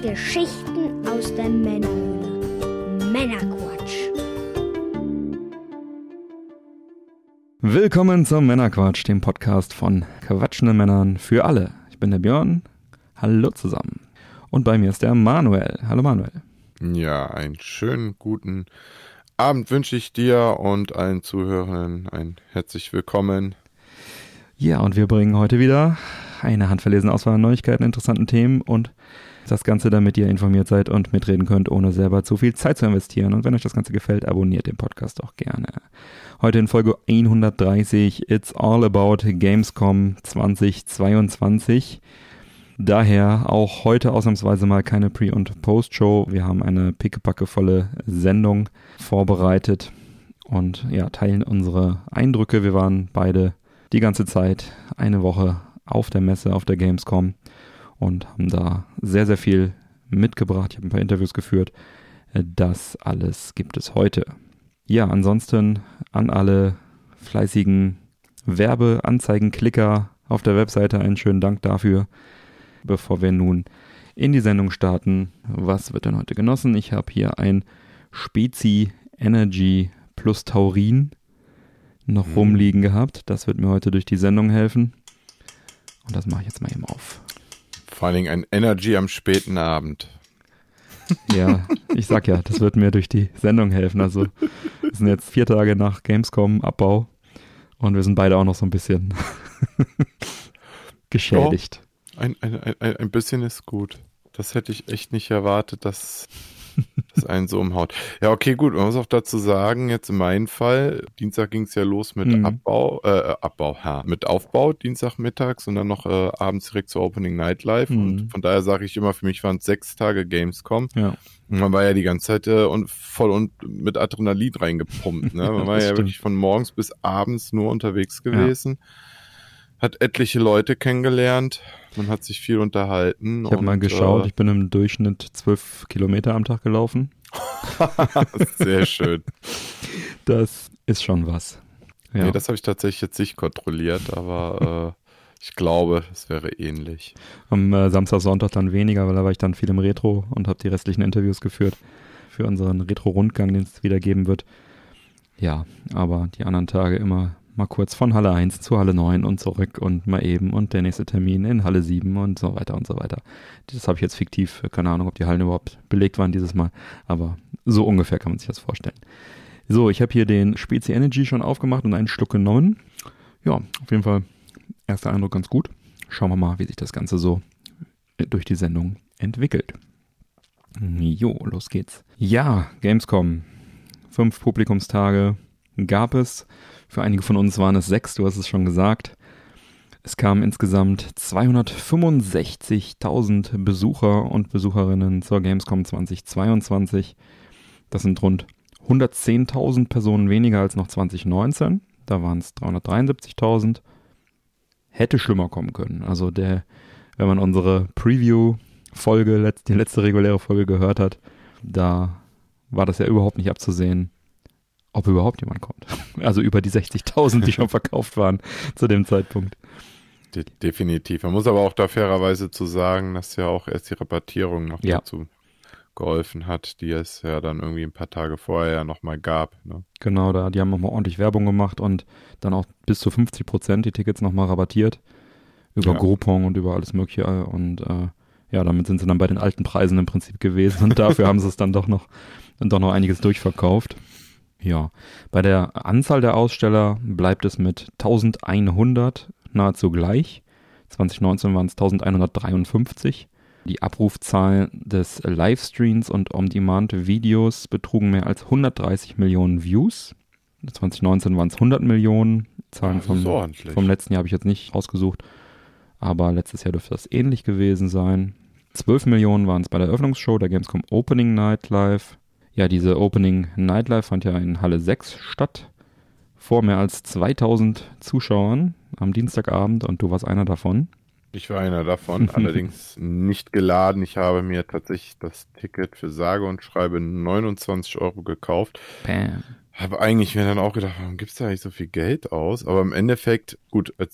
Geschichten aus der Männerhöhle. Männerquatsch. Willkommen zum Männerquatsch, dem Podcast von quatschenden Männern für alle. Ich bin der Björn. Hallo zusammen. Und bei mir ist der Manuel. Hallo Manuel. Ja, einen schönen guten Abend wünsche ich dir und allen Zuhörern ein herzlich willkommen. Ja, und wir bringen heute wieder eine handverlesene Auswahl an Neuigkeiten, interessanten Themen und das Ganze, damit ihr informiert seid und mitreden könnt, ohne selber zu viel Zeit zu investieren. Und wenn euch das Ganze gefällt, abonniert den Podcast auch gerne. Heute in Folge 130, It's All About Gamescom 2022. Daher auch heute ausnahmsweise mal keine Pre- und Post-Show. Wir haben eine pickepackevolle Sendung vorbereitet und ja, teilen unsere Eindrücke. Wir waren beide die ganze Zeit eine Woche auf der Messe, auf der Gamescom und haben da sehr, sehr viel mitgebracht. Ich habe ein paar Interviews geführt. Das alles gibt es heute. Ja, ansonsten an alle fleißigen Werbeanzeigenklicker auf der Webseite einen schönen Dank dafür. Bevor wir nun in die Sendung starten, was wird denn heute genossen? Ich habe hier ein Spezi Energy plus Taurin noch rumliegen gehabt. Das wird mir heute durch die Sendung helfen. Und das mache ich jetzt mal eben auf. Vor allen Dingen ein Energy am späten Abend. Ja, ich sag ja, das wird mir durch die Sendung helfen. Also wir sind jetzt 4 Tage nach Gamescom Abbau und wir sind beide auch noch so ein bisschen geschädigt. Ein bisschen ist gut. Das hätte ich echt nicht erwartet, dass das einen so umhaut. Ja, okay, gut. Man muss auch dazu sagen, jetzt in meinem Fall, Dienstag ging es ja los mit mit Aufbau, Dienstagmittags und dann noch abends direkt zur Opening Night Live. Und von daher sage ich immer, für mich waren es 6 Tage Gamescom. Ja. Und man war ja die ganze Zeit voll und mit Adrenalin reingepumpt. Ne? Man war ja wirklich von morgens bis abends nur unterwegs gewesen. Ja. Hat etliche Leute kennengelernt. Man hat sich viel unterhalten. Ich habe mal geschaut, ich bin im Durchschnitt 12 Kilometer am Tag gelaufen. Sehr schön. Das ist schon was. Ja. Nee, das habe ich tatsächlich jetzt nicht kontrolliert, aber ich glaube, es wäre ähnlich. Am Samstag, Sonntag dann weniger, weil da war ich dann viel im Retro und habe die restlichen Interviews geführt für unseren Retro-Rundgang, den es wieder geben wird. Ja, aber die anderen Tage immer mal kurz von Halle 1 zu Halle 9 und zurück und mal eben und der nächste Termin in Halle 7 und so weiter und so weiter. Das habe ich jetzt fiktiv, keine Ahnung, ob die Hallen überhaupt belegt waren dieses Mal, aber so ungefähr kann man sich das vorstellen. So, ich habe hier den Spezi Energy schon aufgemacht und einen Schluck genommen. Ja, auf jeden Fall erster Eindruck ganz gut. Schauen wir mal, wie sich das Ganze so durch die Sendung entwickelt. Jo, los geht's. Ja, Gamescom. 5 Publikumstage gab es. Für einige von uns waren es 6, du hast es schon gesagt. Es kamen insgesamt 265.000 Besucher und Besucherinnen zur Gamescom 2022. Das sind rund 110.000 Personen weniger als noch 2019. Da waren es 373.000. Hätte schlimmer kommen können. Also wenn man unsere Preview-Folge, die letzte reguläre Folge gehört hat, da war das ja überhaupt nicht abzusehen, ob überhaupt jemand kommt. Also über die 60.000, die schon verkauft waren zu dem Zeitpunkt. Definitiv. Man muss aber auch da fairerweise zu sagen, dass ja auch erst die Rabattierung noch dazu geholfen hat, die es ja dann irgendwie ein paar Tage vorher ja nochmal gab. Ne? Genau, die haben nochmal ordentlich Werbung gemacht und dann auch bis zu 50% die Tickets nochmal rabattiert. Über Groupon und über alles Mögliche. Und damit sind sie dann bei den alten Preisen im Prinzip gewesen. Und dafür haben sie es dann doch noch einiges durchverkauft. Ja, bei der Anzahl der Aussteller bleibt es mit 1100 nahezu gleich. 2019 waren es 1153. Die Abrufzahlen des Livestreams und On-Demand-Videos betrugen mehr als 130 Millionen Views. 2019 waren es 100 Millionen. Zahlen vom letzten Jahr habe ich jetzt nicht rausgesucht. Aber letztes Jahr dürfte das ähnlich gewesen sein. 12 Millionen waren es bei der Eröffnungsshow der Gamescom Opening Night Live. Ja, diese Opening Night Live fand ja in Halle 6 statt, vor mehr als 2000 Zuschauern am Dienstagabend und du warst einer davon. Ich war einer davon, allerdings nicht geladen. Ich habe mir tatsächlich das Ticket für sage und schreibe 29 € gekauft. Bam. Habe eigentlich mir dann auch gedacht, warum gibst du eigentlich so viel Geld aus? Aber im Endeffekt, gut, als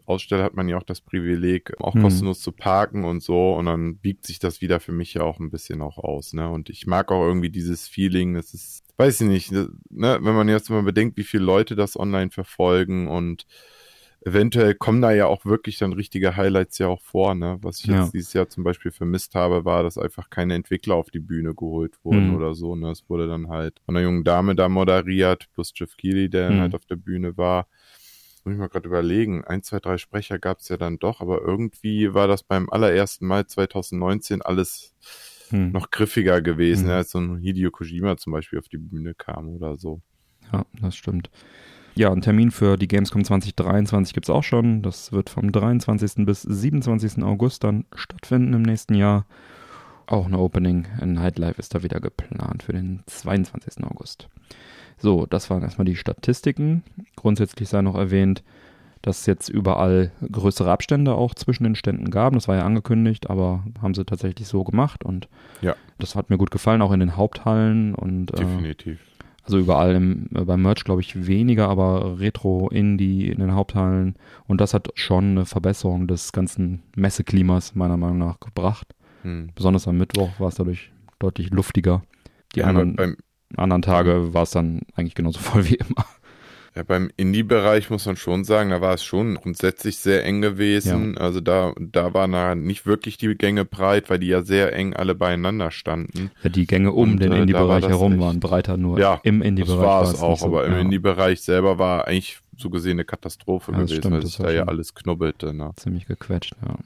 Aussteller hat man ja auch das Privileg, auch kostenlos zu parken und so, und dann wiegt sich das wieder für mich ja auch ein bisschen auch aus, ne, und ich mag auch irgendwie dieses Feeling, das ist, weiß ich nicht, ne, wenn man jetzt mal bedenkt, wie viele Leute das online verfolgen, und eventuell kommen da ja auch wirklich dann richtige Highlights ja auch vor, ne? Was ich jetzt dieses Jahr zum Beispiel vermisst habe, war, dass einfach keine Entwickler auf die Bühne geholt wurden oder so, ne? Es wurde dann halt von einer jungen Dame da moderiert, plus Jeff Keighley, der dann halt auf der Bühne war. Muss ich mal gerade überlegen, 1, 2, 3 Sprecher gab es ja dann doch, aber irgendwie war das beim allerersten Mal 2019 alles noch griffiger gewesen, als so ein Hideo Kojima zum Beispiel auf die Bühne kam oder so. Ja, das stimmt. Ja, ein Termin für die Gamescom 2023 gibt's auch schon. Das wird vom 23. bis 27. August dann stattfinden im nächsten Jahr. Auch eine Opening in Nightlife ist da wieder geplant für den 22. August. So, das waren erstmal die Statistiken. Grundsätzlich sei noch erwähnt, dass es jetzt überall größere Abstände auch zwischen den Ständen gab. Das war ja angekündigt, aber haben sie tatsächlich so gemacht. Und das hat mir gut gefallen, auch in den Haupthallen. Und definitiv. Also überall beim Merch, glaube ich, weniger, aber Retro, Indie in den Haupthallen. Und das hat schon eine Verbesserung des ganzen Messeklimas meiner Meinung nach gebracht. Besonders am Mittwoch war es dadurch deutlich luftiger. Die anderen Tage war es dann eigentlich genauso voll wie immer. Ja, beim Indie-Bereich muss man schon sagen, da war es schon grundsätzlich sehr eng gewesen. Ja. Also da waren nicht wirklich die Gänge breit, weil die ja sehr eng alle beieinander standen. Ja, die Gänge den Indie-Bereich herum waren breiter, nur im Indie-Bereich war es auch. So, aber im Indie-Bereich selber war eigentlich so gesehen eine Katastrophe gewesen, stimmt, weil sich da ja alles knubbelte. Ne? Ziemlich gequetscht, ja.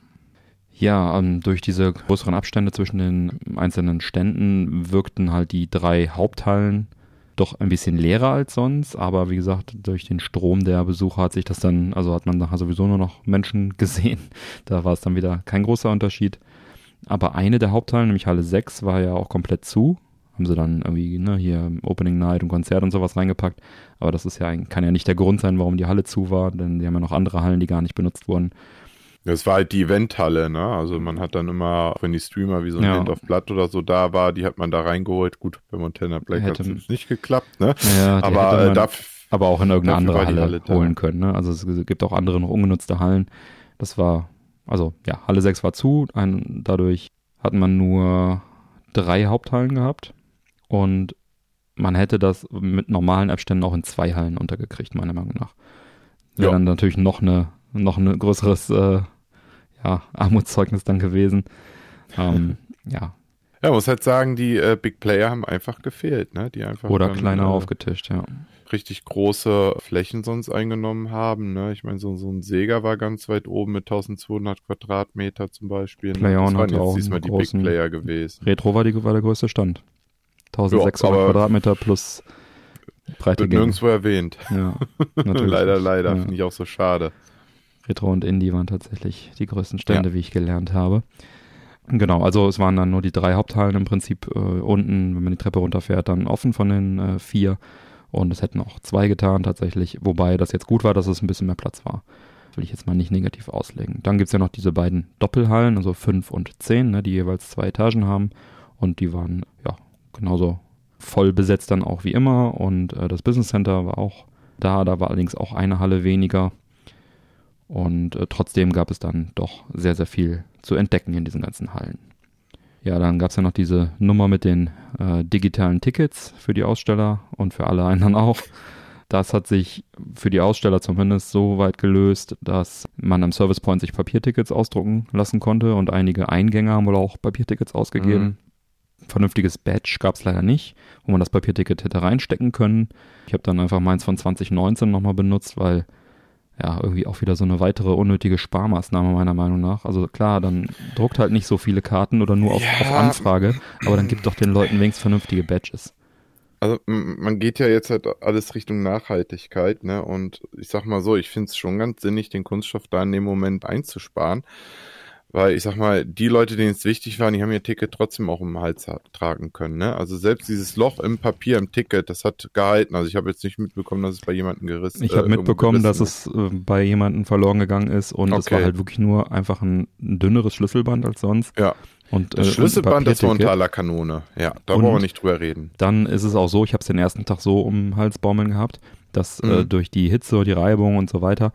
Ja, durch diese größeren Abstände zwischen den einzelnen Ständen wirkten halt die 3 Haupthallen doch ein bisschen leerer als sonst, aber wie gesagt, durch den Strom der Besucher hat man nachher sowieso nur noch Menschen gesehen. Da war es dann wieder kein großer Unterschied. Aber eine der Haupthallen, nämlich Halle 6, war ja auch komplett zu. Haben sie dann irgendwie hier Opening Night und Konzert und sowas reingepackt. Aber das ist kann ja nicht der Grund sein, warum die Halle zu war, denn die haben ja noch andere Hallen, die gar nicht benutzt wurden. Das war halt die Eventhalle, ne? Also man hat dann immer, wenn die Streamer wie so ein Hand of Blood oder so da war, die hat man da reingeholt. Gut, bei Montana Black hat es nicht geklappt, ne? Ja, aber auch in irgendeine andere Halle holen können, ne? Also es gibt auch andere noch ungenutzte Hallen. Das war, Halle 6 war zu. Dadurch hat man nur 3 Haupthallen gehabt. Und man hätte das mit normalen Abständen auch in 2 Hallen untergekriegt, meiner Meinung nach. Wäre dann natürlich noch ein größeres Armutszeugnis dann gewesen. Ja, muss halt sagen, die Big Player haben einfach gefehlt, ne? Die einfach oder kleiner aufgetischt, ja. Richtig große Flächen sonst eingenommen haben, ne? Ich meine, so ein Sega war ganz weit oben mit 1200 Quadratmeter zum Beispiel. PlayOn das waren jetzt auch diesmal die Big Player gewesen. Retro war der größte Stand. 1600 Quadratmeter plus breite Wird nirgendwo erwähnt. Ja, natürlich. leider. Finde ich auch so schade. Retro und Indie waren tatsächlich die größten Stände, wie ich gelernt habe. Genau, also es waren dann nur die 3 Haupthallen im Prinzip unten, wenn man die Treppe runterfährt, dann offen von den 4. Und es hätten auch 2 getan tatsächlich, wobei das jetzt gut war, dass es ein bisschen mehr Platz war. Will ich jetzt mal nicht negativ auslegen. Dann gibt es ja noch diese beiden Doppelhallen, also 5 und 10, ne, die jeweils 2 Etagen haben. Und die waren genauso voll besetzt dann auch wie immer. Und das Business Center war auch da war allerdings auch eine Halle weniger. Und trotzdem gab es dann doch sehr, sehr viel zu entdecken in diesen ganzen Hallen. Ja, dann gab es ja noch diese Nummer mit den digitalen Tickets für die Aussteller und für alle anderen auch. Das hat sich für die Aussteller zumindest so weit gelöst, dass man am Service Point sich Papiertickets ausdrucken lassen konnte und einige Eingänger haben wohl auch Papiertickets ausgegeben. Vernünftiges Badge gab es leider nicht, wo man das Papierticket hätte reinstecken können. Ich habe dann einfach meins von 2019 nochmal benutzt, weil irgendwie auch wieder so eine weitere unnötige Sparmaßnahme meiner Meinung nach. Also klar, dann druckt halt nicht so viele Karten oder nur auf Anfrage, aber dann gibt doch den Leuten wenigstens vernünftige Badges. Also man geht ja jetzt halt alles Richtung Nachhaltigkeit, ne? Und ich sag mal so, ich finde es schon ganz sinnig, den Kunststoff da in dem Moment einzusparen. Weil ich sag mal, die Leute, denen es wichtig war, die haben ihr Ticket trotzdem auch um den Hals tragen können, ne? Also selbst dieses Loch im Papier, im Ticket, das hat gehalten. Also ich habe jetzt nicht mitbekommen, dass es bei jemandem gerissen ist. Ich habe mitbekommen, dass es bei jemandem verloren gegangen ist und es war halt wirklich nur einfach ein dünneres Schlüsselband als sonst. Ja. Und das Schlüsselband, das war unter aller Kanone. Ja, da brauchen wir nicht drüber reden. Dann ist es auch so, ich habe es den ersten Tag so um den Hals baumeln gehabt, dass durch die Hitze, die Reibung und so weiter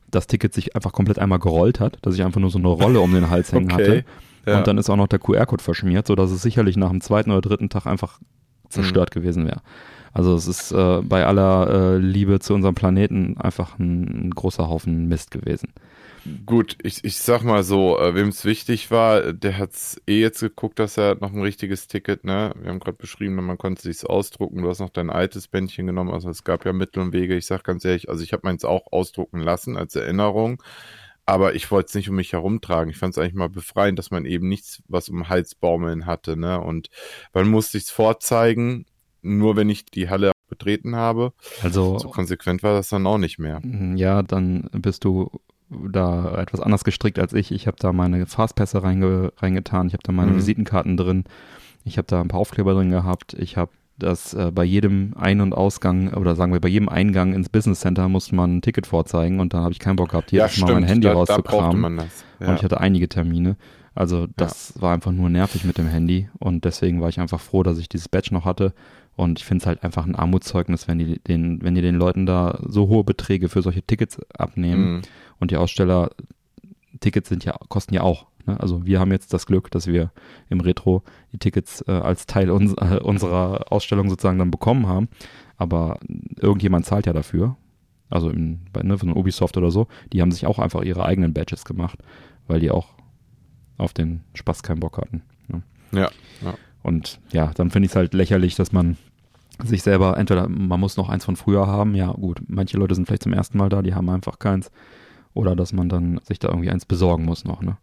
das Ticket sich einfach komplett einmal gerollt hat, dass ich einfach nur so eine Rolle um den Hals hängen hatte. Ja. Und dann ist auch noch der QR-Code verschmiert, sodass es sicherlich nach dem 2. oder 3. Tag einfach zerstört gewesen wäre. Also es ist bei aller Liebe zu unserem Planeten einfach ein großer Haufen Mist gewesen. Gut, ich sag mal so, wem es wichtig war, der hat's jetzt geguckt, dass er noch ein richtiges Ticket, ne? Wir haben gerade beschrieben, man konnte sich's ausdrucken, du hast noch dein altes Bändchen genommen, also es gab ja Mittel und Wege. Ich sag ganz ehrlich, also ich habe meins auch ausdrucken lassen als Erinnerung, aber ich wollte es nicht um mich herumtragen. Ich fand es eigentlich mal befreiend, dass man eben nichts, was um den Hals baumeln hatte, ne? Und man musste sich's vorzeigen, nur wenn ich die Halle betreten habe. Also so konsequent war das dann auch nicht mehr. Ja, dann bist du da etwas anders gestrickt als ich. Ich habe da meine Fastpässe reingetan, ich habe da meine Visitenkarten drin, ich habe da ein paar Aufkleber drin gehabt, ich habe das bei jedem Ein- und Ausgang oder sagen wir bei jedem Eingang ins Business Center musste man ein Ticket vorzeigen und da habe ich keinen Bock gehabt, jedes Mal mein Handy rauszukramen. Ja. Und ich hatte einige Termine. Also das war einfach nur nervig mit dem Handy und deswegen war ich einfach froh, dass ich dieses Badge noch hatte. Und ich finde es halt einfach ein Armutszeugnis, wenn die den Leuten da so hohe Beträge für solche Tickets abnehmen. Und die Aussteller, Tickets kosten ja auch. Ne? Also wir haben jetzt das Glück, dass wir im Retro die Tickets als Teil unserer Ausstellung sozusagen dann bekommen haben. Aber irgendjemand zahlt ja dafür. Also von Ubisoft oder so. Die haben sich auch einfach ihre eigenen Badges gemacht, weil die auch auf den Spaß keinen Bock hatten. Ne? Ja. Und ja, dann finde ich es halt lächerlich, dass man sich selber, entweder man muss noch eins von früher haben, ja gut, manche Leute sind vielleicht zum ersten Mal da, die haben einfach keins, oder dass man dann sich da irgendwie eins besorgen muss noch, ne?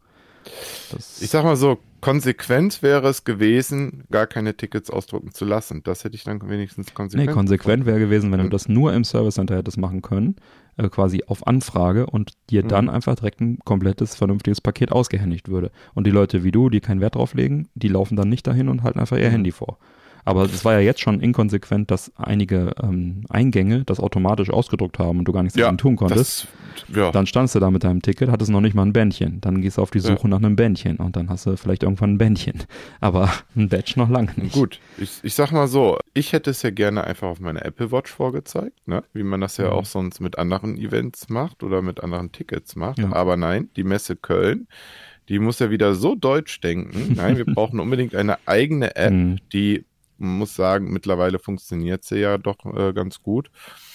Ich sag mal so, konsequent wäre es gewesen, gar keine Tickets ausdrucken zu lassen. Das hätte ich dann wenigstens konsequent. Nee, konsequent wäre gewesen, wenn du das nur im Service Center hättest machen können, quasi auf Anfrage und dir dann einfach direkt ein komplettes, vernünftiges Paket ausgehändigt würde. Und die Leute wie du, die keinen Wert drauf legen, die laufen dann nicht dahin und halten einfach ihr Handy vor. Aber es war ja jetzt schon inkonsequent, dass einige Eingänge das automatisch ausgedruckt haben und du gar nichts dagegen tun konntest. Dann standst du da mit deinem Ticket, hattest noch nicht mal ein Bändchen. Dann gehst du auf die Suche nach einem Bändchen und dann hast du vielleicht irgendwann ein Bändchen. Aber ein Badge noch lange nicht. Gut, ich sag mal so, ich hätte es ja gerne einfach auf meiner Apple Watch vorgezeigt, ne? Wie man das ja auch sonst mit anderen Events macht oder mit anderen Tickets macht. Ja. Aber nein, die Messe Köln, die muss ja wieder so deutsch denken. Nein, wir brauchen unbedingt eine eigene App, die, man muss sagen, mittlerweile funktioniert sie ja doch ganz gut.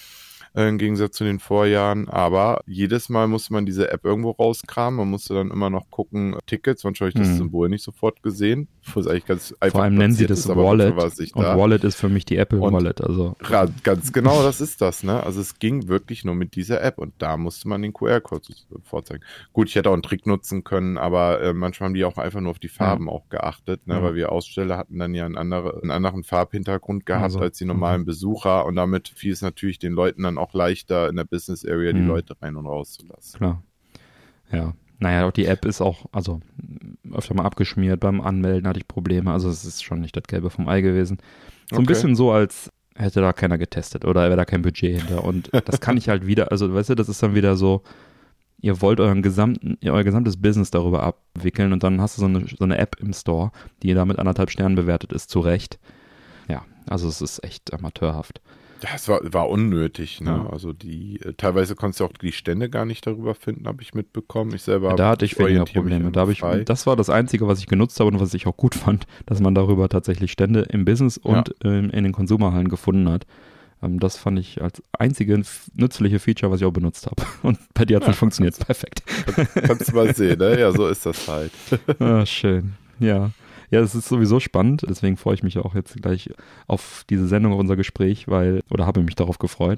Im Gegensatz zu den Vorjahren, aber jedes Mal musste man diese App irgendwo rauskramen, man musste dann immer noch gucken, Tickets, manchmal habe ich das Symbol nicht sofort gesehen, wo es eigentlich ganz einfach vor allem nennen sie das Wallet und Wallet ist für mich die Apple Wallet. Also ganz genau, das ist das, ne? Also es ging wirklich nur mit dieser App und da musste man den QR-Code vorzeigen. Gut, ich hätte auch einen Trick nutzen können, aber manchmal haben die auch einfach nur auf die Farben auch geachtet, ne? Weil wir Aussteller hatten dann ja einen anderen Farbhintergrund gehabt als die normalen Besucher und damit fiel es natürlich den Leuten dann auch leichter in der Business Area die Leute rein und rauszulassen. Klar. Ja. Naja, auch die App ist auch, also öfter mal abgeschmiert, beim Anmelden hatte ich Probleme, also es ist schon nicht das Gelbe vom Ei gewesen. So ein bisschen so, als hätte da keiner getestet oder wäre da kein Budget hinter und das kann ich halt wieder, also weißt du, das ist dann wieder so, ihr wollt euer gesamtes Business darüber abwickeln und dann hast du so eine App im Store, die da mit 1,5 Sternen bewertet ist, zu Recht. Ja, also es ist echt amateurhaft. Ja, es war unnötig, ne? Ja. Also teilweise konntest du auch die Stände gar nicht darüber finden, habe ich mitbekommen. Ich selber da hatte ich weniger Probleme. Das war das Einzige, was ich genutzt habe und was ich auch gut fand, dass man darüber tatsächlich Stände im Business und in den Konsumerhallen gefunden hat. Das fand ich als einzige nützliche Feature, was ich auch benutzt habe. Und bei dir hat es nicht funktioniert. Perfekt. Kannst du mal sehen, ne? Ja, so ist das halt. Schön. Ja. Ja, das ist sowieso spannend, deswegen freue ich mich auch jetzt gleich auf diese Sendung, auf unser Gespräch, habe mich darauf gefreut,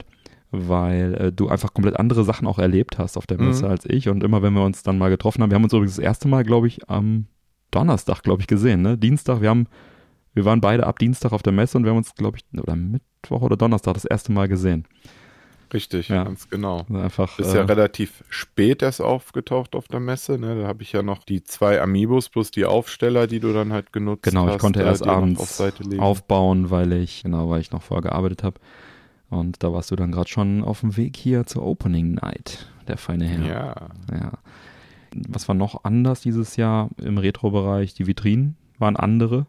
weil du einfach komplett andere Sachen auch erlebt hast auf der Messe als ich und immer, wenn wir uns dann mal getroffen haben, wir haben uns übrigens das erste Mal, glaube ich, am Donnerstag, gesehen, ne? Dienstag, wir waren beide ab Dienstag auf der Messe und wir haben uns, glaube ich, oder Mittwoch oder Donnerstag das erste Mal gesehen. Richtig, ganz genau. Einfach, ist ja relativ spät erst aufgetaucht auf der Messe, ne? Da habe ich ja noch die 2 Amiibos plus die Aufsteller, die du dann halt genutzt hast. Genau, ich konnte erst abends aufbauen, weil ich noch vorher gearbeitet habe. Und da warst du dann gerade schon auf dem Weg hier zur Opening Night, der feine Herr. Ja. Was war noch anders dieses Jahr im Retro-Bereich? Die Vitrinen waren andere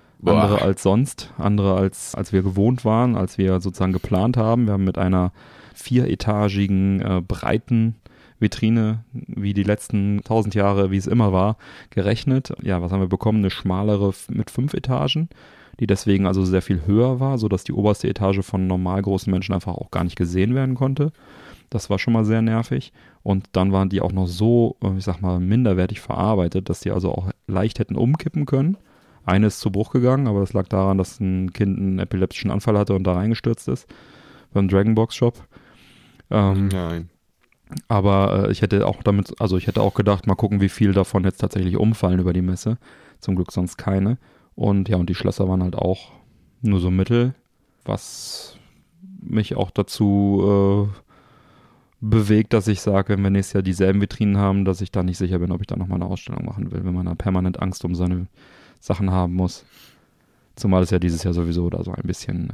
als sonst, andere als wir gewohnt waren, als wir sozusagen geplant haben. Wir haben mit einer 4-etagigen, breiten Vitrine wie die letzten 1000 Jahre, wie es immer war, gerechnet. Ja, was haben wir bekommen? Eine schmalere mit 5 Etagen, die deswegen also sehr viel höher war, sodass die oberste Etage von normal großen Menschen einfach auch gar nicht gesehen werden konnte. Das war schon mal sehr nervig. Und dann waren die auch noch so, ich sag mal, minderwertig verarbeitet, dass die also auch leicht hätten umkippen können. Eine ist zu Bruch gegangen, aber das lag daran, dass ein Kind einen epileptischen Anfall hatte und da reingestürzt ist beim Dragonbox Shop. Nein. Aber ich hätte auch gedacht, mal gucken, wie viel davon jetzt tatsächlich umfallen über die Messe. Zum Glück sonst keine. Und ja, und die Schlösser waren halt auch nur so mittel, was mich auch dazu bewegt, dass ich sage, wenn wir nächstes Jahr dieselben Vitrinen haben, dass ich da nicht sicher bin, ob ich da nochmal eine Ausstellung machen will, wenn man da permanent Angst um seine Sachen haben muss. Zumal es ja dieses Jahr sowieso da so ein bisschen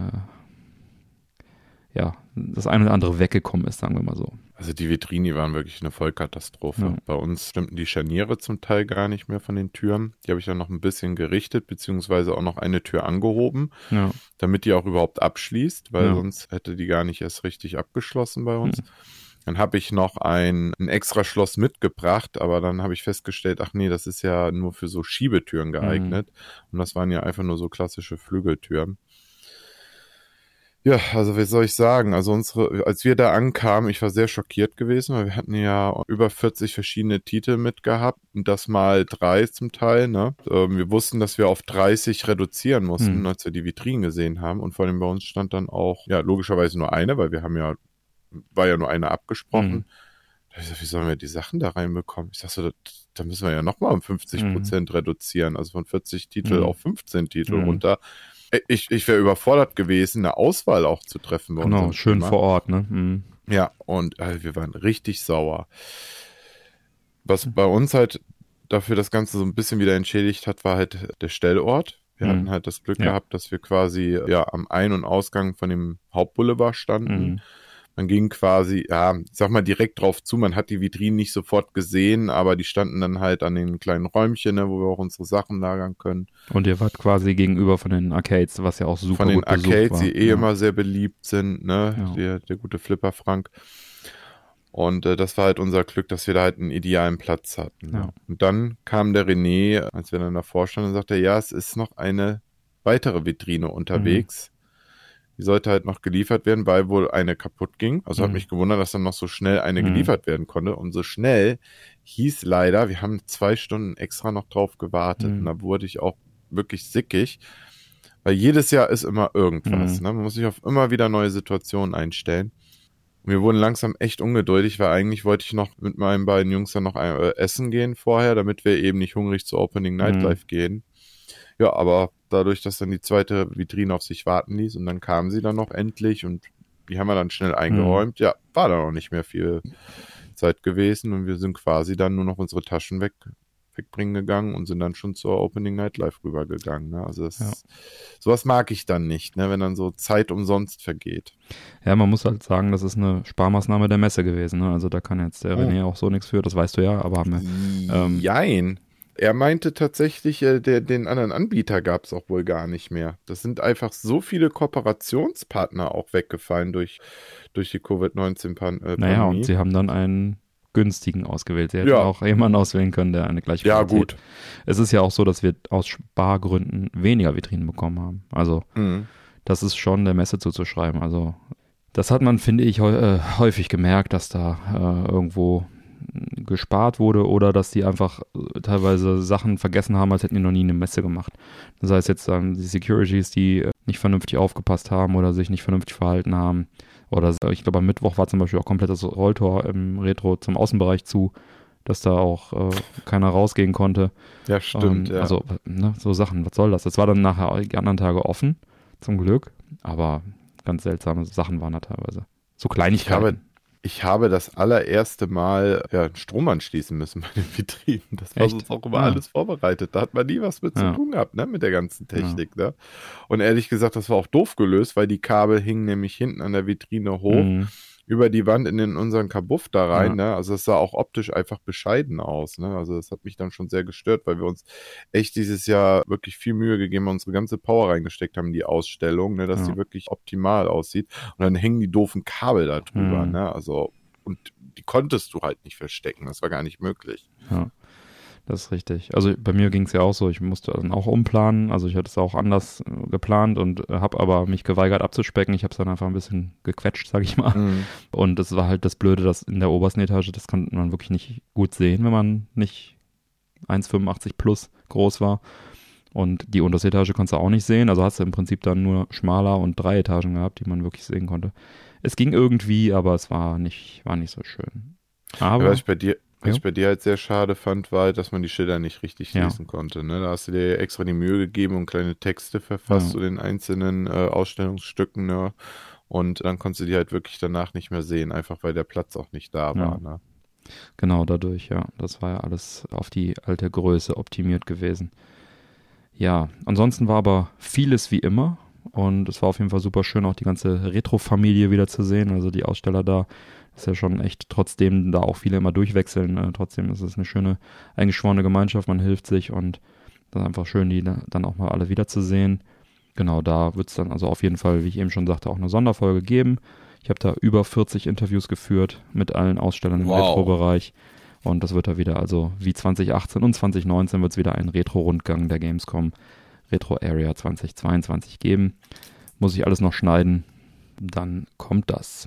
das eine oder andere weggekommen ist, sagen wir mal so. Also die Vitrinen, die waren wirklich eine Vollkatastrophe. Ja. Bei uns stimmten die Scharniere zum Teil gar nicht mehr von den Türen. Die habe ich dann noch ein bisschen gerichtet, beziehungsweise auch noch eine Tür angehoben, damit die auch überhaupt abschließt, weil sonst hätte die gar nicht erst richtig abgeschlossen bei uns. Dann habe ich noch ein extra Schloss mitgebracht, aber dann habe ich festgestellt, ach nee, das ist ja nur für so Schiebetüren geeignet. Und das waren ja einfach nur so klassische Flügeltüren. Ja, also wie soll ich sagen, also als wir da ankamen, ich war sehr schockiert gewesen, weil wir hatten ja über 40 verschiedene Titel mitgehabt und das mal 3 zum Teil, ne? Wir wussten, dass wir auf 30 reduzieren mussten, als wir die Vitrinen gesehen haben und vor allem bei uns stand dann auch, ja, logischerweise nur eine, weil war ja nur eine abgesprochen. Da hab ich gesagt, wie sollen wir die Sachen da reinbekommen? Ich sag so, da müssen wir ja nochmal um 50% reduzieren, also von 40 Titel auf 15 Titel runter. Ich wäre überfordert gewesen, eine Auswahl auch zu treffen. Genau, schön Thema. Vor Ort, ne? Ja, und wir waren richtig sauer. Was bei uns halt dafür das Ganze so ein bisschen wieder entschädigt hat, war halt der Stellort. Wir hatten halt das Glück gehabt, dass wir quasi am Ein- und Ausgang von dem Hauptboulevard standen. Man ging quasi, ich sag mal, direkt drauf zu. Man hat die Vitrinen nicht sofort gesehen, aber die standen dann halt an den kleinen Räumchen, ne, wo wir auch unsere Sachen lagern können. Und ihr wart quasi gegenüber von den Arcades, was ja auch super gut besucht war. Von den Arcades, die immer sehr beliebt sind, ne, der gute Flipper Frank. Und das war halt unser Glück, dass wir da halt einen idealen Platz hatten. Ja. Und dann kam der René, als wir dann davor standen, und sagte, ja, es ist noch eine weitere Vitrine unterwegs. Die sollte halt noch geliefert werden, weil wohl eine kaputt ging. Also hat mich gewundert, dass dann noch so schnell eine geliefert werden konnte. Und so schnell hieß leider, wir haben 2 Stunden extra noch drauf gewartet. Und da wurde ich auch wirklich sickig. Weil jedes Jahr ist immer irgendwas. Ne? Man muss sich auf immer wieder neue Situationen einstellen. Und wir wurden langsam echt ungeduldig, weil eigentlich wollte ich noch mit meinen beiden Jungs dann noch essen gehen vorher, damit wir eben nicht hungrig zur Opening Nightlife gehen. Ja, aber dadurch, dass dann die zweite Vitrine auf sich warten ließ und dann kam sie dann noch endlich und die haben wir dann schnell eingeräumt. Ja, war da noch nicht mehr viel Zeit gewesen und wir sind quasi dann nur noch unsere Taschen wegbringen gegangen und sind dann schon zur Opening Nightlife rübergegangen. Ne? Also sowas mag ich dann nicht, ne? Wenn dann so Zeit umsonst vergeht. Ja, man muss halt sagen, das ist eine Sparmaßnahme der Messe gewesen. Ne? Also da kann jetzt der René auch so nichts für, das weißt du ja, aber haben wir... Jein. Er meinte tatsächlich, den anderen Anbieter gab es auch wohl gar nicht mehr. Das sind einfach so viele Kooperationspartner auch weggefallen durch die Covid-19-Pandemie. Naja, und sie haben dann einen günstigen ausgewählt. Sie hätten auch jemanden auswählen können, der eine gleiche Qualität. Ja, gut. Es ist ja auch so, dass wir aus Spargründen weniger Vitrinen bekommen haben. Also das ist schon der Messe zuzuschreiben. Also das hat man, finde ich, häufig gemerkt, dass da irgendwo gespart wurde oder dass die einfach teilweise Sachen vergessen haben, als hätten die noch nie eine Messe gemacht. Das heißt jetzt die Securities, die nicht vernünftig aufgepasst haben oder sich nicht vernünftig verhalten haben. Oder ich glaube am Mittwoch war zum Beispiel auch komplett das Rolltor im Retro zum Außenbereich zu, dass da auch keiner rausgehen konnte. Ja, stimmt. Ja. Also so Sachen, was soll das? Das war dann nachher die anderen Tage offen, zum Glück, aber ganz seltsame Sachen waren da teilweise. So Kleinigkeiten. Ich habe das allererste Mal einen Strom anschließen müssen bei den Vitrinen. Das war sonst auch immer alles vorbereitet. Da hat man nie was mit zu tun gehabt, ne, mit der ganzen Technik. Ne? Und ehrlich gesagt, das war auch doof gelöst, weil die Kabel hingen nämlich hinten an der Vitrine hoch, über die Wand in unseren Kabuff da rein. Ne? Also es sah auch optisch einfach bescheiden aus. Ne? Also das hat mich dann schon sehr gestört, weil wir uns echt dieses Jahr wirklich viel Mühe gegeben haben, unsere ganze Power reingesteckt haben in die Ausstellung, ne? Dass die wirklich optimal aussieht. Und dann hängen die doofen Kabel da drüber. Ne? Also und die konntest du halt nicht verstecken. Das war gar nicht möglich. Ja, das ist richtig. Also bei mir ging es ja auch so, ich musste dann auch umplanen, also ich hatte es auch anders geplant und habe aber mich geweigert abzuspecken. Ich habe es dann einfach ein bisschen gequetscht, sag ich mal. Und das war halt das Blöde, dass in der obersten Etage, das konnte man wirklich nicht gut sehen, wenn man nicht 1,85 plus groß war. Und die unterste Etage konntest du auch nicht sehen, also hast du im Prinzip dann nur schmaler und 3 Etagen gehabt, die man wirklich sehen konnte. Es ging irgendwie, aber es war nicht so schön. Aber was ich bei dir halt sehr schade fand, war, dass man die Schilder nicht richtig lesen konnte. Ne? Da hast du dir extra die Mühe gegeben und kleine Texte verfasst zu den einzelnen Ausstellungsstücken. Ne? Und dann konntest du die halt wirklich danach nicht mehr sehen, einfach weil der Platz auch nicht da war. Ne? Genau, dadurch, ja. Das war ja alles auf die alte Größe optimiert gewesen. Ja, ansonsten war aber vieles wie immer und es war auf jeden Fall super schön, auch die ganze Retro-Familie wieder zu sehen. Also die Aussteller da, ist ja schon echt, trotzdem da auch viele immer durchwechseln, trotzdem ist es eine schöne, eingeschworene Gemeinschaft, man hilft sich und das ist einfach schön, die dann auch mal alle wiederzusehen. Genau, da wird es dann also auf jeden Fall, wie ich eben schon sagte, auch eine Sonderfolge geben. Ich habe da über 40 Interviews geführt mit allen Ausstellern im Retro-Bereich. Und das wird da wieder, also wie 2018 und 2019 wird es wieder einen Retro-Rundgang der Gamescom Retro Area 2022 geben. Muss ich alles noch schneiden, dann kommt das.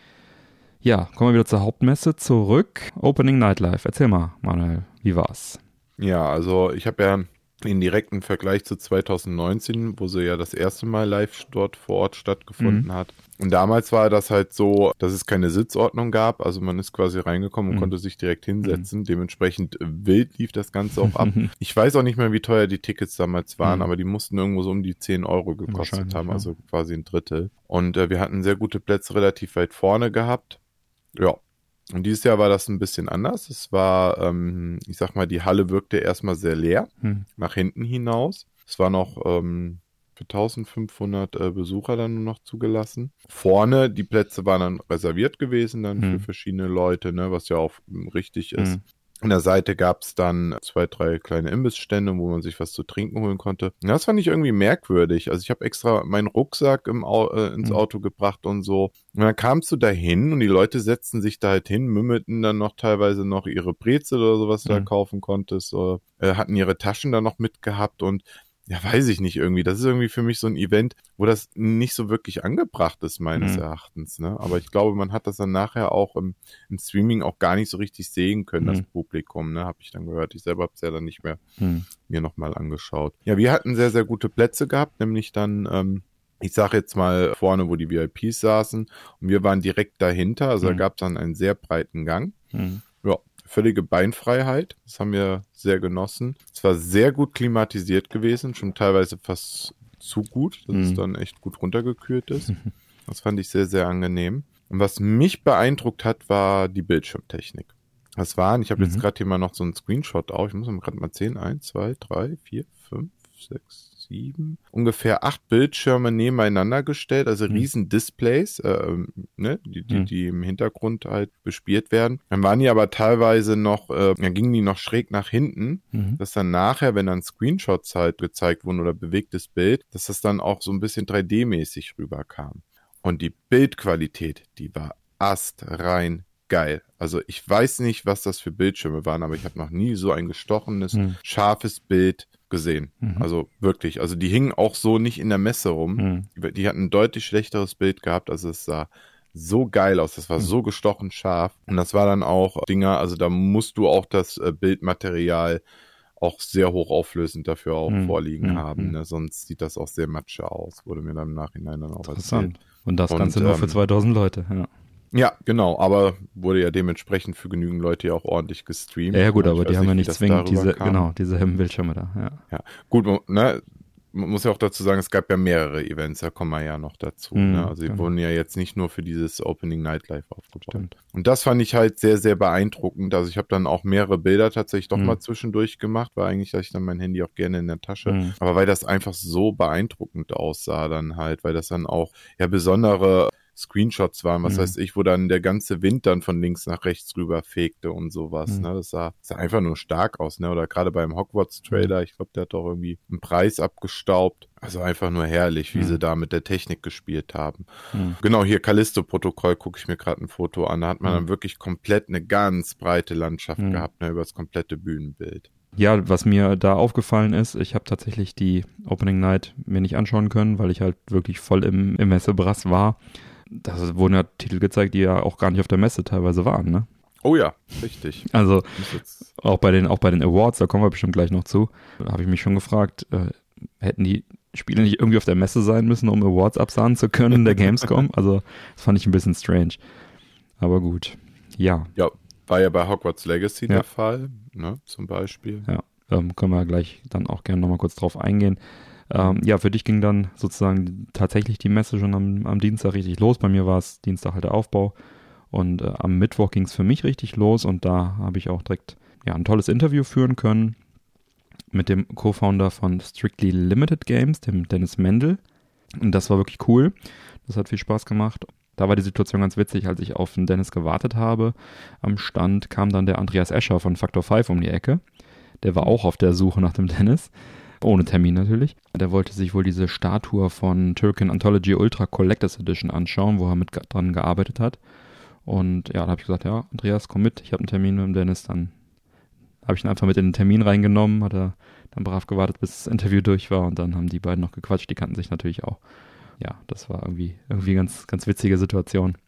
Ja, kommen wir wieder zur Hauptmesse zurück. Opening Nightlife. Erzähl mal, Manuel, wie war's? Ja, also ich habe ja in direkten Vergleich zu 2019, wo sie ja das erste Mal live dort vor Ort stattgefunden hat. Und damals war das halt so, dass es keine Sitzordnung gab. Also man ist quasi reingekommen und konnte sich direkt hinsetzen. Dementsprechend wild lief das Ganze auch ab. Ich weiß auch nicht mehr, wie teuer die Tickets damals waren, aber die mussten irgendwo so um die 10 Euro gekostet haben, also quasi ein Drittel. Und wir hatten sehr gute Plätze relativ weit vorne gehabt. Ja. Und dieses Jahr war das ein bisschen anders. Es war, ich sag mal, die Halle wirkte erstmal sehr leer, nach hinten hinaus. Es war noch für 1500 Besucher dann nur noch zugelassen. Vorne, die Plätze waren dann reserviert gewesen dann für verschiedene Leute, ne, was ja auch richtig ist. An der Seite gab es dann 2, 3 kleine Imbissstände, wo man sich was zu trinken holen konnte. Und das fand ich irgendwie merkwürdig. Also ich habe extra meinen Rucksack ins Auto gebracht und so. Und dann kamst du da hin und die Leute setzten sich da halt hin, mümmelten dann noch teilweise noch ihre Brezel oder sowas du da kaufen konntest. Hatten ihre Taschen da noch mitgehabt und ja, weiß ich nicht irgendwie. Das ist irgendwie für mich so ein Event, wo das nicht so wirklich angebracht ist, meines Erachtens. Ne? Aber ich glaube, man hat das dann nachher auch im Streaming auch gar nicht so richtig sehen können, das Publikum. Ne? Habe ich dann gehört. Ich selber habe es ja dann nicht mehr mir nochmal angeschaut. Ja, wir hatten sehr, sehr gute Plätze gehabt, nämlich dann ich sage jetzt mal vorne, wo die VIPs saßen. Und wir waren direkt dahinter. Also da gab es dann einen sehr breiten Gang. Ja, völlige Beinfreiheit. Das haben wir sehr genossen. Es war sehr gut klimatisiert gewesen, schon teilweise fast zu gut, dass es dann echt gut runtergekühlt ist. Das fand ich sehr, sehr angenehm. Und was mich beeindruckt hat, war die Bildschirmtechnik. Das waren, ich habe jetzt gerade hier mal noch so einen Screenshot auf. Ich muss mal gerade mal 10, 1, 2, 3, 4, 5, 6, 7, ungefähr 8 Bildschirme nebeneinander gestellt, also riesen Displays, ne, die im Hintergrund halt bespielt werden. Dann waren die aber teilweise noch, dann gingen die noch schräg nach hinten, dass dann nachher, wenn dann Screenshots halt gezeigt wurden oder bewegtes Bild, dass das dann auch so ein bisschen 3D-mäßig rüberkam. Und die Bildqualität, die war astrein geil. Also ich weiß nicht, was das für Bildschirme waren, aber ich habe noch nie so ein gestochenes, scharfes Bild gesehen. Also wirklich. Also die hingen auch so nicht in der Messe rum. Die hatten ein deutlich schlechteres Bild gehabt. Also es sah so geil aus. Das war so gestochen scharf. Und das war dann auch Dinger, also da musst du auch das Bildmaterial auch sehr hochauflösend dafür auch vorliegen haben. Ne? Sonst sieht das auch sehr matsche aus. Wurde mir dann im Nachhinein dann auch erzählt. Und das Ganze nur für 2000 Leute, ja. Ja, genau, aber wurde ja dementsprechend für genügend Leute ja auch ordentlich gestreamt. Ja, gut, aber die haben ja nicht zwingend dieselben Bildschirme da, ja. Gut, ne, man muss ja auch dazu sagen, es gab ja mehrere Events, da kommen wir ja noch dazu. Ne? Also die wurden ja jetzt nicht nur für dieses Opening Nightlife aufgebaut. Stimmt. Und das fand ich halt sehr, sehr beeindruckend. Also ich habe dann auch mehrere Bilder tatsächlich doch mal zwischendurch gemacht, weil eigentlich hatte ich dann mein Handy auch gerne in der Tasche. Aber weil das einfach so beeindruckend aussah dann halt, weil das dann auch ja besondere Screenshots waren, was weiß ich, wo dann der ganze Wind dann von links nach rechts rüber fegte und sowas, ne? Das sah einfach nur stark aus, ne? Oder gerade beim Hogwarts-Trailer, ich glaube, der hat doch irgendwie einen Preis abgestaubt. Also einfach nur herrlich, wie sie da mit der Technik gespielt haben. Genau, hier Callisto-Protokoll gucke ich mir gerade ein Foto an. Da hat man dann wirklich komplett eine ganz breite Landschaft gehabt, ne, über das komplette Bühnenbild. Ja, was mir da aufgefallen ist, ich habe tatsächlich die Opening Night mir nicht anschauen können, weil ich halt wirklich voll im Messebrass war. Da wurden ja Titel gezeigt, die ja auch gar nicht auf der Messe teilweise waren, ne? Oh ja, richtig. Also auch bei den Awards, da kommen wir bestimmt gleich noch zu, da habe ich mich schon gefragt, hätten die Spiele nicht irgendwie auf der Messe sein müssen, um Awards absahnen zu können, der Gamescom? Also das fand ich ein bisschen strange. Aber gut, ja. Ja, war ja bei Hogwarts Legacy der Fall, ne, zum Beispiel. Ja, können wir gleich dann auch gerne nochmal kurz drauf eingehen. Ja, für dich ging dann sozusagen tatsächlich die Messe schon am Dienstag richtig los. Bei mir war es Dienstag halt der Aufbau und am Mittwoch ging es für mich richtig los und da habe ich auch direkt ein tolles Interview führen können mit dem Co-Founder von Strictly Limited Games, dem Dennis Mendel. Und das war wirklich cool. Das hat viel Spaß gemacht. Da war die Situation ganz witzig, als ich auf den Dennis gewartet habe. Am Stand kam dann der Andreas Escher von Factor 5 um die Ecke. Der war auch auf der Suche nach dem Dennis. Ohne Termin natürlich. Der wollte sich wohl diese Statue von Turrican Anthology Ultra Collectors Edition anschauen, wo er mit dran gearbeitet hat. Und ja, da habe ich gesagt, ja, Andreas, komm mit, ich habe einen Termin mit dem Dennis. Dann habe ich ihn einfach mit in den Termin reingenommen, hat er dann brav gewartet, bis das Interview durch war und dann haben die beiden noch gequatscht, die kannten sich natürlich auch. Ja, das war irgendwie ganz, ganz witzige Situation.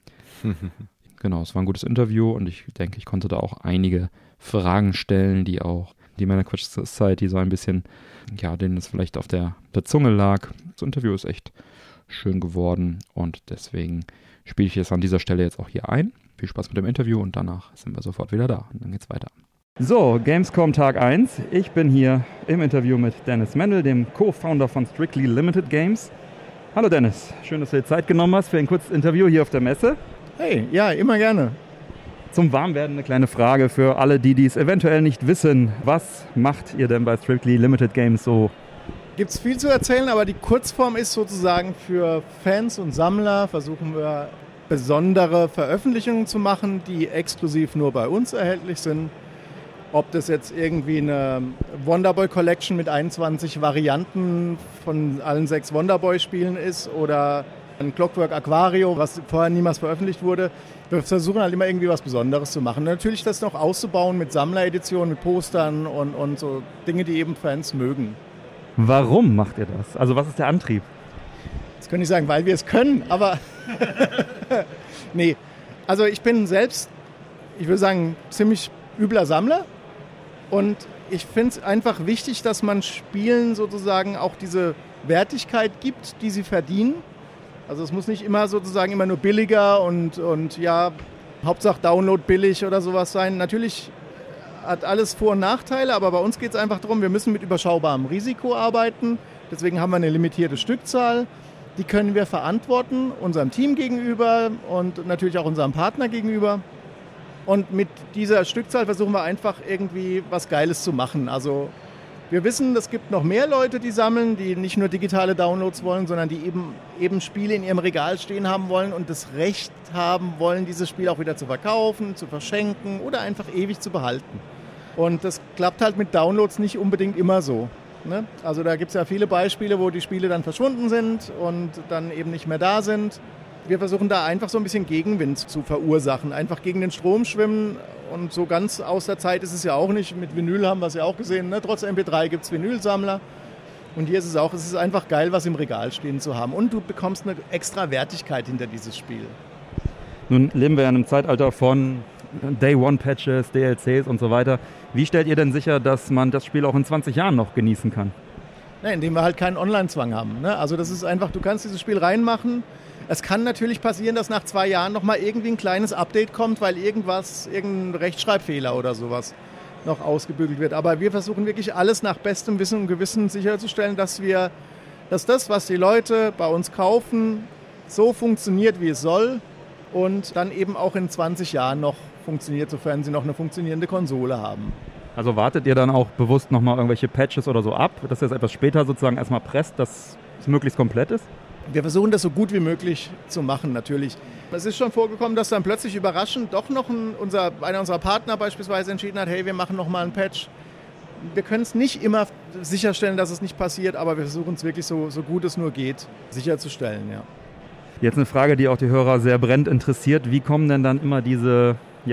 Genau, es war ein gutes Interview und ich denke, ich konnte da auch einige Fragen stellen, die Männerquatsch Society so ein bisschen, denen es vielleicht auf der Zunge lag. Das Interview ist echt schön geworden und deswegen spiele ich es an dieser Stelle jetzt auch hier ein. Viel Spaß mit dem Interview und danach sind wir sofort wieder da und dann geht's weiter. So, Gamescom Tag 1. Ich bin hier im Interview mit Dennis Mendel, dem Co-Founder von Strictly Limited Games. Hallo Dennis, schön, dass du dir Zeit genommen hast für ein kurzes Interview hier auf der Messe. Hey, ja, immer gerne. Zum Warmwerden eine kleine Frage für alle, die es eventuell nicht wissen. Was macht ihr denn bei Strictly Limited Games so? Gibt es viel zu erzählen, aber die Kurzform ist sozusagen für Fans und Sammler versuchen wir besondere Veröffentlichungen zu machen, die exklusiv nur bei uns erhältlich sind. Ob das jetzt irgendwie eine Wonderboy Collection mit 21 Varianten von allen 6 Wonderboy-Spielen ist oder ein Clockwork Aquario, was vorher niemals veröffentlicht wurde. Wir versuchen halt immer irgendwie was Besonderes zu machen. Und natürlich das noch auszubauen mit Sammlereditionen, mit Postern und so Dinge, die eben Fans mögen. Warum macht ihr das? Also was ist der Antrieb? Das kann ich sagen, weil wir es können, aber nee. Also ich bin selbst, ich würde sagen, ziemlich übler Sammler. Und ich finde es einfach wichtig, dass man Spielen sozusagen auch diese Wertigkeit gibt, die sie verdienen. Also es muss nicht immer sozusagen immer nur billiger und ja, Hauptsache Download billig oder sowas sein. Natürlich hat alles Vor- und Nachteile, aber bei uns geht es einfach darum, wir müssen mit überschaubarem Risiko arbeiten. Deswegen haben wir eine limitierte Stückzahl. Die können wir verantworten, unserem Team gegenüber und natürlich auch unserem Partner gegenüber. Und mit dieser Stückzahl versuchen wir einfach irgendwie was Geiles zu machen. Also wir wissen, es gibt noch mehr Leute, die sammeln, die nicht nur digitale Downloads wollen, sondern die eben Spiele in ihrem Regal stehen haben wollen und das Recht haben wollen, dieses Spiel auch wieder zu verkaufen, zu verschenken oder einfach ewig zu behalten. Und das klappt halt mit Downloads nicht unbedingt immer so. Ne? Also da gibt es ja viele Beispiele, wo die Spiele dann verschwunden sind und dann eben nicht mehr da sind. Wir versuchen da einfach so ein bisschen Gegenwind zu verursachen, einfach gegen den Strom schwimmen und so ganz aus der Zeit ist es ja auch nicht. Mit Vinyl haben wir es ja auch gesehen, ne? Trotz MP3 gibt es Vinylsammler und hier ist es auch, es ist einfach geil, was im Regal stehen zu haben und du bekommst eine extra Wertigkeit hinter dieses Spiel. Nun leben wir ja in einem Zeitalter von Day-One-Patches, DLCs und so weiter. Wie stellt ihr denn sicher, dass man das Spiel auch in 20 Jahren noch genießen kann? Ja, indem wir halt keinen Online-Zwang haben. Ne? Also das ist einfach, du kannst dieses Spiel reinmachen. Es kann natürlich passieren, dass nach 2 Jahren nochmal irgendwie ein kleines Update kommt, weil irgendein Rechtschreibfehler oder sowas noch ausgebügelt wird. Aber wir versuchen wirklich alles nach bestem Wissen und Gewissen sicherzustellen, dass das, was die Leute bei uns kaufen, so funktioniert, wie es soll und dann eben auch in 20 Jahren noch funktioniert, sofern sie noch eine funktionierende Konsole haben. Also wartet ihr dann auch bewusst nochmal irgendwelche Patches oder so ab, dass ihr es etwas später sozusagen erstmal presst, dass es möglichst komplett ist? Wir versuchen das so gut wie möglich zu machen, natürlich. Es ist schon vorgekommen, dass dann plötzlich überraschend doch noch einer unserer Partner beispielsweise entschieden hat, hey, wir machen noch mal einen Patch. Wir können es nicht immer sicherstellen, dass es nicht passiert, aber wir versuchen es wirklich so gut es nur geht, sicherzustellen, ja. Jetzt eine Frage, die auch die Hörer sehr brennend interessiert. Wie kommen denn dann immer diese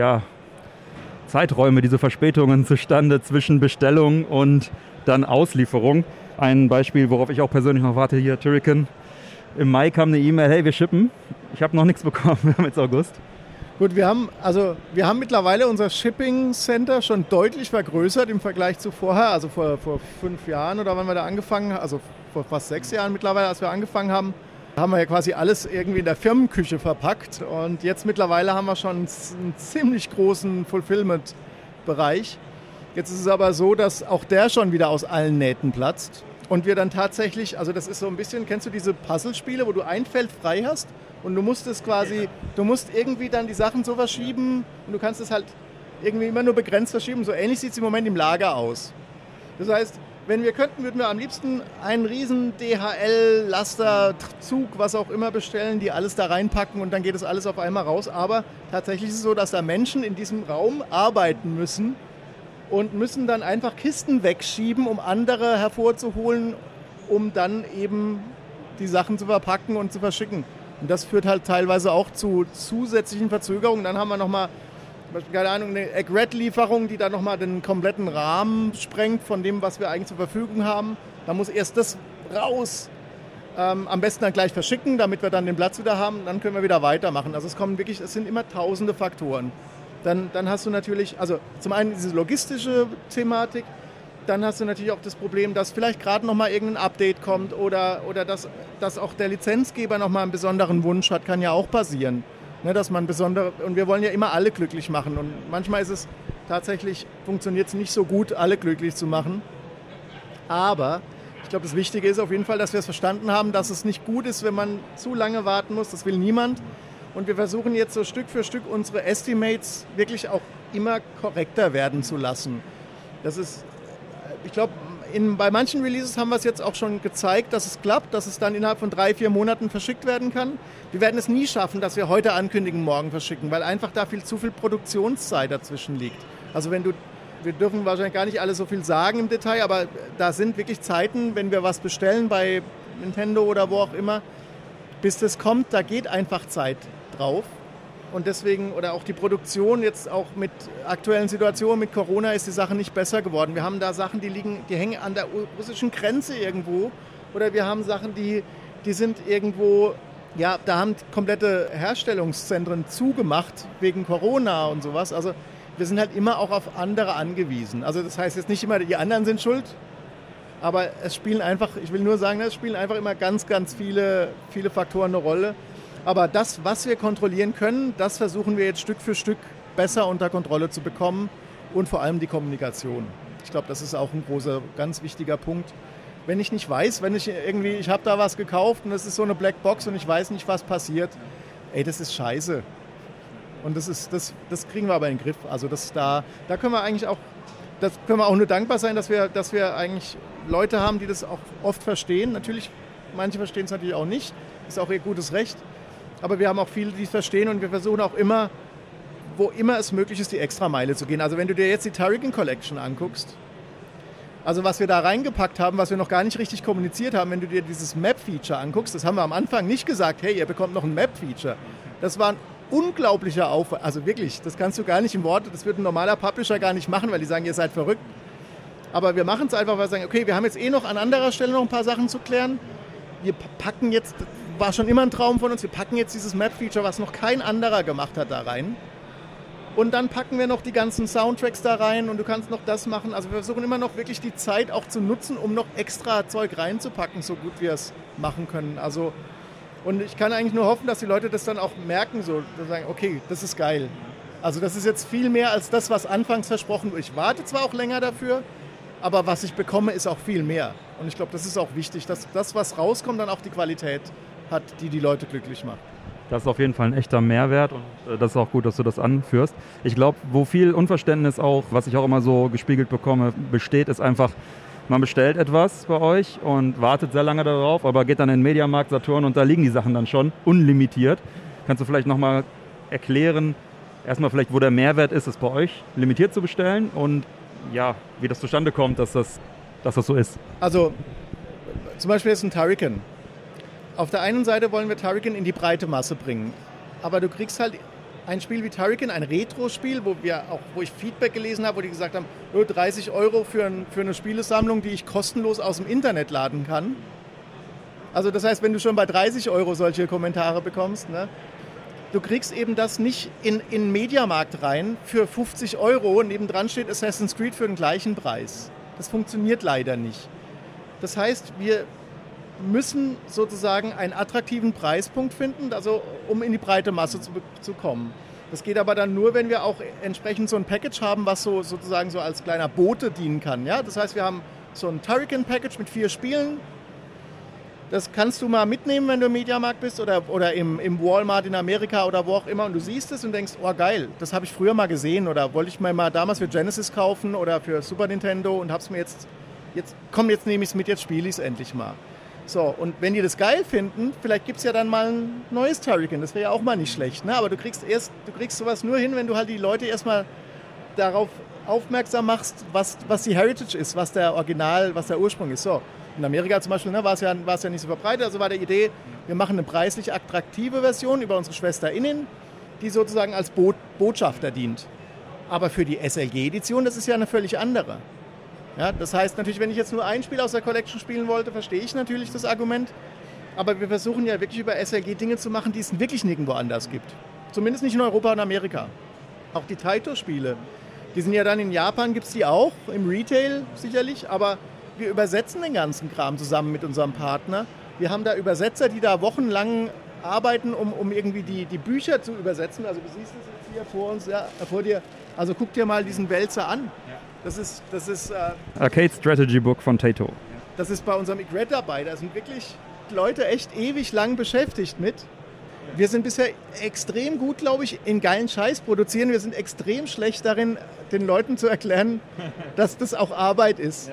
Zeiträume, diese Verspätungen zustande zwischen Bestellung und dann Auslieferung? Ein Beispiel, worauf ich auch persönlich noch warte, hier Turrican. Im Mai kam eine E-Mail, hey, wir shippen. Ich habe noch nichts bekommen, wir haben jetzt August. Gut, wir haben mittlerweile unser Shipping Center schon deutlich vergrößert im Vergleich zu vorher, also vor 5 Jahren oder wann wir da angefangen haben, also vor fast 6 Jahren mittlerweile, als wir angefangen haben wir ja quasi alles irgendwie in der Firmenküche verpackt und jetzt mittlerweile haben wir schon einen ziemlich großen Fulfillment-Bereich. Jetzt ist es aber so, dass auch der schon wieder aus allen Nähten platzt und wir dann tatsächlich, also das ist so ein bisschen, kennst du diese Puzzlespiele, wo du ein Feld frei hast und du musst irgendwie dann die Sachen so verschieben und du kannst es halt irgendwie immer nur begrenzt verschieben. So ähnlich sieht es im Moment im Lager aus. Das heißt, wenn wir könnten, würden wir am liebsten einen riesen DHL, Laster, Zug, was auch immer bestellen, die alles da reinpacken und dann geht es alles auf einmal raus. Aber tatsächlich ist es so, dass da Menschen in diesem Raum arbeiten müssen und müssen dann einfach Kisten wegschieben, um andere hervorzuholen, um dann eben die Sachen zu verpacken und zu verschicken. Und das führt halt teilweise auch zu zusätzlichen Verzögerungen. Dann haben wir nochmal, keine Ahnung, eine Egg-Red-Lieferung, die dann nochmal den kompletten Rahmen sprengt von dem, was wir eigentlich zur Verfügung haben. Da muss erst das raus, am besten dann gleich verschicken, damit wir dann den Platz wieder haben. Dann können wir wieder weitermachen. Also es sind immer tausende Faktoren. Dann hast du natürlich, also zum einen diese logistische Thematik, dann hast du natürlich auch das Problem, dass vielleicht gerade nochmal irgendein Update kommt oder dass auch der Lizenzgeber nochmal einen besonderen Wunsch hat, kann ja auch passieren. Ne, dass man und wir wollen ja immer alle glücklich machen und manchmal ist es tatsächlich, funktioniert es nicht so gut, alle glücklich zu machen. Aber ich glaube, das Wichtige ist auf jeden Fall, dass wir es verstanden haben, dass es nicht gut ist, wenn man zu lange warten muss, das will niemand. Und wir versuchen jetzt so Stück für Stück unsere Estimates wirklich auch immer korrekter werden zu lassen. Das ist, ich glaube, bei manchen Releases haben wir es jetzt auch schon gezeigt, dass es klappt, dass es dann innerhalb von 3-4 Monaten verschickt werden kann. Wir werden es nie schaffen, dass wir heute ankündigen, morgen verschicken, weil einfach da zu viel Produktionszeit dazwischen liegt. Also wir dürfen wahrscheinlich gar nicht alles so viel sagen im Detail, aber da sind wirklich Zeiten, wenn wir was bestellen bei Nintendo oder wo auch immer, bis das kommt, da geht einfach Zeit drauf. Und deswegen, oder auch die Produktion jetzt auch mit aktuellen Situationen, mit Corona ist die Sache nicht besser geworden. Wir haben da Sachen, die hängen an der russischen Grenze irgendwo. Oder wir haben Sachen, die sind irgendwo, ja, da haben komplette Herstellungszentren zugemacht wegen Corona und sowas. Also wir sind halt immer auch auf andere angewiesen. Also das heißt jetzt nicht immer, die anderen sind schuld, aber es spielen einfach, ich will nur sagen, es spielen einfach immer ganz, ganz viele Faktoren eine Rolle. Aber das, was wir kontrollieren können, das versuchen wir jetzt Stück für Stück besser unter Kontrolle zu bekommen und vor allem die Kommunikation. Ich glaube, das ist auch ein großer, ganz wichtiger Punkt. Wenn ich nicht weiß, ich habe da was gekauft und das ist so eine Blackbox und ich weiß nicht, was passiert, das ist scheiße. Und das kriegen wir aber in den Griff. Also da können wir eigentlich auch, das können wir auch nur dankbar sein, dass wir eigentlich Leute haben, die das auch oft verstehen. Natürlich, manche verstehen es natürlich auch nicht, ist auch ihr gutes Recht. Aber wir haben auch viele, die es verstehen und wir versuchen auch immer, wo immer es möglich ist, die Extrameile zu gehen. Also wenn du dir jetzt die Turrican Collection anguckst, also was wir da reingepackt haben, was wir noch gar nicht richtig kommuniziert haben, wenn du dir dieses Map-Feature anguckst, das haben wir am Anfang nicht gesagt, hey, ihr bekommt noch ein Map-Feature. Das war ein unglaublicher Aufwand, also wirklich, das kannst du gar nicht in Worte, das wird ein normaler Publisher gar nicht machen, weil die sagen, ihr seid verrückt. Aber wir machen es einfach, weil wir sagen, okay, wir haben jetzt noch an anderer Stelle noch ein paar Sachen zu klären. Wir packen jetzt, war schon immer ein Traum von uns, wir packen jetzt dieses Map-Feature, was noch kein anderer gemacht hat, da rein. Und dann packen wir noch die ganzen Soundtracks da rein und du kannst noch das machen. Also wir versuchen immer noch wirklich die Zeit auch zu nutzen, um noch extra Zeug reinzupacken, so gut wir es machen können. Also, und ich kann eigentlich nur hoffen, dass die Leute das dann auch merken, so sagen, okay, das ist geil. Also das ist jetzt viel mehr als das, was anfangs versprochen wurde. Ich warte zwar auch länger dafür, aber was ich bekomme, ist auch viel mehr. Und ich glaube, das ist auch wichtig, dass das, was rauskommt, dann auch die Qualität hat, die Leute glücklich macht. Das ist auf jeden Fall ein echter Mehrwert und das ist auch gut, dass du das anführst. Ich glaube, wo viel Unverständnis auch, was ich auch immer so gespiegelt bekomme, besteht, ist einfach, man bestellt etwas bei euch und wartet sehr lange darauf, aber geht dann in den Mediamarkt, Saturn und da liegen die Sachen dann schon unlimitiert. Kannst du vielleicht nochmal erklären, erstmal vielleicht, wo der Mehrwert ist, es bei euch limitiert zu bestellen und ja, wie das zustande kommt, dass das so ist? Also zum Beispiel ist ein Turrican. Auf der einen Seite wollen wir Turrican in die breite Masse bringen, aber du kriegst halt ein Spiel wie Turrican, ein Retro-Spiel, wo ich Feedback gelesen habe, wo die gesagt haben, 30 € für eine Spielesammlung, die ich kostenlos aus dem Internet laden kann. Also das heißt, wenn du schon bei 30 € solche Kommentare bekommst, ne, du kriegst eben das nicht in den Mediamarkt rein für 50 € und nebendran steht Assassin's Creed für den gleichen Preis. Das funktioniert leider nicht. Das heißt, wir müssen sozusagen einen attraktiven Preispunkt finden, also um in die breite Masse zu kommen. Das geht aber dann nur, wenn wir auch entsprechend so ein Package haben, was sozusagen so als kleiner Bote dienen kann. Ja? Das heißt, wir haben so ein Turrican-Package mit 4 Spielen. Das kannst du mal mitnehmen, wenn du im Mediamarkt bist oder im Walmart in Amerika oder wo auch immer und du siehst es und denkst, oh geil, das habe ich früher mal gesehen oder wollte ich mir mal damals für Genesis kaufen oder für Super Nintendo und habe es mir jetzt nehme ich es mit, jetzt spiele ich es endlich mal. So, und wenn die das geil finden, vielleicht gibt es ja dann mal ein neues Turrican, das wäre ja auch mal nicht schlecht, ne? Aber du kriegst sowas nur hin, wenn du halt die Leute erstmal darauf aufmerksam machst, was die Heritage ist, was der Ursprung ist. So, in Amerika zum Beispiel, ne, war es ja nicht so verbreitet, also war die Idee, wir machen eine preislich attraktive Version über unsere SchwesterInnen, die sozusagen als Botschafter dient. Aber für die SLG-Edition, das ist ja eine völlig andere. Ja, das heißt natürlich, wenn ich jetzt nur ein Spiel aus der Collection spielen wollte, verstehe ich natürlich das Argument. Aber wir versuchen ja wirklich über SLG Dinge zu machen, die es wirklich nirgendwo anders gibt. Zumindest nicht in Europa und Amerika. Auch die Taito-Spiele, die sind ja dann in Japan, gibt es die auch, im Retail sicherlich. Aber wir übersetzen den ganzen Kram zusammen mit unserem Partner. Wir haben da Übersetzer, die da wochenlang arbeiten, um irgendwie die Bücher zu übersetzen. Also du siehst es jetzt hier vor uns, ja, vor dir. Also guck dir mal diesen Wälzer an. Das ist Arcade Strategy Book von Taito. Das ist bei unserem IGRED dabei. Da sind wirklich Leute echt ewig lang beschäftigt mit. Wir sind bisher extrem gut, glaube ich, in geilen Scheiß produzieren. Wir sind extrem schlecht darin, den Leuten zu erklären, dass das auch Arbeit ist.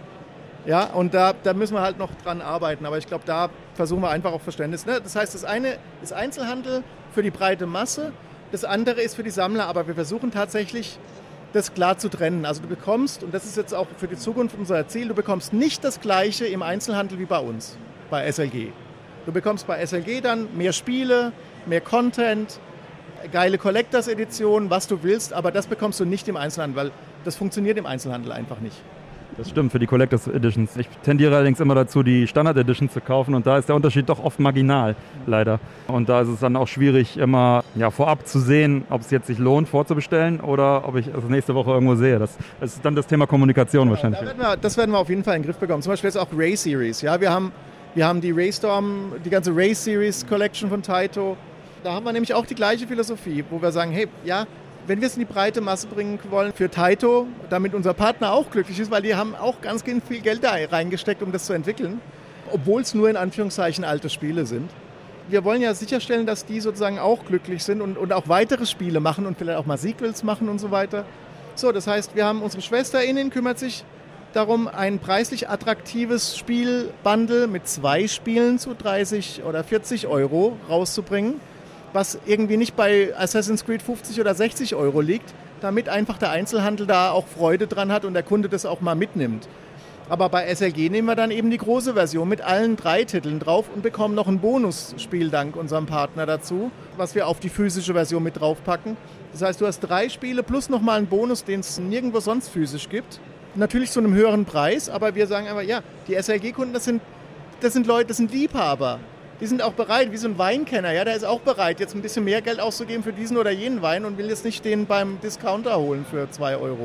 Ja, und da müssen wir halt noch dran arbeiten. Aber ich glaube, da versuchen wir einfach auch Verständnis. Ne? Das heißt, das eine ist Einzelhandel für die breite Masse. Das andere ist für die Sammler. Aber wir versuchen tatsächlich, das klar zu trennen. Also du bekommst, und das ist jetzt auch für die Zukunft unser Ziel, du bekommst nicht das Gleiche im Einzelhandel wie bei uns, bei SLG. Du bekommst bei SLG dann mehr Spiele, mehr Content, geile Collectors-Editionen, was du willst, aber das bekommst du nicht im Einzelhandel, weil das funktioniert im Einzelhandel einfach nicht. Das stimmt, für die Collectors Editions. Ich tendiere allerdings immer dazu, die Standard Editions zu kaufen und da ist der Unterschied doch oft marginal, leider. Und da ist es dann auch schwierig, immer vorab zu sehen, ob es jetzt sich lohnt, vorzubestellen oder ob ich es nächste Woche irgendwo sehe. Das ist dann das Thema Kommunikation wahrscheinlich. Das werden wir auf jeden Fall in den Griff bekommen. Zum Beispiel jetzt auch Ray Series. Ja, wir haben die Raystorm, die ganze Ray Series Collection von Taito. Da haben wir nämlich auch die gleiche Philosophie, wo wir sagen, hey, ja, wenn wir es in die breite Masse bringen wollen für Taito, damit unser Partner auch glücklich ist, weil die haben auch ganz viel Geld da reingesteckt, um das zu entwickeln, obwohl es nur in Anführungszeichen alte Spiele sind. Wir wollen ja sicherstellen, dass die sozusagen auch glücklich sind und auch weitere Spiele machen und vielleicht auch mal Sequels machen und so weiter. So, das heißt, wir haben unsere SchwesterInnen, kümmert sich darum, ein preislich attraktives Spielbundle mit 2 Spielen zu 30 oder 40 € rauszubringen, was irgendwie nicht bei Assassin's Creed 50 oder 60 € liegt, damit einfach der Einzelhandel da auch Freude dran hat und der Kunde das auch mal mitnimmt. Aber bei SLG nehmen wir dann eben die große Version mit allen 3 Titeln drauf und bekommen noch ein Bonusspiel dank unserem Partner dazu, was wir auf die physische Version mit draufpacken. Das heißt, du hast 3 Spiele plus nochmal einen Bonus, den es nirgendwo sonst physisch gibt. Natürlich zu einem höheren Preis, aber wir sagen einfach, ja, die SLG-Kunden, das sind Leute, das sind Liebhaber. Die sind auch bereit, wie so ein Weinkenner, ja, der ist auch bereit, jetzt ein bisschen mehr Geld auszugeben für diesen oder jenen Wein und will jetzt nicht den beim Discounter holen für 2 €.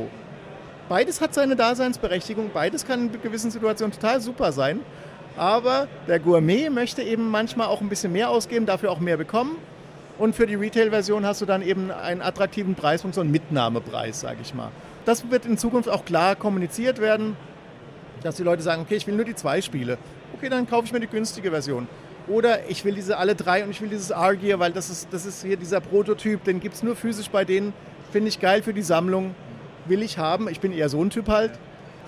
Beides hat seine Daseinsberechtigung, beides kann in gewissen Situationen total super sein, aber der Gourmet möchte eben manchmal auch ein bisschen mehr ausgeben, dafür auch mehr bekommen und für die Retail-Version hast du dann eben einen attraktiven Preis und so einen Mitnahmepreis, sage ich mal. Das wird in Zukunft auch klar kommuniziert werden, dass die Leute sagen, okay, ich will nur die 2 Spiele, okay, dann kaufe ich mir die günstige Version. Oder ich will diese alle 3 und ich will dieses R-Gear, weil das ist hier dieser Prototyp, den gibt es nur physisch bei denen. Finde ich geil für die Sammlung, will ich haben. Ich bin eher so ein Typ halt.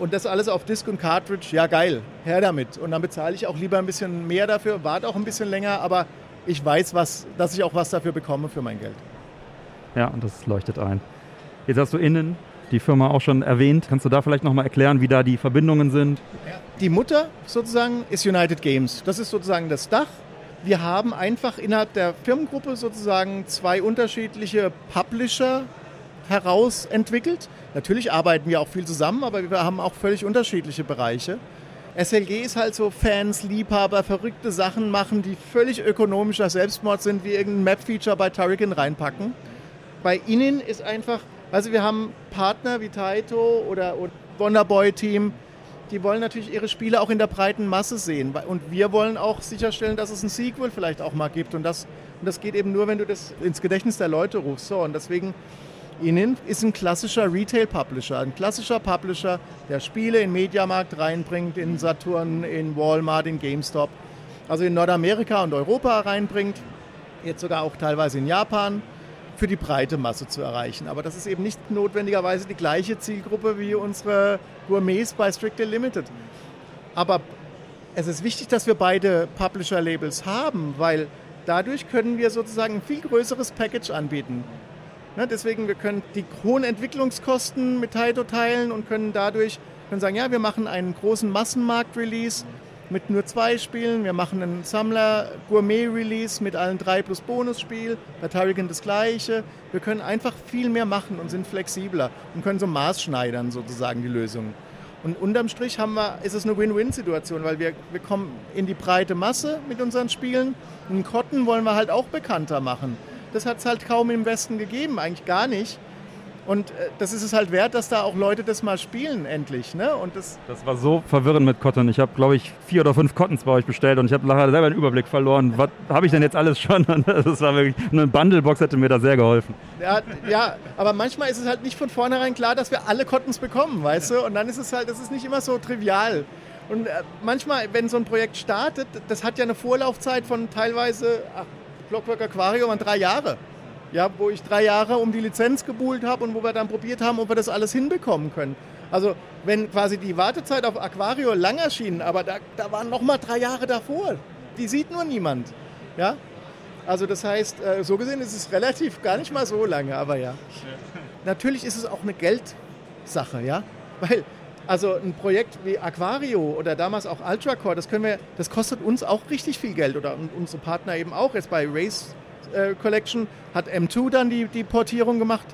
Und das alles auf Disk und Cartridge, ja geil, her damit. Und dann bezahle ich auch lieber ein bisschen mehr dafür, warte auch ein bisschen länger, aber ich weiß, dass ich auch was dafür bekomme für mein Geld. Ja, und das leuchtet ein. Jetzt hast du innen die Firma auch schon erwähnt. Kannst du da vielleicht nochmal erklären, wie da die Verbindungen sind? Die Mutter sozusagen ist United Games. Das ist sozusagen das Dach. Wir haben einfach innerhalb der Firmengruppe sozusagen 2 unterschiedliche Publisher herausentwickelt. Natürlich arbeiten wir auch viel zusammen, aber wir haben auch völlig unterschiedliche Bereiche. SLG ist halt so Fans, Liebhaber, verrückte Sachen machen, die völlig ökonomischer Selbstmord sind, wie irgendein Map-Feature bei Turrican reinpacken. Bei ihnen ist einfach, also wir haben Partner wie Taito oder Wonderboy-Team, die wollen natürlich ihre Spiele auch in der breiten Masse sehen. Und wir wollen auch sicherstellen, dass es ein Sequel vielleicht auch mal gibt. Und das geht eben nur, wenn du das ins Gedächtnis der Leute rufst. So, und deswegen, Inin ist ein klassischer Retail-Publisher. Ein klassischer Publisher, der Spiele in Mediamarkt reinbringt, in Saturn, in Walmart, in GameStop. Also in Nordamerika und Europa reinbringt. Jetzt sogar auch teilweise in Japan. Für die breite Masse zu erreichen. Aber das ist eben nicht notwendigerweise die gleiche Zielgruppe wie unsere Gourmets bei Strictly Limited. Aber es ist wichtig, dass wir beide Publisher-Labels haben, weil dadurch können wir sozusagen ein viel größeres Package anbieten. Ne, deswegen, wir können die hohen Entwicklungskosten mit Taito teilen und können sagen, ja, wir machen einen großen Massenmarkt-Release mit nur 2 Spielen. Wir machen einen Sammler-Gourmet-Release mit allen 3 plus Bonusspiel. Bei Turrican das Gleiche. Wir können einfach viel mehr machen und sind flexibler und können so maßschneidern sozusagen die Lösungen. Und unterm Strich ist es eine Win-Win-Situation, weil wir kommen in die breite Masse mit unseren Spielen. Und Cotton wollen wir halt auch bekannter machen. Das hat es halt kaum im Westen gegeben, eigentlich gar nicht. Und das ist es halt wert, dass da auch Leute das mal spielen, endlich. Ne? Und das war so verwirrend mit Cotton. Ich habe, glaube ich, 4 oder 5 Cottons bei euch bestellt und ich habe nachher selber den Überblick verloren. Was habe ich denn jetzt alles schon? Das war wirklich, eine Bundlebox hätte mir da sehr geholfen. Ja, aber manchmal ist es halt nicht von vornherein klar, dass wir alle Cottons bekommen, weißt du? Und dann ist es halt, das ist nicht immer so trivial. Und manchmal, wenn so ein Projekt startet, das hat ja eine Vorlaufzeit von teilweise, Clockwork Aquarium waren 3 Jahre. Ja, wo ich 3 Jahre um die Lizenz gebuhlt habe und wo wir dann probiert haben, ob wir das alles hinbekommen können. Also wenn quasi die Wartezeit auf Aquario lang erschien, aber da waren nochmal 3 Jahre davor. Die sieht nur niemand. Ja? Also das heißt, so gesehen ist es relativ gar nicht mal so lange, aber ja. Natürlich ist es auch eine Geldsache, ja, weil also ein Projekt wie Aquario oder damals auch Ultracore, das kostet uns auch richtig viel Geld oder unsere Partner eben auch. Jetzt bei Race Collection hat M2 dann die Portierung gemacht.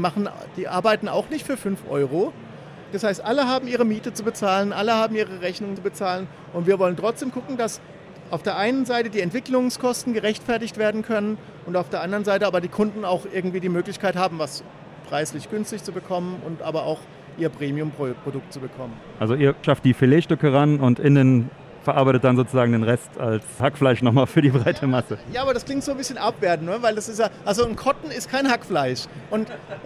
Die arbeiten auch nicht für 5 Euro. Das heißt, alle haben ihre Miete zu bezahlen, alle haben ihre Rechnungen zu bezahlen und wir wollen trotzdem gucken, dass auf der einen Seite die Entwicklungskosten gerechtfertigt werden können und auf der anderen Seite aber die Kunden auch irgendwie die Möglichkeit haben, was preislich günstig zu bekommen und aber auch ihr Premium-Produkt zu bekommen. Also ihr schafft die Filetstücke ran und innen verarbeitet dann sozusagen den Rest als Hackfleisch nochmal für die breite Masse. Ja, aber das klingt so ein bisschen abwertend, ne? Weil das ist ja, also ein Cotton ist kein Hackfleisch. Und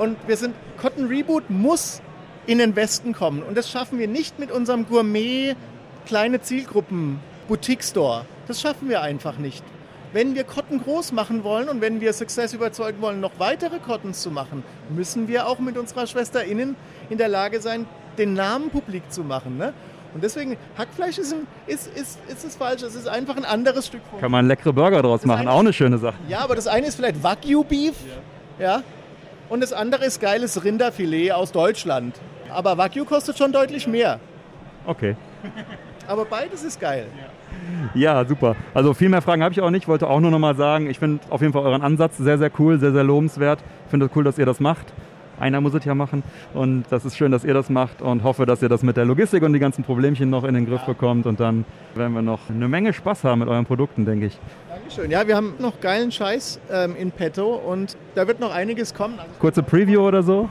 Cotton Reboot muss in den Westen kommen. Und das schaffen wir nicht mit unserem Gourmet kleine Zielgruppen Boutique Store. Das schaffen wir einfach nicht. Wenn wir Cotton groß machen wollen und wenn wir Success überzeugen wollen, noch weitere Cottons zu machen, müssen wir auch mit unserer Schwester innen in der Lage sein, den Namen publik zu machen, ne? Und deswegen, Hackfleisch ist das Falsche. Es ist einfach ein anderes Stück. Kann man leckere Burger draus machen, auch eine schöne Sache. Ja, aber das eine ist vielleicht Wagyu-Beef, ja, und das andere ist geiles Rinderfilet aus Deutschland. Aber Wagyu kostet schon deutlich mehr. Okay. Aber beides ist geil. Ja, super. Also viel mehr Fragen habe ich auch nicht. Ich wollte auch nur noch mal sagen, ich finde auf jeden Fall euren Ansatz sehr, sehr cool, sehr, sehr lobenswert. Ich finde es cool, dass ihr das macht. Einer muss es ja machen und das ist schön, dass ihr das macht und hoffe, dass ihr das mit der Logistik und die ganzen Problemchen noch in den Griff bekommt und dann werden wir noch eine Menge Spaß haben mit euren Produkten, denke ich. Dankeschön. Ja, wir haben noch geilen Scheiß in petto und da wird noch einiges kommen. Kurze Preview oder so?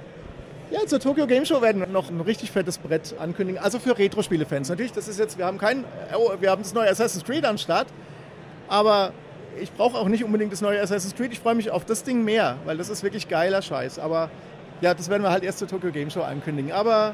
Ja, zur Tokyo Game Show werden wir noch ein richtig fettes Brett ankündigen. Also für Retro-Spiele-Fans. Natürlich, das ist jetzt, wir haben das neue Assassin's Creed am Start, aber ich brauche auch nicht unbedingt das neue Assassin's Creed. Ich freue mich auf das Ding mehr, weil das ist wirklich geiler Scheiß. Aber ja, das werden wir halt erst zur Tokyo Game Show ankündigen. Aber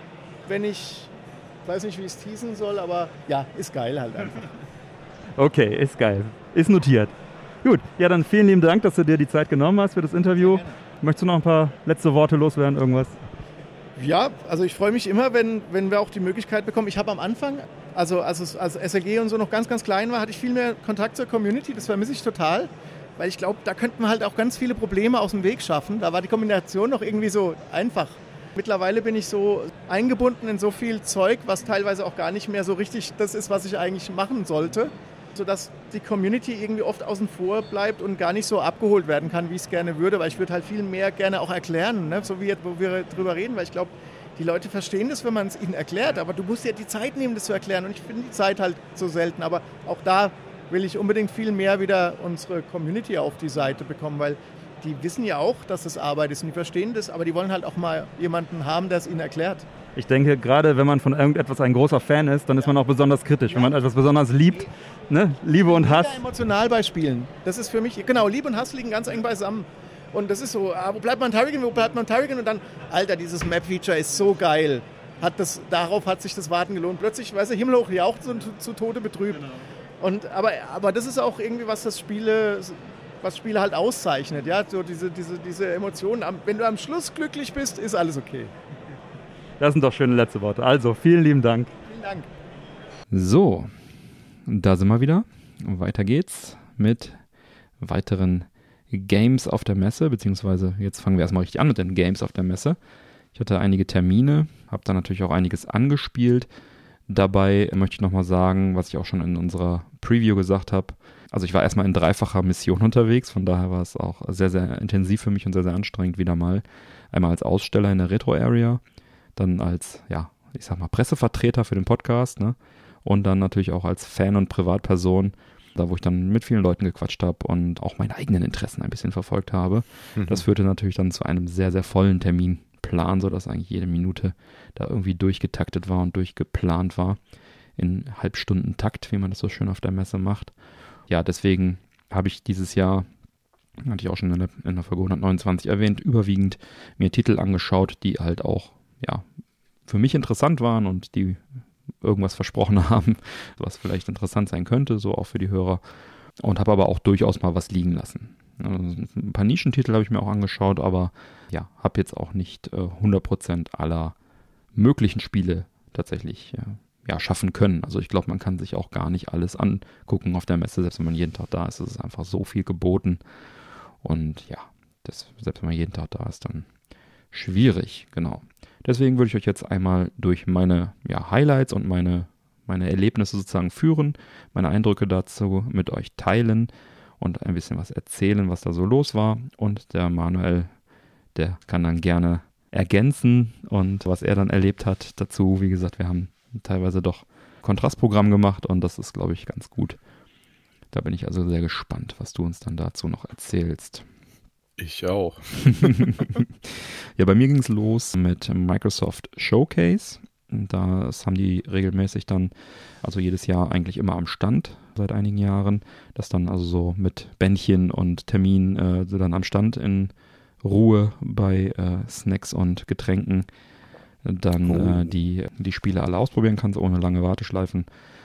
ich weiß nicht, wie ich es teasen soll, aber ja, ist geil halt einfach. Okay, ist geil. Ist notiert. Gut, ja dann vielen lieben Dank, dass du dir die Zeit genommen hast für das Interview. Möchtest du noch ein paar letzte Worte loswerden, irgendwas? Ja, also ich freue mich immer, wenn wir auch die Möglichkeit bekommen. Ich habe am Anfang, also als SLG und so noch ganz, ganz klein war, hatte ich viel mehr Kontakt zur Community. Das vermisse ich total, weil ich glaube, da könnten wir halt auch ganz viele Probleme aus dem Weg schaffen. Da war die Kombination noch irgendwie so einfach. Mittlerweile bin ich so eingebunden in so viel Zeug, was teilweise auch gar nicht mehr so richtig das ist, was ich eigentlich machen sollte, sodass die Community irgendwie oft außen vor bleibt und gar nicht so abgeholt werden kann, wie ich es gerne würde, weil ich würde halt viel mehr gerne auch erklären, ne? So wie jetzt, wo wir drüber reden, weil ich glaube, die Leute verstehen das, wenn man es ihnen erklärt, aber du musst ja die Zeit nehmen, das zu erklären und ich finde die Zeit halt so selten, aber auch da will ich unbedingt viel mehr wieder unsere Community auf die Seite bekommen, weil die wissen ja auch, dass das Arbeit ist und die verstehen das, aber die wollen halt auch mal jemanden haben, der es ihnen erklärt. Ich denke, gerade wenn man von irgendetwas ein großer Fan ist, dann ist man auch besonders kritisch. Wenn man etwas besonders liebt, ne? Liebe und Hass. Ich bin emotional bei Spielen. Das ist für mich, genau, Liebe und Hass liegen ganz eng beisammen. Und das ist so, wo bleibt man Turrican, wo bleibt man Turrican? Und dann, Alter, dieses Map-Feature ist so geil. Darauf hat sich das Warten gelohnt. Plötzlich, weißt du, himmelhoch jauchzt und zu Tode betrübt. Genau. Aber das ist auch irgendwie, was Spiele halt auszeichnet, ja, so diese Emotionen. Wenn du am Schluss glücklich bist, ist alles okay. Das sind doch schöne letzte Worte. Also, vielen lieben Dank. Vielen Dank. So, da sind wir wieder. Weiter geht's mit weiteren Games auf der Messe, beziehungsweise jetzt fangen wir erstmal richtig an mit den Games auf der Messe. Ich hatte einige Termine, habe da natürlich auch einiges angespielt. Dabei möchte ich nochmal sagen, was ich auch schon in unserer Preview gesagt habe. Also ich war erstmal in dreifacher Mission unterwegs, von daher war es auch sehr, sehr intensiv für mich und sehr, sehr anstrengend wieder mal. Einmal als Aussteller in der Retro-Area, dann als, ja, ich sag mal Pressevertreter für den Podcast, ne? Und dann natürlich auch als Fan und Privatperson, da wo ich dann mit vielen Leuten gequatscht habe und auch meine eigenen Interessen ein bisschen verfolgt habe. Das führte natürlich dann zu einem sehr, sehr vollen Terminplan, sodass eigentlich jede Minute da irgendwie durchgetaktet war und durchgeplant war. In Halbstundentakt, wie man das so schön auf der Messe macht. Ja, deswegen habe ich dieses Jahr, hatte ich auch schon in der Folge 129 erwähnt, überwiegend mir Titel angeschaut, die halt auch, ja, für mich interessant waren und die irgendwas versprochen haben, was vielleicht interessant sein könnte, so auch für die Hörer. Und habe aber auch durchaus mal was liegen lassen. Also ein paar Nischentitel habe ich mir auch angeschaut, aber ja, habe jetzt auch nicht 100% aller möglichen Spiele tatsächlich schaffen können. Also ich glaube, man kann sich auch gar nicht alles angucken auf der Messe, selbst wenn man jeden Tag da ist. Es ist einfach so viel geboten. Und ja, selbst wenn man jeden Tag da ist, dann schwierig, genau. Deswegen würde ich euch jetzt einmal durch meine Highlights und meine Erlebnisse sozusagen führen, meine Eindrücke dazu mit euch teilen und ein bisschen was erzählen, was da so los war. Und der Manuel, der kann dann gerne ergänzen und was er dann erlebt hat dazu. Wie gesagt, wir haben teilweise doch Kontrastprogramm gemacht und das ist, glaube ich, ganz gut. Da bin ich also sehr gespannt, was du uns dann dazu noch erzählst. Ich auch. Ja, bei mir ging es los mit Microsoft Showcase. Das haben die regelmäßig dann, also jedes Jahr eigentlich immer am Stand, seit einigen Jahren. Das dann also so mit Bändchen und Termin so dann am Stand in Ruhe bei Snacks und Getränken dann die Spiele alle ausprobieren kannst, ohne lange Warteschlangen.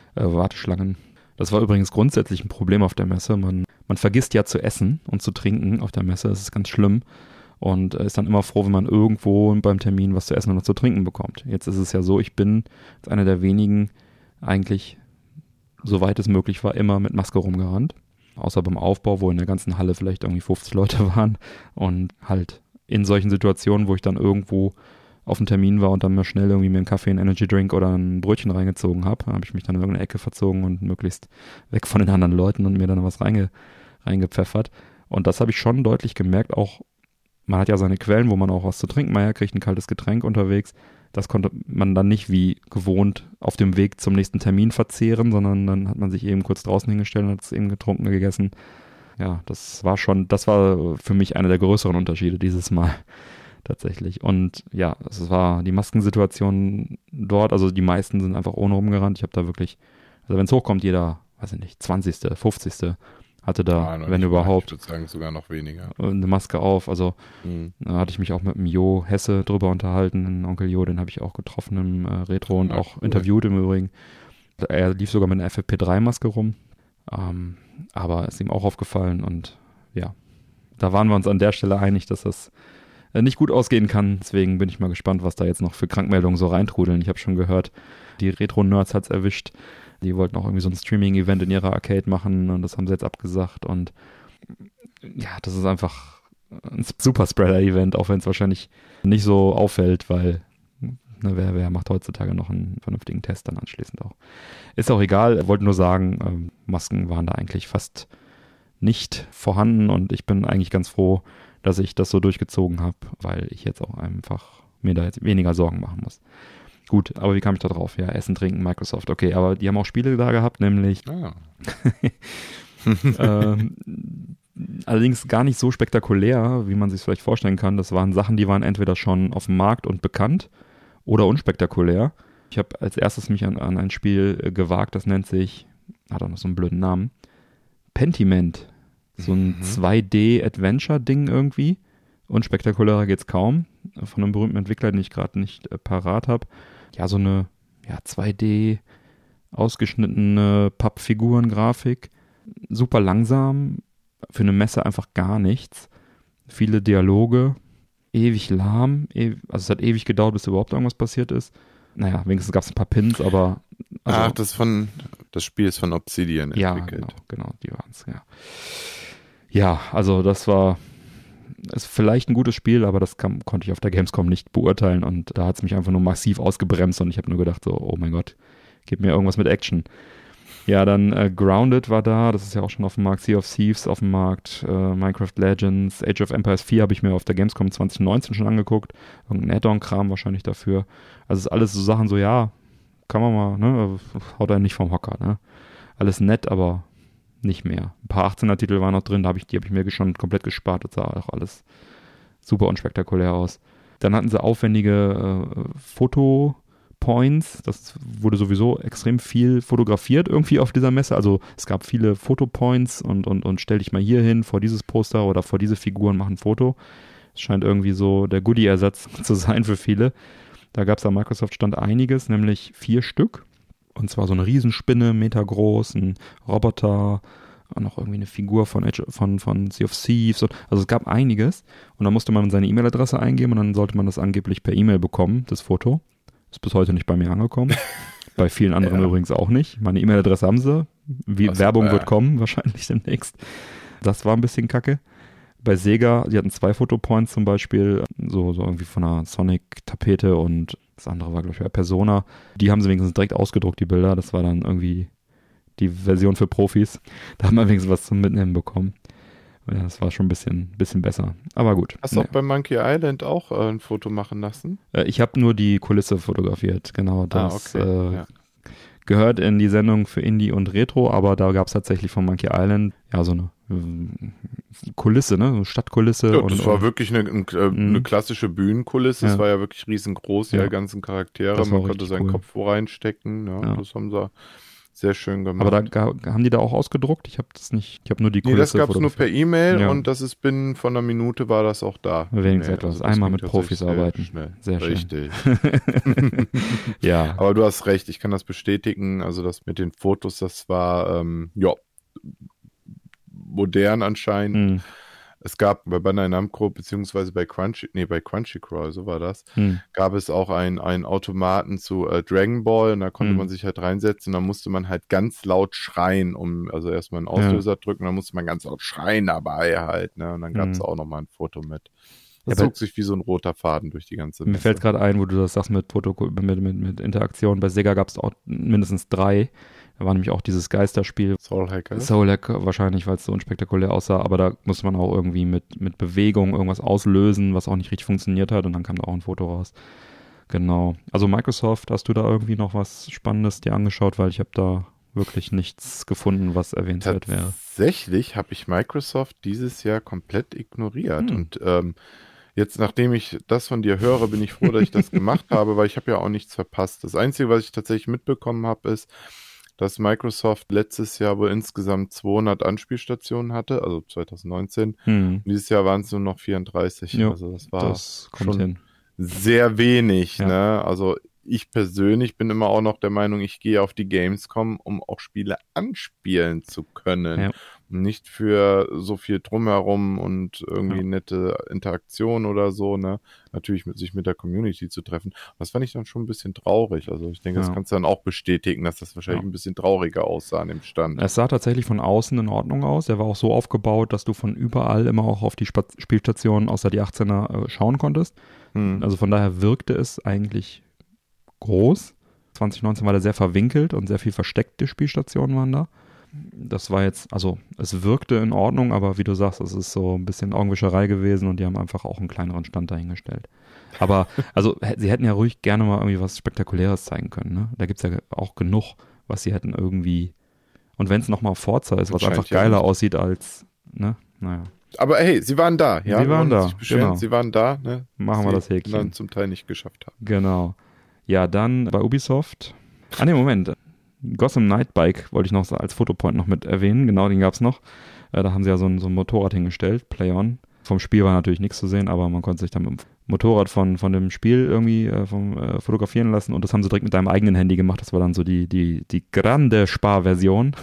Das war übrigens grundsätzlich ein Problem auf der Messe. Man vergisst ja zu essen und zu trinken auf der Messe. Das ist ganz schlimm. Und ist dann immer froh, wenn man irgendwo beim Termin was zu essen und zu trinken bekommt. Jetzt ist es ja so, ich bin einer der wenigen eigentlich, soweit es möglich war, immer mit Maske rumgerannt. Außer beim Aufbau, wo in der ganzen Halle vielleicht irgendwie 50 Leute waren. Und halt in solchen Situationen, wo ich dann irgendwo auf dem Termin war und dann mal schnell irgendwie mir einen Kaffee, einen Energy Drink oder ein Brötchen reingezogen habe, habe ich mich dann in irgendeine Ecke verzogen und möglichst weg von den anderen Leuten und mir dann was reingepfeffert. Und das habe ich schon deutlich gemerkt, auch man hat ja seine Quellen, wo man auch was zu trinken mal herkriegt, ein kaltes Getränk unterwegs. Das konnte man dann nicht wie gewohnt auf dem Weg zum nächsten Termin verzehren, sondern dann hat man sich eben kurz draußen hingestellt und hat es eben getrunken, gegessen. Ja, das war für mich einer der größeren Unterschiede dieses Mal tatsächlich. Und ja, es war die Maskensituation dort, also die meisten sind einfach ohne rumgerannt. Ich habe da wirklich, also wenn es hochkommt, jeder, weiß ich nicht, 20., 50. hatte da, wenn überhaupt, ich würde sagen sogar noch weniger, eine Maske auf. Also da hatte ich mich auch mit dem Jo Hesse drüber unterhalten, den Onkel Jo, den habe ich auch getroffen im Retro und auch interviewt im Übrigen. Er lief sogar mit einer FFP3-Maske rum, aber ist ihm auch aufgefallen und ja, da waren wir uns an der Stelle einig, dass das nicht gut ausgehen kann. Deswegen bin ich mal gespannt, was da jetzt noch für Krankmeldungen so reintrudeln. Ich habe schon gehört, die Retro-Nerds hat's erwischt. Die wollten auch irgendwie so ein Streaming-Event in ihrer Arcade machen und das haben sie jetzt abgesagt. Und ja, das ist einfach ein Super-Spreader-Event, auch wenn es wahrscheinlich nicht so auffällt, weil wer macht heutzutage noch einen vernünftigen Test dann anschließend auch. Ist auch egal, ich wollte nur sagen, Masken waren da eigentlich fast nicht vorhanden und ich bin eigentlich ganz froh, dass ich das so durchgezogen habe, weil ich jetzt auch einfach mir da jetzt weniger Sorgen machen muss. Gut, aber wie kam ich da drauf? Ja, Essen, Trinken, Microsoft. Okay, aber die haben auch Spiele da gehabt, nämlich allerdings gar nicht so spektakulär, wie man sich vielleicht vorstellen kann. Das waren Sachen, die waren entweder schon auf dem Markt und bekannt oder unspektakulär. Ich habe als erstes mich an ein Spiel gewagt, das nennt sich, hat auch noch so einen blöden Namen, Pentiment. So ein 2D-Adventure-Ding irgendwie. Unspektakulärer geht's kaum. Von einem berühmten Entwickler, den ich gerade nicht parat habe. Ja, so eine 2D ausgeschnittene Pappfiguren-Grafik. Super langsam. Für eine Messe einfach gar nichts. Viele Dialoge. Ewig lahm. Also es hat ewig gedauert, bis überhaupt irgendwas passiert ist. Naja, wenigstens gab es ein paar Pins, aber... Also, das Spiel ist von Obsidian entwickelt. Ja, genau, die waren es, ja. Ja, also das ist vielleicht ein gutes Spiel, aber das konnte ich auf der Gamescom nicht beurteilen und da hat es mich einfach nur massiv ausgebremst und ich habe nur gedacht so, oh mein Gott, gib mir irgendwas mit Action. Ja, dann Grounded war da, das ist ja auch schon auf dem Markt, Sea of Thieves auf dem Markt, Minecraft Legends, Age of Empires 4 habe ich mir auf der Gamescom 2019 schon angeguckt, irgendein Add-on-Kram wahrscheinlich dafür. Also es ist alles so Sachen so, ja, kann man mal, ne, haut einen nicht vom Hocker, ne. Alles nett, aber nicht mehr. Ein paar 18er-Titel waren noch drin, die habe ich mir schon komplett gespart, das sah auch alles super unspektakulär aus. Dann hatten sie aufwendige Fotopoints, das wurde sowieso extrem viel fotografiert irgendwie auf dieser Messe, also es gab viele Fotopoints und stell dich mal hier hin vor dieses Poster oder vor diese Figuren, mach ein Foto. Es scheint irgendwie so der Goodie-Ersatz zu sein für viele. Da gab es am Microsoft-Stand einiges, nämlich 4 Stück. Und zwar so eine Riesenspinne, Meter groß, ein Roboter, noch irgendwie eine Figur von Sea of Thieves. Also es gab einiges. Und dann musste man seine E-Mail-Adresse eingeben und dann sollte man das angeblich per E-Mail bekommen, das Foto. Ist bis heute nicht bei mir angekommen. Bei vielen anderen übrigens auch nicht. Meine E-Mail-Adresse haben sie. Werbung wird kommen, wahrscheinlich demnächst. Das war ein bisschen kacke. Bei Sega, die hatten 2 Fotopoints zum Beispiel, so irgendwie von einer Sonic-Tapete und das andere war, glaube ich, Persona. Die haben sie wenigstens direkt ausgedruckt, die Bilder. Das war dann irgendwie die Version für Profis. Da haben wir wenigstens was zum Mitnehmen bekommen. Ja, das war schon ein bisschen besser. Aber gut. Hast du auch bei Monkey Island auch ein Foto machen lassen? Ich habe nur die Kulisse fotografiert, genau. Das gehört in die Sendung für Indie und Retro, aber da gab es tatsächlich von Monkey Island ja so eine Kulisse, ne? So Stadtkulisse. Ja, das war wirklich eine klassische Bühnenkulisse. Es war ja wirklich riesengroß, die ganzen Charaktere. Man konnte seinen Kopf wo reinstecken. Ja. Das haben sie sehr schön gemacht. Aber haben die da auch ausgedruckt? Ich habe nur die Kulisse. Nee, das gab es nur per E-Mail und das ist binnen von einer Minute war das auch da. Wenigstens etwas. Also einmal mit Profis arbeiten. Schnell. Sehr schön. Richtig. Ja. Aber du hast recht, ich kann das bestätigen. Also das mit den Fotos, das war modern anscheinend. Es gab bei Bandai Namco beziehungsweise bei Crunchyroll, so war das, gab es auch einen Automaten zu Dragon Ball und da konnte man sich halt reinsetzen und dann musste man halt ganz laut schreien, also erstmal einen Auslöser drücken, dann musste man ganz laut schreien dabei halt, ne, und dann gab es auch nochmal ein Foto mit. Das zog sich wie so ein roter Faden durch die ganze Messe. Mir fällt gerade ein, wo du das sagst mit mit Interaktion. Bei Sega gab es auch mindestens 3. Da war nämlich auch dieses Geisterspiel. Soul Hacker wahrscheinlich, weil es so unspektakulär aussah, aber da musste man auch irgendwie mit Bewegung irgendwas auslösen, was auch nicht richtig funktioniert hat und dann kam da auch ein Foto raus. Genau. Also Microsoft, hast du da irgendwie noch was Spannendes dir angeschaut, weil ich habe da wirklich nichts gefunden, was erwähnenswert wäre. Tatsächlich habe ich Microsoft dieses Jahr komplett ignoriert und jetzt, nachdem ich das von dir höre, bin ich froh, dass ich das gemacht habe, weil ich habe ja auch nichts verpasst. Das Einzige, was ich tatsächlich mitbekommen habe, ist, dass Microsoft letztes Jahr wohl insgesamt 200 Anspielstationen hatte, also 2019. Und dieses Jahr waren es nur noch 34. Jo, also das war kommt schon hin. Sehr wenig. Ja. Ne? Also ich persönlich bin immer auch noch der Meinung, ich gehe auf die Gamescom, um auch Spiele anspielen zu können. Ja. Nicht für so viel drumherum und irgendwie nette Interaktion oder so, ne? Natürlich sich mit der Community zu treffen. Das fand ich dann schon ein bisschen traurig. Also ich denke, das kannst du dann auch bestätigen, dass das wahrscheinlich ein bisschen trauriger aussah an dem Stand. Es sah tatsächlich von außen in Ordnung aus. Der war auch so aufgebaut, dass du von überall immer auch auf die Spielstationen außer die 18er schauen konntest. Also von daher wirkte es eigentlich groß. 2019 war der sehr verwinkelt und sehr viel versteckte Spielstationen waren da. Das war jetzt, also es wirkte in Ordnung, aber wie du sagst, es ist so ein bisschen Augenwischerei gewesen und die haben einfach auch einen kleineren Stand dahingestellt. Aber, also sie hätten ja ruhig gerne mal irgendwie was Spektakuläres zeigen können, ne? Da gibt es ja auch genug, was sie hätten irgendwie, und wenn es nochmal Forza ist, was einfach geiler aussieht als, ne, naja. Aber hey, sie waren da, ja? Sie waren da, genau. Sie waren da, ne? Machen wir das Häkchen. Dann zum Teil nicht geschafft haben. Genau. Ja, dann bei Ubisoft. Moment. Gotham Night Bike wollte ich noch als Fotopoint noch mit erwähnen. Genau, den gab's noch. Da haben sie ja so ein Motorrad hingestellt, Play-On. Vom Spiel war natürlich nichts zu sehen, aber man konnte sich dann mit dem Motorrad von dem Spiel irgendwie fotografieren lassen und das haben sie direkt mit deinem eigenen Handy gemacht. Das war dann so die grande Sparversion,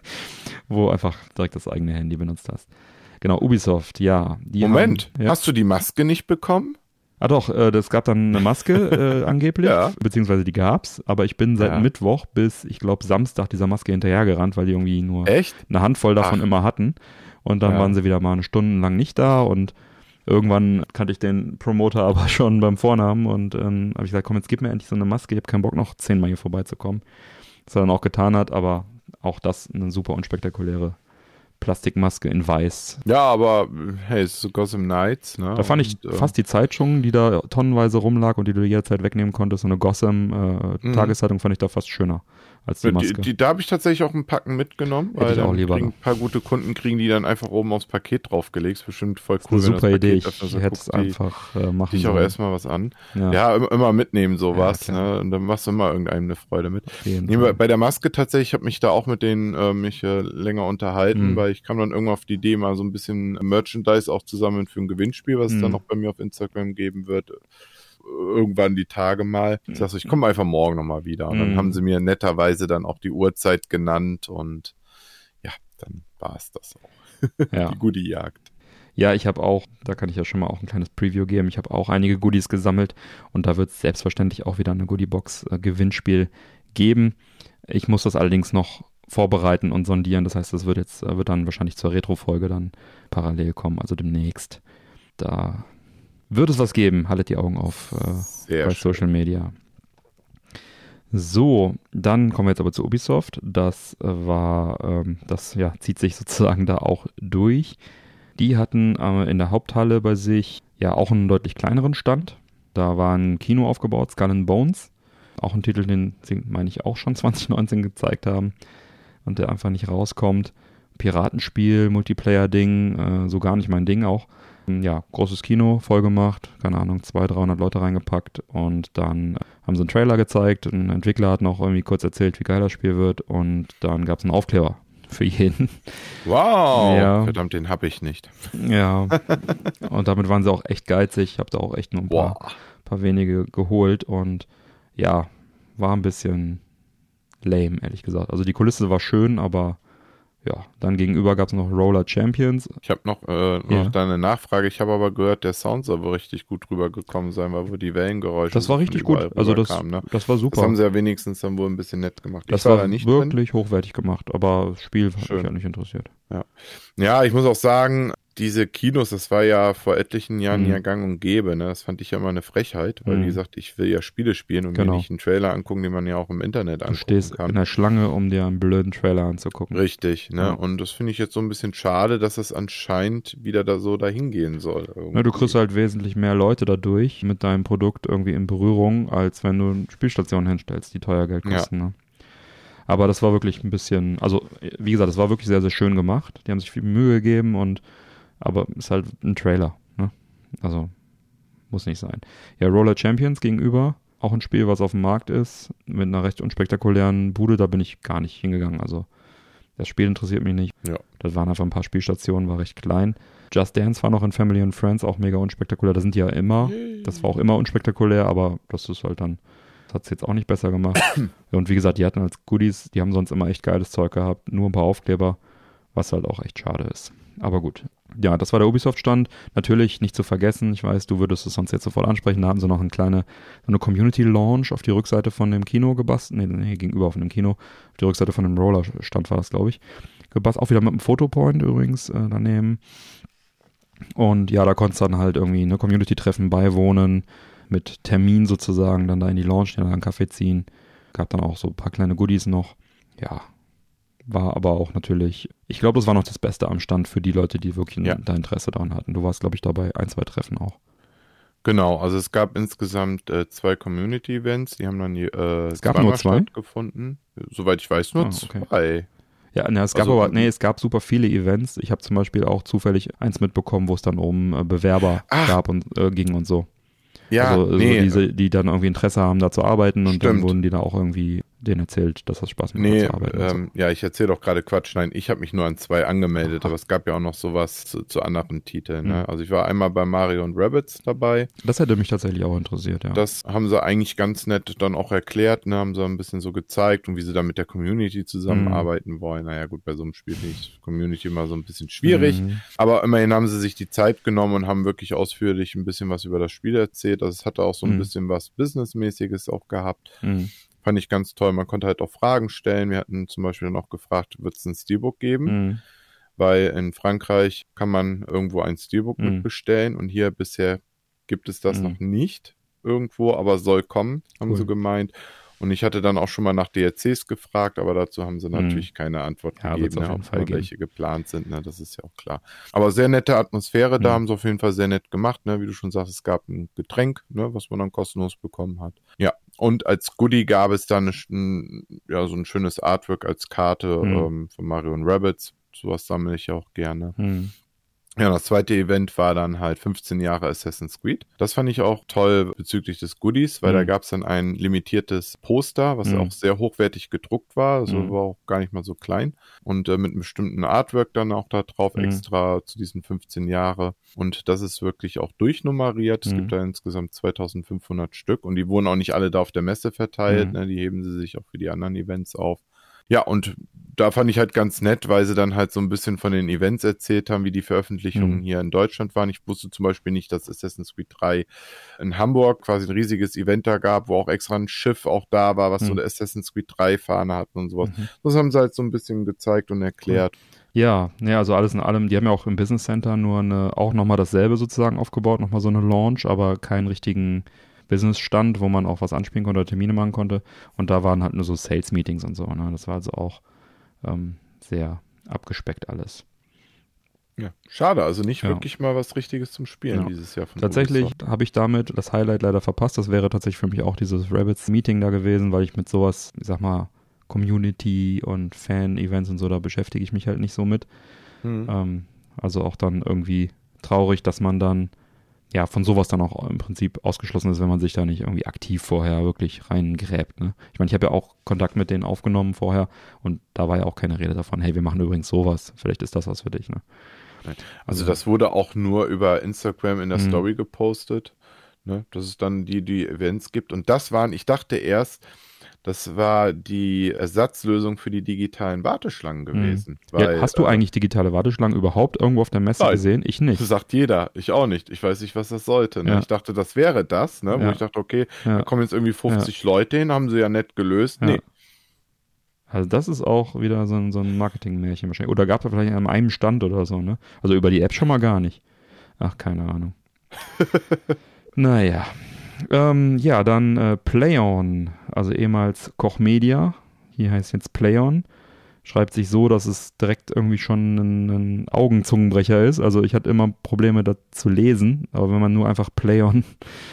wo einfach direkt das eigene Handy benutzt hast. Genau, Ubisoft, ja. Hast du die Maske nicht bekommen? Ah doch, es gab dann eine Maske angeblich, beziehungsweise die gab's, aber ich bin seit Mittwoch bis, ich glaube, Samstag dieser Maske hinterhergerannt, weil die irgendwie nur eine Handvoll davon immer hatten und dann waren sie wieder mal eine Stunde lang nicht da und irgendwann kannte ich den Promoter aber schon beim Vornamen und habe ich gesagt, komm, jetzt gib mir endlich so eine Maske, ich habe keinen Bock noch 10-mal hier vorbeizukommen. Was er dann auch getan hat, aber auch das eine super unspektakuläre Plastikmaske in weiß. Ja, aber hey, es ist so Gotham Knights, ne? Da fand ich fast die Zeitung, die da tonnenweise rumlag und die du jederzeit wegnehmen konntest, so eine Gotham-Tageszeitung fand ich da fast schöner als die Maske. Da habe ich tatsächlich auch ein Packen mitgenommen, weil dann ein paar gute Kunden kriegen die dann einfach oben aufs Paket draufgelegt. Ist bestimmt voll cool. Das ist eine super Idee, ich hätte es einfach machen ich auch erstmal was an. Ja, immer mitnehmen sowas, ne? Und dann machst du immer irgendeinem eine Freude mit. Bei der Maske tatsächlich, ich habe mich da auch mit denen mich länger unterhalten, weil ich kam dann irgendwann auf die Idee, mal so ein bisschen Merchandise auch zusammen für ein Gewinnspiel, was es dann noch bei mir auf Instagram geben wird. Irgendwann die Tage mal. Ich sag so, ich komme einfach morgen nochmal wieder. Und dann haben sie mir netterweise dann auch die Uhrzeit genannt und ja, dann war es das auch. Die Goodie-Jagd. Ja, ich habe auch, da kann ich ja schon mal auch ein kleines Preview geben, ich habe auch einige Goodies gesammelt und da wird es selbstverständlich auch wieder eine Goodiebox-Gewinnspiel geben. Ich muss das allerdings noch vorbereiten und sondieren, das heißt, das wird dann wahrscheinlich zur Retro-Folge dann parallel kommen, also demnächst. Da wird es was geben, haltet die Augen auf bei Social Media. So, dann kommen wir jetzt aber zu Ubisoft. Das zieht sich sozusagen da auch durch. Die hatten in der Haupthalle bei sich ja auch einen deutlich kleineren Stand. Da war ein Kino aufgebaut, Skull and Bones. Auch ein Titel, den sie, meine ich, auch schon 2019 gezeigt haben und der einfach nicht rauskommt. Piratenspiel, Multiplayer-Ding, so gar nicht mein Ding auch. Ja, großes Kino, voll gemacht, keine Ahnung, 200-300 Leute reingepackt und dann haben sie einen Trailer gezeigt, ein Entwickler hat noch irgendwie kurz erzählt, wie geil das Spiel wird und dann gab es einen Aufkleber für jeden. Wow, ja. Verdammt, den habe ich nicht. Ja, und damit waren sie auch echt geizig, ich habe da auch echt nur ein paar wenige geholt und ja, war ein bisschen lame, ehrlich gesagt. Also die Kulisse war schön, aber ja, dann gegenüber gab es noch Roller Champions. Ich habe noch da eine Nachfrage. Ich habe aber gehört, der Sound soll wohl richtig gut rübergekommen sein, weil wo die Wellengeräusche. Das war richtig gut. Also das war super. Das haben sie ja wenigstens dann wohl ein bisschen nett gemacht. Das war nicht wirklich hochwertig gemacht, aber das Spiel hat mich ja nicht interessiert. Ja, ich muss auch sagen, diese Kinos, das war ja vor etlichen Jahren ja gang und gäbe, ne? Das fand ich ja immer eine Frechheit, weil wie gesagt, ich will ja Spiele spielen und mir nicht einen Trailer angucken, den man ja auch im Internet angucken kann. Du stehst in der Schlange, um dir einen blöden Trailer anzugucken. Richtig, ne? Ja. Und das finde ich jetzt so ein bisschen schade, dass es anscheinend wieder da so dahin gehen soll. Ja, du kriegst halt wesentlich mehr Leute dadurch mit deinem Produkt irgendwie in Berührung, als wenn du Spielstationen hinstellst, die teuer Geld kosten, ne? Aber das war wirklich ein bisschen, also wie gesagt, das war wirklich sehr, sehr schön gemacht. Die haben sich viel Mühe gegeben aber ist halt ein Trailer, ne? Also muss nicht sein. Ja, Roller Champions gegenüber, auch ein Spiel, was auf dem Markt ist, mit einer recht unspektakulären Bude, da bin ich gar nicht hingegangen. Also das Spiel interessiert mich nicht. Ja. Das waren einfach ein paar Spielstationen, war recht klein. Just Dance war noch in Family and Friends, auch mega unspektakulär. Da sind die ja immer. Das war auch immer unspektakulär, aber das ist halt dann Das hat es jetzt auch nicht besser gemacht. Und wie gesagt, die hatten als Goodies, die haben sonst immer echt geiles Zeug gehabt, nur ein paar Aufkleber, was halt auch echt schade ist. Aber gut. Ja, das war der Ubisoft-Stand. Natürlich nicht zu vergessen, ich weiß, du würdest es sonst jetzt sofort ansprechen, da haben sie noch eine Community-Launch auf die Rückseite von dem Kino gebastelt. Nee, gegenüber von dem Kino. Auf die Rückseite von dem Roller-Stand war das, glaube ich. Gebastelt. Auch wieder mit einem Fotopoint übrigens daneben. Und ja, da konntest du dann halt irgendwie eine Community-Treffen beiwohnen, mit Termin sozusagen, dann da in die Lounge, dann einen Kaffee ziehen. Gab dann auch so ein paar kleine Goodies noch. Ja, war aber auch natürlich, ich glaube, das war noch das Beste am Stand für die Leute, die wirklich da Interesse daran hatten. Du warst, glaube ich, dabei 1, 2 Treffen auch. Genau, also es gab insgesamt 2 Community-Events, die haben dann es gab nur 2 stattgefunden. Soweit ich weiß, nur 2. Ja, es gab es gab super viele Events. Ich habe zum Beispiel auch zufällig eins mitbekommen, wo es dann um Bewerber gab und ging und so. Ja, also diese, die dann irgendwie Interesse haben, da zu arbeiten und dann wurden die da auch irgendwie denen erzählt, dass das Spaß macht, da zu arbeiten. Ja, ich erzähle doch gerade Quatsch. Nein, ich habe mich nur an 2 angemeldet, aber es gab ja auch noch sowas zu anderen Titeln. Ne? Also ich war einmal bei Mario und Rabbids dabei. Das hätte mich tatsächlich auch interessiert, ja. Das haben sie eigentlich ganz nett dann auch erklärt, ne? Haben sie ein bisschen so gezeigt und wie sie da mit der Community zusammenarbeiten wollen. Naja gut, bei so einem Spiel finde ich Community immer so ein bisschen schwierig, aber immerhin haben sie sich die Zeit genommen und haben wirklich ausführlich ein bisschen was über das Spiel erzählt. Also es hatte auch so ein bisschen was Businessmäßiges auch gehabt. Fand ich ganz toll. Man konnte halt auch Fragen stellen. Wir hatten zum Beispiel dann auch gefragt, wird es ein Steelbook geben? Weil in Frankreich kann man irgendwo ein Steelbook mitbestellen und hier bisher gibt es das noch nicht irgendwo, aber soll kommen, haben sie gemeint. Und ich hatte dann auch schon mal nach DLCs gefragt, aber dazu haben sie natürlich keine Antwort gegeben, auf jeden Fall welche geplant sind, ne? Das ist ja auch klar. Aber sehr nette Atmosphäre, da haben sie auf jeden Fall sehr nett gemacht, ne? Wie du schon sagst, es gab ein Getränk, ne? Was man dann kostenlos bekommen hat. Ja, und als Goodie gab es dann so ein schönes Artwork als Karte von Mario und Rabbids. Sowas sammle ich auch gerne. Ja, das zweite Event war dann halt 15 Jahre Assassin's Creed. Das fand ich auch toll bezüglich des Goodies, weil da gab es dann ein limitiertes Poster, was auch sehr hochwertig gedruckt war, also war auch gar nicht mal so klein und mit einem bestimmten Artwork dann auch da drauf extra zu diesen 15 Jahre und das ist wirklich auch durchnummeriert. Es gibt da insgesamt 2500 Stück und die wurden auch nicht alle da auf der Messe verteilt, ne? Die heben sie sich auch für die anderen Events auf. Ja, und da fand ich halt ganz nett, weil sie dann halt so ein bisschen von den Events erzählt haben, wie die Veröffentlichungen hier in Deutschland waren. Ich wusste zum Beispiel nicht, dass Assassin's Creed 3 in Hamburg quasi ein riesiges Event da gab, wo auch extra ein Schiff auch da war, was so eine Assassin's Creed 3 Fahne hatten und sowas. Das haben sie halt so ein bisschen gezeigt und erklärt. Ja, also alles in allem, die haben ja auch im Business Center nur auch nochmal dasselbe sozusagen aufgebaut, nochmal so eine Launch, aber keinen richtigen Business-Stand, wo man auch was anspielen konnte oder Termine machen konnte. Und da waren halt nur so Sales-Meetings und so. Ne? Das war also auch sehr abgespeckt alles. Ja, schade, also nicht wirklich mal was Richtiges zum Spielen dieses Jahr. Tatsächlich habe ich damit das Highlight leider verpasst. Das wäre tatsächlich für mich auch dieses Rabbids-Meeting da gewesen, weil ich mit sowas, ich sag mal, Community und Fan-Events und so, da beschäftige ich mich halt nicht so mit. Also auch dann irgendwie traurig, dass man dann von sowas dann auch im Prinzip ausgeschlossen ist, wenn man sich da nicht irgendwie aktiv vorher wirklich reingräbt. Ne? Ich meine, ich habe ja auch Kontakt mit denen aufgenommen vorher und da war ja auch keine Rede davon, hey, wir machen übrigens sowas, vielleicht ist das was für dich. Ne? Also das wurde auch nur über Instagram in der Story gepostet, ne? Dass es dann die Events gibt und ich dachte erst, das war die Ersatzlösung für die digitalen Warteschlangen gewesen. Weil, hast du eigentlich digitale Warteschlangen überhaupt irgendwo auf der Messe gesehen? Ich nicht. Das sagt jeder, ich auch nicht. Ich weiß nicht, was das sollte. Ne? Ja. Ich dachte, das wäre das, ne? Wo ich dachte, okay, da kommen jetzt irgendwie 50 Leute hin, haben sie ja nett gelöst. Nee. Also das ist auch wieder so ein Marketing-Märchen wahrscheinlich. Oder gab es vielleicht an einem Stand oder so, ne? Also über die App schon mal gar nicht. Ach, keine Ahnung. Naja. Dann PlayOn, also ehemals Koch Media, hier heißt jetzt PlayOn, schreibt sich so, dass es direkt irgendwie schon ein Augenzungenbrecher ist. Also ich hatte immer Probleme, das zu lesen, aber wenn man nur einfach PlayOn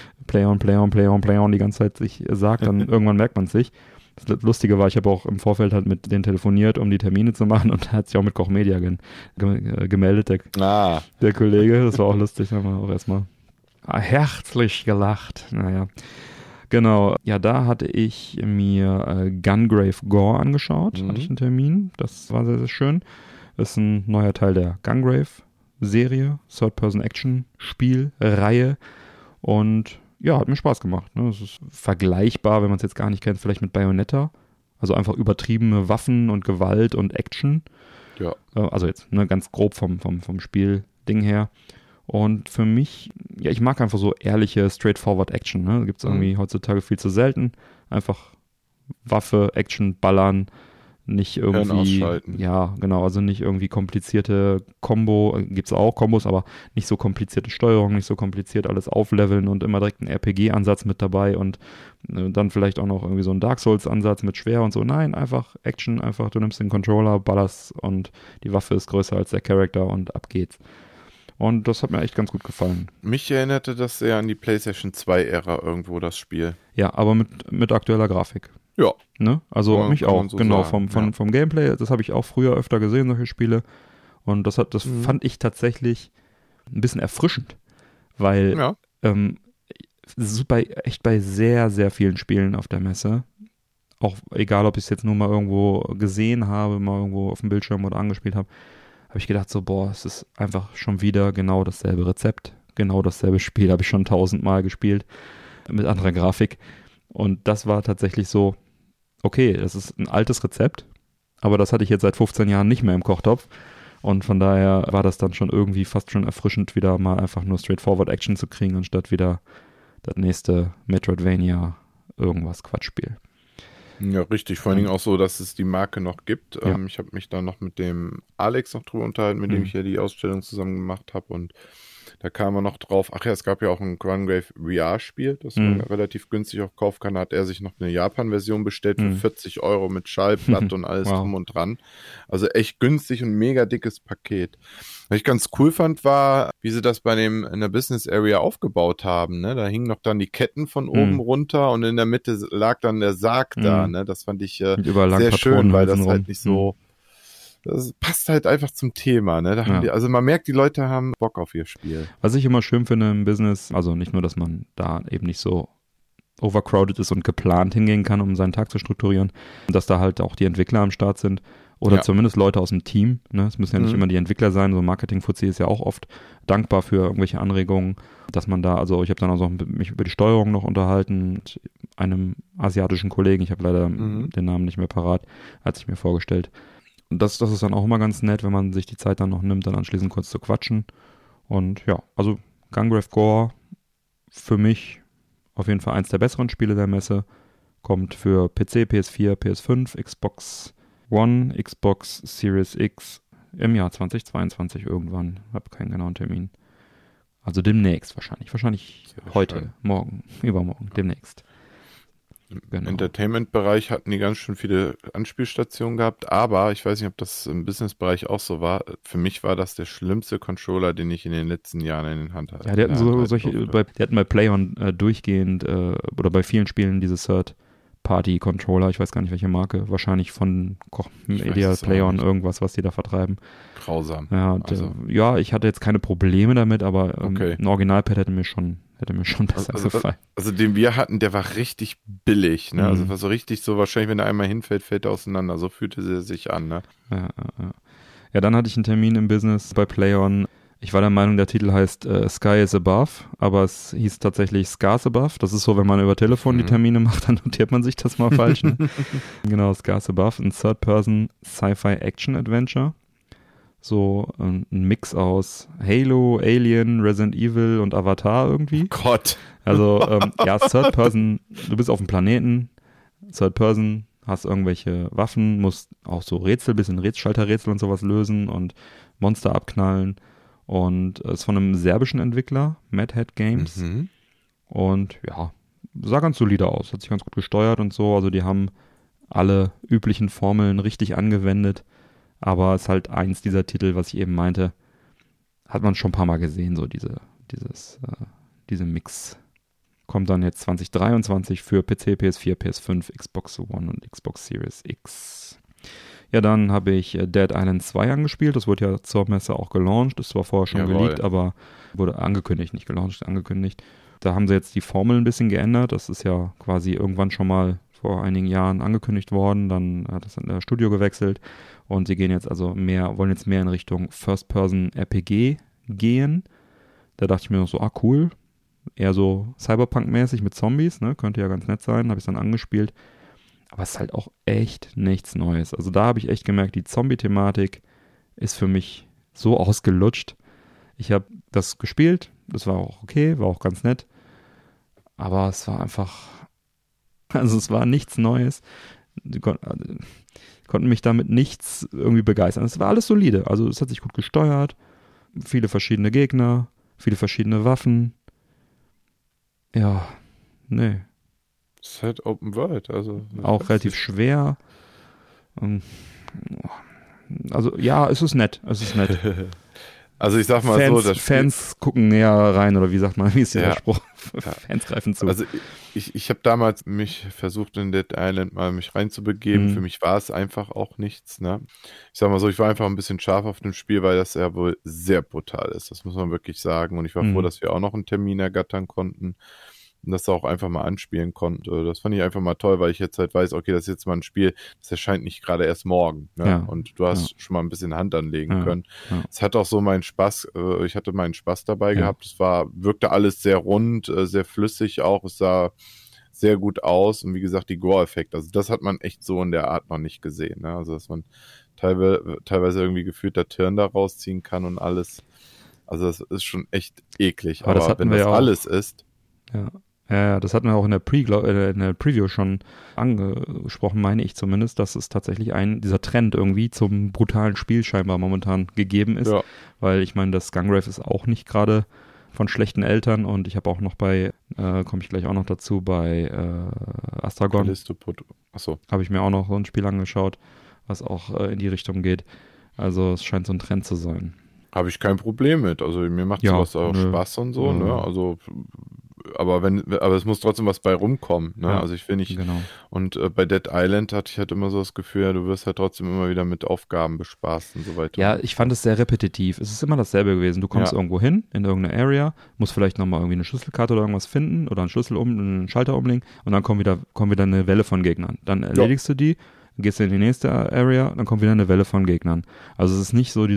die ganze Zeit sich sagt, dann irgendwann merkt man es sich. Das Lustige war, ich habe auch im Vorfeld halt mit denen telefoniert, um die Termine zu machen und er hat sich auch mit Koch Media gemeldet, der Kollege. Das war auch lustig, haben wir auch erstmal herzlich gelacht. Naja, genau. Ja, da hatte ich mir Gungrave Gore angeschaut. Hatte ich einen Termin. Das war sehr, sehr schön. Das ist ein neuer Teil der Gungrave-Serie, Third-Person-Action-Spiel-Reihe. Und ja, hat mir Spaß gemacht. Ne? Es ist vergleichbar, wenn man es jetzt gar nicht kennt, vielleicht mit Bayonetta. Also einfach übertriebene Waffen und Gewalt und Action. Ja. Also jetzt ganz grob vom Spielding her. Und für mich, ja, ich mag einfach so ehrliche, straightforward Action. Ne? Gibt es irgendwie heutzutage viel zu selten. Einfach Waffe, Action, Ballern, nicht irgendwie, ja, genau, also nicht irgendwie komplizierte gibt's auch Kombos, aber nicht so komplizierte Steuerung, nicht so kompliziert alles aufleveln und immer direkt einen RPG-Ansatz mit dabei und dann vielleicht auch noch irgendwie so einen Dark Souls-Ansatz mit schwer und so. Nein, einfach Action, einfach du nimmst den Controller, ballerst und die Waffe ist größer als der Charakter und ab geht's. Und das hat mir echt ganz gut gefallen. Mich erinnerte das sehr an die PlayStation 2-Ära irgendwo, das Spiel. Ja, aber mit aktueller Grafik. Ja. Ne? Also mich auch, so genau, sagen, vom Gameplay, das habe ich auch früher öfter gesehen, solche Spiele. Und das fand ich tatsächlich ein bisschen erfrischend, weil echt bei sehr, sehr vielen Spielen auf der Messe, auch egal, ob ich es jetzt nur mal irgendwo gesehen habe, mal irgendwo auf dem Bildschirm oder angespielt habe ich gedacht so, boah, es ist einfach schon wieder genau dasselbe Rezept, genau dasselbe Spiel, habe ich schon 1000-mal gespielt, mit anderer Grafik. Und das war tatsächlich so, okay, das ist ein altes Rezept, aber das hatte ich jetzt seit 15 Jahren nicht mehr im Kochtopf. Und von daher war das dann schon irgendwie fast schon erfrischend, wieder mal einfach nur straightforward Action zu kriegen, anstatt wieder das nächste Metroidvania irgendwas Quatschspiel. Ja, richtig. Vor allen Dingen auch so, dass es die Marke noch gibt. Ja. Ich habe mich da noch mit dem Alex noch drüber unterhalten, mit dem ich ja die Ausstellung zusammen gemacht habe und da kam er noch drauf, ach ja, es gab ja auch ein Gungrave VR-Spiel, das man relativ günstig auch kaufen kann. Da hat er sich noch eine Japan-Version bestellt für 40 € mit Schallplatte und alles drum und dran. Also echt günstig und mega dickes Paket. Was ich ganz cool fand, war, wie sie das in der Business Area aufgebaut haben. Ne? Da hingen noch dann die Ketten von oben runter und in der Mitte lag dann der Sarg da. Ne? Das fand ich sehr schön, weil das halt nicht so... Das passt halt einfach zum Thema, ne? Also man merkt, die Leute haben Bock auf ihr Spiel. Was ich immer schön finde im Business, also nicht nur, dass man da eben nicht so overcrowded ist und geplant hingehen kann, um seinen Tag zu strukturieren, dass da halt auch die Entwickler am Start sind oder zumindest Leute aus dem Team, ne? Es müssen ja nicht immer die Entwickler sein, so Marketing-Fuzzi ist ja auch oft dankbar für irgendwelche Anregungen, dass man da, also ich habe dann auch mich über die Steuerung noch unterhalten mit einem asiatischen Kollegen, ich habe leider den Namen nicht mehr parat, hat sich mir vorgestellt. Und das ist dann auch immer ganz nett, wenn man sich die Zeit dann noch nimmt, dann anschließend kurz zu quatschen. Und ja, also Gungrave Gore für mich auf jeden Fall eins der besseren Spiele der Messe. Kommt für PC, PS4, PS5, Xbox One, Xbox Series X im Jahr 2022 irgendwann. Hab keinen genauen Termin. Also demnächst wahrscheinlich. Wahrscheinlich heute, morgen, übermorgen, demnächst. Genau. Im Entertainment-Bereich hatten die ganz schön viele Anspielstationen gehabt, aber ich weiß nicht, ob das im Business-Bereich auch so war. Für mich war das der schlimmste Controller, den ich in den letzten Jahren in den Hand hatte. Ja, die hatten bei PlayOn durchgehend oder bei vielen Spielen diese Third-Party-Controller, ich weiß gar nicht welche Marke, wahrscheinlich von Ideal PlayOn, irgendwas, was die da vertreiben. Grausam. Ja, ich hatte jetzt keine Probleme damit, aber ein Originalpad hätte mir schon besser gefallen. Also den wir hatten, der war richtig billig, ne? Also war so richtig so, wahrscheinlich, wenn er einmal hinfällt, fällt er auseinander. So fühlte er sich an, ne? Ja, dann hatte ich einen Termin im Business bei PlayOn. Ich war der Meinung, der Titel heißt Sky is Above, aber es hieß tatsächlich Scars Above. Das ist so, wenn man über Telefon die Termine macht, dann notiert man sich das mal falsch. Ne? Genau, Scars Above, ein Third-Person Sci-Fi-Action-Adventure. So ein Mix aus Halo, Alien, Resident Evil und Avatar irgendwie. Oh Gott. Also Third Person, du bist auf dem Planeten, Third Person, hast irgendwelche Waffen, musst auch so Schalterrätsel und sowas lösen und Monster abknallen. Und es ist von einem serbischen Entwickler, Mad Hat Games. Und ja, sah ganz solide aus, hat sich ganz gut gesteuert und so. Also die haben alle üblichen Formeln richtig angewendet. Aber es ist halt eins dieser Titel, was ich eben meinte, hat man schon ein paar Mal gesehen, so diese Mix. Kommt dann jetzt 2023 für PC, PS4, PS5, Xbox One und Xbox Series X. Ja, dann habe ich Dead Island 2 angespielt. Das wurde ja zur Messe auch gelauncht. Ist zwar vorher schon geleakt, aber wurde angekündigt, nicht gelauncht, angekündigt. Da haben sie jetzt die Formel ein bisschen geändert. Das ist ja quasi irgendwann schon mal vor einigen Jahren angekündigt worden. Dann hat das in das Studio gewechselt. Und sie gehen jetzt wollen jetzt mehr in Richtung First-Person-RPG gehen. Da dachte ich mir noch so, cool. eher so Cyberpunk-mäßig mit Zombies, ne? Könnte ja ganz nett sein, habe ich dann angespielt. Aber es ist halt auch echt nichts Neues. Also da habe ich echt gemerkt, die Zombie-Thematik ist für mich so ausgelutscht. Ich habe das gespielt, das war auch okay, war auch ganz nett. Aber es war einfach, also es war nichts Neues. Die konnten mich damit nichts irgendwie begeistern. Es war alles solide. Also es hat sich gut gesteuert. Viele verschiedene Gegner, viele verschiedene Waffen. Ja, nee. Es ist halt Open World, also. Auch relativ schwer. Also ja, es ist nett. Es ist nett. Also ich sag mal Fans, so, das Fans gucken näher rein, oder wie sagt man, wie ist dieser Ja. Spruch? Ja. Fans greifen zu. Also ich habe damals mich versucht, in Dead Island mal mich reinzubegeben. Mhm. Für mich war es einfach auch nichts, ne? Ich sag mal so, ich war einfach ein bisschen scharf auf dem Spiel, weil das ja wohl sehr brutal ist. Das muss man wirklich sagen. Und ich war froh, dass wir auch noch einen Termin ergattern konnten und das auch einfach mal anspielen konnte. Das fand ich einfach mal toll, weil ich jetzt halt weiß, okay, das ist jetzt mal ein Spiel, das erscheint nicht gerade erst morgen. Ne? Ja. Und du hast schon mal ein bisschen Hand anlegen Ja. können. Ja. Es hat auch so meinen Spaß, ich hatte meinen Spaß dabei Ja. gehabt. Es wirkte alles sehr rund, sehr flüssig auch. Es sah sehr gut aus und wie gesagt, die Gore-Effekte. Also das hat man echt so in der Art noch nicht gesehen. Ne? Also dass man teilweise irgendwie gefühlt das Hirn da rausziehen kann und alles. Also das ist schon echt eklig. Aber das hatten wenn wir das ja auch. alles ist, Ja, das hatten wir auch in der Preview schon angesprochen, meine ich zumindest, dass es tatsächlich dieser Trend irgendwie zum brutalen Spiel scheinbar momentan gegeben ist. ja. Weil ich meine, das Gungrave ist auch nicht gerade von schlechten Eltern, und ich habe auch noch komme ich gleich auch noch dazu, bei Astragon Achso. habe ich mir auch noch so ein Spiel angeschaut, was auch in die Richtung geht. Also es scheint so ein Trend zu sein. Habe ich kein Problem mit. Also mir macht Ja, sowas auch nö. Spaß und so, Ja. ne? Also aber es muss trotzdem was bei rumkommen, ne? Ja, Also ich will nicht. Genau. Und bei Dead Island hatte ich halt immer so das Gefühl, du wirst halt trotzdem immer wieder mit Aufgaben bespaßt und so weiter. Ja, ich fand es sehr repetitiv. Es ist immer dasselbe gewesen. Du kommst Ja. irgendwo hin, in irgendeine Area, musst vielleicht nochmal irgendwie eine Schlüsselkarte oder irgendwas finden oder einen Schalter umlegen, und dann kommt wieder eine Welle von Gegnern. Dann erledigst du die, gehst in die nächste Area, dann kommt wieder eine Welle von Gegnern. Also es ist nicht so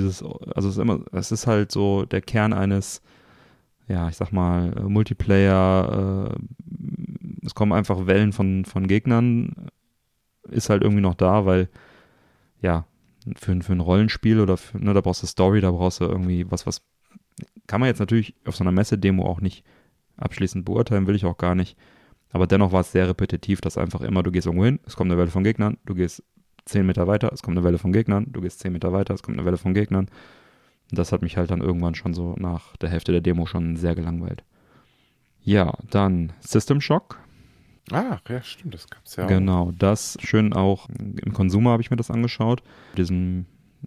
es ist halt so der Kern eines, ja, ich sag mal, Multiplayer, es kommen einfach Wellen von Gegnern, ist halt irgendwie noch da, weil, ja, für ein Rollenspiel oder da brauchst du Story, da brauchst du irgendwie was kann man jetzt natürlich auf so einer Messe-Demo auch nicht abschließend beurteilen, will ich auch gar nicht, aber dennoch war es sehr repetitiv, dass einfach immer, du gehst irgendwo hin, es kommt eine Welle von Gegnern, du gehst 10 Meter weiter, es kommt eine Welle von Gegnern, du gehst 10 Meter weiter, es kommt eine Welle von Gegnern. Das hat mich halt dann irgendwann schon so nach der Hälfte der Demo schon sehr gelangweilt. Ja, dann System Shock. Ah, ja, stimmt, das gab's ja auch. Genau, das schön auch im Consumer habe ich mir das angeschaut. Diesem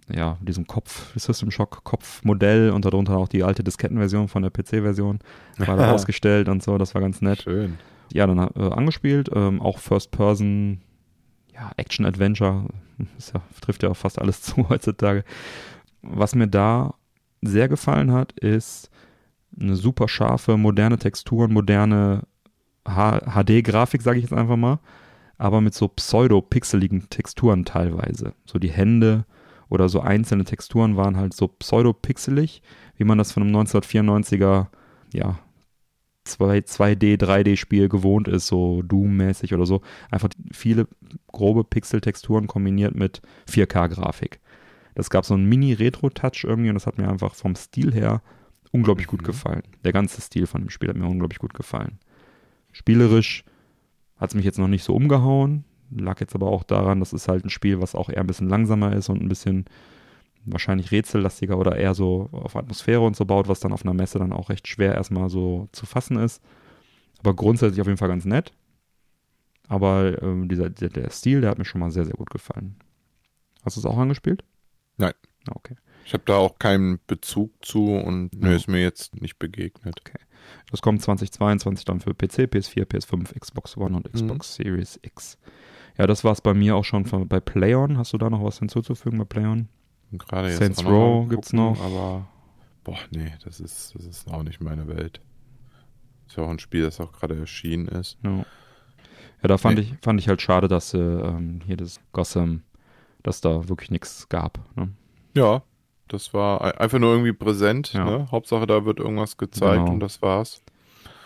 System Shock Kopfmodell und darunter auch die alte Diskettenversion von der PC-Version war da ausgestellt und so, das war ganz nett. Schön. Ja, dann angespielt, auch First Person, ja, Action-Adventure, trifft ja auch fast alles zu heutzutage. Was mir da sehr gefallen hat, ist eine super scharfe, moderne Texturen, moderne HD-Grafik, sage ich jetzt einfach mal, aber mit so pseudo-pixeligen Texturen teilweise. So die Hände oder so einzelne Texturen waren halt so pseudo-pixelig, wie man das von einem 1994er, ja, 2D, 3D-Spiel gewohnt ist, so Doom-mäßig oder so. Einfach viele grobe Pixel-Texturen kombiniert mit 4K-Grafik. Das gab so einen Mini-Retro-Touch irgendwie, und das hat mir einfach vom Stil her unglaublich gut gefallen. Der ganze Stil von dem Spiel hat mir unglaublich gut gefallen. Spielerisch hat es mich jetzt noch nicht so umgehauen, lag jetzt aber auch daran, das ist halt ein Spiel, was auch eher ein bisschen langsamer ist und ein bisschen wahrscheinlich rätsellastiger oder eher so auf Atmosphäre und so baut, was dann auf einer Messe dann auch recht schwer erstmal so zu fassen ist. Aber grundsätzlich auf jeden Fall ganz nett. Aber der Stil, der hat mir schon mal sehr, sehr gut gefallen. Hast du es auch angespielt? Nein. Okay. Ich habe da auch keinen Bezug zu und ist mir jetzt nicht begegnet. Okay. Das kommt 2022 dann für PC, PS4, PS5, Xbox One und Xbox Series X. Ja, das war es bei mir auch schon bei PlayOn. Hast du da noch was hinzuzufügen bei PlayOn? Gerade jetzt Saints auch noch Row mal gibt's gucken, noch. Aber, nee, das ist auch nicht meine Welt. Ist ja auch ein Spiel, das auch gerade erschienen ist. Ja, da fand ich halt schade, dass hier das Gotham, dass da wirklich nichts gab. Ne? Ja, das war einfach nur irgendwie präsent. Ja. Ne? Hauptsache, da wird irgendwas gezeigt Genau. und das war's.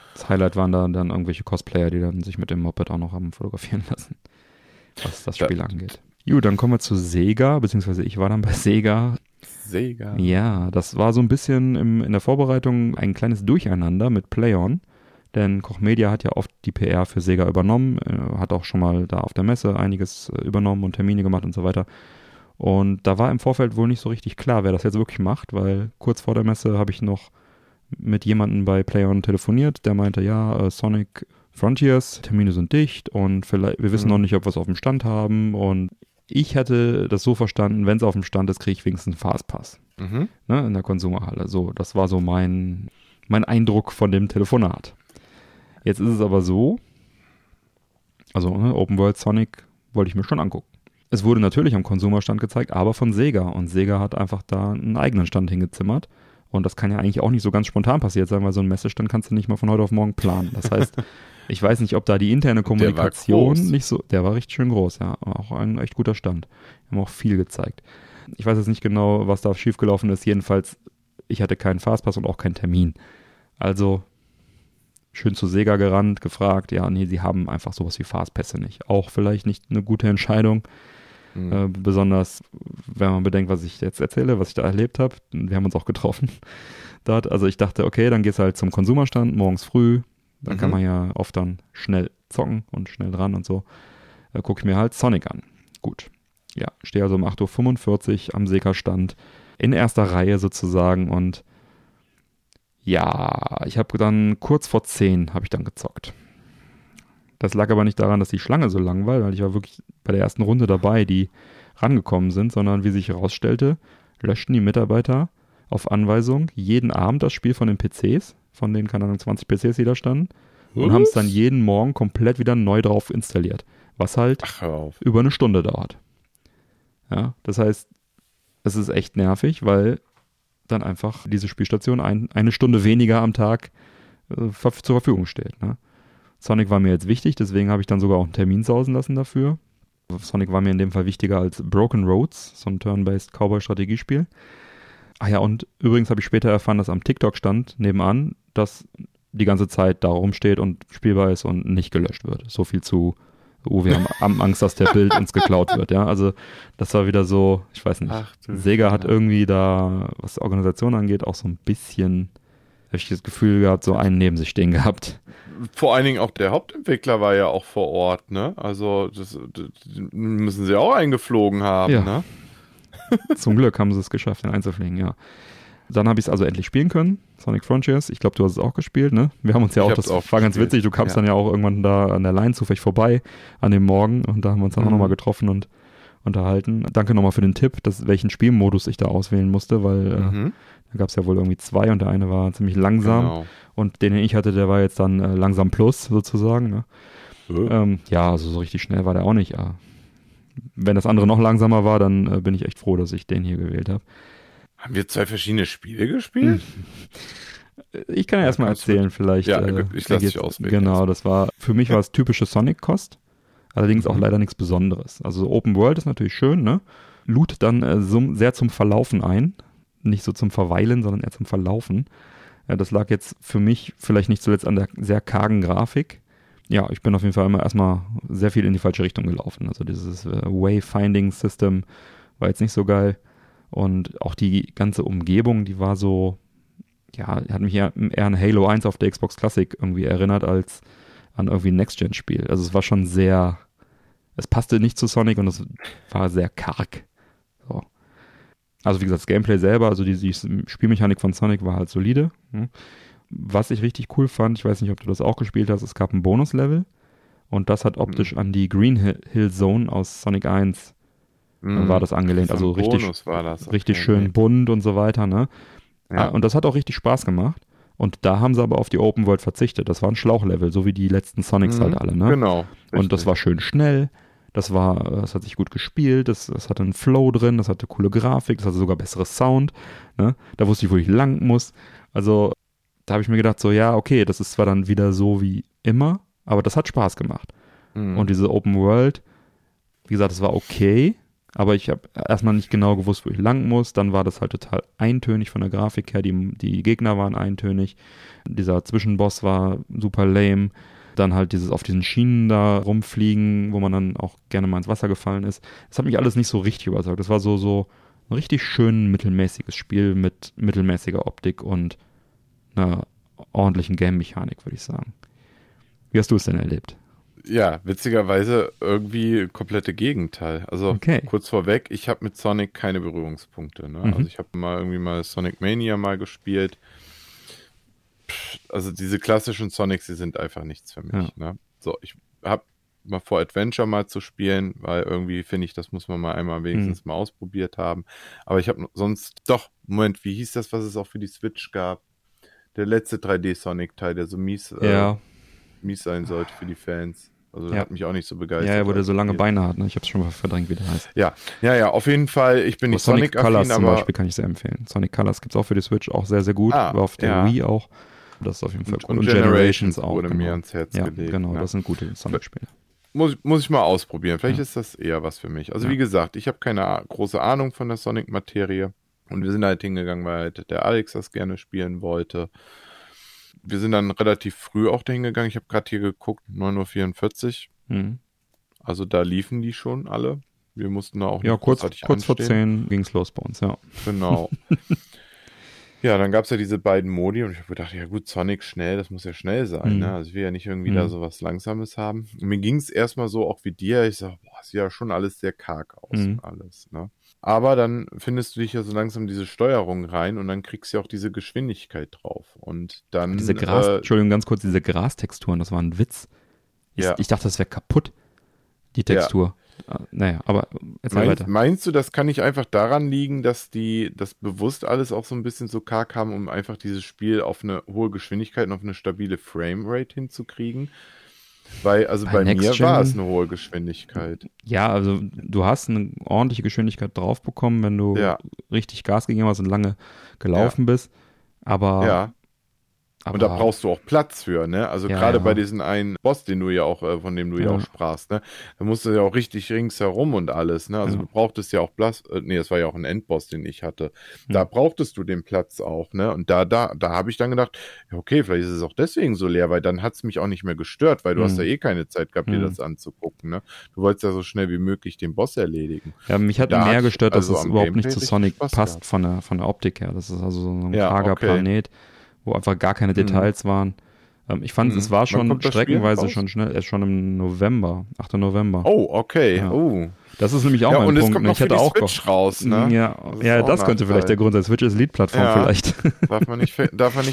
Das Highlight waren dann irgendwelche Cosplayer, die dann sich mit dem Moped auch noch haben fotografieren lassen, was das Spiel angeht. Gut, dann kommen wir zu Sega, beziehungsweise ich war dann bei Sega. Sega. Ja, das war so ein bisschen in der Vorbereitung ein kleines Durcheinander mit PlayOn, denn Koch Media hat ja oft die PR für Sega übernommen, hat auch schon mal da auf der Messe einiges übernommen und Termine gemacht und so weiter. Und da war im Vorfeld wohl nicht so richtig klar, wer das jetzt wirklich macht, weil kurz vor der Messe habe ich noch mit jemandem bei PlayOn telefoniert, der meinte, ja, Sonic Frontiers, Termine sind dicht und vielleicht, wir wissen noch nicht, ob wir es auf dem Stand haben, und ich hatte das so verstanden, wenn es auf dem Stand ist, kriege ich wenigstens einen Fastpass, ne, in der Konsumerhalle. So, das war so mein Eindruck von dem Telefonat. Jetzt ist es aber so, also Open World Sonic wollte ich mir schon angucken. Es wurde natürlich am Konsumerstand gezeigt, aber von Sega, und Sega hat einfach da einen eigenen Stand hingezimmert. Und das kann ja eigentlich auch nicht so ganz spontan passiert sein, weil so ein Messestand kannst du nicht mal von heute auf morgen planen. Das heißt, ich weiß nicht, ob da die interne Kommunikation nicht so, der war richtig schön groß, ja, auch ein echt guter Stand. Wir haben auch viel gezeigt. Ich weiß jetzt nicht genau, was da schiefgelaufen ist. Jedenfalls, ich hatte keinen Fastpass und auch keinen Termin. Also schön zu Sega gerannt, gefragt, ja, nee, sie haben einfach sowas wie Fastpässe nicht. Auch vielleicht nicht eine gute Entscheidung. Besonders, wenn man bedenkt, was ich jetzt erzähle, was ich da erlebt habe. Wir haben uns auch getroffen dort. Also ich dachte, okay, dann gehst du halt zum Konsumerstand morgens früh. Dann kann man ja oft dann schnell zocken und schnell dran und so. Da gucke ich mir halt Sonic an. Gut. Ja, stehe also um 8:45 Uhr am Sega-Stand in erster Reihe sozusagen, und ja, ich habe dann kurz vor 10 habe ich dann gezockt. Das lag aber nicht daran, dass die Schlange so lang war, weil ich war wirklich bei der ersten Runde dabei, die rangekommen sind, sondern wie sich herausstellte, löschten die Mitarbeiter auf Anweisung jeden Abend das Spiel von den PCs, von den, keine Ahnung, 20 PCs, die da standen, und haben es dann jeden Morgen komplett wieder neu drauf installiert, was halt über eine Stunde dauert. Ja, das heißt, es ist echt nervig, weil dann einfach diese Spielstation eine Stunde weniger am Tag zur Verfügung steht, ne? Sonic war mir jetzt wichtig, deswegen habe ich dann sogar auch einen Termin sausen lassen dafür. Sonic war mir in dem Fall wichtiger als Broken Roads, so ein Turn-Based Cowboy-Strategiespiel. Ach ja, und übrigens habe ich später erfahren, dass am TikTok-Stand nebenan das die ganze Zeit da rumsteht und spielbar ist und nicht gelöscht wird. So viel zu, wir haben Angst, dass der Bild uns geklaut wird. Ja, also das war wieder so, ich weiß nicht, Sega hat irgendwie da, was Organisation angeht, auch so ein bisschen, habe ich das Gefühl gehabt, so einen neben sich stehen gehabt. Vor allen Dingen auch der Hauptentwickler war ja auch vor Ort, ne? Also das müssen sie auch eingeflogen haben, ja, ne? Zum Glück haben sie es geschafft, den einzufliegen, ja. Dann habe ich es also endlich spielen können, Sonic Frontiers. Ich glaube, du hast es auch gespielt, ne? Wir haben uns ja auch, das war ganz witzig, du kamst dann ja auch irgendwann da an der Line zufällig vorbei an dem Morgen, und da haben wir uns dann auch nochmal getroffen und unterhalten. Danke nochmal für den Tipp, welchen Spielmodus ich da auswählen musste, weil da gab es ja wohl irgendwie 2 und der eine war ziemlich langsam. Genau. Und den ich hatte, der war jetzt dann langsam plus sozusagen. Ne? Ja, also so richtig schnell war der auch nicht. Ja. Wenn das andere noch langsamer war, dann bin ich echt froh, dass ich den hier gewählt habe. Haben wir 2 verschiedene Spiele gespielt? Ich kann ja erstmal erzählen vielleicht. Ja, ich lasse dich ausreden. Genau, für mich war es typische Sonic-Kost. Allerdings auch leider nichts Besonderes. Also Open World ist natürlich schön, ne? Lud dann sehr zum Verlaufen ein. Nicht so zum Verweilen, sondern eher zum Verlaufen. Ja, das lag jetzt für mich vielleicht nicht zuletzt an der sehr kargen Grafik. Ja, ich bin auf jeden Fall immer erstmal sehr viel in die falsche Richtung gelaufen. Also dieses Wayfinding-System war jetzt nicht so geil. Und auch die ganze Umgebung, die war so, ja, hat mich eher an Halo 1 auf der Xbox Classic irgendwie erinnert, als an irgendwie ein Next-Gen-Spiel. Also es war schon sehr, es passte nicht zu Sonic und es war sehr karg. So. Also wie gesagt, das Gameplay selber, also die Spielmechanik von Sonic war halt solide. Was ich richtig cool fand, ich weiß nicht, ob du das auch gespielt hast, es gab ein Bonuslevel und das hat optisch an die Green Hill Zone aus Sonic 1 war das angelehnt. Also richtig schön bunt und so weiter, ne? Ja. Und das hat auch richtig Spaß gemacht. Und da haben sie aber auf die Open World verzichtet. Das war ein Schlauchlevel, so wie die letzten Sonics halt alle, ne? Genau. Richtig. Und das war schön schnell. Das hat sich gut gespielt, das hatte einen Flow drin, das hatte coole Grafik, das hatte sogar besseres Sound, ne? Da wusste ich, wo ich lang muss. Also da habe ich mir gedacht, so ja, okay, das ist zwar dann wieder so wie immer, aber das hat Spaß gemacht. Und diese Open World, wie gesagt, das war okay, Aber ich habe erstmal nicht genau gewusst, wo ich lang muss. Dann war das halt total eintönig von der Grafik her. Die Gegner waren eintönig. Dieser Zwischenboss war super lame. Dann halt dieses auf diesen Schienen da rumfliegen, wo man dann auch gerne mal ins Wasser gefallen ist. Das hat mich alles nicht so richtig überzeugt. Das war so ein richtig schön mittelmäßiges Spiel mit mittelmäßiger Optik und einer ordentlichen Game-Mechanik, würde ich sagen. Wie hast du es denn erlebt? Ja, witzigerweise irgendwie komplette Gegenteil. Also kurz vorweg, ich habe mit Sonic keine Berührungspunkte. Ne? Also ich habe mal Sonic Mania mal gespielt. Also diese klassischen Sonics, die sind einfach nichts für mich. Ja. Ne? So, ich habe mal vor, Adventure mal zu spielen, weil irgendwie finde ich, das muss man mal einmal wenigstens mal ausprobiert haben. Aber ich habe sonst, Moment, wie hieß das, was es auch für die Switch gab? Der letzte 3D-Sonic-Teil, der so mies sein sollte für die Fans. Also hat mich auch nicht so begeistert. Ja, wo der so lange Beine hat, ne? Ich habe es schon mal verdrängt, wie der heißt. Ja, auf jeden Fall. Ich bin nicht Sonic Colors aber zum Beispiel kann ich sehr empfehlen. Sonic Colors gibt es auch für die Switch, auch sehr, sehr gut. War auf der Wii auch. Das ist auf jeden Fall cool. Und Generations auch. Wurde mir ans Herz gelegt. Genau, das sind gute Sonic-Spiele. Muss ich mal ausprobieren. Vielleicht ist das eher was für mich. Also wie gesagt, ich habe keine große Ahnung von der Sonic-Materie. Und wir sind halt hingegangen, weil halt der Alex das gerne spielen wollte. Wir sind dann relativ früh auch dahin gegangen. Ich habe gerade hier geguckt, 9:44 Uhr. Also da liefen die schon alle. Wir mussten da auch nicht kurz vor 10 ging es los bei uns, ja. Genau. Ja, dann gab es ja diese beiden Modi und ich habe gedacht, ja gut, Sonic schnell, das muss ja schnell sein. Ne? Also ich will ja nicht irgendwie da so was Langsames haben. Und mir ging es erstmal so auch wie dir. Ich sag, sieht ja schon alles sehr karg aus und alles. Ne? Aber dann findest du dich ja so langsam diese Steuerung rein und dann kriegst du ja auch diese Geschwindigkeit drauf. Und dann Entschuldigung, ganz kurz, diese Grastexturen, das war ein Witz. Ich dachte, das wäre kaputt, die Textur. Ja. Naja, aber erzähl weiter. Meinst du, das kann nicht einfach daran liegen, dass die das bewusst alles auch so ein bisschen so karg haben, um einfach dieses Spiel auf eine hohe Geschwindigkeit und auf eine stabile Framerate hinzukriegen? Weil, also bei mir war es eine hohe Geschwindigkeit. Ja, also du hast eine ordentliche Geschwindigkeit drauf bekommen, wenn du richtig Gas gegeben hast und lange gelaufen bist. Aber und da brauchst du auch Platz für, ne? Also gerade bei diesem einen Boss, den du ja auch, von dem du ja auch sprachst, ne? Da musst du ja auch richtig ringsherum und alles, ne? Also du brauchtest ja auch Platz, das war ja auch ein Endboss, den ich hatte. Da brauchtest du den Platz auch, ne? Und da habe ich dann gedacht, ja okay, vielleicht ist es auch deswegen so leer, weil dann hat es mich auch nicht mehr gestört, weil du hast ja eh keine Zeit gehabt, dir das anzugucken, ne? Du wolltest ja so schnell wie möglich den Boss erledigen. Ja, mich hat mehr gestört, dass es überhaupt nicht zu Sonic passt von der Optik her. Das ist also so ein karger Planet, wo einfach gar keine Details waren. Ich fand, es war schon streckenweise schon schnell, schon im November, 8. November. Oh, okay. Ja. Das ist nämlich auch mein und Punkt. Es kommt noch ich hätte auch Switch raus, ne? Ja, das könnte vielleicht der Grund sein. Switch ist Lead-Plattform vielleicht. Darf man nicht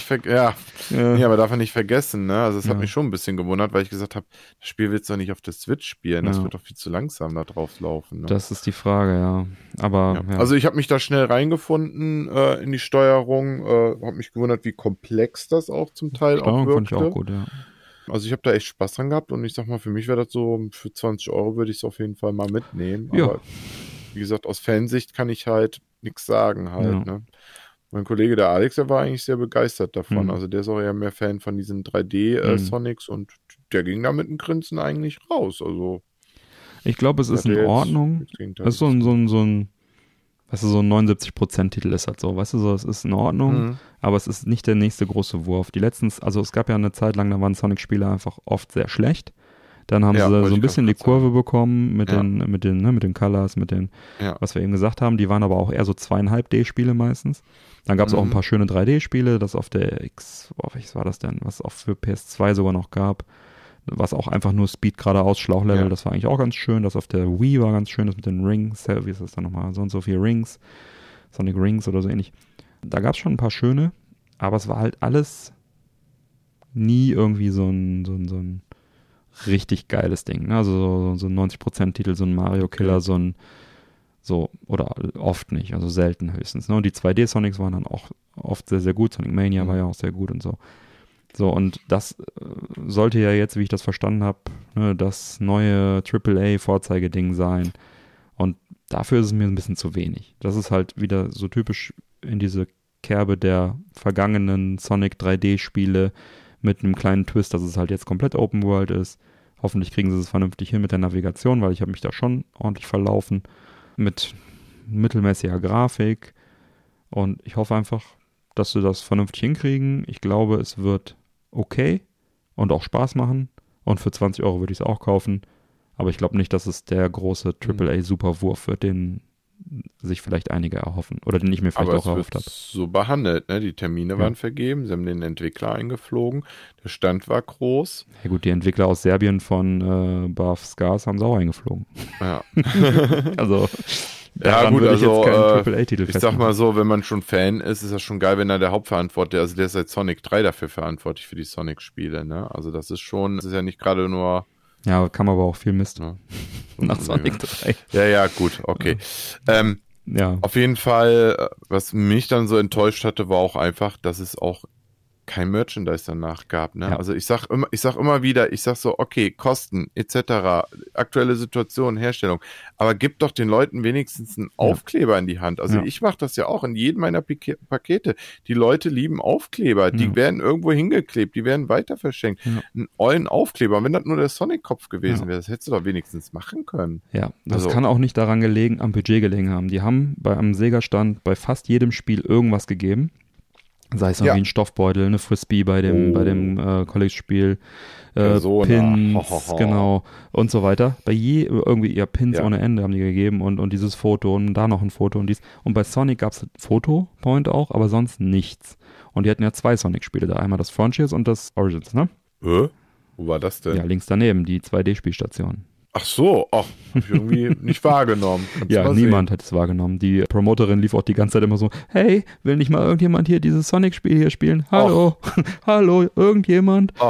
aber darf man nicht vergessen, ne? Also es hat mich schon ein bisschen gewundert, weil ich gesagt habe, das Spiel willst du doch nicht auf der Switch spielen, das wird doch viel zu langsam da drauf laufen. Ne? Das ist die Frage, ja. Aber Also ich habe mich da schnell reingefunden in die Steuerung, habe mich gewundert, wie komplex das auch zum Teil auch wirkte. Fand ich auch gut, ja. Also ich habe da echt Spaß dran gehabt und ich sag mal, für mich wäre das so, für 20 € würde ich es auf jeden Fall mal mitnehmen. Ja. Aber wie gesagt, aus Fansicht kann ich halt nichts sagen halt. Ne? Mein Kollege, der Alex, der war eigentlich sehr begeistert davon. Also der ist auch eher mehr Fan von diesen 3D-Sonics und der ging da mit einem Grinsen eigentlich raus. Also ich glaube, es ist in Ordnung. Das ist so ein weißt du, so ein 79%-Titel ist halt so, weißt du, so, es ist in Ordnung, aber es ist nicht der nächste große Wurf. Also es gab ja eine Zeit lang, da waren Sonic-Spiele einfach oft sehr schlecht. Dann haben sie so ein bisschen die Kurve bekommen mit den Colors, mit den, was wir eben gesagt haben. Die waren aber auch eher so 2,5D-Spiele meistens. Dann gab es auch ein paar schöne 3D-Spiele, das auf der welches war das denn, was es auch für PS2 sogar noch gab. Was auch einfach nur Speed geradeaus, Schlauchlevel, das war eigentlich auch ganz schön. Das auf der Wii war ganz schön, das mit den Rings, wie ist das dann nochmal, so und so viele Rings, Sonic Rings oder so ähnlich. Da gab es schon ein paar schöne, aber es war halt alles nie irgendwie so ein richtig geiles Ding. Ne? Also so ein 90%-Titel, so ein Mario Killer, oder oft nicht, also selten höchstens. Ne? Und die 2D-Sonics waren dann auch oft sehr, sehr gut. Sonic Mania war ja auch sehr gut und so. So, und das sollte ja jetzt, wie ich das verstanden habe, das neue AAA-Vorzeigeding sein. Und dafür ist es mir ein bisschen zu wenig. Das ist halt wieder so typisch in diese Kerbe der vergangenen Sonic 3D-Spiele mit einem kleinen Twist, dass es halt jetzt komplett Open World ist. Hoffentlich kriegen sie es vernünftig hin mit der Navigation, weil ich habe mich da schon ordentlich verlaufen. mit mittelmäßiger Grafik und ich hoffe einfach, dass sie das vernünftig hinkriegen. Ich glaube, es wird okay und auch Spaß machen und für 20 Euro würde ich es auch kaufen, aber ich glaube nicht, dass es der große AAA-Superwurf wird, den sich vielleicht einige erhoffen oder den ich mir vielleicht auch erhofft habe. So behandelt, ne? Die Termine waren vergeben, sie haben den Entwickler eingeflogen, der Stand war groß. Ja gut, die Entwickler aus Serbien von Bath Scars haben sie auch eingeflogen. Ja. Also ja gut, also AAA-Titel ich sag mal so, wenn man schon Fan ist, ist das schon geil, wenn er der Hauptverantwortliche, also der ist seit Sonic 3 dafür verantwortlich für die Sonic-Spiele, ne? Also das ist ja nicht gerade nur... Ja, kam aber auch viel Mist. Ja. Nach Sonic 3. Ja, gut, okay. Ja. Auf jeden Fall, was mich dann so enttäuscht hatte, war auch einfach, dass es auch kein Merchandise danach gab. Ne? Ja. Also ich sag immer wieder, so, okay, Kosten etc., aktuelle Situation, Herstellung, aber gib doch den Leuten wenigstens einen Aufkleber in die Hand. Also ich mache das ja auch in jedem meiner Pakete. Die Leute lieben Aufkleber, die werden irgendwo hingeklebt, die werden weiter verschenkt. Ja. Einen ollen Aufkleber, wenn das nur der Sonic-Kopf gewesen wäre, das hättest du doch wenigstens machen können. Ja, das kann auch nicht daran am Budget gelegen haben. Die haben am Sega-Stand bei fast jedem Spiel irgendwas gegeben. Sei es irgendwie ein Stoffbeutel, eine Frisbee bei dem College-Spiel, Pins, genau, und so weiter. Bei irgendwie Pins ohne Ende haben die gegeben und dieses Foto und da noch ein Foto und dies. Und bei Sonic gab es Fotopoint auch, aber sonst nichts. Und die hatten ja 2 Sonic-Spiele da. Einmal das Frontiers und das Origins, ne? Wo war das denn? Ja, links daneben, die 2D-Spielstation. Ach so, hab ich irgendwie nicht wahrgenommen. Ja, niemand hat es wahrgenommen. Die Promoterin lief auch die ganze Zeit immer so, hey, will nicht mal irgendjemand hier dieses Sonic-Spiel hier spielen? Hallo, hallo, irgendjemand? Ach,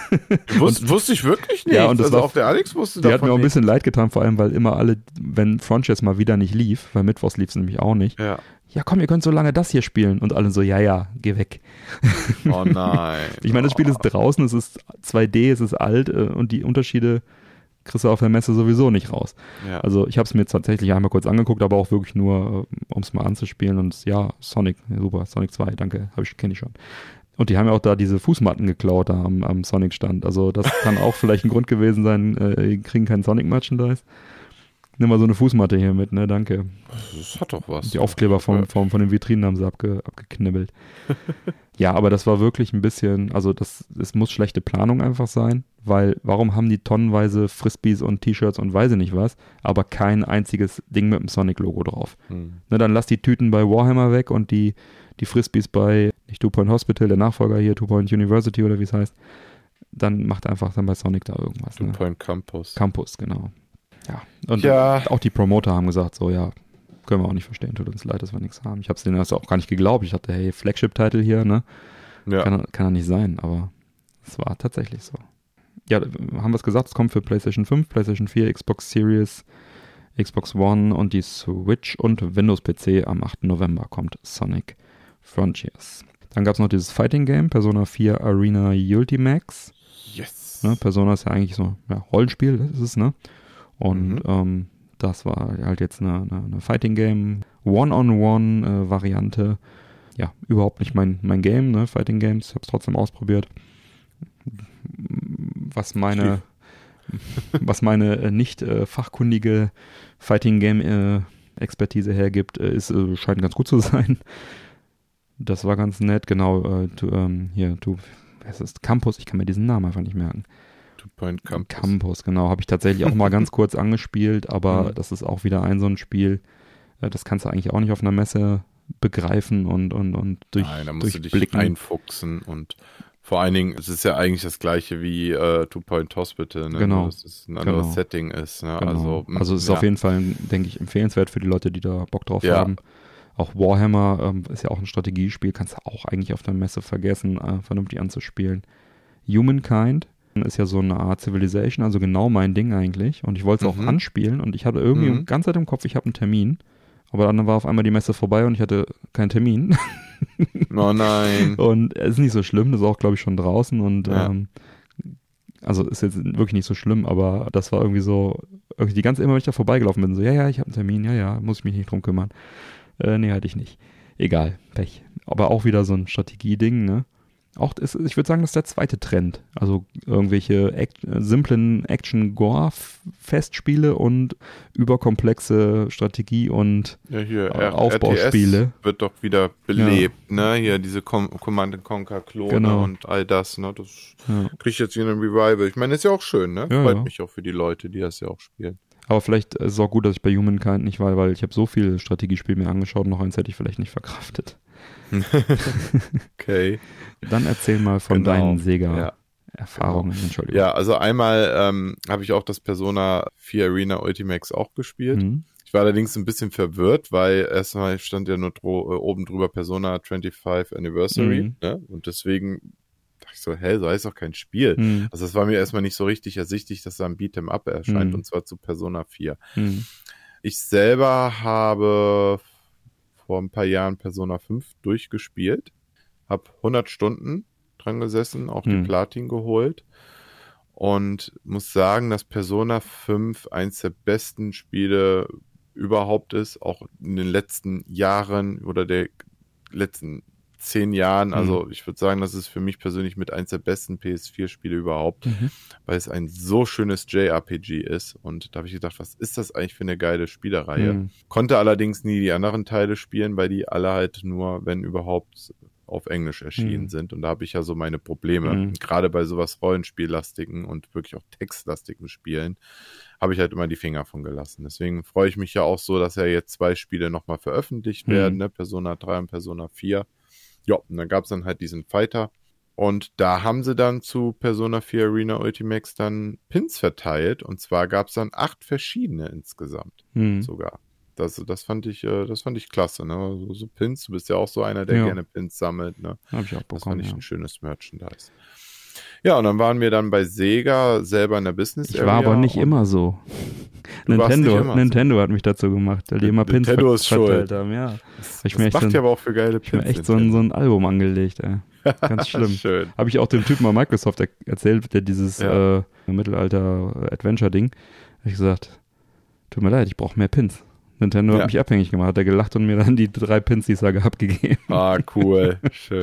wusste ich wirklich nicht. Ja, und das war, auf der Alex wusste die hat mir auch ein bisschen leid getan, vor allem, weil immer alle, wenn Frontiers mal wieder nicht lief, weil mittwochs lief es nämlich auch nicht. Ja, komm, ihr könnt so lange das hier spielen. Und alle so, ja, geh weg. Oh nein. Ich meine, das Spiel ist draußen, es ist 2D, es ist alt und die Unterschiede kriegst du auf der Messe sowieso nicht raus. Ja. Also ich habe es mir tatsächlich einmal kurz angeguckt, aber auch wirklich nur, um es mal anzuspielen. Und ja, Sonic, super, Sonic 2, danke, kenne ich schon. Und die haben ja auch da diese Fußmatten geklaut da am Sonic-Stand. Also das kann auch vielleicht ein Grund gewesen sein, die kriegen kein Sonic-Merchandise. Nimm mal so eine Fußmatte hier mit, ne, danke. Das hat doch was. Die Aufkleber von den Vitrinen haben sie abgeknibbelt. Ja, aber das war wirklich ein bisschen, also es muss schlechte Planung einfach sein, weil warum haben die tonnenweise Frisbees und T-Shirts und weiß ich nicht was, aber kein einziges Ding mit dem Sonic-Logo drauf. Ne, dann lass die Tüten bei Warhammer weg und die Frisbees bei, nicht Two Point Hospital, der Nachfolger hier, Two Point University oder wie es heißt, dann macht einfach dann bei Sonic da irgendwas. Two Point Campus. Campus, genau. Ja, und auch die Promoter haben gesagt, so, ja, können wir auch nicht verstehen, tut uns leid, dass wir nichts haben. Ich habe es denen also auch gar nicht geglaubt. Ich dachte, hey, Flagship-Title hier, ne? Ja. Kann er nicht sein, aber es war tatsächlich so. Ja, haben wir es gesagt, es kommt für PlayStation 5, PlayStation 4, Xbox Series, Xbox One und die Switch und Windows-PC. Am 8. November kommt Sonic Frontiers. Dann gab es noch dieses Fighting-Game, Persona 4 Arena Ultimax. Yes! Ne, Persona ist ja eigentlich so, ja, Rollenspiel, das ist es, ne? Und das war halt jetzt eine Fighting-Game, One-on-One-Variante. Ja, überhaupt nicht mein Game, ne? Fighting Games, ich habe es trotzdem ausprobiert. Was meine nicht fachkundige Fighting-Game-Expertise hergibt, scheint ganz gut zu sein. Das war ganz nett, genau. Was ist Campus? Ich kann mir diesen Namen einfach nicht merken. Two Point Campus. Campus, genau. Habe ich tatsächlich auch mal ganz kurz angespielt, aber das ist auch wieder so ein Spiel, das kannst du eigentlich auch nicht auf einer Messe begreifen und durchblicken. Nein, da musst du dich einfuchsen und vor allen Dingen, es ist ja eigentlich das gleiche wie Two Point Hospital, ne? Genau. Dass es ein anderes Setting ist. Ne? Genau. Also es ist auf jeden Fall, denke ich, empfehlenswert für die Leute, die da Bock drauf haben. Auch Warhammer ist ja auch ein Strategiespiel, kannst du auch eigentlich auf der Messe vergessen, vernünftig anzuspielen. Humankind ist ja so eine Art Civilization, also genau mein Ding eigentlich. Und ich wollte es auch anspielen und ich hatte irgendwie die ganze Zeit im Kopf, ich habe einen Termin. Aber dann war auf einmal die Messe vorbei und ich hatte keinen Termin. Oh nein. Und es ist nicht so schlimm, das ist auch, glaube ich, schon draußen. Und also ist jetzt wirklich nicht so schlimm, aber das war irgendwie so, die ganze immer, wenn ich da vorbeigelaufen bin, so, ja, ich habe einen Termin, muss ich mich nicht drum kümmern. Nee, hatte ich nicht. Egal, Pech. Aber auch wieder so ein Strategieding, ne? Auch ich würde sagen, das ist der zweite Trend. Also irgendwelche simplen Action-Gore-Festspiele und überkomplexe Strategie- und Aufbauspiele. RTS wird doch wieder belebt, ne? Hier diese Command & Conquer-Klone und all das, ne? Das kriegt jetzt wieder ein Revival. Ich meine, ist ja auch schön, ne? Freut mich auch für die Leute, die das ja auch spielen. Aber vielleicht ist es auch gut, dass ich bei Humankind nicht war, weil ich habe so viele Strategiespiele mir angeschaut, noch eins hätte ich vielleicht nicht verkraftet. Okay. Dann erzähl mal von deinen Sega-Erfahrungen. Genau. Entschuldigung. Ja, also einmal habe ich auch das Persona 4 Arena Ultimax auch gespielt. Ich war allerdings ein bisschen verwirrt, weil erstmal stand ja nur oben drüber Persona 25 Anniversary, ne? Und deswegen dachte ich so, so heißt doch kein Spiel. Also das war mir erstmal nicht so richtig ersichtlich, dass da ein Beat'em Up erscheint, und zwar zu Persona 4. Ich selber habe vor ein paar Jahren Persona 5 durchgespielt, habe 100 Stunden dran gesessen, auch die Platin geholt und muss sagen, dass Persona 5 eins der besten Spiele überhaupt ist, auch in den letzten Jahren oder der letzten 10 Jahren. Also ich würde sagen, das ist für mich persönlich mit eins der besten PS4-Spiele überhaupt, weil es ein so schönes JRPG ist. Und da habe ich gedacht, was ist das eigentlich für eine geile Spielereihe? Konnte allerdings nie die anderen Teile spielen, weil die alle halt nur, wenn überhaupt, auf Englisch erschienen sind. Und da habe ich ja so meine Probleme. Gerade bei sowas Rollenspiellastigen und wirklich auch textlastigen Spielen habe ich halt immer die Finger von gelassen. Deswegen freue ich mich ja auch so, dass ja jetzt 2 Spiele nochmal veröffentlicht werden, ne? Persona 3 und Persona 4. Ja, und dann gab es dann halt diesen Fighter. Und da haben sie dann zu Persona 4 Arena Ultimax dann Pins verteilt. Und zwar gab es dann 8 verschiedene insgesamt sogar. Das fand ich klasse, ne? So Pins, du bist ja auch so einer, der gerne Pins sammelt, ne? Hab ich auch bekommen, das fand ich ein schönes Merchandise. Ja, und dann waren wir dann bei Sega selber in der Business Area. Ich war aber nicht immer so. Nintendo hat mich dazu gemacht, weil die immer Pins verteilt haben. Ja. Das macht ja aber auch für geile Pins. Ich habe echt so ein Album angelegt, ey. Ganz schlimm. Schön. Habe ich auch dem Typen bei Microsoft erzählt, der dieses Mittelalter-Adventure-Ding. Habe ich gesagt, tut mir leid, ich brauche mehr Pins. Nintendo hat mich abhängig gemacht, hat er gelacht und mir dann die 3 Pins, die ich sage, abgegeben. Ah, cool. Schön.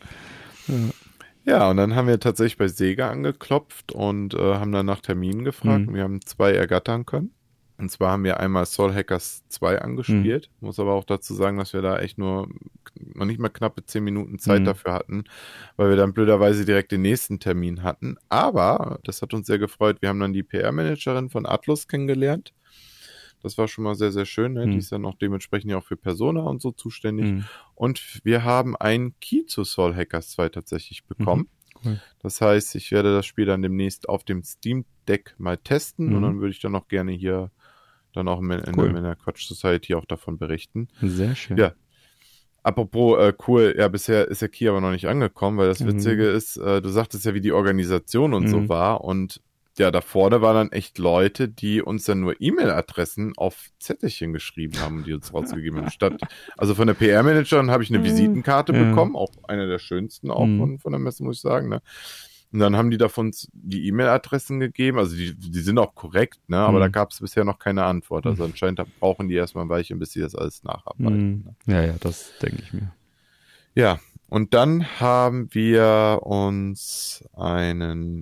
Ja, und dann haben wir tatsächlich bei Sega angeklopft und haben dann nach Terminen gefragt. Wir haben 2 ergattern können. Und zwar haben wir einmal Soul Hackers 2 angespielt. Muss aber auch dazu sagen, dass wir da echt noch nicht mal knappe 10 Minuten Zeit dafür hatten, weil wir dann blöderweise direkt den nächsten Termin hatten. Aber das hat uns sehr gefreut. Wir haben dann die PR-Managerin von Atlus kennengelernt. Das war schon mal sehr, sehr schön. Ne? Die ist dann auch dementsprechend ja auch für Persona und so zuständig. Und wir haben einen Key zu Soul Hackers 2 tatsächlich bekommen. Cool. Das heißt, ich werde das Spiel dann demnächst auf dem Steam Deck mal testen und dann würde ich dann auch gerne hier dann auch in der Quatsch Society auch davon berichten. Sehr schön. Ja. Apropos cool, ja, bisher ist der Key aber noch nicht angekommen, weil das Witzige ist, du sagtest ja, wie die Organisation und so war, und ja, da vorne waren dann echt Leute, die uns dann nur E-Mail-Adressen auf Zettelchen geschrieben haben, die uns rausgegeben haben. Also von der PR-Managerin habe ich eine Visitenkarte bekommen, auch eine der schönsten auch von der Messe, muss ich sagen, ne? Und dann haben die davon die E-Mail-Adressen gegeben, also die sind auch korrekt, ne? Aber da gab es bisher noch keine Antwort. Also anscheinend brauchen die erstmal ein Weilchen, bis sie das alles nacharbeiten. Ne? Ja, das denke ich mir. Ja, und dann haben wir uns eine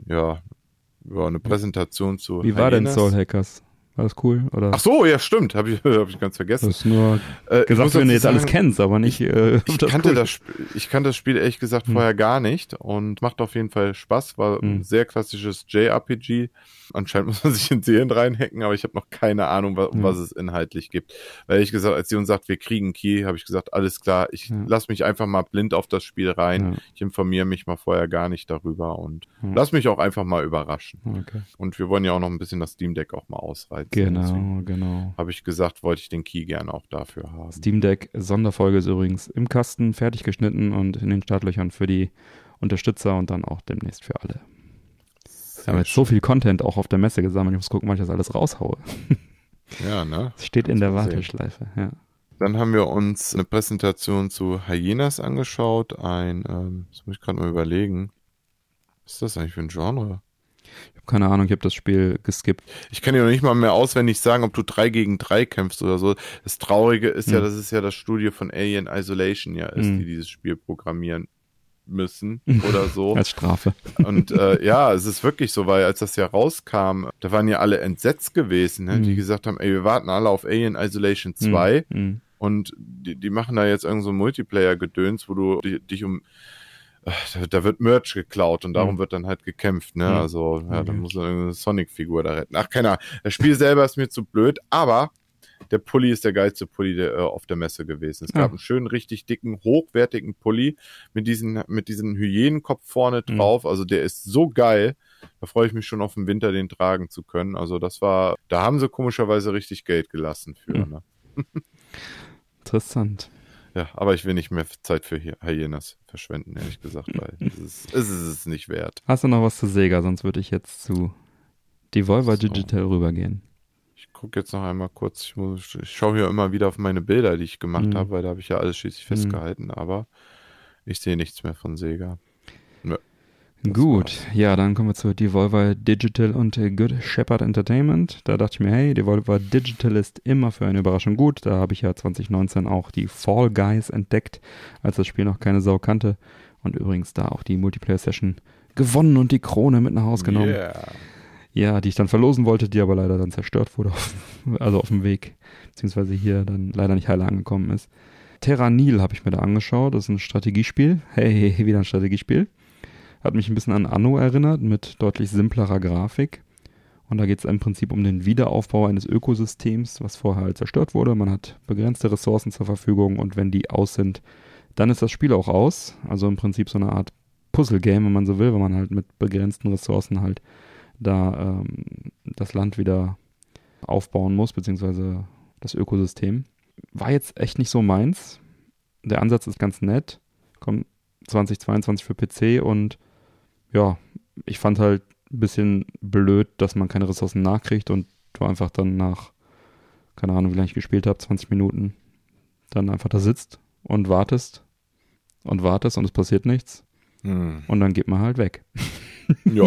Präsentation zu Wie war denn Soul Hackers? War das cool? Oder? Ach so, ja, stimmt. Hab ich ganz vergessen. Das ist nur gesagt, wenn du jetzt alles kennst, aber nicht. Ich kannte das Spiel ehrlich gesagt vorher gar nicht und macht auf jeden Fall Spaß. War ein sehr klassisches JRPG. Anscheinend muss man sich in Serien reinhacken, aber ich habe noch keine Ahnung, was es inhaltlich gibt. Weil ehrlich gesagt, als sie uns sagt, wir kriegen Key, habe ich gesagt, alles klar, ich lass mich einfach mal blind auf das Spiel rein. Ja. Ich informiere mich mal vorher gar nicht darüber und lass mich auch einfach mal überraschen. Okay. Und wir wollen ja auch noch ein bisschen das Steam Deck auch mal ausreizen. Genau. Habe ich gesagt, wollte ich den Key gerne auch dafür haben. Steam Deck Sonderfolge ist übrigens im Kasten, fertig geschnitten und in den Startlöchern für die Unterstützer und dann auch demnächst für alle. Wir haben jetzt so viel Content auch auf der Messe gesammelt. Ich muss gucken, wann ich das alles raushaue. Ja, ne? Das steht in der Warteschleife, ja. Dann haben wir uns eine Präsentation zu Hyenas angeschaut. Das muss ich gerade mal überlegen. Was ist das eigentlich für ein Genre? Ich habe keine Ahnung, ich habe das Spiel geskippt. Ich kann dir noch nicht mal mehr auswendig sagen, ob du 3 gegen 3 kämpfst oder so. Das Traurige ist ja, dass es ja das Studio von Alien Isolation ist, die dieses Spiel programmieren. müssen oder so. Als Strafe. Und ja, es ist wirklich so, weil als das ja rauskam, da waren ja alle entsetzt gewesen, ne? Die gesagt haben, ey, wir warten alle auf Alien Isolation 2 und die machen da jetzt irgend so ein Multiplayer-Gedöns, wo du dich da wird Merch geklaut und darum wird dann halt gekämpft, ne? Also, ja, dann muss man irgendeine Sonic-Figur da retten. Ach, keine Ahnung. Das Spiel selber ist mir zu blöd, aber der Pulli ist der geilste Pulli auf der Messe gewesen. Es gab einen schönen, richtig dicken, hochwertigen Pulli mit diesen Hyänenkopf vorne drauf. Also der ist so geil. Da freue ich mich schon auf den Winter, den tragen zu können. Also da haben sie komischerweise richtig Geld gelassen für, ne? Interessant. Ja, aber ich will nicht mehr Zeit für Hyenas verschwenden, ehrlich gesagt, weil es ist nicht wert. Hast du noch was zu Sega? Sonst würde ich jetzt zu Devolver Digital rübergehen. Ich gucke jetzt noch einmal kurz. Ich schaue hier immer wieder auf meine Bilder, die ich gemacht habe, weil da habe ich ja alles schließlich festgehalten, aber ich sehe nichts mehr von Sega. Nö. Gut, ja, dann kommen wir zu Devolver Digital und Good Shepherd Entertainment. Da dachte ich mir, hey, Devolver Digital ist immer für eine Überraschung gut. Da habe ich ja 2019 auch die Fall Guys entdeckt, als das Spiel noch keine Sau kannte. Und übrigens da auch die Multiplayer-Session gewonnen und die Krone mit nach Hause genommen. Yeah. Ja, die ich dann verlosen wollte, die aber leider dann zerstört wurde, auf dem Weg, beziehungsweise hier dann leider nicht heil angekommen ist. Terranil habe ich mir da angeschaut, das ist ein Strategiespiel. Hey, wieder ein Strategiespiel. Hat mich ein bisschen an Anno erinnert, mit deutlich simplerer Grafik. Und da geht es im Prinzip um den Wiederaufbau eines Ökosystems, was vorher halt zerstört wurde. Man hat begrenzte Ressourcen zur Verfügung und wenn die aus sind, dann ist das Spiel auch aus. Also im Prinzip so eine Art Puzzle-Game, wenn man so will, wenn man halt mit begrenzten Ressourcen halt da das Land wieder aufbauen muss, beziehungsweise das Ökosystem. War jetzt echt nicht so meins. Der Ansatz ist ganz nett. Kommt 2022 für PC und ja, ich fand halt ein bisschen blöd, dass man keine Ressourcen nachkriegt und du einfach dann nach, keine Ahnung, wie lange ich gespielt habe, 20 Minuten, dann einfach da sitzt und wartest und es passiert nichts. Und dann geht man halt weg. Ja.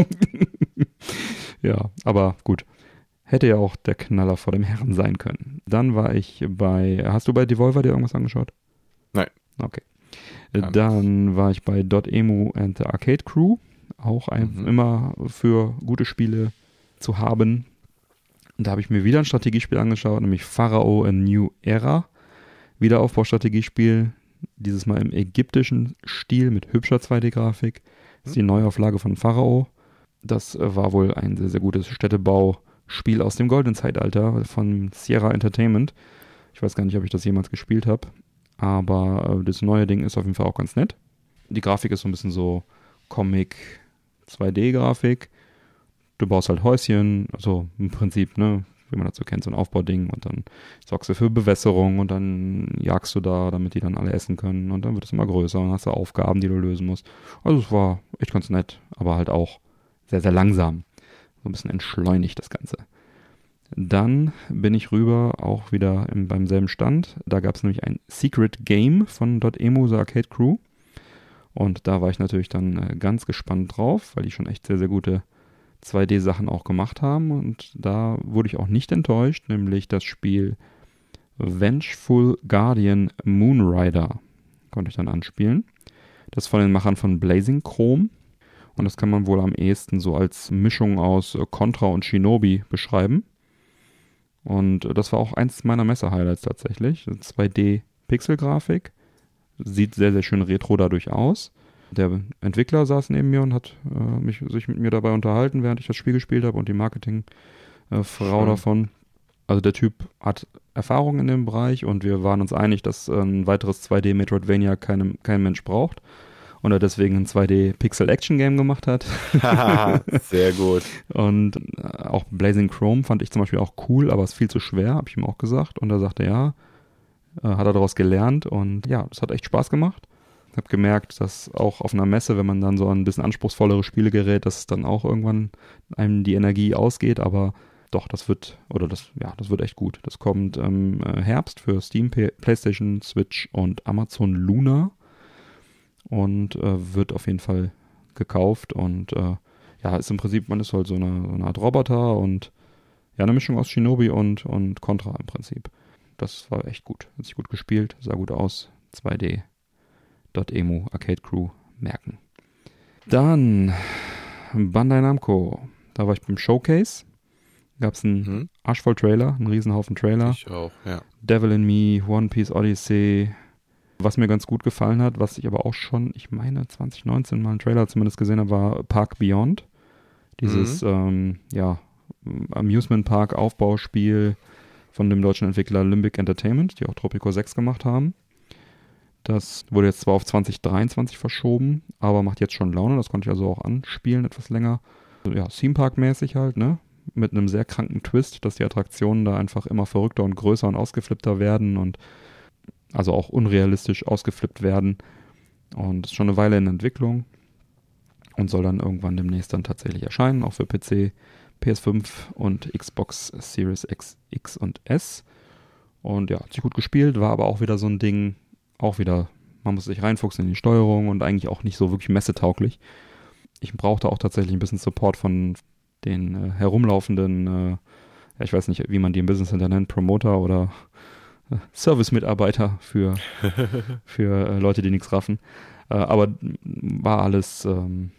Ja, aber gut. Hätte ja auch der Knaller vor dem Herren sein können. Dann war ich hast du bei Devolver dir irgendwas angeschaut? Nein. Okay. Dann war ich bei .emu and the Arcade Crew. Auch immer für gute Spiele zu haben. Und da habe ich mir wieder ein Strategiespiel angeschaut, nämlich Pharao A New Era. Wiederaufbaustrategiespiel. Dieses Mal im ägyptischen Stil mit hübscher 2D-Grafik. Das ist die Neuauflage von Pharao. Das war wohl ein sehr, sehr gutes Städtebauspiel aus dem goldenen Zeitalter von Sierra Entertainment. Ich weiß gar nicht, ob ich das jemals gespielt habe. Aber das neue Ding ist auf jeden Fall auch ganz nett. Die Grafik ist so ein bisschen so Comic-2D-Grafik. Du baust halt Häuschen, also im Prinzip, ne, wie man das so kennt, so ein Aufbauding. Und dann sorgst du für Bewässerung und dann jagst du da, damit die dann alle essen können. Und dann wird es immer größer und hast du Aufgaben, die du lösen musst. Also es war echt ganz nett, aber halt auch sehr, sehr langsam. So ein bisschen entschleunigt das Ganze. Dann bin ich rüber, auch wieder beim selben Stand. Da gab es nämlich ein Secret Game von .emu, The Arcade Crew. Und da war ich natürlich dann ganz gespannt drauf, weil die schon echt sehr, sehr gute 2D-Sachen auch gemacht haben. Und da wurde ich auch nicht enttäuscht, nämlich das Spiel Vengeful Guardian Moonrider konnte ich dann anspielen. Das ist von den Machern von Blazing Chrome. Und das kann man wohl am ehesten so als Mischung aus Contra und Shinobi beschreiben. Und das war auch eins meiner Messe-Highlights tatsächlich. 2D-Pixel-Grafik. Sieht sehr, sehr schön retro dadurch aus. Der Entwickler saß neben mir und hat sich mit mir dabei unterhalten, während ich das Spiel gespielt habe und die Marketingfrau davon. Also der Typ hat Erfahrung in dem Bereich und wir waren uns einig, dass ein weiteres 2D-Metroidvania kein Mensch braucht. Und er deswegen ein 2D-Pixel-Action-Game gemacht hat. Sehr gut. Und auch Blazing Chrome fand ich zum Beispiel auch cool, aber ist viel zu schwer, habe ich ihm auch gesagt. Und er sagte, ja, hat er daraus gelernt. Und ja, das hat echt Spaß gemacht. Ich habe gemerkt, dass auch auf einer Messe, wenn man dann so an ein bisschen anspruchsvollere Spiele gerät, dass es dann auch irgendwann einem die Energie ausgeht. Aber doch, das wird echt gut. Das kommt im Herbst für Steam, PlayStation, Switch und Amazon Luna. Und wird auf jeden Fall gekauft und ist im Prinzip, man ist halt so eine Art Roboter und ja, eine Mischung aus Shinobi und Contra im Prinzip. Das war echt gut, hat sich gut gespielt, sah gut aus, 2D.emu Arcade Crew merken. Dann Bandai Namco. Da war ich beim Showcase. Gab es einen arschvoll Trailer, einen Riesenhaufen Trailer. Ich auch, ja. Devil in Me, One Piece Odyssey. Was mir ganz gut gefallen hat, was ich aber auch schon, ich meine 2019 mal einen Trailer zumindest gesehen habe, war Park Beyond. Dieses, Amusement Park Aufbauspiel von dem deutschen Entwickler Limbic Entertainment, die auch Tropico 6 gemacht haben. Das wurde jetzt zwar auf 2023 verschoben, aber macht jetzt schon Laune. Das konnte ich also auch anspielen, etwas länger. Also, ja, Theme Park-mäßig halt, ne? Mit einem sehr kranken Twist, dass die Attraktionen da einfach immer verrückter und größer und ausgeflippter werden und also auch unrealistisch ausgeflippt werden. Und ist schon eine Weile in Entwicklung und soll dann irgendwann demnächst dann tatsächlich erscheinen, auch für PC, PS5 und Xbox Series X und S. Und ja, hat sich gut gespielt, war aber auch wieder so ein Ding, auch wieder, man muss sich reinfuchsen in die Steuerung und eigentlich auch nicht so wirklich messetauglich. Ich brauchte auch tatsächlich ein bisschen Support von den herumlaufenden, ich weiß nicht, wie man die im Business Center nennt, Promoter oder Service-Mitarbeiter für Leute, die nichts raffen. Aber war alles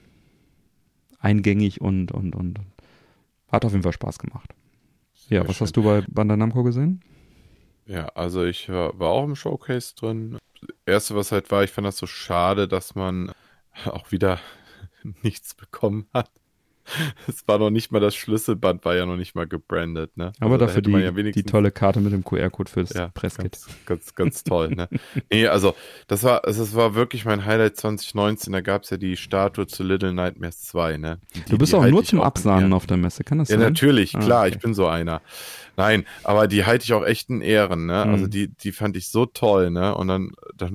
eingängig und hat auf jeden Fall Spaß gemacht. Ja, was hast du bei Bandai Namco gesehen? Ja, also ich war auch im Showcase drin. Das Erste, was halt war, ich fand das so schade, dass man auch wieder nichts bekommen hat. Es war noch nicht mal, das Schlüsselband war ja noch nicht mal gebrandet, ne? Aber also dafür da die tolle Karte mit dem QR-Code fürs Presskit. Ganz toll, ne? Nee, also das war wirklich mein Highlight 2019. Da gab es ja die Statue zu Little Nightmares 2, ne? Du bist auch nur zum Absahnen auf der Messe, kann das sein? Ja, natürlich, klar, okay. Ich bin so einer. Nein, aber die halte ich auch echt in Ehren, ne? Also die fand ich so toll, ne? Und dann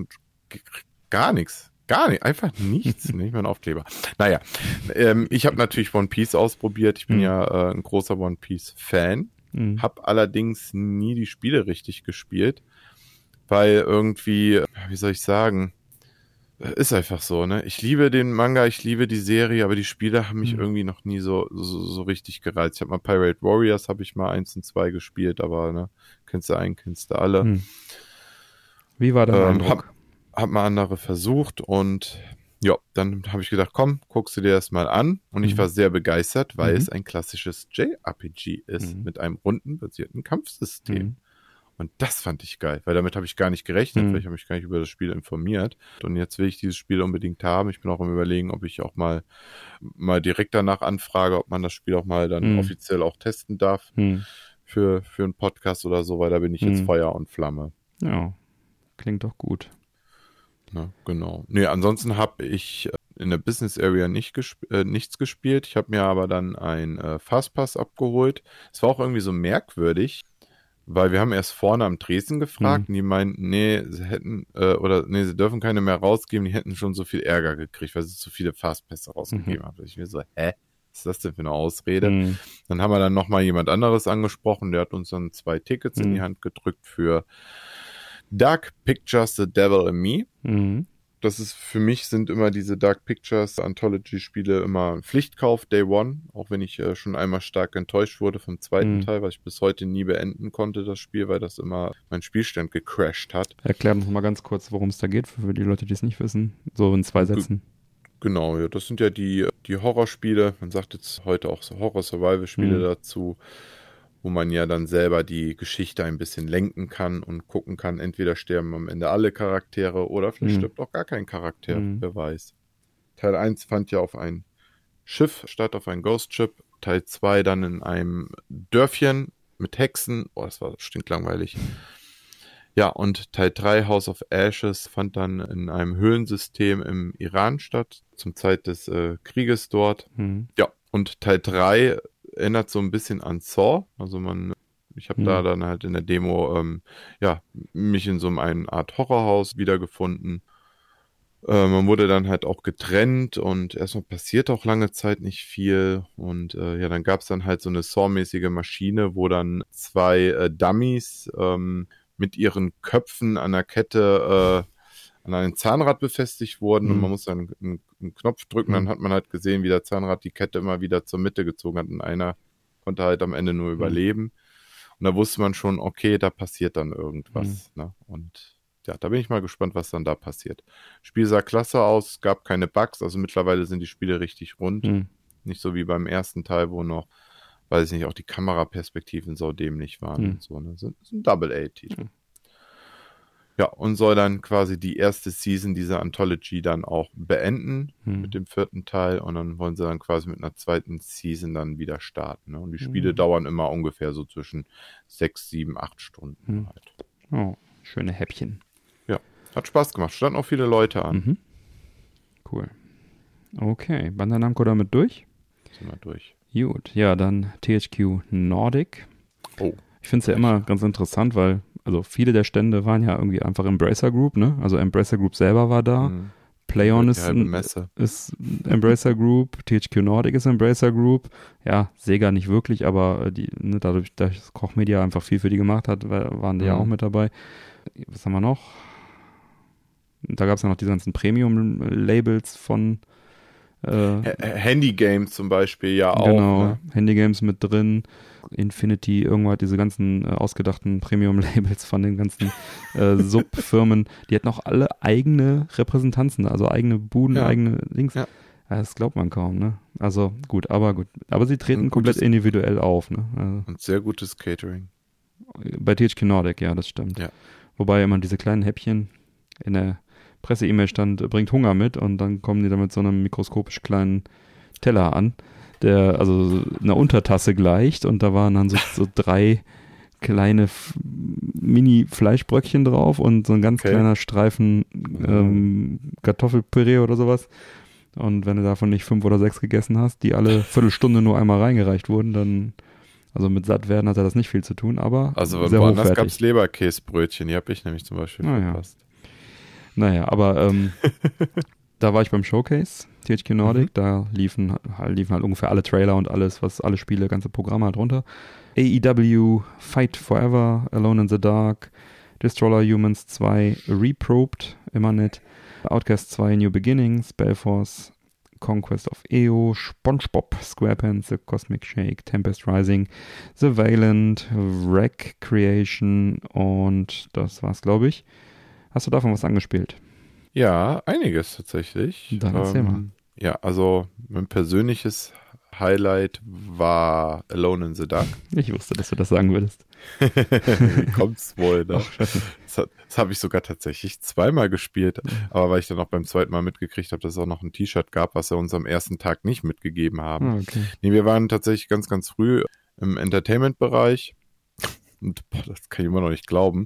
gar nichts. Gar nicht, einfach nichts, nicht mal ein Aufkleber. Naja, ich habe natürlich One Piece ausprobiert. Ich bin ja ein großer One Piece Fan. Habe allerdings nie die Spiele richtig gespielt, weil irgendwie, wie soll ich sagen, ist einfach so, ne? Ich liebe den Manga, ich liebe die Serie, aber die Spiele haben mich irgendwie noch nie so richtig gereizt. Ich habe mal Pirate Warriors, habe ich mal 1 und 2 gespielt, aber ne, kennst du einen, kennst du alle. Wie war der Eindruck? Hab mal andere versucht und ja, dann habe ich gedacht, komm, guckst du dir das mal an. Und ich war sehr begeistert, weil es ein klassisches JRPG ist mit einem rundenbasierten Kampfsystem. Und das fand ich geil, weil damit habe ich gar nicht gerechnet, weil ich habe mich gar nicht über das Spiel informiert. Und jetzt will ich dieses Spiel unbedingt haben. Ich bin auch am Überlegen, ob ich auch mal direkt danach anfrage, ob man das Spiel auch mal dann offiziell auch testen darf für einen Podcast oder so, weil da bin ich jetzt Feuer und Flamme. Ja, klingt doch gut. Ja, genau. Nee, ansonsten habe ich in der Business Area nichts gespielt. Ich habe mir aber dann ein Fastpass abgeholt. Es war auch irgendwie so merkwürdig, weil wir haben erst vorne am Tresen gefragt und die meinten, nee, sie dürfen keine mehr rausgeben, die hätten schon so viel Ärger gekriegt, weil sie zu viele Fastpässe rausgegeben haben. Ich mir so, was ist das denn für eine Ausrede? Dann haben wir dann nochmal jemand anderes angesprochen, der hat uns dann 2 Tickets in die Hand gedrückt für Dark Pictures, The Devil in Me. Das ist, für mich sind immer diese Dark Pictures Anthology-Spiele immer ein Pflichtkauf, Day One, auch wenn ich schon einmal stark enttäuscht wurde vom zweiten Teil, weil ich bis heute nie beenden konnte, das Spiel, weil das immer mein Spielstand gecrashed hat. Erklär uns mal ganz kurz, worum es da geht, für die Leute, die es nicht wissen, so in 2 Sätzen. Genau, ja, das sind ja die Horrorspiele, man sagt jetzt heute auch so Horror-Survival-Spiele dazu, wo man ja dann selber die Geschichte ein bisschen lenken kann und gucken kann, entweder sterben am Ende alle Charaktere oder vielleicht stirbt auch gar kein Charakter, wer weiß. Teil 1 fand ja auf ein Schiff statt, auf ein Ghost-Ship, Teil 2 dann in einem Dörfchen mit Hexen, das war stinklangweilig. Ja, und Teil 3, House of Ashes, fand dann in einem Höhlensystem im Iran statt, zum Zeit des Krieges dort. Ja, und Teil 3 erinnert so ein bisschen an Saw, also ich habe da dann halt in der Demo mich in so einer Art Horrorhaus wiedergefunden. Man wurde dann halt auch getrennt und erstmal passiert auch lange Zeit nicht viel und dann gab es dann halt so eine Saw-mäßige Maschine, wo dann 2 Dummies mit ihren Köpfen an der Kette an einem Zahnrad befestigt wurden und man muss dann einen Knopf drücken, dann hat man halt gesehen, wie der Zahnrad die Kette immer wieder zur Mitte gezogen hat und einer konnte halt am Ende nur überleben. Und da wusste man schon, okay, da passiert dann irgendwas. Ne? Und ja, da bin ich mal gespannt, was dann da passiert. Spiel sah klasse aus, gab keine Bugs, also mittlerweile sind die Spiele richtig rund. Nicht so wie beim ersten Teil, wo noch, weiß ich nicht, auch die Kameraperspektiven so dämlich waren und so. Ne? Das ist ein Double-A-Titel. Ja, und soll dann quasi die erste Season dieser Anthology dann auch beenden mit dem 4. Teil und dann wollen sie dann quasi mit einer 2. Season dann wieder starten. Ne? Und die Spiele dauern immer ungefähr so zwischen 6, 7, 8 Stunden halt. Oh, schöne Häppchen. Ja, hat Spaß gemacht. Standen auch viele Leute an. Cool. Okay, Bandai Namco damit durch? Sind wir durch. Gut, ja, dann THQ Nordic. Oh. Ich finde es ja immer ganz interessant, weil also viele der Stände waren ja irgendwie einfach Embracer Group, ne? Also Embracer Group selber war da. PlayOn ist Embracer Group, THQ Nordic ist Embracer Group. Ja, Sega nicht wirklich, aber dadurch, dass Koch Media einfach viel für die gemacht hat, waren die ja auch mit dabei. Was haben wir noch? Da gab es ja noch diese ganzen Premium-Labels von Handy-Games zum Beispiel ja auch. Genau, ne? Handy-Games mit drin. Infinity, irgendwo diese ganzen ausgedachten Premium-Labels von den ganzen Subfirmen, die hatten auch alle eigene Repräsentanzen, also eigene Buden, eigene Links. Ja. Das glaubt man kaum, ne? Also gut. Aber sie treten komplett individuell auf, ne? Also, und sehr gutes Catering. Bei THQ Nordic, ja, das stimmt. Ja. Wobei immer diese kleinen Häppchen in der Presse-E-Mail stand, bringt Hunger mit und dann kommen die da mit so einem mikroskopisch kleinen Teller an, der also einer Untertasse gleicht und da waren dann so 3 kleine Mini-Fleischbröckchen drauf und so ein ganz kleiner Streifen Kartoffelpüree oder sowas. Und wenn du davon nicht 5 oder 6 gegessen hast, die alle Viertelstunde nur einmal reingereicht wurden, dann, also mit satt werden hat er das nicht viel zu tun, aber also sehr woanders hochwertig. gab es Leberkäsebrötchen, die habe ich nämlich zum Beispiel verpasst. Naja, aber da war ich beim Showcase, THQ Nordic, da liefen halt ungefähr alle Trailer und alles, was alle Spiele, ganze Programme halt runter. AEW, Fight Forever, Alone in the Dark, Destroyer Humans 2, Reprobed, immer nett, Outcast 2, New Beginnings, Spellforce, Conquest of EO, SpongeBob, SquarePants, The Cosmic Shake, Tempest Rising, The Valiant, Wreck Creation und das war's, glaube ich. Hast du davon was angespielt? Ja, einiges tatsächlich. Dann erzähl mal. Ja, also mein persönliches Highlight war Alone in the Dark. Ich wusste, dass du das sagen würdest. Kommt's wohl, ne? Das habe ich sogar tatsächlich 2-mal gespielt, aber weil ich dann auch beim 2. Mal mitgekriegt habe, dass es auch noch ein T-Shirt gab, was sie uns am ersten Tag nicht mitgegeben haben. Okay. Nee, wir waren tatsächlich ganz, ganz früh im Entertainment-Bereich und das kann ich immer noch nicht glauben.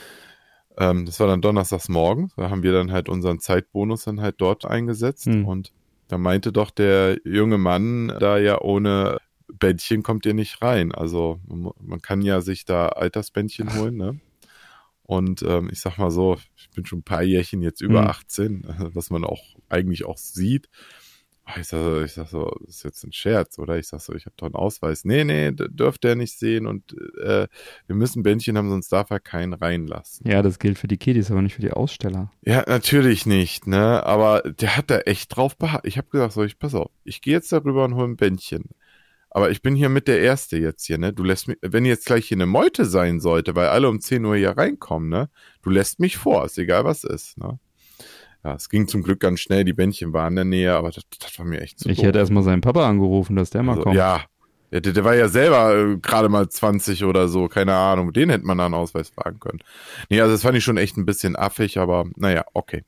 Das war dann donnerstags morgens, da haben wir dann halt unseren Zeitbonus dann halt dort eingesetzt und da meinte doch der junge Mann da, ja, ohne Bändchen kommt ihr nicht rein. Also man kann ja sich da Altersbändchen holen, ne? Und ich sag mal so, ich bin schon ein paar Jährchen jetzt über 18, was man auch eigentlich auch sieht. Ich sag so, das ist jetzt ein Scherz, oder? Ich sag so, ich habe doch einen Ausweis. Nee, dürft ihr nicht sehen und wir müssen Bändchen haben, sonst darf er keinen reinlassen. Ja, das gilt für die Kiddies, aber nicht für die Aussteller. Ja, natürlich nicht, ne? Aber der hat da echt drauf beharrt. Ich habe gesagt, so, pass auf, ich gehe jetzt darüber und hole ein Bändchen. Aber ich bin hier mit der Erste jetzt hier, ne? Du lässt mich, wenn jetzt gleich hier eine Meute sein sollte, weil alle um 10 Uhr hier reinkommen, ne? Du lässt mich vor, ist egal was ist, ne? Ja, es ging zum Glück ganz schnell, die Bändchen waren in der Nähe, aber das war mir echt zu Ich doof. hätte erstmal seinen Papa angerufen, dass der mal kommt. Ja, der war ja selber gerade mal 20 oder so, keine Ahnung, den hätte man dann Ausweis fragen können. Nee, also das fand ich schon echt ein bisschen affig, aber naja, okay.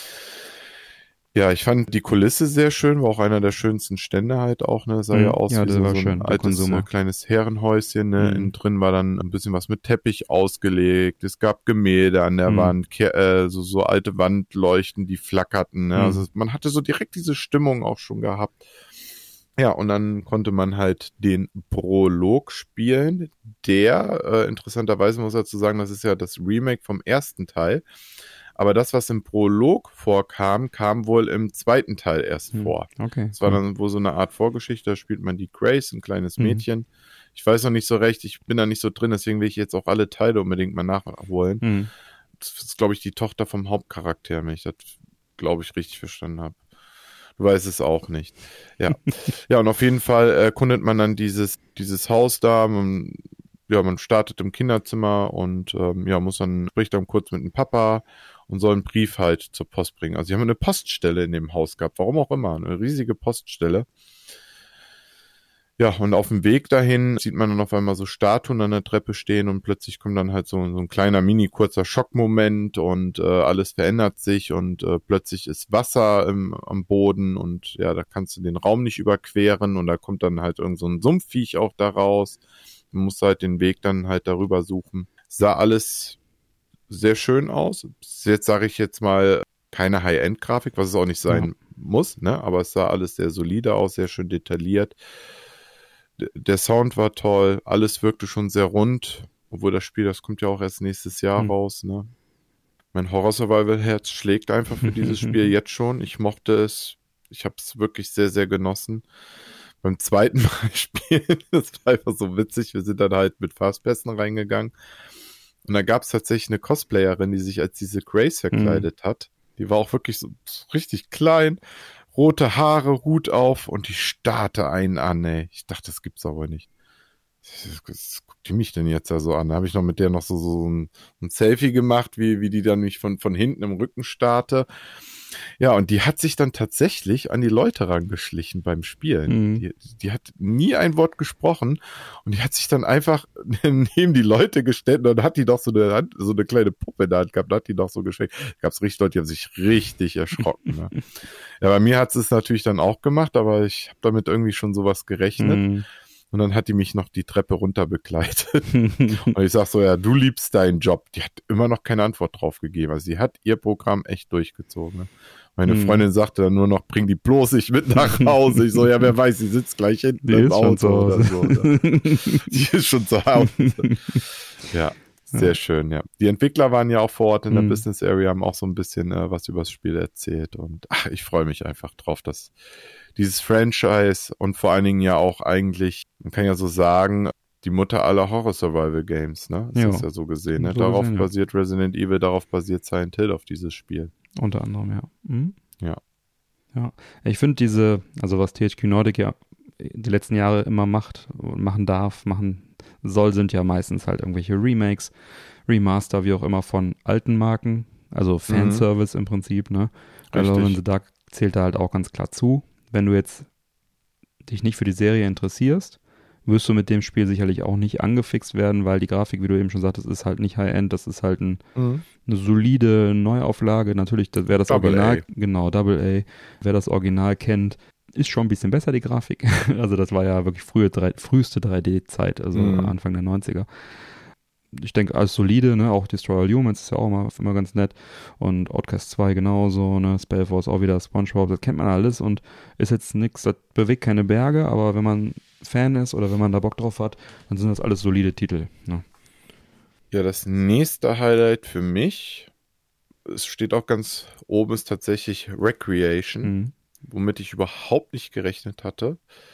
Ja, ich fand die Kulisse sehr schön, war auch einer der schönsten Stände halt auch, ne, sah ja aus wie so ein altes kleines Herrenhäuschen, ne, innen drin war dann ein bisschen was mit Teppich ausgelegt, es gab Gemälde an der Wand, so alte Wandleuchten, die flackerten, ne, also man hatte so direkt diese Stimmung auch schon gehabt. Ja, und dann konnte man halt den Prolog spielen, der, interessanterweise muss ich dazu sagen, das ist ja das Remake vom ersten Teil. Aber das, was im Prolog vorkam, kam wohl im 2. Teil erst vor. Okay. Das war dann wohl so eine Art Vorgeschichte, da spielt man die Grace, ein kleines Mädchen. Ich weiß noch nicht so recht, ich bin da nicht so drin, deswegen will ich jetzt auch alle Teile unbedingt mal nachholen. Das ist, glaube ich, die Tochter vom Hauptcharakter, wenn ich das, glaube ich, richtig verstanden habe. Du weißt es auch nicht. Ja. Ja, und auf jeden Fall erkundet man dann dieses Haus da, man man startet im Kinderzimmer und spricht dann kurz mit dem Papa und soll einen Brief halt zur Post bringen. Also die haben eine Poststelle in dem Haus gehabt, warum auch immer, eine riesige Poststelle. Ja, und auf dem Weg dahin sieht man dann auf einmal so Statuen an der Treppe stehen und plötzlich kommt dann halt so ein kleiner kurzer Schockmoment und alles verändert sich und plötzlich ist Wasser am Boden und ja, da kannst du den Raum nicht überqueren und da kommt dann halt irgend so ein Sumpfviech auch da raus. Du musst halt den Weg dann halt darüber suchen. Sah alles sehr schön aus. Jetzt sage ich jetzt mal keine High-End-Grafik, was es auch nicht sein muss, ne? Aber es sah alles sehr solide aus, sehr schön detailliert. Der Sound war toll, alles wirkte schon sehr rund, obwohl das Spiel, das kommt ja auch erst nächstes Jahr raus, ne? Mein Horror-Survival-Herz schlägt einfach für dieses Spiel jetzt schon. Ich mochte es, ich habe es wirklich sehr, sehr genossen. Beim zweiten Mal spielen, das war einfach so witzig, wir sind dann halt mit Fastpassen reingegangen und da gab es tatsächlich eine Cosplayerin, die sich als diese Grace verkleidet hat. Die war auch wirklich so richtig klein, rote Haare, Hut auf und die starrte einen an, ey. Ich dachte, das gibt's aber nicht. Was guckt die mich denn jetzt da so an? Da habe ich noch mit der noch so ein Selfie gemacht, wie die dann mich von hinten im Rücken starrte. Ja, und die hat sich dann tatsächlich an die Leute rangeschlichen beim Spielen. Die hat nie ein Wort gesprochen und die hat sich dann einfach neben die Leute gestellt und dann hat die doch so eine kleine Puppe in der Hand gehabt, da hat die noch so geschenkt. Da gab es richtig Leute, die haben sich richtig erschrocken. Ne? Ja, bei mir hat es natürlich dann auch gemacht, aber ich habe damit irgendwie schon sowas gerechnet. Und dann hat die mich noch die Treppe runter begleitet. Und ich sag so, ja, du liebst deinen Job. Die hat immer noch keine Antwort drauf gegeben. Also sie hat ihr Programm echt durchgezogen. Ne? Meine Freundin sagte dann nur noch, bring die bloß nicht mit nach Hause. Ich so, ja, wer weiß, sie sitzt gleich hinten im Auto oder so. Die ist schon zu Hause. Ja, sehr schön, ja. Die Entwickler waren ja auch vor Ort in der Business Area, haben auch so ein bisschen was über das Spiel erzählt. Und ich freue mich einfach drauf, dass dieses Franchise und vor allen Dingen ja auch eigentlich, man kann ja so sagen, die Mutter aller Horror-Survival-Games, ne? Das ist ja so gesehen, ne? Darauf basiert Resident Evil, darauf basiert Silent Hill, auf dieses Spiel. Unter anderem, ja. Ja. Ich finde was THQ Nordic ja die letzten Jahre immer macht und machen darf, machen soll, sind ja meistens halt irgendwelche Remakes, Remaster, wie auch immer, von alten Marken, also Fanservice im Prinzip, ne? Also wenn sie da zählt da halt auch ganz klar zu. Wenn du jetzt dich nicht für die Serie interessierst, wirst du mit dem Spiel sicherlich auch nicht angefixt werden, weil die Grafik, wie du eben schon sagtest, ist halt nicht High-End, das ist halt eine solide Neuauflage. Natürlich, wer das Original, genau, Double A, wer das Original kennt, ist schon ein bisschen besser, die Grafik. Also das war ja wirklich früheste 3D-Zeit, also Anfang der 90er. Ich denke, alles solide, ne? Auch Destroy All Humans ist ja auch immer ganz nett. Und Outcast 2 genauso, ne? Spellforce auch wieder, SpongeBob, das kennt man alles und ist jetzt nichts, das bewegt keine Berge, aber wenn man Fan ist oder wenn man da Bock drauf hat, dann sind das alles solide Titel. Ne? Ja, das nächste Highlight für mich, es steht auch ganz oben, ist tatsächlich Recreation, womit ich überhaupt nicht gerechnet hatte.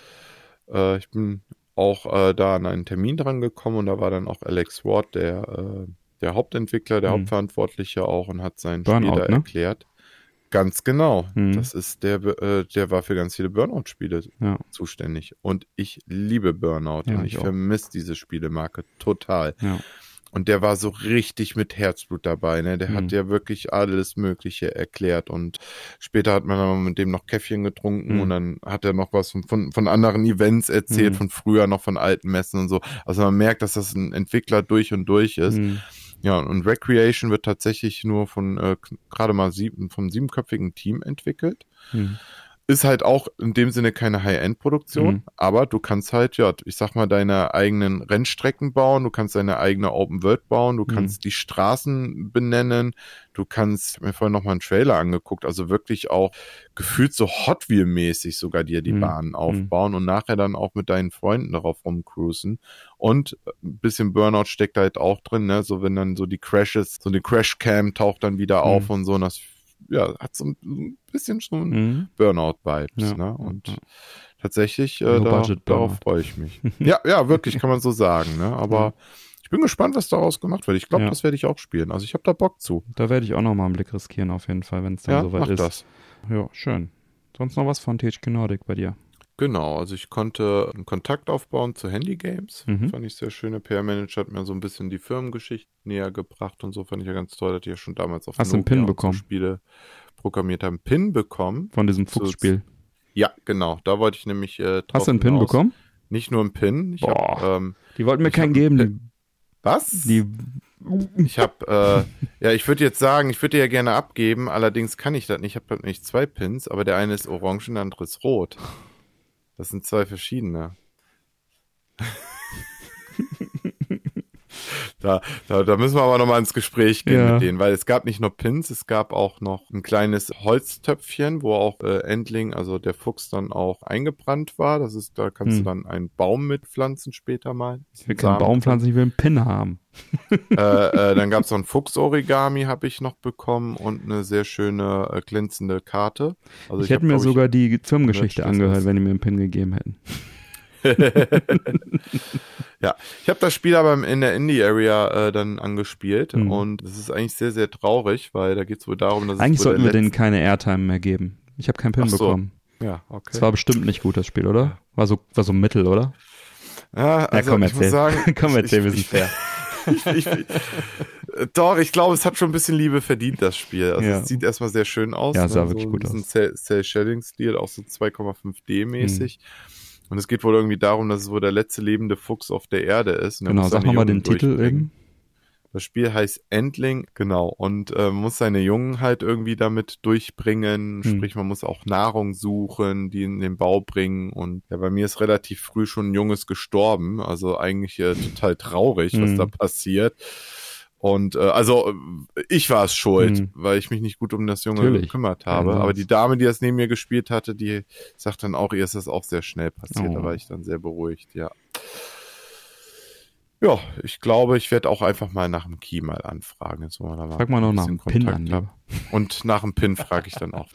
Ich bin auch da an einen Termin dran gekommen und da war dann auch Alex Ward, der Hauptentwickler, der Hauptverantwortliche auch und hat sein Burnout, Spiel da erklärt. Ganz genau. Das ist der war für ganz viele Burnout-Spiele zuständig. Und ich liebe Burnout und ich vermisse diese Spielemarke total. Ja. Und der war so richtig mit Herzblut dabei, ne? Der hat ja wirklich alles Mögliche erklärt und später hat man dann mit dem noch Käffchen getrunken und dann hat er noch was von anderen Events erzählt, von früher noch von alten Messen und so. Also man merkt, dass das ein Entwickler durch und durch ist. Ja, und Recreation wird tatsächlich nur von gerade mal vom 7-köpfigen Team entwickelt. Ist halt auch in dem Sinne keine High-End-Produktion, aber du kannst halt, ich sag mal, deine eigenen Rennstrecken bauen, du kannst deine eigene Open-World bauen, du kannst die Straßen benennen, du kannst, ich habe mir vorhin noch mal einen Trailer angeguckt, also wirklich auch gefühlt so Hot Wheel-mäßig sogar dir die Bahnen aufbauen und nachher dann auch mit deinen Freunden darauf rumcruisen. Und ein bisschen Burnout steckt halt auch drin, ne, so wenn dann so die Crashes, so eine Crashcam taucht dann wieder auf und so, und das hat so ein bisschen schon Burnout-Vibes, ne? Und tatsächlich, darauf freue ich mich. ja, wirklich, kann man so sagen, ne? Aber ich bin gespannt, was daraus gemacht wird. Ich glaube, das werde ich auch spielen. Also ich habe da Bock zu. Da werde ich auch noch mal einen Blick riskieren, auf jeden Fall, wenn es dann soweit ist. Das. Ja, schön. Sonst noch was von THQ Nordic bei dir? Genau, also ich konnte einen Kontakt aufbauen zu Handygames. Fand ich sehr schön. Der PR-Manager hat mir so ein bisschen die Firmengeschichte näher gebracht und so fand ich ja ganz toll, dass die ja schon damals auf Hast du einen Pin bekommen? So Spiele programmiert haben. Pin bekommen. Von diesem Fuchsspiel? Ja, genau. Da wollte ich nämlich Hast du einen Pin bekommen? Nicht nur einen Pin. Die wollten mir keinen geben. Was? Ich habe, ich würde jetzt sagen, ich würde dir ja gerne abgeben, allerdings kann ich das nicht. Ich habe nicht 2 Pins, aber der eine ist orange und der andere ist rot. Das sind 2 verschiedene. Da müssen wir aber nochmal ins Gespräch gehen mit denen, weil es gab nicht nur Pins, es gab auch noch ein kleines Holztöpfchen, wo auch Endling, also der Fuchs, dann auch eingebrannt war. Da kannst du dann einen Baum mitpflanzen später mal. Ich will keinen Baum pflanzen, ich will einen Pin haben. Dann gab es noch ein Fuchs-Origami, habe ich noch bekommen, und eine sehr schöne glänzende Karte. Also ich hätte mir sogar die Firmengeschichte angehört, wenn die mir einen Pin gegeben hätten. Ja, ich habe das Spiel aber in der Indie-Area dann angespielt und es ist eigentlich sehr, sehr traurig, weil da geht es wohl darum, dass eigentlich sollten wir denen keine Airtime mehr geben. Ich habe keinen Pin bekommen. Ja, okay. Das war bestimmt nicht gut, das Spiel, oder? War so mittel, oder? Ja, also komm, ich muss sagen, komm, erzähl, wir sind fair. Doch, ich glaube, es hat schon ein bisschen Liebe verdient, das Spiel. Also es sieht erstmal sehr schön aus. Ja, es sah wirklich gut aus. Cell-Shading-Stil, auch so 2,5D-mäßig. Und es geht wohl irgendwie darum, dass es wohl der letzte lebende Fuchs auf der Erde ist. Und genau, sag nochmal den Titel eben. Das Spiel heißt Endling, genau, und muss seine Jungen halt irgendwie damit durchbringen, sprich man muss auch Nahrung suchen, die in den Bau bringen, und ja, bei mir ist relativ früh schon ein Junges gestorben, also eigentlich total traurig, was da passiert. Und ich war es schuld, weil ich mich nicht gut um das Junge gekümmert habe. Ja, aber die Dame, die das neben mir gespielt hatte, die sagt dann auch, ihr ist das auch sehr schnell passiert. Da war ich dann sehr beruhigt, ja. Ja, ich glaube, ich werde auch einfach mal nach dem Key mal anfragen. Jetzt mal da frag mal noch nach dem Pin an. Ja. Und nach dem Pin frage ich dann auch.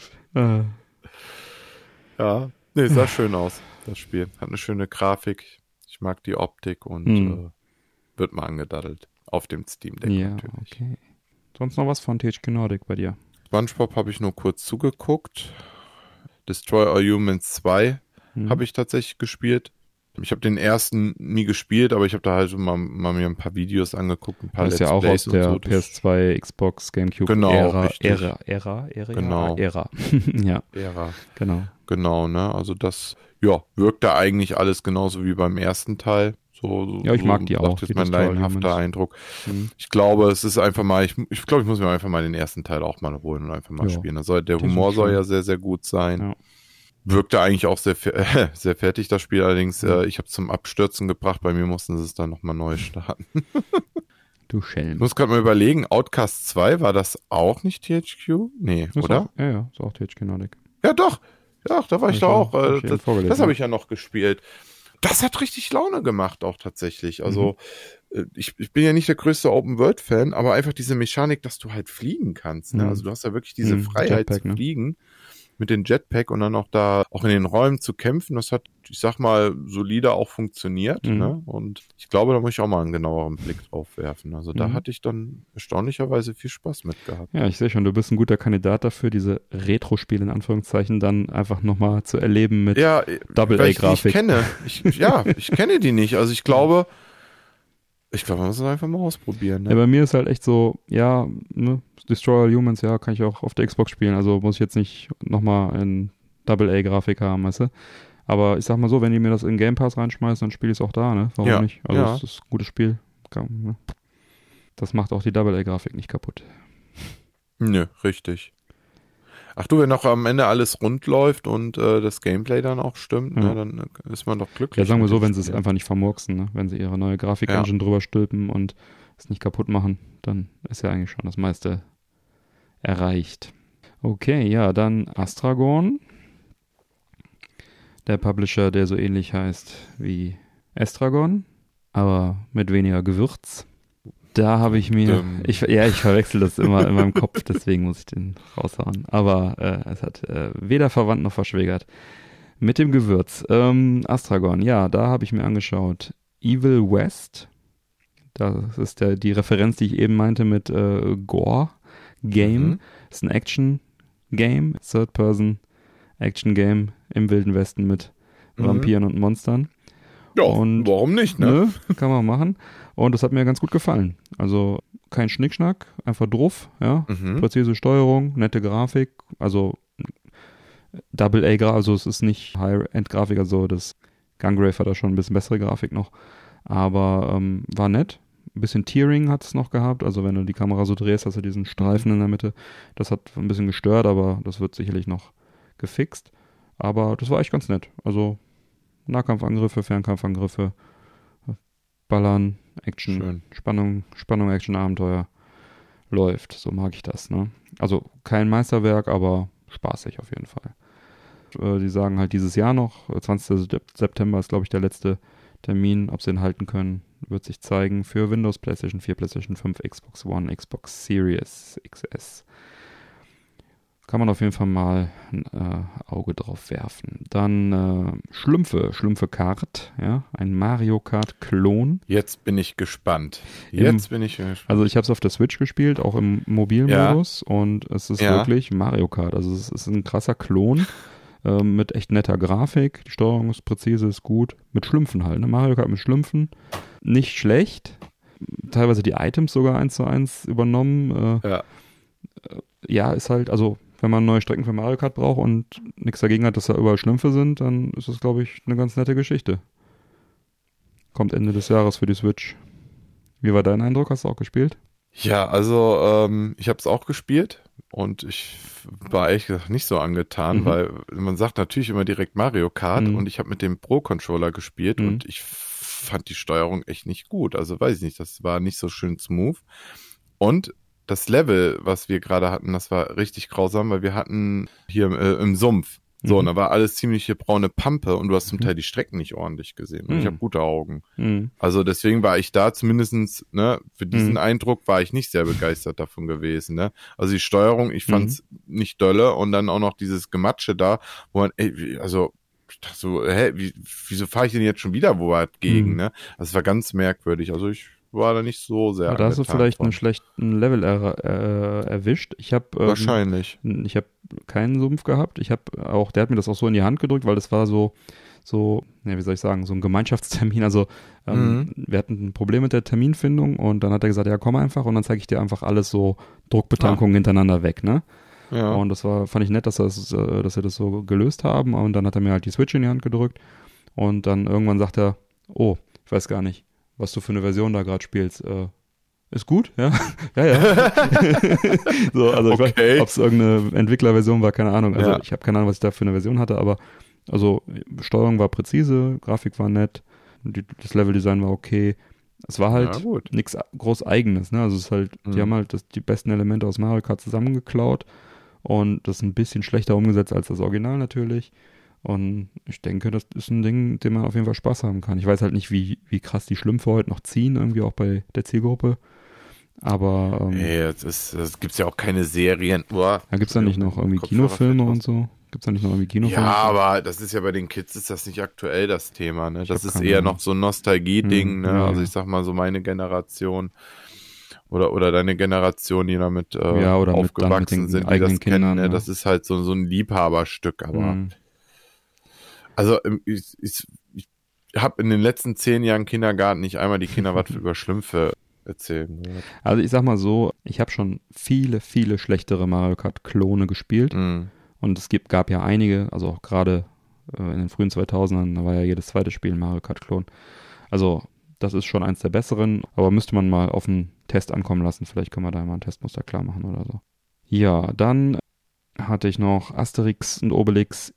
Ja, nee, sah schön aus, das Spiel. Hat eine schöne Grafik. Ich mag die Optik und wird mal angedaddelt. Auf dem Steam Deck natürlich. Okay. Sonst noch was von THQ Nordic bei dir? SpongeBob habe ich nur kurz zugeguckt. Destroy All Humans 2 habe ich tatsächlich gespielt. Ich habe den ersten nie gespielt, aber ich habe da halt mal mir ein paar Videos angeguckt, ein paar Let's Plays. Das ist ja auch aus der so. PS2, Xbox, Gamecube Ära. Genau. Ära. Ja. Ära. Genau, ne? Also das, wirkt da eigentlich alles genauso wie beim ersten Teil. So, ich mag die auch. Das ist mein laienhafter Eindruck. Ich glaube, es ist einfach mal, ich muss mir einfach mal den ersten Teil auch mal holen und einfach mal spielen. Also der Humor soll ja sehr, sehr gut sein. Ja. Wirkte eigentlich auch sehr, sehr fertig, das Spiel. Allerdings, ich habe es zum Abstürzen gebracht. Bei mir mussten sie es dann nochmal neu starten. Du Schelm. Ich muss gerade mal überlegen, Outcast 2, war das auch nicht THQ? Nee, das oder? Ist auch THQ Nordic. Ja, doch. Ja, da war ich da auch. Das habe ich ja noch gespielt. Das hat richtig Laune gemacht auch tatsächlich. Also ich bin ja nicht der größte Open-World-Fan, aber einfach diese Mechanik, dass du halt fliegen kannst. Ne? Also du hast ja wirklich diese Freiheit Jetpack, zu fliegen mit dem Jetpack und dann auch in den Räumen zu kämpfen. Das hat, ich sag mal, solide auch funktioniert. Ne? Und ich glaube, da muss ich auch mal einen genaueren Blick drauf werfen. Also da hatte ich dann erstaunlicherweise viel Spaß mit gehabt. Ja, ich sehe schon, du bist ein guter Kandidat dafür, diese Retro-Spiele in Anführungszeichen dann einfach nochmal zu erleben mit Double-A-Grafik. Ich kenne die nicht. Also ich glaube, man muss es einfach mal ausprobieren. Ne? Ja, bei mir ist halt echt so, Destroy All Humans, kann ich auch auf der Xbox spielen. Also muss ich jetzt nicht nochmal in Double-A-Grafik haben, weißt du? Aber ich sag mal so, wenn die mir das in Game Pass reinschmeißen, dann spiele ich es auch da, ne? Warum nicht? Also es ist ein gutes Spiel. Das macht auch die Double-A-Grafik nicht kaputt. Nö, richtig. Ach du, wenn noch am Ende alles rund läuft und das Gameplay dann auch stimmt, ne, dann ist man doch glücklich. Ja, sagen wir so, wenn sie es einfach nicht vermurksen, ne? Wenn sie ihre neue Grafik-Engine drüber stülpen und es nicht kaputt machen, dann ist ja eigentlich schon das meiste erreicht. Okay, ja, dann Astragon. Der Publisher, der so ähnlich heißt wie Estragon, aber mit weniger Gewürz. Da habe ich mir, ich verwechsel das immer in meinem Kopf, deswegen muss ich den raushauen. Aber es hat weder verwandt noch verschwägert. Mit dem Gewürz. Astragon, da habe ich mir angeschaut. Evil West. Das ist die Referenz, die ich eben meinte mit Gore Game. Das ist ein Action-Game, Third-Person Action-Game im Wilden Westen mit Vampiren und Monstern. Ja, und, warum nicht, ne? Kann man machen. Und das hat mir ganz gut gefallen. Also kein Schnickschnack, einfach drauf, ja. Präzise Steuerung, nette Grafik, also Double-A-Grafik, also es ist nicht High-End-Grafik, also das Gungrave hat da schon ein bisschen bessere Grafik noch, aber war nett. Ein bisschen Tearing hat es noch gehabt, also wenn du die Kamera so drehst, hast du diesen Streifen in der Mitte. Das hat ein bisschen gestört, aber das wird sicherlich noch gefixt. Aber das war echt ganz nett. Also Nahkampfangriffe, Fernkampfangriffe, Ballern, Action, Spannung, Action, Abenteuer läuft. So mag ich das, ne? Also kein Meisterwerk, aber spaßig auf jeden Fall. Die sagen halt dieses Jahr noch, 20. September ist glaube ich der letzte Termin, ob sie ihn halten können, wird sich zeigen für Windows, PlayStation 4, PlayStation 5, Xbox One, Xbox Series XS. Kann man auf jeden Fall mal ein Auge drauf werfen. Dann Schlümpfe Kart, ja, ein Mario Kart Klon. Jetzt bin ich gespannt. Also ich habe es auf der Switch gespielt, auch im Mobilmodus und es ist wirklich Mario Kart. Also es ist ein krasser Klon mit echt netter Grafik. Die Steuerung ist präzise, ist gut. Mit Schlümpfen halt, ne? Mario Kart mit Schlümpfen. Nicht schlecht. Teilweise die Items sogar 1:1 übernommen. Ja, ist halt, also wenn man neue Strecken für Mario Kart braucht und nichts dagegen hat, dass da überall Schlümpfe sind, dann ist das, glaube ich, eine ganz nette Geschichte. Kommt Ende des Jahres für die Switch. Wie war dein Eindruck? Hast du auch gespielt? Ja, also ich habe es auch gespielt und ich war ehrlich gesagt nicht so angetan, weil man sagt natürlich immer direkt Mario Kart und ich habe mit dem Pro-Controller gespielt und ich fand die Steuerung echt nicht gut. Also weiß ich nicht, das war nicht so schön smooth. Und das Level, was wir gerade hatten, das war richtig grausam, weil wir hatten hier im Sumpf. So, und da war alles ziemliche braune Pampe und du hast zum Teil die Strecken nicht ordentlich gesehen. Und ich habe gute Augen. Also deswegen war ich da zumindestens, ne, für diesen Eindruck war ich nicht sehr begeistert davon gewesen, ne. Also die Steuerung, ich fand's nicht dolle und dann auch noch dieses Gematsche da, wo man, also ich dachte so, wieso fahre ich denn jetzt schon wieder wo gegen, ne? Das war ganz merkwürdig. Also ich war da nicht so sehr. Da hast du vielleicht einen schlechten Level erwischt. Ich habe wahrscheinlich. Ich habe keinen Sumpf gehabt. Der hat mir das auch so in die Hand gedrückt, weil das war so, wie soll ich sagen, so ein Gemeinschaftstermin. Also wir hatten ein Problem mit der Terminfindung und dann hat er gesagt, ja komm einfach und dann zeige ich dir einfach alles so Druckbetankungen hintereinander weg, ne? Ja. Und das fand ich nett, dass sie das so gelöst haben und dann hat er mir halt die Switch in die Hand gedrückt und dann irgendwann sagt er, oh, ich weiß gar nicht, was du für eine Version da gerade spielst. Ist gut, ja? Ja. So, also okay. Ich weiß, ob es irgendeine Entwicklerversion war, keine Ahnung. Also ich habe keine Ahnung, was ich da für eine Version hatte, aber also Steuerung war präzise, Grafik war nett, das Leveldesign war okay. Es war halt nichts groß Eigenes, ne? Also es ist halt, die haben halt die besten Elemente aus Mario Kart zusammengeklaut und das ein bisschen schlechter umgesetzt als das Original natürlich. Und ich denke, das ist ein Ding, dem man auf jeden Fall Spaß haben kann. Ich weiß halt nicht, wie krass die Schlümpfe heute noch ziehen, irgendwie auch bei der Zielgruppe. Aber es gibt ja auch keine Serien. Da gibt es ja nicht noch irgendwie Kinofilme und so. Gibt es da nicht noch irgendwie Kinofilme? Ja, aber das ist ja bei den Kids ist das nicht aktuell das Thema. Ne? Das ist eher noch so ein Nostalgie-Ding. Ne? Ja. Also ich sag mal so meine Generation oder deine Generation, die damit oder aufgewachsen mit sind, die eigenen das Kindern, kennen. Ne? Das ist halt so ein Liebhaberstück. Aber also ich habe in den letzten 10 Jahren Kindergarten nicht einmal die Kinder was über Schlümpfe erzählen. Also ich sag mal so, ich habe schon viele, viele schlechtere Mario Kart Klone gespielt und es gab ja einige, also auch gerade in den frühen 2000ern, da war ja jedes zweite Spiel ein Mario Kart Klon. Also das ist schon eins der besseren, aber müsste man mal auf einen Test ankommen lassen, vielleicht können wir da mal ein Testmuster klar machen oder so. Ja, dann hatte ich noch Asterix und Obelix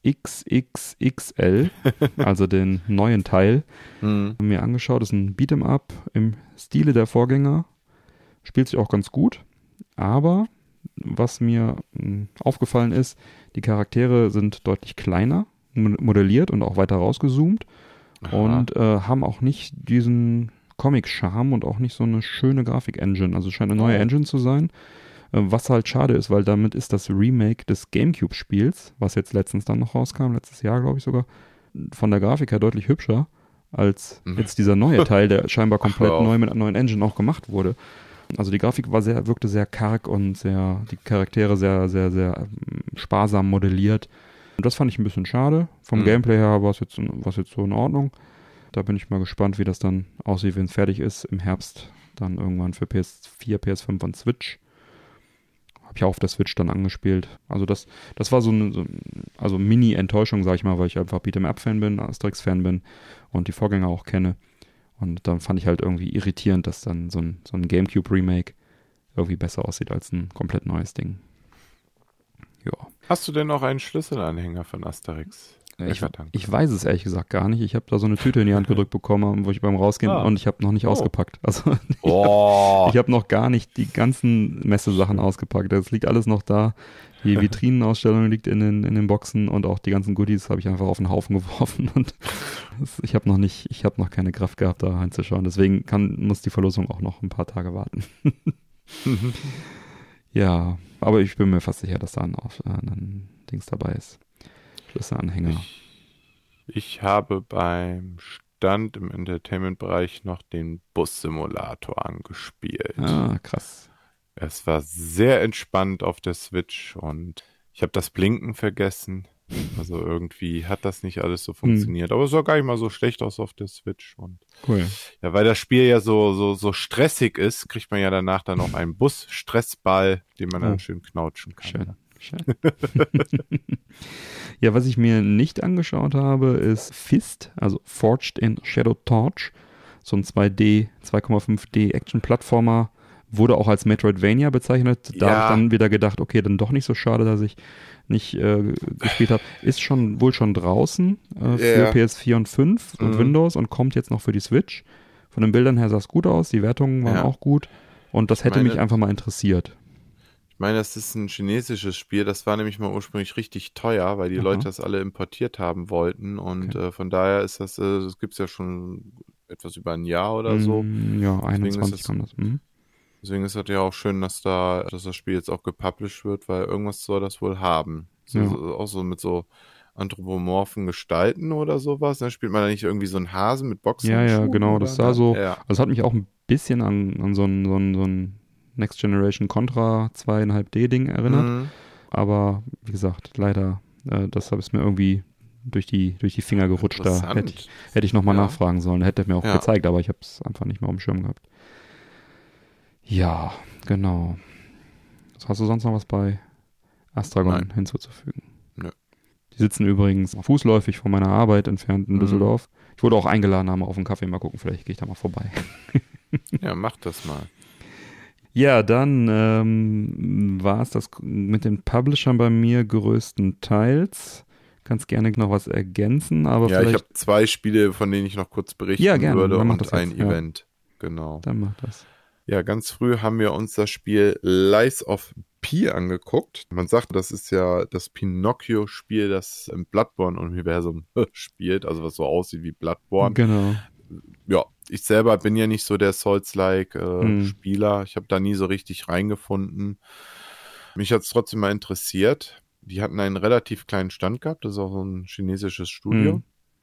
XXXL, also den neuen Teil, mir angeschaut. Das ist ein Beat'em-up im Stile der Vorgänger. Spielt sich auch ganz gut, aber was mir aufgefallen ist, die Charaktere sind deutlich kleiner, modelliert und auch weiter rausgezoomt und haben auch nicht diesen Comic-Charme und auch nicht so eine schöne Grafik-Engine. Also es scheint eine neue Engine zu sein. Was halt schade ist, weil damit ist das Remake des Gamecube-Spiels, was jetzt letztens dann noch rauskam, letztes Jahr glaube ich sogar, von der Grafik her deutlich hübscher als jetzt dieser neue Teil, der scheinbar komplett neu mit einer neuen Engine auch gemacht wurde. Also die Grafik wirkte sehr karg und die Charaktere sehr, sehr, sehr sparsam modelliert. Und das fand ich ein bisschen schade. Vom Gameplay her war es jetzt so in Ordnung. Da bin ich mal gespannt, wie das dann aussieht, wenn es fertig ist. Im Herbst dann irgendwann für PS4, PS5 und Switch. Habe ich auch auf der Switch dann angespielt. Also das war so eine Mini-Enttäuschung, sag ich mal, weil ich einfach Beat'em-Up-Fan bin, Asterix-Fan bin und die Vorgänger auch kenne. Und dann fand ich halt irgendwie irritierend, dass dann so ein Gamecube-Remake irgendwie besser aussieht als ein komplett neues Ding. Ja. Hast du denn noch einen Schlüsselanhänger von Asterix? Ich weiß es ehrlich gesagt gar nicht. Ich habe da so eine Tüte in die Hand gedrückt bekommen, wo ich beim Rausgehen und ich habe noch nicht ausgepackt. Also ich hab noch gar nicht die ganzen Messesachen ausgepackt. Das liegt alles noch da. Die Vitrinenausstellung liegt in den Boxen und auch die ganzen Goodies habe ich einfach auf den Haufen geworfen und ich habe noch keine Kraft gehabt, da reinzuschauen. Deswegen muss die Verlosung auch noch ein paar Tage warten. Ja, aber ich bin mir fast sicher, dass da ein Dings dabei ist. Schlüsselanhänger. Ich habe beim Stand im Entertainment-Bereich noch den Bus-Simulator angespielt. Ah, krass. Es war sehr entspannt auf der Switch und ich habe das Blinken vergessen. Also irgendwie hat das nicht alles so funktioniert. Aber es sah gar nicht mal so schlecht aus auf der Switch. Und cool. Ja, weil das Spiel ja so stressig ist, kriegt man ja danach dann auch einen Bus-Stressball, den man dann schön knautschen kann. Schön. Ja, was ich mir nicht angeschaut habe, ist Fist, also Forged in Shadow Torch. So ein 2,5D Action-Plattformer. Wurde auch als Metroidvania bezeichnet. Da habe ich dann wieder gedacht, okay, dann doch nicht so schade, dass ich nicht gespielt habe. Ist wohl schon draußen für PS4 und 5 und Windows und kommt jetzt noch für die Switch. Von den Bildern her sah es gut aus, die Wertungen waren auch gut und das hätte mich einfach mal interessiert. Ich meine, das ist ein chinesisches Spiel, das war nämlich mal ursprünglich richtig teuer, weil die Leute das alle importiert haben wollten und von daher ist das gibt es ja schon etwas über ein Jahr oder so. Ja, 21 kam das. Deswegen ist es ja auch schön, dass das Spiel jetzt auch gepublished wird, weil irgendwas soll das wohl haben. Auch so mit so anthropomorphen Gestalten oder sowas. Dann spielt man da nicht irgendwie so einen Hasen mit Boxen. Ja, genau. Das sah so. Ja. Also es hat mich auch ein bisschen an so ein Next Generation Contra 2,5D-Ding erinnert. Aber wie gesagt, leider, das habe ich mir irgendwie durch die Finger gerutscht. Da hätte ich nochmal nachfragen sollen. Hätte er mir auch gezeigt, aber ich habe es einfach nicht mehr auf dem Schirm gehabt. Ja, genau. Hast du sonst noch was bei Astragon hinzuzufügen? Nö. Die sitzen übrigens fußläufig von meiner Arbeit entfernt in Düsseldorf. Ich wurde auch eingeladen, auf einen Kaffee mal gucken. Vielleicht gehe ich da mal vorbei. Ja, mach das mal. Ja, dann war es das mit den Publishern bei mir größtenteils. Kannst gerne noch was ergänzen, aber vielleicht... ich habe 2 Spiele, von denen ich noch kurz berichten würde und ein Event. Genau. Dann mach das. Ja, ganz früh haben wir uns das Spiel Lies of P angeguckt. Man sagt, das ist ja das Pinocchio-Spiel, das im Bloodborne-Universum spielt, also was so aussieht wie Bloodborne. Genau. Ja, ich selber bin ja nicht so der Souls-like-Spieler. Ich habe da nie so richtig reingefunden. Mich hat es trotzdem mal interessiert. Die hatten einen relativ kleinen Stand gehabt. Das ist auch so ein chinesisches Studio.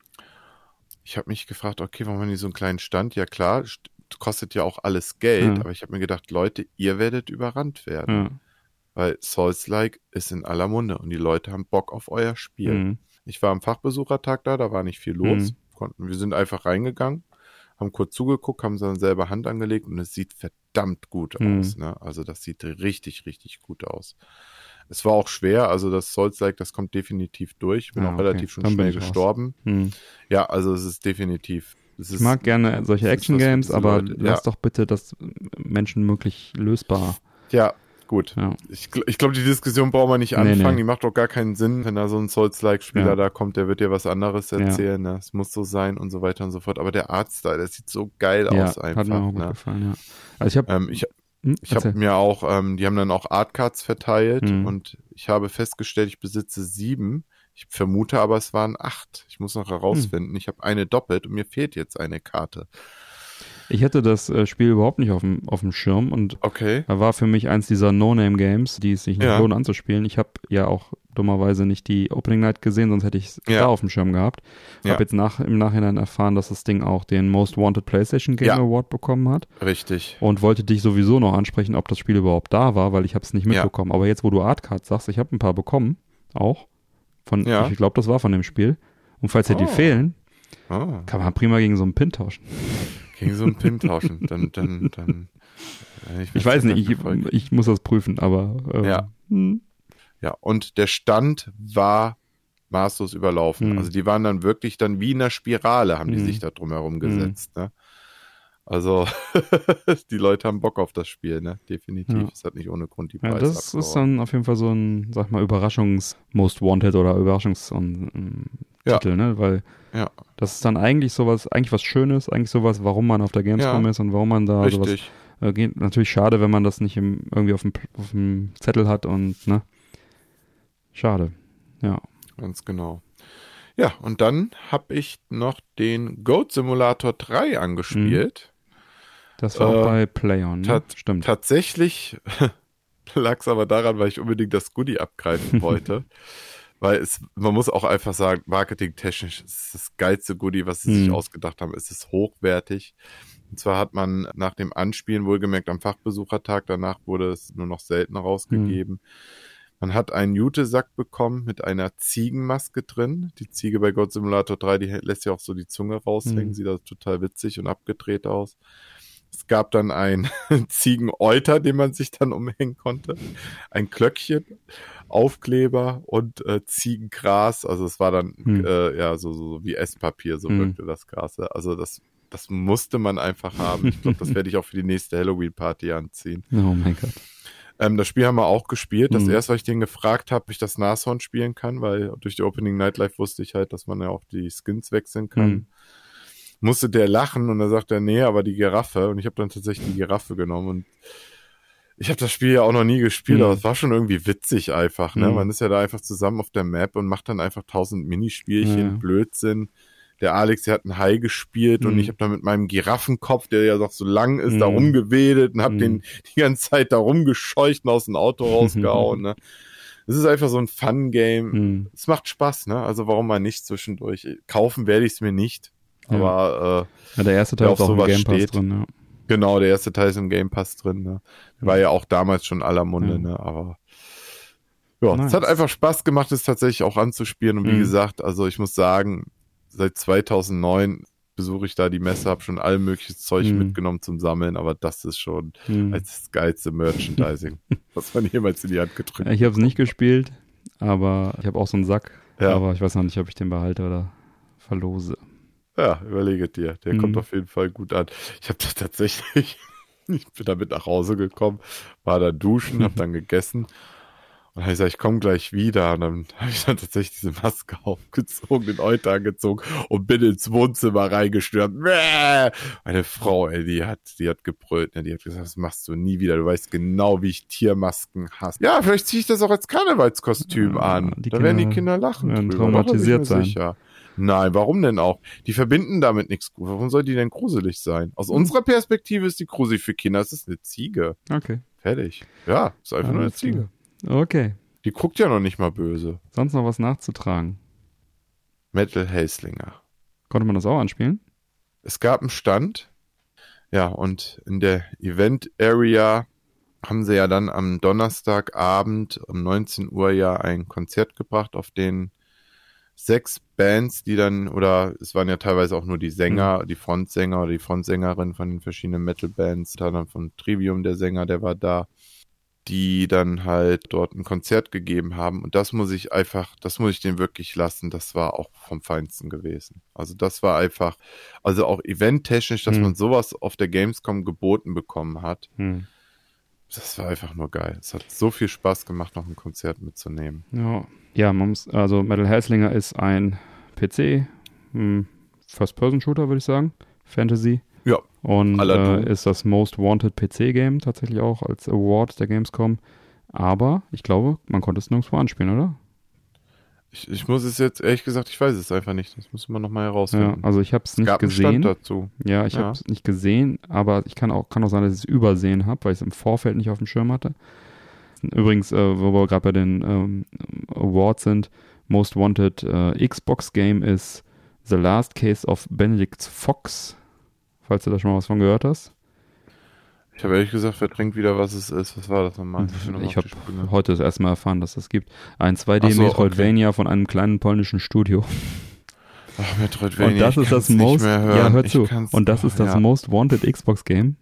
Ich habe mich gefragt, okay, warum haben die so einen kleinen Stand? Ja klar, kostet ja auch alles Geld, aber ich habe mir gedacht, Leute, ihr werdet überrannt werden. Weil Souls-like ist in aller Munde und die Leute haben Bock auf euer Spiel. Ich war am Fachbesuchertag da war nicht viel los. Wir sind einfach reingegangen, haben kurz zugeguckt, haben dann selber Hand angelegt und es sieht verdammt gut aus. Ne? Also das sieht richtig, richtig gut aus. Es war auch schwer, also das Souls-like, das kommt definitiv durch. Ich bin auch relativ schon schnell gestorben. Ja, also es ist definitiv... Ich mag gerne solche Action-Games, aber lass doch bitte das Menschen möglich lösbar. Ja, gut. Ja. Ich glaube, die Diskussion brauchen wir nicht anfangen. Die macht doch gar keinen Sinn, wenn da so ein Souls-like-Spieler da kommt, der wird dir was anderes erzählen. Ne? Es muss so sein und so weiter und so fort. Aber der Artstyle, der sieht so geil aus einfach. Hat mir auch gut gefallen, ja. Also ich habe mir auch, die haben dann auch Artcards verteilt und ich habe festgestellt, ich besitze 7. Ich vermute aber, es waren 8. Ich muss noch herausfinden. Ich habe eine doppelt und mir fehlt jetzt eine Karte. Ich hätte das Spiel überhaupt nicht auf dem Schirm und da war für mich eins dieser No-Name-Games, die es sich nicht lohnt anzuspielen. Ich habe ja auch dummerweise nicht die Opening Night gesehen, sonst hätte ich es da auf dem Schirm gehabt. Habe jetzt im Nachhinein erfahren, dass das Ding auch den Most Wanted PlayStation Game Award bekommen hat. Richtig. Und wollte dich sowieso noch ansprechen, ob das Spiel überhaupt da war, weil ich habe es nicht mitbekommen. Aber jetzt, wo du Artcards sagst, ich habe ein paar bekommen, auch. Ich glaube, das war von dem Spiel. Und falls dir die fehlen, kann man prima gegen so einen Pin tauschen. Gegen so einen Pin tauschen. Dann ich weiß nicht, ich muss das prüfen, aber Ja, und der Stand war maßlos überlaufen. Also die waren dann wirklich dann wie in einer Spirale, haben die sich da drumherum gesetzt. Ne? Also die Leute haben Bock auf das Spiel, ne? Definitiv. Es hat nicht ohne Grund die Preise abgehauen. Das ist dann auf jeden Fall so ein, sag mal, Überraschungs-Most Wanted oder Überraschungstitel, ne? Weil das ist dann eigentlich was Schönes, eigentlich sowas, warum man auf der Gamescom ist und warum man da sowas geht. Natürlich schade, wenn man das nicht irgendwie auf dem Zettel hat und, ne? Schade, ja. Ganz genau. Ja, und dann habe ich noch den Goat Simulator 3 angespielt. Das war auch bei PlayOn, ne? Stimmt. Tatsächlich lag es aber daran, weil ich unbedingt das Goodie abgreifen wollte. Weil man muss auch einfach sagen, marketingtechnisch ist es das geilste Goodie, was sie sich ausgedacht haben. Es ist hochwertig. Und zwar hat man nach dem Anspielen, wohlgemerkt am Fachbesuchertag, danach wurde es nur noch selten rausgegeben. Man hat einen Jutesack bekommen mit einer Ziegenmaske drin. Die Ziege bei Goat Simulator 3, die lässt ja auch so die Zunge raushängen. Sieht also total witzig und abgedreht aus. Es gab dann einen Ziegeneuter, den man sich dann umhängen konnte. Ein Glöckchen, Aufkleber und Ziegengras. Also es war dann so wie Esspapier, so wirkte das Gras. Also das musste man einfach haben. Ich glaube, das werde ich auch für die nächste Halloween-Party anziehen. Oh mein Gott. Das Spiel haben wir auch gespielt. Das erste, was ich den gefragt habe, ob ich das Nashorn spielen kann, weil durch die Opening Nightlife wusste ich halt, dass man ja auch die Skins wechseln kann. Musste der lachen und dann sagt er, nee, aber die Giraffe. Und ich habe dann tatsächlich die Giraffe genommen und ich habe das Spiel ja auch noch nie gespielt, aber es war schon irgendwie witzig einfach. Ne? Man ist ja da einfach zusammen auf der Map und macht dann einfach 1000 Minispielchen, Blödsinn. Der Alex, der hat ein Hai gespielt und ich habe da mit meinem Giraffenkopf, der ja noch so lang ist, da rumgewedelt und habe den die ganze Zeit da rumgescheucht und aus dem Auto rausgehauen. Ne? Es ist einfach so ein Fun-Game. Es macht Spaß, ne? Also warum mal nicht zwischendurch? Kaufen werde ich es mir nicht, aber der erste Teil ist auch im Game Pass drin, ja. Genau, der erste Teil ist im Game Pass drin. Ne? War ja auch damals schon aller Munde, ne? Aber es hat einfach Spaß gemacht, es tatsächlich auch anzuspielen. Und wie gesagt, also ich muss sagen, seit 2009 besuche ich da die Messe, habe schon all mögliches Zeug mitgenommen zum Sammeln, aber das ist schon das geilste Merchandising, was man jemals in die Hand gedrückt hat. Ich habe es nicht gespielt, aber ich habe auch so einen Sack, aber ich weiß noch nicht, ob ich den behalte oder verlose. Ja, überlege dir, der kommt auf jeden Fall gut an. Ich habe da tatsächlich, ich bin damit nach Hause gekommen, war da duschen, habe dann gegessen. Und dann habe ich gesagt, ich komme gleich wieder. Und dann habe ich dann tatsächlich diese Maske aufgezogen, den Euter angezogen und bin ins Wohnzimmer reingestürmt. Meine Frau, die hat gebrüllt. Die hat gesagt, das machst du nie wieder. Du weißt genau, wie ich Tiermasken hasse. Ja, vielleicht ziehe ich das auch als Karnevalskostüm an. Da werden die Kinder lachen drüber. Traumatisiert sein. Sicher. Nein, warum denn auch? Die verbinden damit nichts gut. Warum soll die denn gruselig sein? Aus unserer Perspektive ist die gruselig für Kinder. Es ist eine Ziege. Okay. Fertig. Ja, ist einfach nur eine Ziege. Okay. Die guckt ja noch nicht mal böse. Sonst noch was nachzutragen? Metal Hellslinger. Konnte man das auch anspielen? Es gab einen Stand. Ja, und in der Event Area haben sie ja dann am Donnerstagabend um 19 Uhr ja ein Konzert gebracht, auf den 6 Bands, die dann, oder es waren ja teilweise auch nur die Sänger, die Frontsänger oder die Frontsängerin von den verschiedenen Metal-Bands, dann von Trivium, der Sänger, der war da, die dann halt dort ein Konzert gegeben haben. Und das muss ich denen wirklich lassen. Das war auch vom Feinsten gewesen. Also das war einfach, also auch eventtechnisch, dass man sowas auf der Gamescom geboten bekommen hat. Das war einfach nur geil. Es hat so viel Spaß gemacht, noch ein Konzert mitzunehmen. Ja, also Metal Hellslinger ist ein PC, First-Person-Shooter, würde ich sagen. Fantasy. Ja. Und ist das Most Wanted PC-Game tatsächlich auch als Award der Gamescom. Aber ich glaube, man konnte es nirgendwo anspielen, oder? Ich muss es jetzt, ehrlich gesagt, ich weiß es einfach nicht. Das müssen wir nochmal herausfinden. Ja, also ich habe es nicht gesehen. Einen Stand dazu. Ja, ich habe es nicht gesehen, aber kann auch sein, dass ich es übersehen habe, weil ich es im Vorfeld nicht auf dem Schirm hatte. Übrigens, wo wir gerade bei den Awards sind, Most Wanted Xbox Game ist The Last Case of Benedict Fox, falls du da schon mal was von gehört hast. Ich habe ehrlich gesagt verdrängt wieder, was es ist. Was war das nochmal? Ich habe heute das erste Mal erfahren, dass das gibt. Ein 2D-Metroidvania von einem kleinen polnischen Studio. Ach, Metroidvania. Und das ist das Most, ja, hör zu. Und das ist das Most Wanted Xbox Game.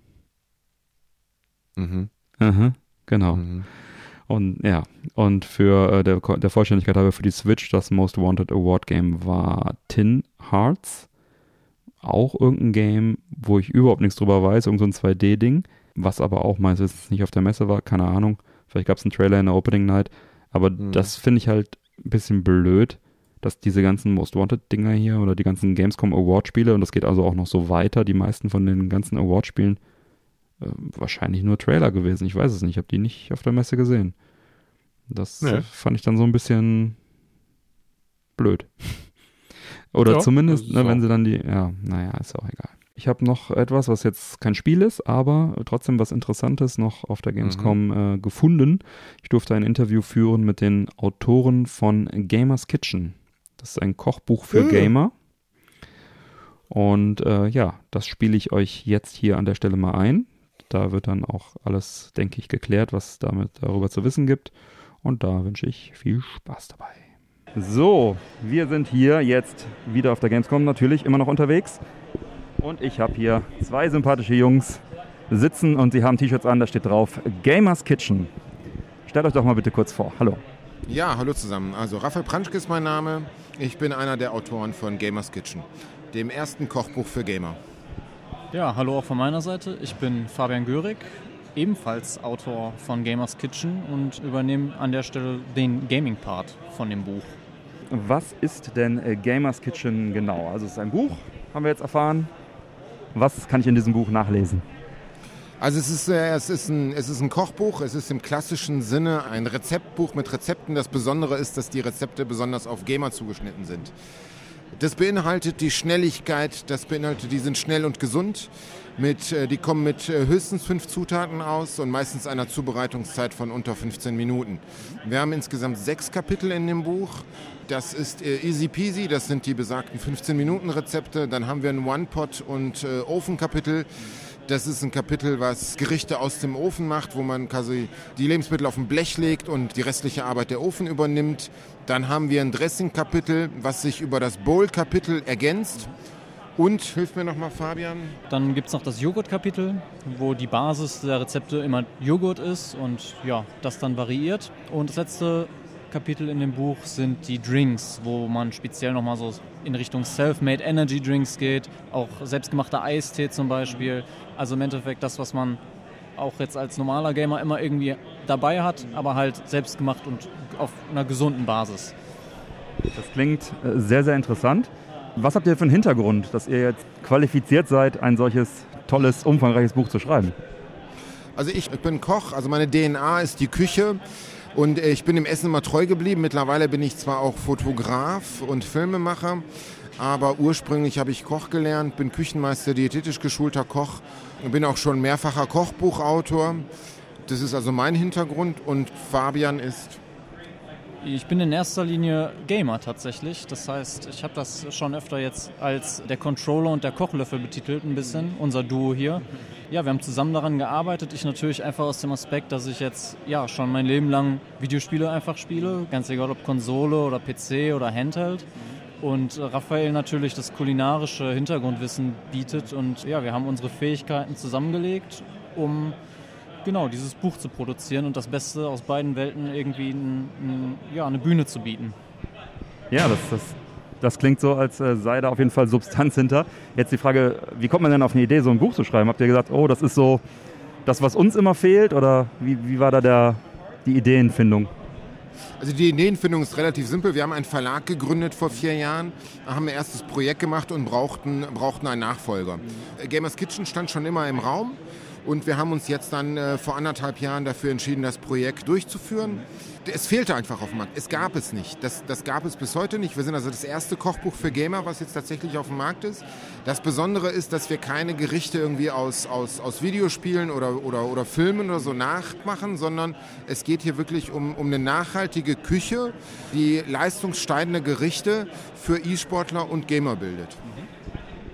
Mhm. Aha, genau. Mhm. Und ja, und für der Vollständigkeit halber für die Switch das Most Wanted Award Game war Tin Hearts. Auch irgendein Game, wo ich überhaupt nichts drüber weiß, irgend so ein 2D-Ding, was aber auch meines Wissens nicht auf der Messe war, keine Ahnung. Vielleicht gab es einen Trailer in der Opening Night, aber das finde ich halt ein bisschen blöd, dass diese ganzen Most Wanted-Dinger hier oder die ganzen Gamescom Award-Spiele, und das geht also auch noch so weiter, die meisten von den ganzen Award-Spielen, wahrscheinlich nur Trailer gewesen. Ich weiß es nicht, ich habe die nicht auf der Messe gesehen. Das fand ich dann so ein bisschen blöd. Oder zumindest, ne, wenn sie dann ist auch egal. Ich habe noch etwas, was jetzt kein Spiel ist, aber trotzdem was Interessantes noch auf der Gamescom gefunden. Ich durfte ein Interview führen mit den Autoren von Gamers Kitchen. Das ist ein Kochbuch für Gamer. Und das spiele ich euch jetzt hier an der Stelle mal ein. Da wird dann auch alles, denke ich, geklärt, was darüber zu wissen gibt. Und da wünsche ich viel Spaß dabei. So, wir sind hier jetzt wieder auf der Gamescom, natürlich immer noch unterwegs. Und ich habe hier 2 sympathische Jungs sitzen und sie haben T-Shirts an, da steht drauf Gamers Kitchen. Stellt euch doch mal bitte kurz vor. Hallo. Ja, hallo zusammen. Also Raphael Pranschke ist mein Name. Ich bin einer der Autoren von Gamers Kitchen, dem ersten Kochbuch für Gamer. Ja, hallo auch von meiner Seite. Ich bin Fabian Görig, ebenfalls Autor von Gamers Kitchen und übernehme an der Stelle den Gaming-Part von dem Buch. Was ist denn Gamers Kitchen genau? Also es ist ein Buch, haben wir jetzt erfahren. Was kann ich in diesem Buch nachlesen? Also es ist ein Kochbuch, es ist im klassischen Sinne ein Rezeptbuch mit Rezepten. Das Besondere ist, dass die Rezepte besonders auf Gamer zugeschnitten sind. Das beinhaltet die Schnelligkeit, die sind schnell und gesund. Die kommen mit höchstens 5 Zutaten aus und meistens einer Zubereitungszeit von unter 15 Minuten. Wir haben insgesamt 6 Kapitel in dem Buch. Das ist easy peasy, das sind die besagten 15-Minuten-Rezepte. Dann haben wir ein One-Pot- und Ofen-Kapitel. Das ist ein Kapitel, was Gerichte aus dem Ofen macht, wo man quasi die Lebensmittel auf ein Blech legt und die restliche Arbeit der Ofen übernimmt. Dann haben wir ein Dressing-Kapitel, was sich über das Bowl-Kapitel ergänzt. Und, hilf mir nochmal Fabian. Dann gibt es noch das Joghurt-Kapitel, wo die Basis der Rezepte immer Joghurt ist und ja, das dann variiert. Und das letzte Kapitel in dem Buch sind die Drinks, wo man speziell nochmal so in Richtung Self-Made Energy Drinks geht, auch selbstgemachter Eistee zum Beispiel. Also im Endeffekt das, was man auch jetzt als normaler Gamer immer irgendwie dabei hat, aber halt selbst gemacht und auf einer gesunden Basis. Das klingt sehr, sehr interessant. Was habt ihr für einen Hintergrund, dass ihr jetzt qualifiziert seid, ein solches tolles, umfangreiches Buch zu schreiben? Also ich bin Koch, also meine DNA ist die Küche und ich bin dem Essen immer treu geblieben. Mittlerweile bin ich zwar auch Fotograf und Filmemacher, aber ursprünglich habe ich Koch gelernt, bin Küchenmeister, diätetisch geschulter Koch und bin auch schon mehrfacher Kochbuchautor. Das ist also mein Hintergrund und Fabian ist... Ich bin in erster Linie Gamer tatsächlich. Das heißt, ich habe das schon öfter jetzt als der Controller und der Kochlöffel betitelt, ein bisschen, unser Duo hier. Ja, wir haben zusammen daran gearbeitet. Ich natürlich einfach aus dem Aspekt, dass ich jetzt schon mein Leben lang Videospiele einfach spiele. Ganz egal, ob Konsole oder PC oder Handheld. Und Raphael natürlich das kulinarische Hintergrundwissen bietet. Und ja, wir haben unsere Fähigkeiten zusammengelegt, um dieses Buch zu produzieren und das Beste aus beiden Welten irgendwie eine Bühne zu bieten. Ja, das klingt so, als sei da auf jeden Fall Substanz hinter. Jetzt die Frage, wie kommt man denn auf eine Idee, so ein Buch zu schreiben? Habt ihr gesagt, oh, das ist so das, was uns immer fehlt? Oder wie war da die Ideenfindung? Also die Ideenfindung ist relativ simpel. Wir haben einen Verlag gegründet vor 4 Jahren, haben ein erstes Projekt gemacht und brauchten einen Nachfolger. Gamers Kitchen stand schon immer im Raum. Und wir haben uns jetzt dann vor 1,5 Jahren dafür entschieden, das Projekt durchzuführen. Es fehlte einfach auf dem Markt. Es gab es nicht. Das gab es bis heute nicht. Wir sind also das erste Kochbuch für Gamer, was jetzt tatsächlich auf dem Markt ist. Das Besondere ist, dass wir keine Gerichte irgendwie aus Videospielen oder Filmen oder so nachmachen, sondern es geht hier wirklich um eine nachhaltige Küche, die leistungssteigende Gerichte für E-Sportler und Gamer bildet.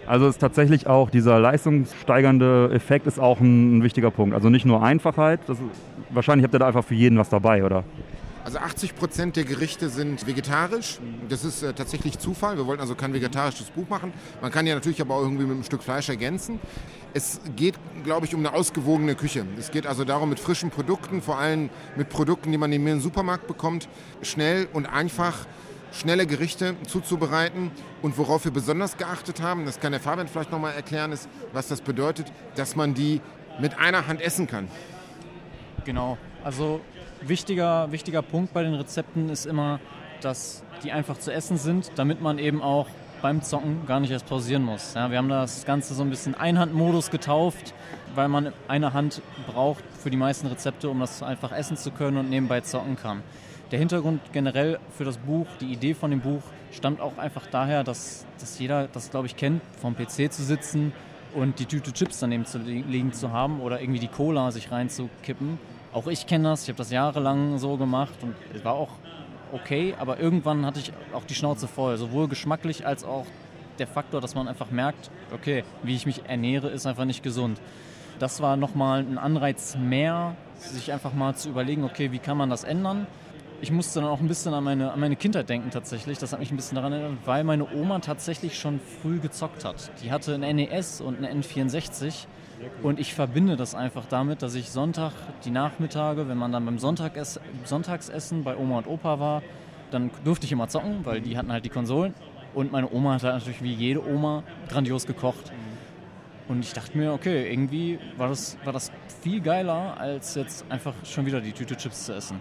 Also ist tatsächlich auch dieser leistungssteigernde Effekt ist auch ein wichtiger Punkt. Also nicht nur Einfachheit, wahrscheinlich habt ihr da einfach für jeden was dabei, oder? Also 80% der Gerichte sind vegetarisch. Das ist tatsächlich Zufall. Wir wollten also kein vegetarisches Buch machen. Man kann ja natürlich aber auch irgendwie mit einem Stück Fleisch ergänzen. Es geht, glaube ich, um eine ausgewogene Küche. Es geht also darum, mit frischen Produkten, vor allem mit Produkten, die man in einem Supermarkt bekommt, schnell und einfach schnelle Gerichte zuzubereiten. Und worauf wir besonders geachtet haben, das kann der Fabian vielleicht nochmal erklären, ist, was das bedeutet, dass man die mit einer Hand essen kann. Genau, also wichtiger Punkt bei den Rezepten ist immer, dass die einfach zu essen sind, damit man eben auch beim Zocken gar nicht erst pausieren muss. Ja, wir haben das Ganze so ein bisschen Einhandmodus getauft, weil man eine Hand braucht für die meisten Rezepte, um das einfach essen zu können und nebenbei zocken kann. Der Hintergrund generell für das Buch, die Idee von dem Buch, stammt auch einfach daher, dass jeder das, glaube ich, kennt, vom PC zu sitzen und die Tüte Chips daneben liegen zu haben oder irgendwie die Cola sich reinzukippen. Auch ich kenne das, ich habe das jahrelang so gemacht und es war auch okay, aber irgendwann hatte ich auch die Schnauze voll, sowohl geschmacklich als auch der Faktor, dass man einfach merkt, okay, wie ich mich ernähre, ist einfach nicht gesund. Das war nochmal ein Anreiz mehr, sich einfach mal zu überlegen, okay, wie kann man das ändern? Ich musste dann auch ein bisschen an meine Kindheit denken tatsächlich. Das hat mich ein bisschen daran erinnert, weil meine Oma tatsächlich schon früh gezockt hat. Die hatte ein NES und eine N64 und ich verbinde das einfach damit, dass ich Sonntag, die Nachmittage, wenn man dann beim Sonntagsessen bei Oma und Opa war, dann durfte ich immer zocken, weil die hatten halt die Konsolen und meine Oma hat halt natürlich wie jede Oma grandios gekocht. Und ich dachte mir, okay, irgendwie war das viel geiler, als jetzt einfach schon wieder die Tüte Chips zu essen.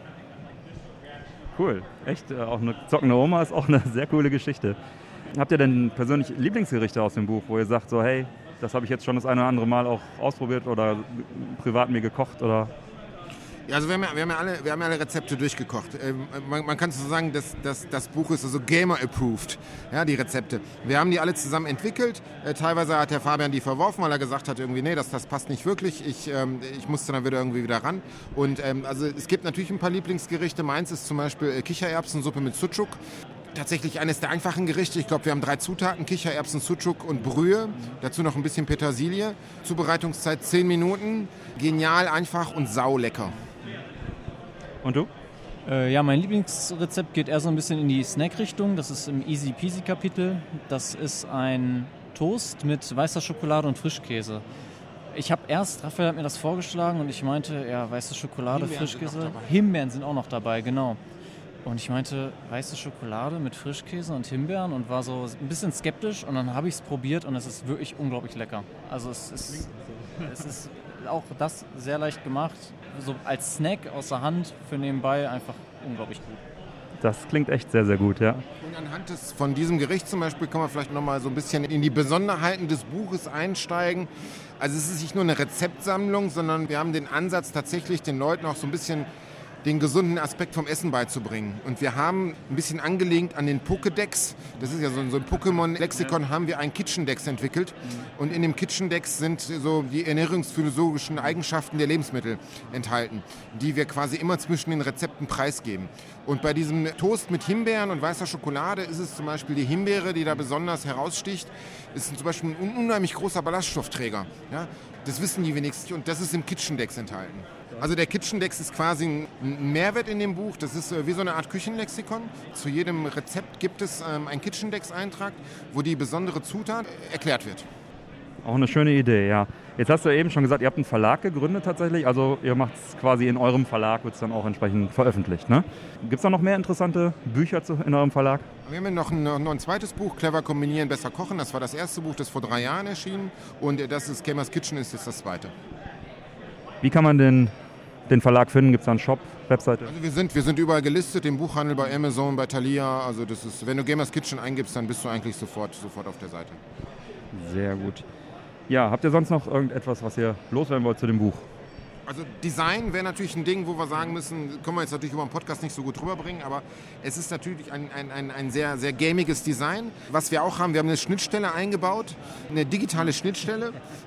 Cool, echt, auch eine zockende Oma ist auch eine sehr coole Geschichte. Habt ihr denn persönlich Lieblingsgerichte aus dem Buch, wo ihr sagt so, hey, das habe ich jetzt schon das eine oder andere Mal auch ausprobiert oder privat mir gekocht oder? Ja, also wir haben ja alle Rezepte durchgekocht. Man kann so sagen, das Buch ist also Gamer-approved, ja, die Rezepte. Wir haben die alle zusammen entwickelt. Teilweise hat der Fabian die verworfen, weil er gesagt hat, irgendwie, nee, das passt nicht wirklich. Ich musste dann wieder ran. Und also es gibt natürlich ein paar Lieblingsgerichte. Meins ist zum Beispiel Kichererbsensuppe mit Sucuk. Tatsächlich eines der einfachen Gerichte. Ich glaube, wir haben 3 Zutaten, Kichererbsen, Sucuk und Brühe. Dazu noch ein bisschen Petersilie. Zubereitungszeit 10 Minuten. Genial, einfach und saulecker. Und du? Ja, mein Lieblingsrezept geht eher so ein bisschen in die Snack-Richtung. Das ist im Easy Peasy Kapitel. Das ist ein Toast mit weißer Schokolade und Frischkäse. Raphael hat mir das vorgeschlagen und ich meinte, ja, weiße Schokolade, Frischkäse. Himbeeren sind auch noch dabei, genau. Und ich meinte, weiße Schokolade mit Frischkäse und Himbeeren und war so ein bisschen skeptisch und dann habe ich es probiert und es ist wirklich unglaublich lecker. Also es ist auch das sehr leicht gemacht, so als Snack aus der Hand für nebenbei einfach unglaublich gut. Das klingt echt sehr, sehr gut, ja. Und anhand von diesem Gericht zum Beispiel kann man vielleicht nochmal so ein bisschen in die Besonderheiten des Buches einsteigen. Also es ist nicht nur eine Rezeptsammlung, sondern wir haben den Ansatz, tatsächlich den Leuten auch so ein bisschen den gesunden Aspekt vom Essen beizubringen. Und wir haben ein bisschen angelehnt an den Pokédex, das ist ja so ein Pokémon-Lexikon, haben wir ein Kitchendex entwickelt. Und in dem Kitchendex sind so die ernährungsphysiologischen Eigenschaften der Lebensmittel enthalten, die wir quasi immer zwischen den Rezepten preisgeben. Und bei diesem Toast mit Himbeeren und weißer Schokolade ist es zum Beispiel die Himbeere, die da besonders heraussticht. Ist zum Beispiel ein unheimlich großer Ballaststoffträger. Ja? Das wissen die wenigsten und das ist im Kitchendex enthalten. Also der Kitchendex ist quasi ein Mehrwert in dem Buch. Das ist wie so eine Art Küchenlexikon. Zu jedem Rezept gibt es einen Kitchendex-Eintrag, wo die besondere Zutat erklärt wird. Auch eine schöne Idee, ja. Jetzt hast du eben schon gesagt, ihr habt einen Verlag gegründet tatsächlich. Also ihr macht es quasi in eurem Verlag, wird es dann auch entsprechend veröffentlicht, ne? Gibt es da noch mehr interessante Bücher in eurem Verlag? Wir haben noch ein zweites Buch, Clever kombinieren, besser kochen. Das war das erste Buch, das vor 3 Jahren erschienen. Und das ist Gamers Kitchen, ist jetzt das zweite. Wie kann man den Verlag finden? Gibt es da einen Shop, Webseite? Also wir sind überall gelistet, im Buchhandel, bei Amazon, bei Thalia. Also das ist, wenn du Gamers Kitchen eingibst, dann bist du eigentlich sofort auf der Seite. Sehr gut. Ja, habt ihr sonst noch irgendetwas, was ihr loswerden wollt zu dem Buch? Also Design wäre natürlich ein Ding, wo wir sagen müssen, können wir jetzt natürlich über einen Podcast nicht so gut rüberbringen, aber es ist natürlich ein sehr, sehr gamiges Design. Was wir auch haben, wir haben eine Schnittstelle eingebaut, eine digitale Schnittstelle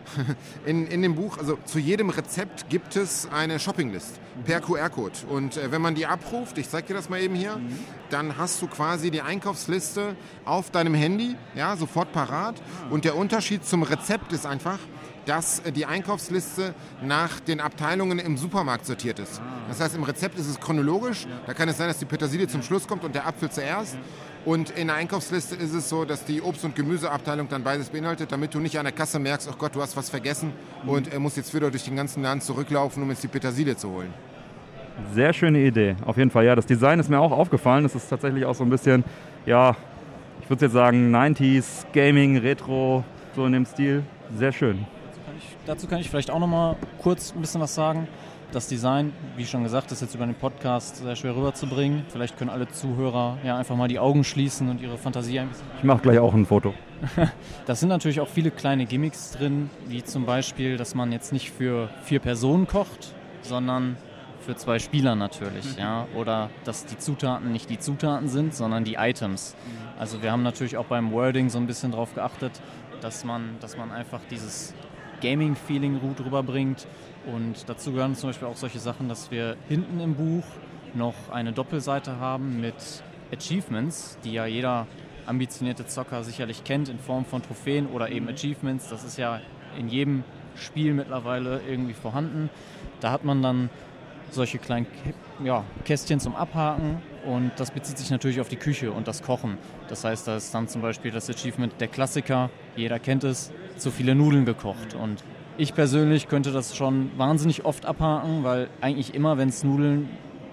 in dem Buch. Also zu jedem Rezept gibt es eine Shoppinglist per QR-Code. Und wenn man die abruft, ich zeige dir das mal eben hier, dann hast du quasi die Einkaufsliste auf deinem Handy, ja, sofort parat. Und der Unterschied zum Rezept ist einfach, dass die Einkaufsliste nach den Abteilungen im Supermarkt sortiert ist. Das heißt, im Rezept ist es chronologisch. Da kann es sein, dass die Petersilie zum Schluss kommt und der Apfel zuerst. Und in der Einkaufsliste ist es so, dass die Obst- und Gemüseabteilung dann beides beinhaltet, damit du nicht an der Kasse merkst, oh Gott, du hast was vergessen und musst jetzt wieder durch den ganzen Laden zurücklaufen, um jetzt die Petersilie zu holen. Sehr schöne Idee, auf jeden Fall. Ja, das Design ist mir auch aufgefallen. Das ist tatsächlich auch so ein bisschen, ja, ich würde jetzt sagen 90s, Gaming, Retro, so in dem Stil. Sehr schön. Dazu kann ich vielleicht auch noch mal kurz ein bisschen was sagen. Das Design, wie schon gesagt, ist jetzt über den Podcast sehr schwer rüberzubringen. Vielleicht können alle Zuhörer ja einfach mal die Augen schließen und ihre Fantasie ein bisschen... Ich mache gleich auch ein Foto. Das sind natürlich auch viele kleine Gimmicks drin, wie zum Beispiel, dass man jetzt nicht für 4 Personen kocht, sondern für 2 Spieler natürlich. Ja? Oder dass die Zutaten nicht die Zutaten sind, sondern die Items. Also wir haben natürlich auch beim Wording so ein bisschen drauf geachtet, dass man einfach dieses Gaming-Feeling gut rüberbringt. Und dazu gehören zum Beispiel auch solche Sachen, dass wir hinten im Buch noch eine Doppelseite haben mit Achievements, die ja jeder ambitionierte Zocker sicherlich kennt in Form von Trophäen oder eben Achievements. Das ist ja in jedem Spiel mittlerweile irgendwie vorhanden. Da hat man dann solche kleinen Kästchen zum Abhaken und das bezieht sich natürlich auf die Küche und das Kochen. Das heißt, da ist dann zum Beispiel das Achievement der Klassiker, jeder kennt es, zu viele Nudeln gekocht. Und ich persönlich könnte das schon wahnsinnig oft abhaken, weil eigentlich immer, wenn es Nudeln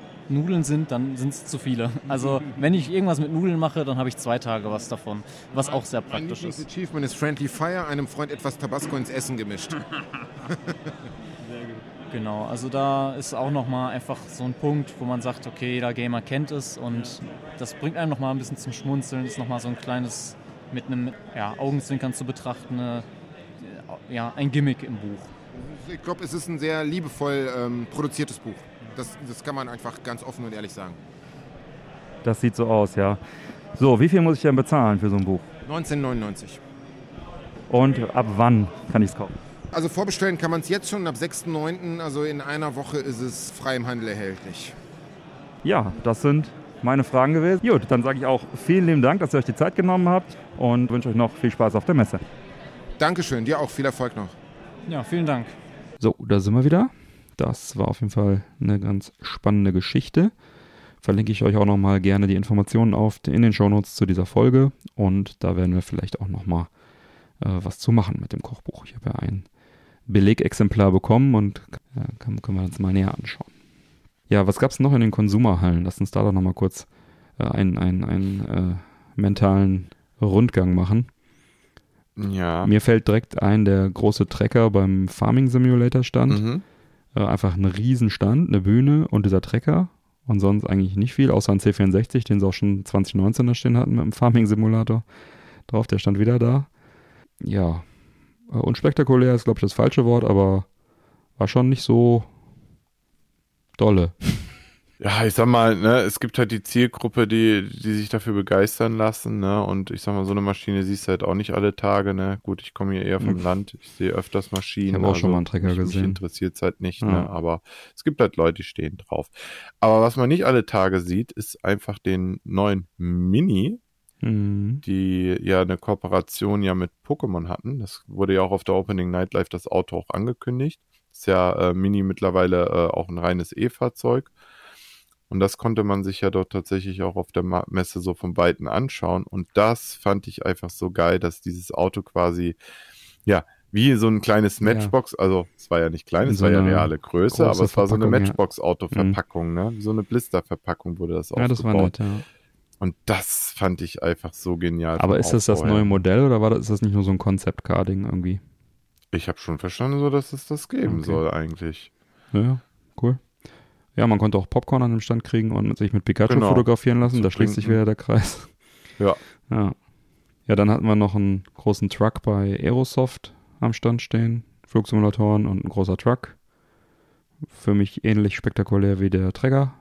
sind, dann sind es zu viele. Also wenn ich irgendwas mit Nudeln mache, dann habe ich 2 Tage was davon, was auch sehr praktisch ist. Mein Achievement ist Friendly Fire, einem Freund etwas Tabasco ins Essen gemischt. Genau, also da ist auch nochmal einfach so ein Punkt, wo man sagt, okay, jeder Gamer kennt es und das bringt einem nochmal ein bisschen zum Schmunzeln, ist nochmal so ein kleines, mit einem Augenzwinkern zu betrachten, ein Gimmick im Buch. Ich glaube, es ist ein sehr liebevoll produziertes Buch. Das kann man einfach ganz offen und ehrlich sagen. Das sieht so aus, ja. So, wie viel muss ich denn bezahlen für so ein Buch? 19,99. Und ab wann kann ich es kaufen? Also vorbestellen kann man es jetzt schon, ab 6.9., also in einer Woche ist es frei im Handel erhältlich. Ja, das sind meine Fragen gewesen. Gut, dann sage ich auch vielen lieben Dank, dass ihr euch die Zeit genommen habt und wünsche euch noch viel Spaß auf der Messe. Dankeschön, dir auch viel Erfolg noch. Ja, vielen Dank. So, da sind wir wieder. Das war auf jeden Fall eine ganz spannende Geschichte. Verlinke ich euch auch nochmal gerne die Informationen in den Shownotes zu dieser Folge und da werden wir vielleicht auch nochmal was zu machen mit dem Kochbuch. Ich habe ja ein Belegexemplar bekommen und können wir uns mal näher anschauen. Ja, was gab es noch in den Konsumerhallen? Lass uns da doch nochmal kurz einen mentalen Rundgang machen. Ja. Mir fällt direkt ein, der große Trecker beim Farming Simulator stand. Mhm. Einfach ein Riesenstand, eine Bühne und dieser Trecker. Und sonst eigentlich nicht viel, außer ein C64, den sie auch schon 2019 da stehen hatten mit dem Farming Simulator drauf. Der stand wieder da. Ja, unspektakulär ist, glaube ich, das falsche Wort, aber war schon nicht so dolle. Ja, ich sag mal, ne, es gibt halt die Zielgruppe, die sich dafür begeistern lassen, ne, und ich sag mal, so eine Maschine siehst du halt auch nicht alle Tage, ne. Gut, ich komme hier eher vom Land, ich sehe öfters Maschinen. Ich habe auch schon mal einen Trecker gesehen. Mich interessiert es halt nicht, ne, aber es gibt halt Leute, die stehen drauf. Aber was man nicht alle Tage sieht, ist einfach den neuen Mini, die ja eine Kooperation ja mit Pokémon hatten. Das wurde ja auch auf der Opening Night Live das Auto auch angekündigt. Ist ja Mini mittlerweile auch ein reines E-Fahrzeug. Und das konnte man sich ja dort tatsächlich auch auf der Messe so von Weitem anschauen. Und das fand ich einfach so geil, dass dieses Auto quasi, ja, wie so ein kleines Matchbox, also es war ja nicht klein, es war ja reale Größe, aber es war so eine Matchbox-Auto-Verpackung, ne? Wie so eine Blister-Verpackung wurde das aufgebaut. Ja, das war nett, ja. Und das fand ich einfach so genial. Aber ist das neue Modell oder ist das nicht nur so ein Concept-Car-Ding irgendwie? Ich habe schon verstanden, so dass es das geben soll eigentlich. Ja, cool. Ja, man konnte auch Popcorn an dem Stand kriegen und sich mit Pikachu fotografieren lassen. Da schließt sich wieder der Kreis. Ja. Ja, dann hatten wir noch einen großen Truck bei Aerosoft am Stand stehen. Flugsimulatoren und ein großer Truck. für mich ähnlich spektakulär wie der Träger.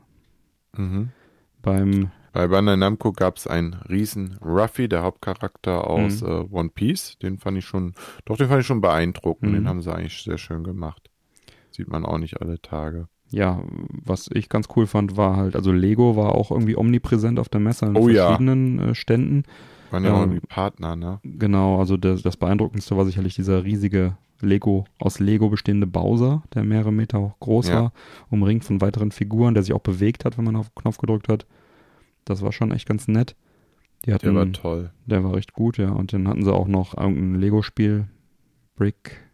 Bei Bandai Namco gab es einen riesen Ruffy, der Hauptcharakter aus One Piece. Den fand ich schon beeindruckend. Den haben sie eigentlich sehr schön gemacht. Sieht man auch nicht alle Tage. Ja, was ich ganz cool fand, war halt, also Lego war auch irgendwie omnipräsent auf der Messe an verschiedenen Ständen. Waren ja auch irgendwie Partner, ne? Genau, also das Beeindruckendste war sicherlich dieser riesige aus Lego bestehende Bowser, der mehrere Meter hoch groß war, umringt von weiteren Figuren, der sich auch bewegt hat, wenn man auf den Knopf gedrückt hat. Das war schon echt ganz nett. Der war toll. Der war recht gut, ja. Und dann hatten sie auch noch irgendein Lego-Spiel, Brick.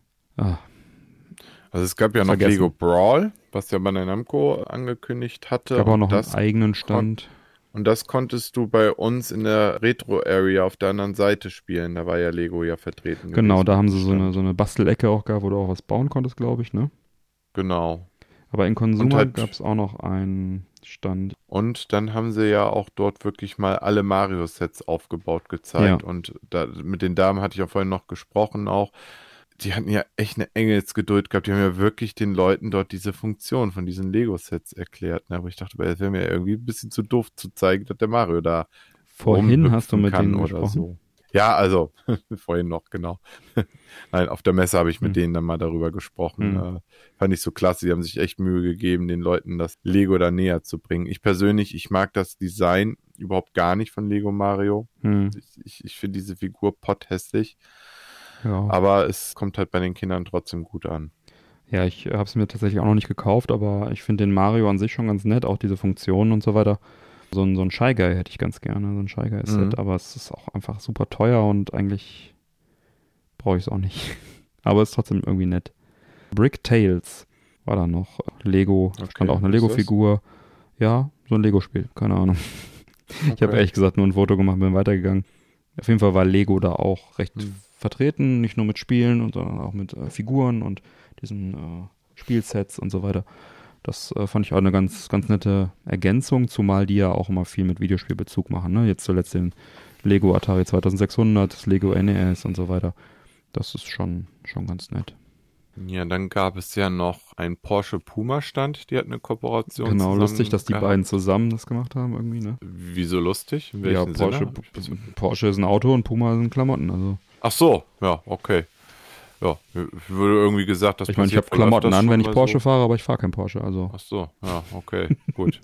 Also es gab ja noch Lego Brawl, was ja Bandai Namco angekündigt hatte. Es gab auch noch einen eigenen Stand. Und das konntest du bei uns in der Retro-Area auf der anderen Seite spielen. Da war ja Lego ja vertreten. Genau, da haben sie so eine Bastelecke auch gehabt, wo du auch was bauen konntest, glaube ich, ne? Genau. Aber in Consumer gab es auch noch einen Stand. Und dann haben sie ja auch dort wirklich mal alle Mario-Sets aufgebaut gezeigt. Ja. Und mit den Damen hatte ich ja vorhin noch gesprochen auch. Die hatten ja echt eine Engelsgeduld gehabt. Die haben ja wirklich den Leuten dort diese Funktion von diesen Lego-Sets erklärt. Ne? Aber ich dachte, das wäre mir irgendwie ein bisschen zu doof zu zeigen, dass der Mario da vorhin hast du mit denen gesprochen? So. Ja, also vorhin noch, genau. Nein, auf der Messe habe ich mit denen dann mal darüber gesprochen. Fand ich so klasse. Die haben sich echt Mühe gegeben, den Leuten das Lego da näher zu bringen. Ich persönlich, ich mag das Design überhaupt gar nicht von Lego Mario. Ich finde diese Figur potthässlich. Ja. Aber es kommt halt bei den Kindern trotzdem gut an. Ja, ich habe es mir tatsächlich auch noch nicht gekauft, aber ich finde den Mario an sich schon ganz nett, auch diese Funktionen und so weiter. So ein Shy Guy hätte ich ganz gerne, so ein Shy Guy-Set, aber es ist auch einfach super teuer und eigentlich brauche ich es auch nicht. Aber es ist trotzdem irgendwie nett. Brick Tales war da noch. Lego, stand auch eine Lego-Figur. Ja, so ein Lego-Spiel, keine Ahnung. Okay. Ich habe ehrlich gesagt nur ein Foto gemacht, bin weitergegangen. Auf jeden Fall war Lego da auch recht vertreten, nicht nur mit Spielen, sondern auch mit Figuren und diesen Spielsets und so weiter. Das fand ich auch eine ganz, ganz nette Ergänzung, zumal die ja auch immer viel mit Videospielbezug machen. Ne? Jetzt zuletzt den Lego Atari 2600, das Lego NES und so weiter. Das ist schon ganz nett. Ja, dann gab es ja noch einen Porsche Puma Stand, die hat eine Kooperation. Genau, lustig, dass die beiden zusammen das gemacht haben irgendwie, ne? Wieso lustig? In welchem Sinne? Porsche ist ein Auto und Puma sind Klamotten, also. Ach so, ja, okay. Ja, ich würde irgendwie gesagt, dass ich meine, ich habe Klamotten an, wenn ich Porsche fahre, aber ich fahre kein Porsche, also. Ach so, ja, okay, gut.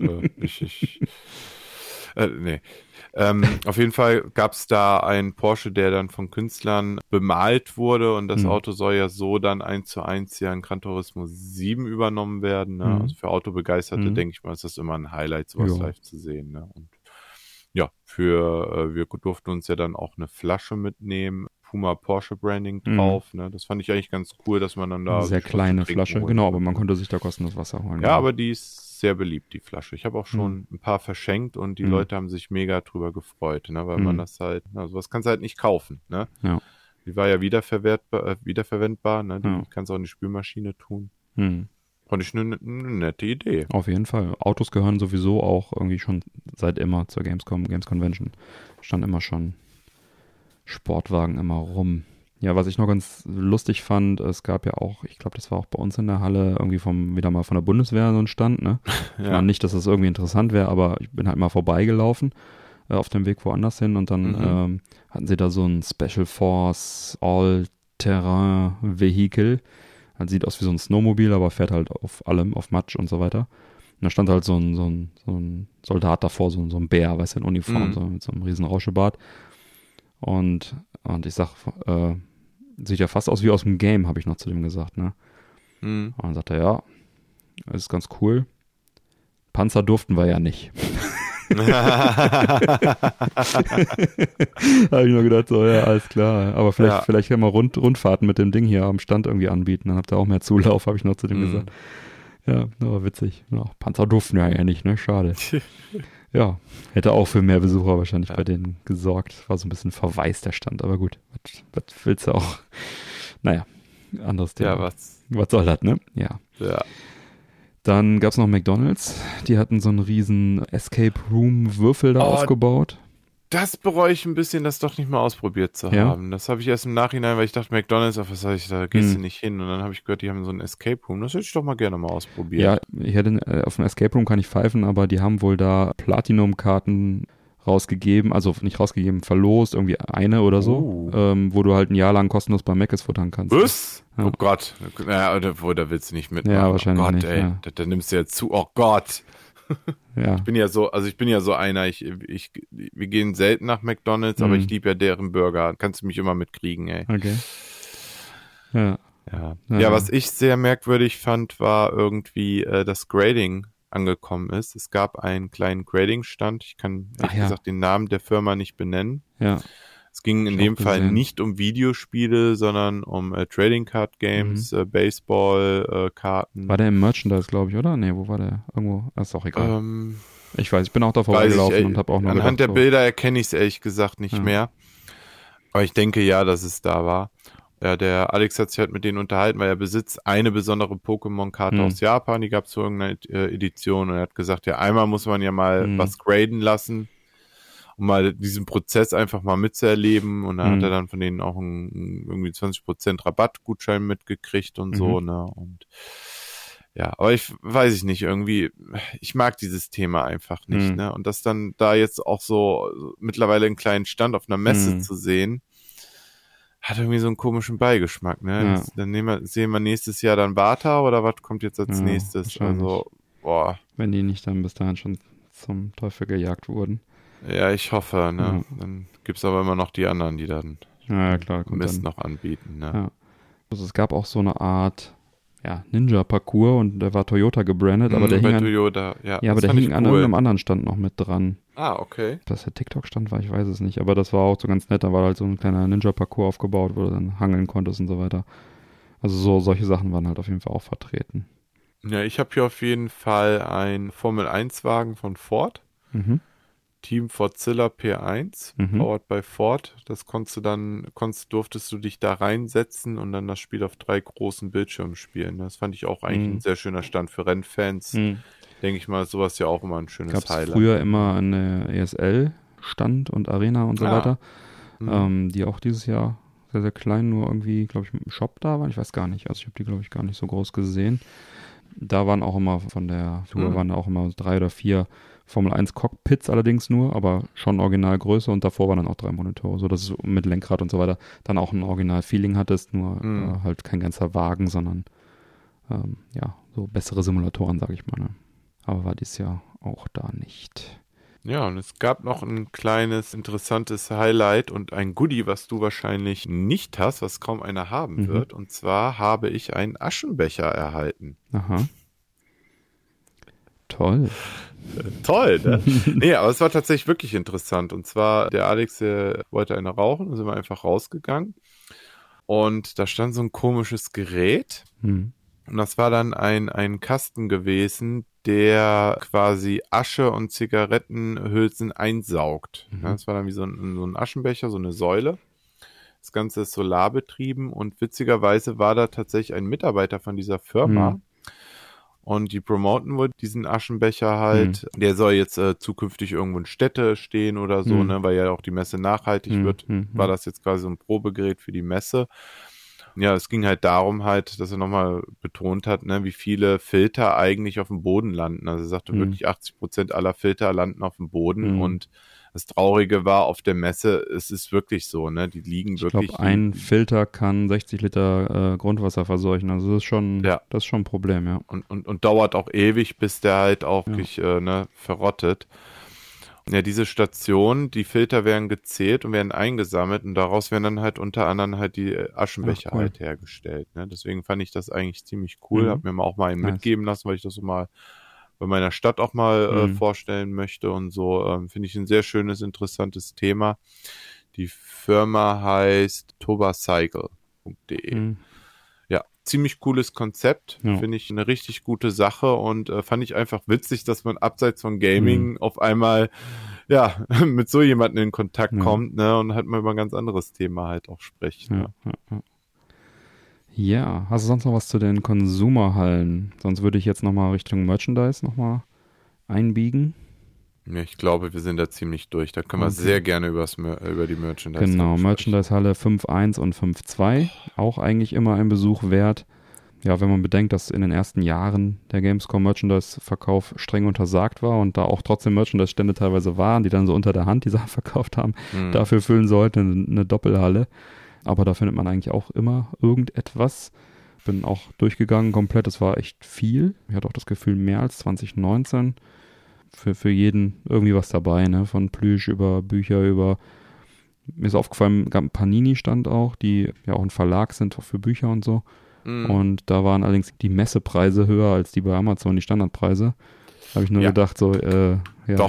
Nee. Auf jeden Fall gab es da einen Porsche, der dann von Künstlern bemalt wurde und das Auto soll ja so dann 1:1 ja in Gran Turismo 7 übernommen werden. Ne? Also für Autobegeisterte denke ich mal, ist das immer ein Highlight, sowas live zu sehen. Ne? Und ja, wir durften uns ja dann auch eine Flasche mitnehmen, Puma Porsche Branding drauf. Ne? Das fand ich eigentlich ganz cool, dass man dann da... Eine sehr kleine Flasche, genau, aber man konnte sich da kostenlos Wasser holen. Ja, aber die ist sehr beliebt, die Flasche. Ich habe auch schon ein paar verschenkt und die Leute haben sich mega drüber gefreut, ne? Weil man das halt, sowas kannst du halt nicht kaufen. Ne? Ja. Die war ja wiederverwendbar, ne? Die kannst du auch in die Spülmaschine tun. Fand ich eine nette Idee. Auf jeden Fall. Autos gehören sowieso auch irgendwie schon seit immer zur Games Convention. Stand immer schon Sportwagen immer rum. Ja, was ich noch ganz lustig fand, es gab ja auch, ich glaube, das war auch bei uns in der Halle irgendwie wieder mal von der Bundeswehr so ein Stand, ne? Ich meine nicht, dass das irgendwie interessant wäre, aber ich bin halt mal vorbeigelaufen auf dem Weg woanders hin und dann hatten sie da so ein Special Force All-Terrain-Vehikel. Halt sieht aus wie so ein Snowmobil, aber fährt halt auf allem, auf Matsch und so weiter. Und da stand halt so ein Soldat davor, so ein Bär, weißt du, in Uniform, so mit so einem riesen Rauschebart. Und ich sag, sieht ja fast aus wie aus dem Game, habe ich noch zu dem gesagt, ne? Und dann sagt er, ja, das ist ganz cool. Panzer durften wir ja nicht. Habe ich nur gedacht, so, ja, alles klar. Aber vielleicht können wir Rundfahrten mit dem Ding hier am Stand irgendwie anbieten. Dann habt ihr auch mehr Zulauf, habe ich noch zu dem gesagt. Ja, aber witzig. Ja, Panzer durften ja nicht, ne? Schade. Ja, hätte auch für mehr Besucher wahrscheinlich bei denen gesorgt. War so ein bisschen verwaist der Stand, aber gut. Was willst du auch? Naja, anderes Thema. Ja, was soll das, ne? Ja. Dann gab es noch McDonald's. Die hatten so einen riesen Escape Room Würfel da aufgebaut. Das bereue ich ein bisschen, das doch nicht mal ausprobiert zu haben. Das habe ich erst im Nachhinein, weil ich dachte, McDonald's, auf was soll ich da, gehst du nicht hin. Und dann habe ich gehört, die haben so einen Escape Room. Das hätte ich doch mal gerne mal ausprobiert. Ja, ich hätte, auf dem Escape Room kann ich pfeifen, aber die haben wohl da Platinum-Karten rausgegeben, also nicht rausgegeben, verlost, irgendwie eine oder so, wo du halt ein Jahr lang kostenlos bei Mc's futtern kannst. Was? Ja. Oh Gott. Ja, da willst du nicht mitmachen. Ja, wahrscheinlich oh Gott, nicht. Ey. Ja. Da nimmst du ja zu. Oh Gott. Ja. Ich bin ja so einer, wir gehen selten nach McDonald's, aber ich liebe ja deren Burger. Kannst du mich immer mitkriegen, ey. Okay. Ja. Ja, was ich sehr merkwürdig fand, war irgendwie, dass Grading angekommen ist. Es gab einen kleinen Grading-Stand. Ich kann, ehrlich gesagt, den Namen der Firma nicht benennen. Ja. Es ging in dem Fall nicht um Videospiele, sondern um Trading Card Games, Baseball, Karten. War der im Merchandise, glaube ich, oder? Nee, wo war der? Irgendwo, ist auch egal. Ich weiß, ich bin auch da vorbeigelaufen und habe auch noch anhand gedacht, der Bilder erkenne ich es ehrlich gesagt nicht mehr. Aber ich denke ja, dass es da war. Ja, der Alex hat sich halt mit denen unterhalten, weil er besitzt eine besondere Pokémon-Karte aus Japan, die gab es zu irgendeiner Edition und er hat gesagt, ja, einmal muss man ja mal was graden lassen, um mal diesen Prozess einfach mal mitzuerleben und dann hat er dann von denen auch irgendwie 20% Rabattgutschein mitgekriegt und so, ne, und ja, aber ich weiß nicht, irgendwie, ich mag dieses Thema einfach nicht, ne, und das dann da jetzt auch so mittlerweile einen kleinen Stand auf einer Messe zu sehen, hat irgendwie so einen komischen Beigeschmack, ne? Ja. Dann sehen wir nächstes Jahr dann Bata oder was kommt jetzt als nächstes? Also, boah. Wenn die nicht dann bis dahin schon zum Teufel gejagt wurden. Ja, ich hoffe, ne? Ja. Dann gibt's aber immer noch die anderen, die dann Mist noch anbieten, ne? Ja. Also es gab auch so eine Art Ninja-Parcours und der war Toyota gebrandet, aber der hing an irgendeinem anderen Stand noch mit dran. Ah, okay. Ob das der TikTok-Stand war, ich weiß es nicht, aber das war auch so ganz nett, da war halt so ein kleiner Ninja-Parcours aufgebaut, wo du dann hangeln konntest und so weiter. Also solche Sachen waren halt auf jeden Fall auch vertreten. Ja, ich habe hier auf jeden Fall einen Formel-1-Wagen von Ford. Team Fordzilla P1, powered by Ford. Das durftest du dich da reinsetzen und dann das Spiel auf 3 großen Bildschirmen spielen. Das fand ich auch eigentlich ein sehr schöner Stand für Rennfans. Denke ich mal, ist sowas ja auch immer ein schönes Gab's Highlight. Früher immer eine ESL-Stand und Arena und so weiter, die auch dieses Jahr sehr, sehr klein, nur irgendwie, glaube ich, mit dem Shop da waren. Ich weiß gar nicht. Also ich habe die, glaube ich, gar nicht so groß gesehen. Da waren auch immer von der Tour waren auch immer 3 oder 4 Formel 1 Cockpits allerdings nur, aber schon Originalgröße und davor waren dann auch 3 Monitore, so dass du mit Lenkrad und so weiter dann auch ein Original-Feeling hattest, nur halt kein ganzer Wagen, sondern so bessere Simulatoren, sage ich mal. Ne? Aber war dieses Jahr auch da nicht. Ja, und es gab noch ein kleines, interessantes Highlight und ein Goodie, was du wahrscheinlich nicht hast, was kaum einer haben wird. Und zwar habe ich einen Aschenbecher erhalten. Aha. Toll. Toll, ne? Nee, aber es war tatsächlich wirklich interessant. Und zwar, der Alex, der wollte eine rauchen, da sind wir einfach rausgegangen. Und da stand so ein komisches Gerät. Und das war dann ein Kasten gewesen, der quasi Asche und Zigarettenhülsen einsaugt. Das war dann wie so ein Aschenbecher, so eine Säule. Das Ganze ist solarbetrieben und witzigerweise war da tatsächlich ein Mitarbeiter von dieser Firma. Und die promoten wohl diesen Aschenbecher halt. Der soll jetzt zukünftig irgendwo in Städte stehen oder so, ne, weil ja auch die Messe nachhaltig wird. War das jetzt quasi so ein Probegerät für die Messe. Ja, es ging halt darum halt, dass er nochmal betont hat, ne, wie viele Filter eigentlich auf dem Boden landen. Also er sagte wirklich 80% aller Filter landen auf dem Boden und das Traurige war auf der Messe, es ist wirklich so, ne, die liegen wirklich. Ich glaube, ein Filter kann 60 Liter Grundwasser verseuchen, also das ist schon, das ist schon ein Problem, ja. Und dauert auch ewig, bis der halt auch wirklich verrottet. Ja, diese Station, die Filter werden gezählt und werden eingesammelt und daraus werden dann halt unter anderem halt die Aschenbecher halt hergestellt. Ne? Deswegen fand ich das eigentlich ziemlich cool. Hab mir auch mal einen mitgeben lassen, weil ich das so mal bei meiner Stadt auch mal vorstellen möchte und so. Finde ich ein sehr schönes, interessantes Thema. Die Firma heißt tobacycle.de. Ja, ziemlich cooles Konzept. Finde ich eine richtig gute Sache und fand ich einfach witzig, dass man abseits von Gaming auf einmal mit so jemandem in Kontakt kommt, ne, und halt mal über ein ganz anderes Thema halt auch spricht. Ne? Ja, hast du sonst noch was zu den Konsumerhallen? Sonst würde ich jetzt nochmal Richtung Merchandise nochmal einbiegen. Ja, ich glaube, wir sind da ziemlich durch. Da können wir sehr gerne über die Merchandise Genau, Merchandise-Halle 5.1 und 5.2, auch eigentlich immer ein Besuch wert. Ja, wenn man bedenkt, dass in den ersten Jahren der Gamescom Merchandise-Verkauf streng untersagt war und da auch trotzdem Merchandise-Stände teilweise waren, die dann so unter der Hand die Sachen verkauft haben, dafür füllen sollten eine Doppelhalle. Aber da findet man eigentlich auch immer irgendetwas. Bin auch durchgegangen komplett, es war echt viel. Ich hatte auch das Gefühl, mehr als 2019. Für jeden irgendwie was dabei, ne? Von Plüsch über Bücher über. Mir ist aufgefallen, gab ein Panini-Stand auch, die ja auch ein Verlag sind, auch für Bücher und so. Und da waren allerdings die Messepreise höher als die bei Amazon, die Standardpreise. Da habe ich nur gedacht, so, Doch.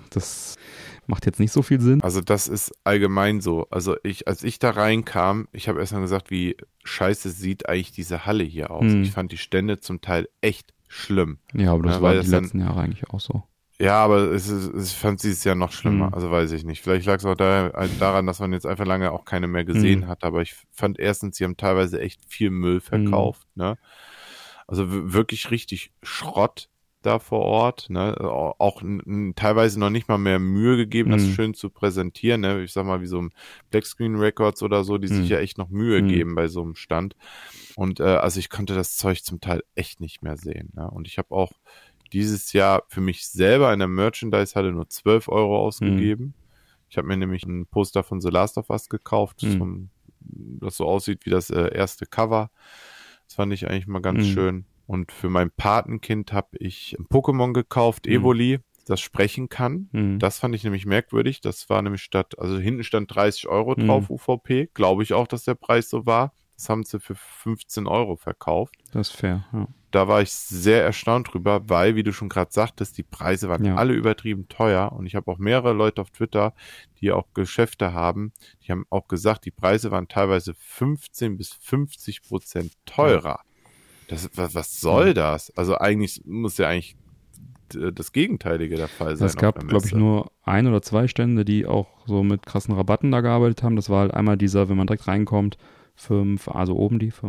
Das macht jetzt nicht so viel Sinn. Also das ist allgemein so. Also als ich da reinkam, ich habe erst mal gesagt, wie scheiße sieht eigentlich diese Halle hier aus. Ich fand die Stände zum Teil echt schlimm. Ja, aber das war die letzten Jahre eigentlich auch so. Ja, aber ich fand dieses Jahr noch schlimmer, also weiß ich nicht. Vielleicht lag es auch daran, dass man jetzt einfach lange auch keine mehr gesehen hat, aber ich fand erstens, sie haben teilweise echt viel Müll verkauft, ne? Also wirklich richtig Schrott da vor Ort, ne? Auch teilweise noch nicht mal mehr Mühe gegeben, das schön zu präsentieren, ne? Ich sag mal, wie so ein Black Screen Records oder so, die sich ja echt noch Mühe geben bei so einem Stand. Und also ich konnte das Zeug zum Teil echt nicht mehr sehen, ne? Und ich habe auch dieses Jahr für mich selber in der Merchandise-Halle nur 12 Euro ausgegeben. Ich habe mir nämlich ein Poster von The Last of Us gekauft, das so aussieht wie das erste Cover. Das fand ich eigentlich mal ganz schön. Und für mein Patenkind habe ich ein Pokémon gekauft, Evoli, das sprechen kann. Das fand ich nämlich merkwürdig. Das war nämlich hinten stand 30 Euro drauf, UVP. Glaube ich auch, dass der Preis so war. Das haben sie für 15 Euro verkauft. Das ist fair, ja. Da war ich sehr erstaunt drüber, weil, wie du schon gerade sagtest, die Preise waren alle übertrieben teuer. Und ich habe auch mehrere Leute auf Twitter, die auch Geschäfte haben, die haben auch gesagt, die Preise waren teilweise 15 bis 50% teurer. Was soll das? Also eigentlich muss ja eigentlich das Gegenteilige der Fall sein. Es gab, glaube ich, nur 1 oder 2 Stände, die auch so mit krassen Rabatten da gearbeitet haben. Das war halt einmal dieser, wenn man direkt reinkommt, 5, also oben die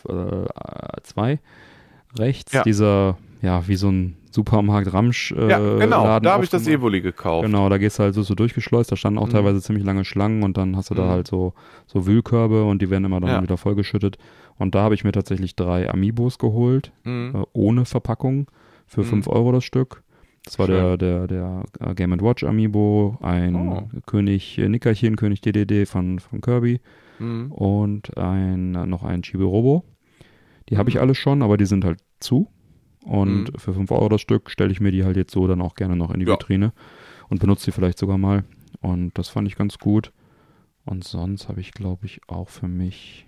2 rechts, dieser, ja, wie so ein Supermarkt Ramsch genau, Laden da habe ich das Evoli gekauft. Genau, da gehst du halt so durchgeschleust, da standen auch teilweise ziemlich lange Schlangen und dann hast du da halt so Wühlkörbe und die werden immer dann wieder vollgeschüttet. Und da habe ich mir tatsächlich 3 Amiibos geholt, ohne Verpackung, für 5 Euro das Stück. Das war der Game & Watch Amiibo, ein König Nickerchen, König DDD von Kirby und noch ein Chibi-Robo. Die habe ich alle schon, aber die sind halt zu. Und für 5 Euro das Stück stelle ich mir die halt jetzt so dann auch gerne noch in die Vitrine und benutze die vielleicht sogar mal. Und das fand ich ganz gut. Und sonst habe ich, glaube ich, auch für mich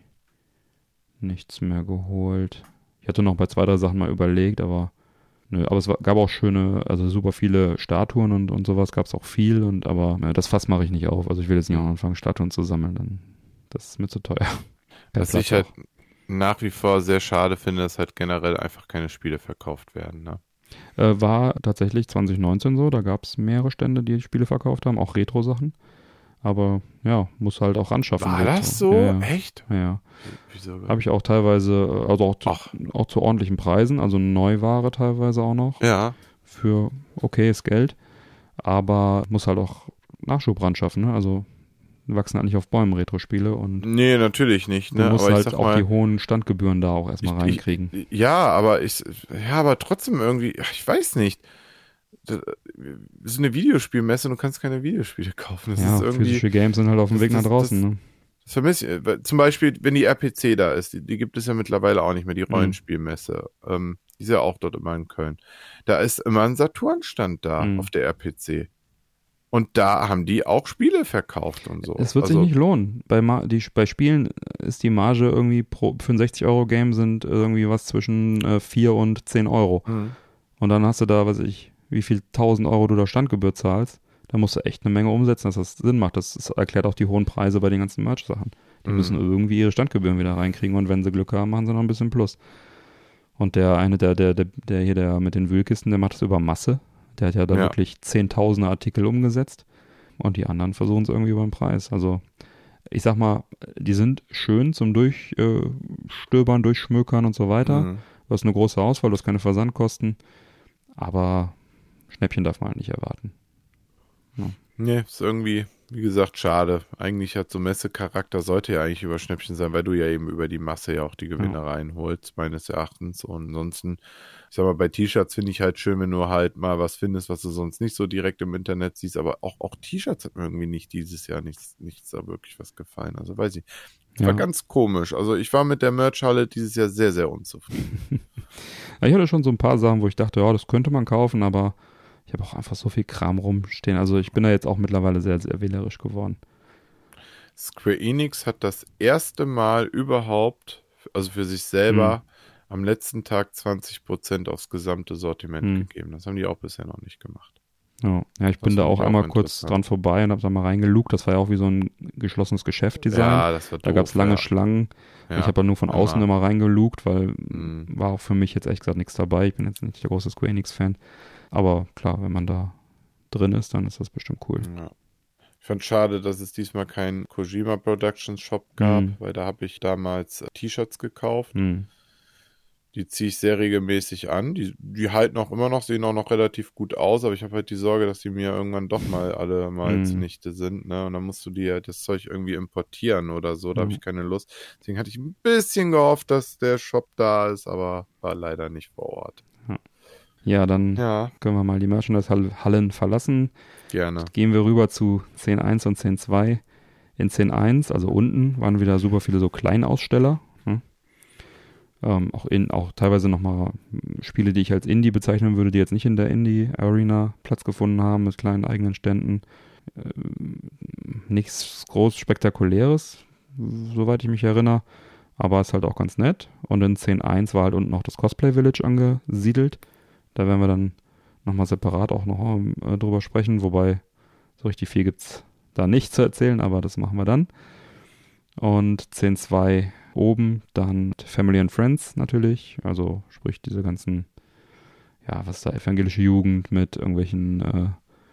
nichts mehr geholt. Ich hatte noch bei 2, 3 Sachen mal überlegt, aber nö. Aber es gab auch schöne, also super viele Statuen und sowas gab es auch viel. Aber das Fass mache ich nicht auf. Also ich will jetzt nicht anfangen, Statuen zu sammeln. Das ist mir zu teuer. Was ich halt nach wie vor sehr schade finde, dass halt generell einfach keine Spiele verkauft werden. Ne? War tatsächlich 2019 so, da gab es mehrere Stände, die Spiele verkauft haben, auch Retro-Sachen. Aber ja, muss halt auch anschaffen. War das so? Ja. Echt? Ja. Wieso? Habe ich auch teilweise, also auch zu ordentlichen Preisen, also Neuware teilweise auch noch. Ja. Für okayes Geld. Aber muss halt auch Nachschub ran schaffen, ne? Also wachsen halt nicht auf Bäumen Retro-Spiele und nee, natürlich nicht. Ne? Du musst aber halt auch die honen Standgebühren da auch erstmal reinkriegen. Aber trotzdem irgendwie, ich weiß nicht. Das ist eine Videospielmesse und du kannst keine Videospiele kaufen. Das ist irgendwie, physische Games sind halt auf dem Weg nach draußen. Ne? Das vermisse ich. Zum Beispiel, wenn die RPC da ist, die gibt es ja mittlerweile auch nicht mehr, die Rollenspielmesse. Die ist ja auch dort immer in Köln. Da ist immer ein Saturn-Stand da auf der RPC. Und da haben die auch Spiele verkauft und so. Es wird sich nicht lohnen. Bei Spielen ist die Marge irgendwie für ein 60-Euro-Game sind irgendwie was zwischen 4 und 10 Euro. Und dann hast du da, wie viel 1000 Euro du da Standgebühr zahlst. Da musst du echt eine Menge umsetzen, dass das Sinn macht. Das erklärt auch die hohen Preise bei den ganzen Merch-Sachen. Die müssen irgendwie ihre Standgebühren wieder reinkriegen und wenn sie Glück haben, machen sie noch ein bisschen Plus. Und der mit den Wühlkisten, der macht das über Masse. Der hat ja da wirklich Zehntausende Artikel umgesetzt und die anderen versuchen es irgendwie über den Preis. Also ich sag mal, die sind schön zum Durchstöbern, Durchschmökern und so weiter. Du hast eine große Auswahl, du hast keine Versandkosten, aber Schnäppchen darf man halt nicht erwarten. Nee, ist irgendwie, wie gesagt, schade. Eigentlich hat so Messecharakter, sollte ja eigentlich über Schnäppchen sein, weil du ja eben über die Masse ja auch die Gewinne reinholst, meines Erachtens. Und ansonsten, ich sag mal, bei T-Shirts finde ich halt schön, wenn du halt mal was findest, was du sonst nicht so direkt im Internet siehst. Aber auch T-Shirts hat mir irgendwie nicht dieses Jahr nichts da wirklich was gefallen. Also weiß ich. War ganz komisch. Also ich war mit der Merch-Halle dieses Jahr sehr, sehr unzufrieden. Ich hatte schon so ein paar Sachen, wo ich dachte, ja, das könnte man kaufen, aber ich habe auch einfach so viel Kram rumstehen. Also ich bin da jetzt auch mittlerweile sehr, sehr wählerisch geworden. Square Enix hat das erste Mal überhaupt, also für sich selber, am letzten Tag 20% aufs gesamte Sortiment gegeben. Das haben die auch bisher noch nicht gemacht. Ja, ich bin da auch einmal kurz dran vorbei und habe da mal reingelugt. Das war ja auch wie so ein geschlossenes Geschäft-Design. Ja, das war doof, da gab es lange Schlangen. Ja. Ich habe nur von außen immer reingelugt, weil war auch für mich jetzt ehrlich gesagt nichts dabei. Ich bin jetzt nicht der große Square Enix-Fan. Aber klar, wenn man da drin ist, dann ist das bestimmt cool. Ja. Ich fand schade, dass es diesmal keinen Kojima Productions Shop gab, weil da habe ich damals T-Shirts gekauft. Die ziehe ich sehr regelmäßig an. Die halten auch immer noch, sehen auch noch relativ gut aus, aber ich habe halt die Sorge, dass die mir irgendwann doch mal alle mal zunichte sind, ne? Und dann musst du dir das Zeug irgendwie importieren oder so, da habe ich keine Lust. Deswegen hatte ich ein bisschen gehofft, dass der Shop da ist, aber war leider nicht vor Ort. Ja, dann können wir mal die Merchandise-Hallen verlassen. Gerne. Gehen wir rüber zu 10.1 und 10.2. In 10.1, also unten, waren wieder super viele so Kleinaussteller. Auch teilweise nochmal Spiele, die ich als Indie bezeichnen würde, die jetzt nicht in der Indie-Arena Platz gefunden haben, mit kleinen eigenen Ständen. Nichts groß Spektakuläres, soweit ich mich erinnere, aber ist halt auch ganz nett. Und in 10.1 war halt unten noch das Cosplay Village angesiedelt. Da werden wir dann nochmal separat auch noch drüber sprechen, wobei so richtig viel gibt's da nicht zu erzählen, aber das machen wir dann. Und 10.2 oben, dann Family and Friends natürlich, also sprich diese ganzen, was ist da, evangelische Jugend mit irgendwelchen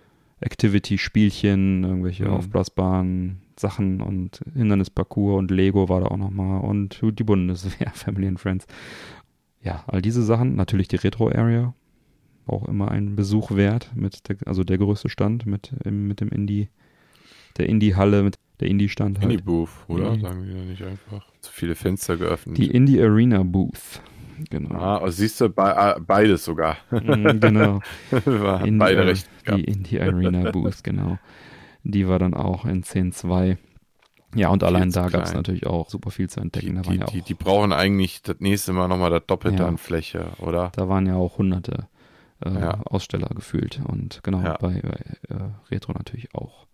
Activity-Spielchen, irgendwelche aufblasbaren Sachen und Hindernisparcours und Lego war da auch nochmal und die Bundeswehr, Family and Friends. Ja, all diese Sachen, natürlich die Retro-Area, auch immer ein Besuch wert, also der größte Stand mit dem der Indie-Halle, mit der Indie-Stand halt. Indie-Booth, oder? Sagen wir ja nicht einfach. Zu viele Fenster geöffnet. Die Indie-Arena-Booth, genau. Also siehst du, beides sogar. Genau. Beide recht. Die Indie-Arena-Booth, genau. Die war dann auch in 10.2. Ja, und allein da gab es natürlich auch super viel zu entdecken. Die brauchen eigentlich das nächste Mal nochmal das Doppelte an Fläche, oder? Da waren ja auch hunderte Aussteller gefühlt und genau, bei Retro natürlich auch.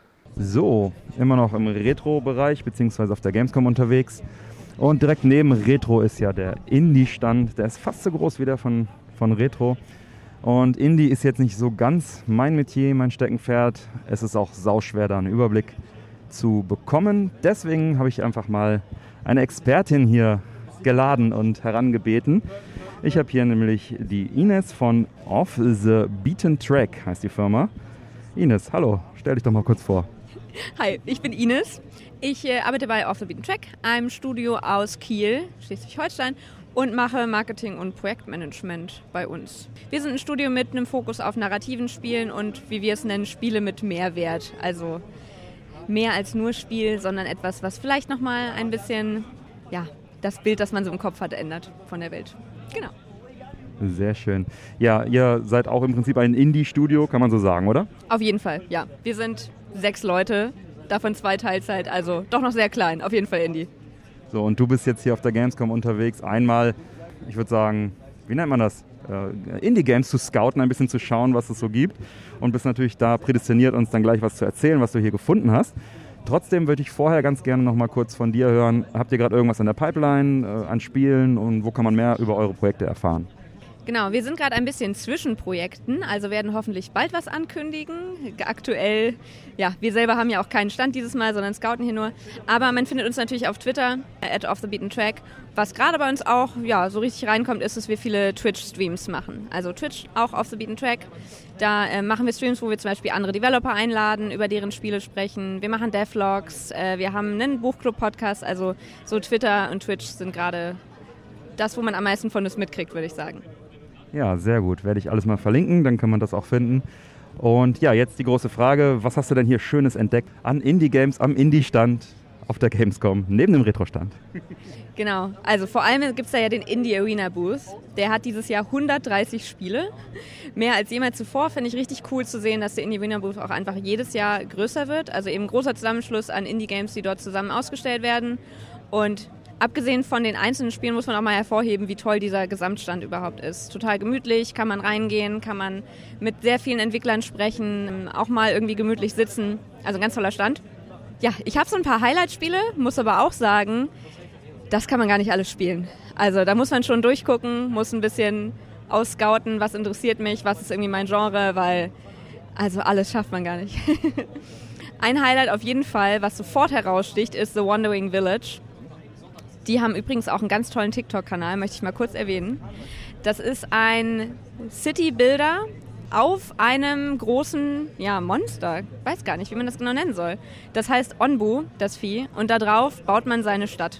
So, immer noch im Retro-Bereich, beziehungsweise auf der Gamescom unterwegs. Und direkt neben Retro ist ja der Indie-Stand. Der ist fast so groß wie der von Retro. Und Indie ist jetzt nicht so ganz mein Metier, mein Steckenpferd. Es ist auch sauschwer, da einen Überblick zu bekommen. Deswegen habe ich einfach mal eine Expertin hier geladen und herangebeten. Ich habe hier nämlich die Ines von Off the Beaten Track, heißt die Firma. Ines, hallo, stell dich doch mal kurz vor. Hi, ich bin Ines. Ich arbeite bei Off the Beaten Track, einem Studio aus Kiel, Schleswig-Holstein, und mache Marketing und Projektmanagement bei uns. Wir sind ein Studio mit einem Fokus auf narrativen Spielen und, wie wir es nennen, Spiele mit Mehrwert. Also mehr als nur Spiel, sondern etwas, was vielleicht nochmal ein bisschen das Bild, das man so im Kopf hat, ändert von der Welt. Genau. Sehr schön. Ja, ihr seid auch im Prinzip ein Indie-Studio, kann man so sagen, oder? Auf jeden Fall, ja. Wir sind 6 Leute, davon 2 Teilzeit, also doch noch sehr klein, auf jeden Fall Indie. So, und du bist jetzt hier auf der Gamescom unterwegs, einmal, ich würde sagen, wie nennt man das? Indie-Games zu scouten, ein bisschen zu schauen, was es so gibt, und bist natürlich da prädestiniert, uns dann gleich was zu erzählen, was du hier gefunden hast. Trotzdem würde ich vorher ganz gerne noch mal kurz von dir hören, habt ihr gerade irgendwas in der Pipeline an Spielen und wo kann man mehr über eure Projekte erfahren? Genau, wir sind gerade ein bisschen zwischen Projekten, also werden hoffentlich bald was ankündigen. Aktuell, wir selber haben ja auch keinen Stand dieses Mal, sondern scouten hier nur. Aber man findet uns natürlich auf Twitter, @offthebeatentrack. Was gerade bei uns auch so richtig reinkommt, ist, dass wir viele Twitch-Streams machen. Also Twitch, auch Off the Beaten Track. Da machen wir Streams, wo wir zum Beispiel andere Developer einladen, über deren Spiele sprechen. Wir machen Devlogs, wir haben einen Buchclub-Podcast. Also so Twitter und Twitch sind gerade das, wo man am meisten von uns mitkriegt, würde ich sagen. Ja, sehr gut. Werde ich alles mal verlinken, dann kann man das auch finden. Und ja, jetzt die große Frage, was hast du denn hier Schönes entdeckt an Indie-Games am Indie-Stand auf der Gamescom, neben dem Retro-Stand? Genau, also vor allem gibt es da ja den Indie Arena Booth. Der hat dieses Jahr 130 Spiele. Mehr als jemals zuvor. Finde ich richtig cool zu sehen, dass der Indie Arena Booth auch einfach jedes Jahr größer wird. Also eben ein großer Zusammenschluss an Indie-Games, die dort zusammen ausgestellt werden. Und abgesehen von den einzelnen Spielen muss man auch mal hervorheben, wie toll dieser Gesamtstand überhaupt ist. Total gemütlich, kann man reingehen, kann man mit sehr vielen Entwicklern sprechen, auch mal irgendwie gemütlich sitzen. Also ein ganz toller Stand. Ja, ich habe so ein paar Highlight-Spiele, muss aber auch sagen, das kann man gar nicht alles spielen. Also da muss man schon durchgucken, muss ein bisschen ausscouten, was interessiert mich, was ist irgendwie mein Genre, weil also alles schafft man gar nicht. Ein Highlight auf jeden Fall, was sofort heraussticht, ist The Wandering Village. Die haben übrigens auch einen ganz tollen TikTok-Kanal, möchte ich mal kurz erwähnen. Das ist ein City-Builder auf einem großen Monster. Ich weiß gar nicht, wie man das genau nennen soll. Das heißt Onbu, das Vieh, und da drauf baut man seine Stadt.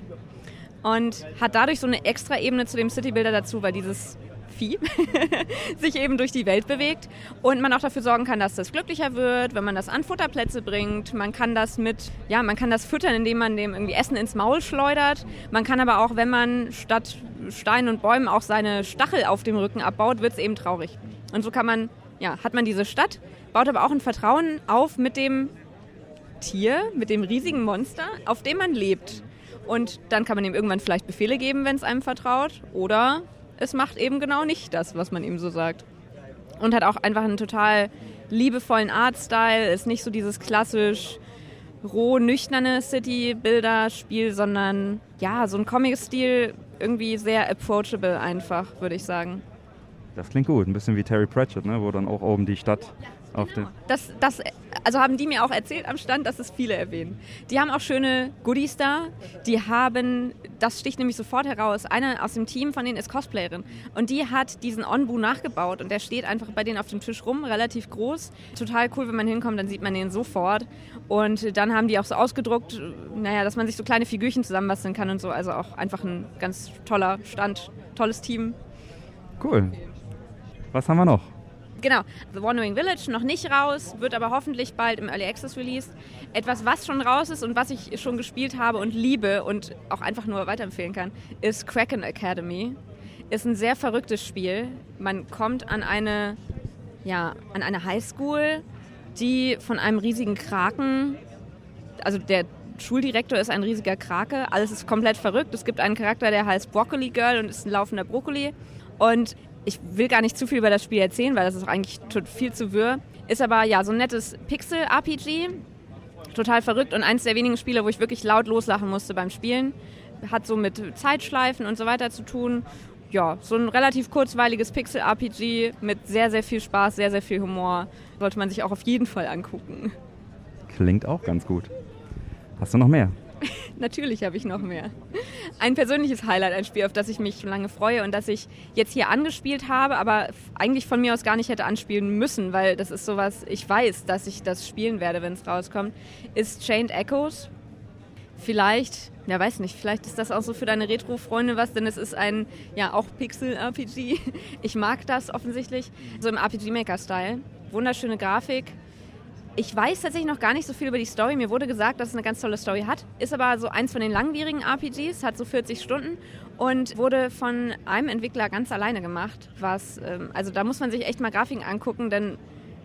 Und hat dadurch so eine extra Ebene zu dem City-Builder dazu, weil dieses Vieh sich eben durch die Welt bewegt und man auch dafür sorgen kann, dass das glücklicher wird, wenn man das an Futterplätze bringt. Man kann das füttern, indem man dem irgendwie Essen ins Maul schleudert. Man kann aber auch, wenn man statt Steinen und Bäumen auch seine Stachel auf dem Rücken abbaut, wird es eben traurig. Und so hat man diese Stadt, baut aber auch ein Vertrauen auf mit dem Tier, mit dem riesigen Monster, auf dem man lebt. Und dann kann man ihm irgendwann vielleicht Befehle geben, wenn es einem vertraut. Oder es macht eben genau nicht das, was man ihm so sagt. Und hat auch einfach einen total liebevollen Artstyle. Ist nicht so dieses klassisch roh, nüchterne City-Builder-Spiel, sondern so ein Comic-Stil, irgendwie sehr approachable einfach, würde ich sagen. Das klingt gut, ein bisschen wie Terry Pratchett, ne? Wo dann auch oben die Stadt auf den... Also haben die mir auch erzählt am Stand, dass es viele erwähnen. Die haben auch schöne Goodies da. Das sticht nämlich sofort heraus, eine aus dem Team von denen ist Cosplayerin. Und die hat diesen Onbu nachgebaut und der steht einfach bei denen auf dem Tisch rum, relativ groß. Total cool, wenn man hinkommt, dann sieht man den sofort. Und dann haben die auch so ausgedruckt, dass man sich so kleine Figürchen zusammenbasteln kann und so. Also auch einfach ein ganz toller Stand, tolles Team. Cool. Was haben wir noch? Genau, The Wandering Village noch nicht raus, wird aber hoffentlich bald im Early Access released. Etwas, was schon raus ist und was ich schon gespielt habe und liebe und auch einfach nur weiterempfehlen kann, ist Kraken Academy. Ist ein sehr verrücktes Spiel. Man kommt an eine Highschool, die von einem riesigen Kraken, also der Schuldirektor ist ein riesiger Krake, alles ist komplett verrückt. Es gibt einen Charakter, der heißt Broccoli Girl und ist ein laufender Brokkoli. Und ich will gar nicht zu viel über das Spiel erzählen, weil das ist eigentlich viel zu wirr. Ist aber so ein nettes Pixel-RPG, total verrückt und eines der wenigen Spiele, wo ich wirklich laut loslachen musste beim Spielen. Hat so mit Zeitschleifen und so weiter zu tun. Ja, so ein relativ kurzweiliges Pixel-RPG mit sehr, sehr viel Spaß, sehr, sehr viel Humor. Sollte man sich auch auf jeden Fall angucken. Klingt auch ganz gut. Hast du noch mehr? Natürlich habe ich noch mehr. Ein persönliches Highlight, ein Spiel, auf das ich mich schon lange freue und das ich jetzt hier angespielt habe, aber eigentlich von mir aus gar nicht hätte anspielen müssen, weil das ist sowas, ich weiß, dass ich das spielen werde, wenn es rauskommt, ist Chained Echoes. Vielleicht, weiß nicht, vielleicht ist das auch so für deine Retro-Freunde was, denn es ist ein, auch Pixel-RPG. Ich mag das offensichtlich, so im RPG-Maker-Style. Wunderschöne Grafik. Ich weiß tatsächlich noch gar nicht so viel über die Story. Mir wurde gesagt, dass es eine ganz tolle Story hat. Ist aber so eins von den langwierigen RPGs, hat so 40 Stunden und wurde von einem Entwickler ganz alleine gemacht. Also da muss man sich echt mal Grafiken angucken, denn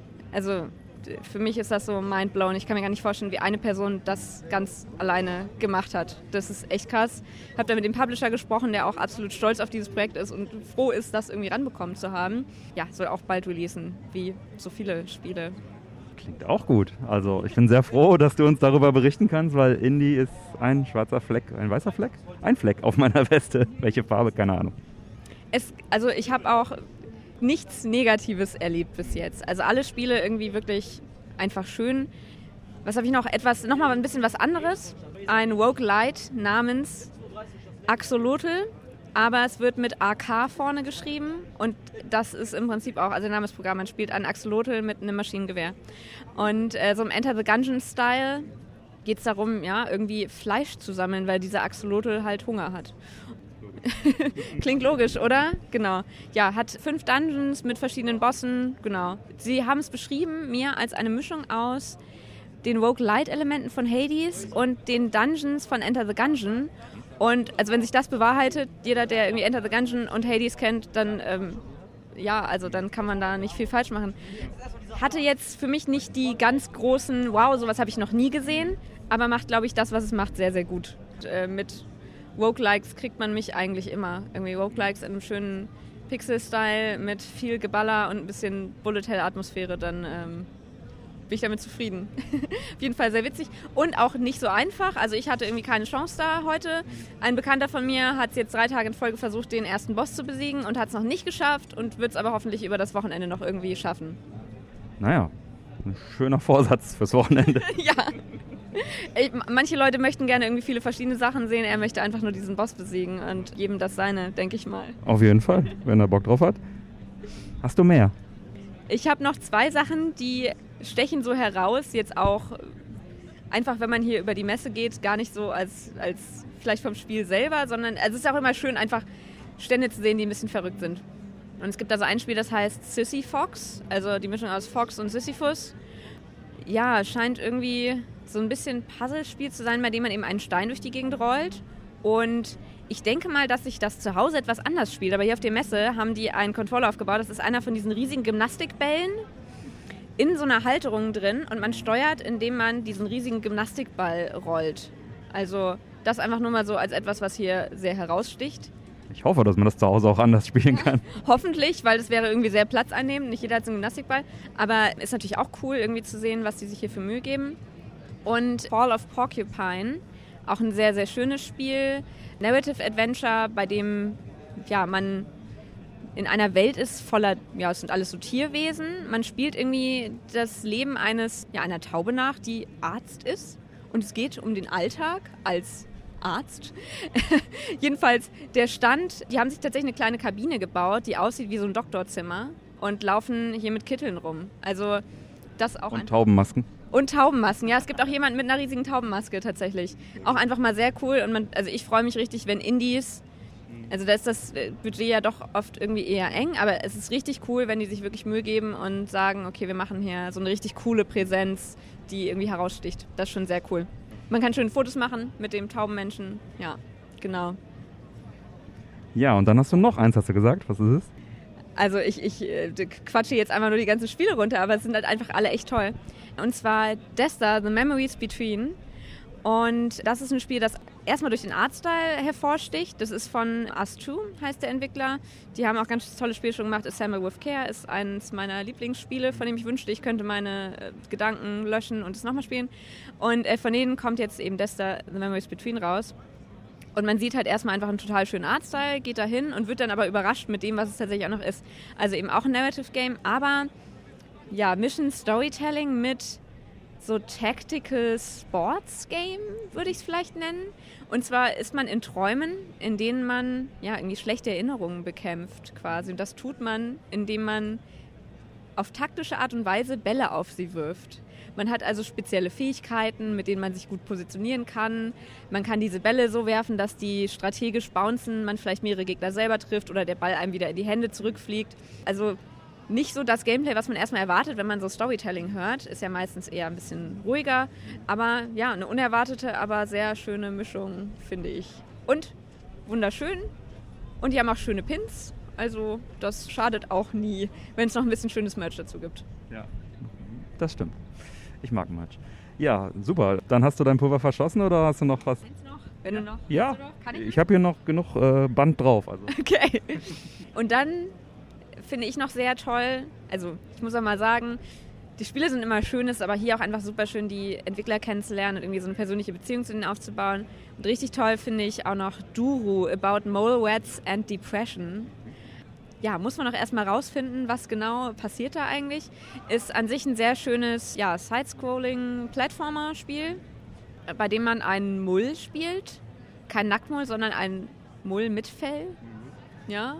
für mich ist das so mindblown. Ich kann mir gar nicht vorstellen, wie eine Person das ganz alleine gemacht hat. Das ist echt krass. Ich habe da mit dem Publisher gesprochen, der auch absolut stolz auf dieses Projekt ist und froh ist, das irgendwie ranbekommen zu haben. Ja, soll auch bald releasen, wie so viele Spiele. Klingt auch gut. Also ich bin sehr froh, dass du uns darüber berichten kannst, weil Indie ist ein schwarzer Fleck, ein weißer Fleck? Ein Fleck auf meiner Weste. Welche Farbe? Keine Ahnung. Ich habe auch nichts Negatives erlebt bis jetzt. Also alle Spiele irgendwie wirklich einfach schön. Was habe ich noch? Noch mal ein bisschen was anderes. Ein Roguelite namens Axolotl. Aber es wird mit AK vorne geschrieben und das ist im Prinzip auch, also der Name des Programms, man spielt einen Axolotl mit einem Maschinengewehr. Und so im Enter the Gungeon-Style geht es darum, irgendwie Fleisch zu sammeln, weil dieser Axolotl halt Hunger hat. Klingt logisch, oder? Genau. Ja, hat 5 Dungeons mit verschiedenen Bossen, genau. Sie haben es beschrieben mir als eine Mischung aus den Roguelite-Elementen von Hades und den Dungeons von Enter the Gungeon. Und also wenn sich das bewahrheitet, jeder, der irgendwie Enter the Gungeon und Hades kennt, dann dann kann man da nicht viel falsch machen. Hatte jetzt für mich nicht die ganz großen, wow, sowas habe ich noch nie gesehen, aber macht, glaube ich, das, was es macht, sehr, sehr gut. Mit Roguelikes kriegt man mich eigentlich immer. Irgendwie Roguelikes in einem schönen Pixel-Style mit viel Geballer und ein bisschen Bullet-Hell-Atmosphäre, dann bin ich damit zufrieden. Auf jeden Fall sehr witzig und auch nicht so einfach. Also ich hatte irgendwie keine Chance da heute. Ein Bekannter von mir hat es jetzt 3 Tage in Folge versucht, den ersten Boss zu besiegen und hat es noch nicht geschafft und wird es aber hoffentlich über das Wochenende noch irgendwie schaffen. Naja, ein schöner Vorsatz fürs Wochenende. Ja. Manche Leute möchten gerne irgendwie viele verschiedene Sachen sehen. Er möchte einfach nur diesen Boss besiegen und jedem das seine, denke ich mal. Auf jeden Fall, wenn er Bock drauf hat. Hast du mehr? Ich habe noch 2 Sachen, die stechen so heraus, jetzt auch einfach, wenn man hier über die Messe geht, gar nicht so als vielleicht vom Spiel selber, sondern also es ist auch immer schön, einfach Stände zu sehen, die ein bisschen verrückt sind. Und es gibt also ein Spiel, das heißt Sisyphox, also die Mischung aus Fox und Sisyphus. Ja, scheint irgendwie so ein bisschen Puzzlespiel zu sein, bei dem man eben einen Stein durch die Gegend rollt. Und ich denke mal, dass sich das zu Hause etwas anders spielt. Aber hier auf der Messe haben die einen Controller aufgebaut. Das ist einer von diesen riesigen Gymnastikbällen in so einer Halterung drin. Und man steuert, indem man diesen riesigen Gymnastikball rollt. Also das einfach nur mal so als etwas, was hier sehr heraussticht. Ich hoffe, dass man das zu Hause auch anders spielen kann. Hoffentlich, weil das wäre irgendwie sehr platzeinnehmend. Nicht jeder hat so einen Gymnastikball. Aber ist natürlich auch cool, irgendwie zu sehen, was die sich hier für Mühe geben. Und Fall of Porcupine, auch ein sehr, sehr schönes Spiel. Narrative Adventure, bei dem man in einer Welt ist voller, es sind alles so Tierwesen. Man spielt irgendwie das Leben einer Taube nach, die Arzt ist. Und es geht um den Alltag als Arzt. Jedenfalls der Stand, die haben sich tatsächlich eine kleine Kabine gebaut, die aussieht wie so ein Doktorzimmer und laufen hier mit Kitteln rum. Also das auch. Und Taubenmasken. Und Taubenmasken, ja. Es gibt auch jemanden mit einer riesigen Taubenmaske tatsächlich. Auch einfach mal sehr cool. Und ich freue mich richtig, wenn Indies, also da ist das Budget ja doch oft irgendwie eher eng, aber es ist richtig cool, wenn die sich wirklich Mühe geben und sagen, okay, wir machen hier so eine richtig coole Präsenz, die irgendwie heraussticht. Das ist schon sehr cool. Man kann schöne Fotos machen mit dem Taubenmenschen. Ja, genau. Ja, und dann hast du noch eins, hast du gesagt. Was ist es? Also ich quatsche jetzt einmal nur die ganzen Spiele runter, aber es sind halt einfach alle echt toll. Und zwar Desta, The Memories Between. Und das ist ein Spiel, das erstmal durch den Artstyle hervorsticht. Das ist von Us2, heißt der Entwickler. Die haben auch ganz tolle Spiele schon gemacht. Assemble with Care ist eines meiner Lieblingsspiele, von dem ich wünschte, ich könnte meine Gedanken löschen und es nochmal spielen. Und von denen kommt jetzt eben Desta, The Memories Between raus. Und man sieht halt erstmal einfach einen total schönen Artstyle, geht da hin und wird dann aber überrascht mit dem, was es tatsächlich auch noch ist. Also eben auch ein Narrative Game, aber Mission Storytelling mit so Tactical Sports Game, würde ich es vielleicht nennen. Und zwar ist man in Träumen, in denen man irgendwie schlechte Erinnerungen bekämpft quasi. Und das tut man, indem man auf taktische Art und Weise Bälle auf sie wirft. Man hat also spezielle Fähigkeiten, mit denen man sich gut positionieren kann. Man kann diese Bälle so werfen, dass die strategisch bouncen, man vielleicht mehrere Gegner selber trifft oder der Ball einem wieder in die Hände zurückfliegt. Also nicht so das Gameplay, was man erstmal erwartet, wenn man so Storytelling hört. Ist ja meistens eher ein bisschen ruhiger. Aber eine unerwartete, aber sehr schöne Mischung, finde ich. Und wunderschön. Und die haben auch schöne Pins. Also das schadet auch nie, wenn es noch ein bisschen schönes Merch dazu gibt. Ja, das stimmt. Ich mag Merch. Ja, super. Dann hast du dein Pulver verschossen oder hast du noch was? Wenn du noch? Ja, Kann ich habe hier noch genug Band drauf. Also. Okay. Und dann finde ich noch sehr toll, also ich muss auch mal sagen, die Spiele sind immer schönes, aber hier auch einfach super schön, die Entwickler kennenzulernen und irgendwie so eine persönliche Beziehung zu denen aufzubauen. Und richtig toll finde ich auch noch Duru, About Mole Rats and Depression. Ja, muss man auch erstmal rausfinden, was genau passiert da eigentlich. Ist an sich ein sehr schönes Side-Scrolling-Plattformer-Spiel, bei dem man einen Mull spielt. Kein Nacktmull, sondern einen Mull mit Fell. Ja.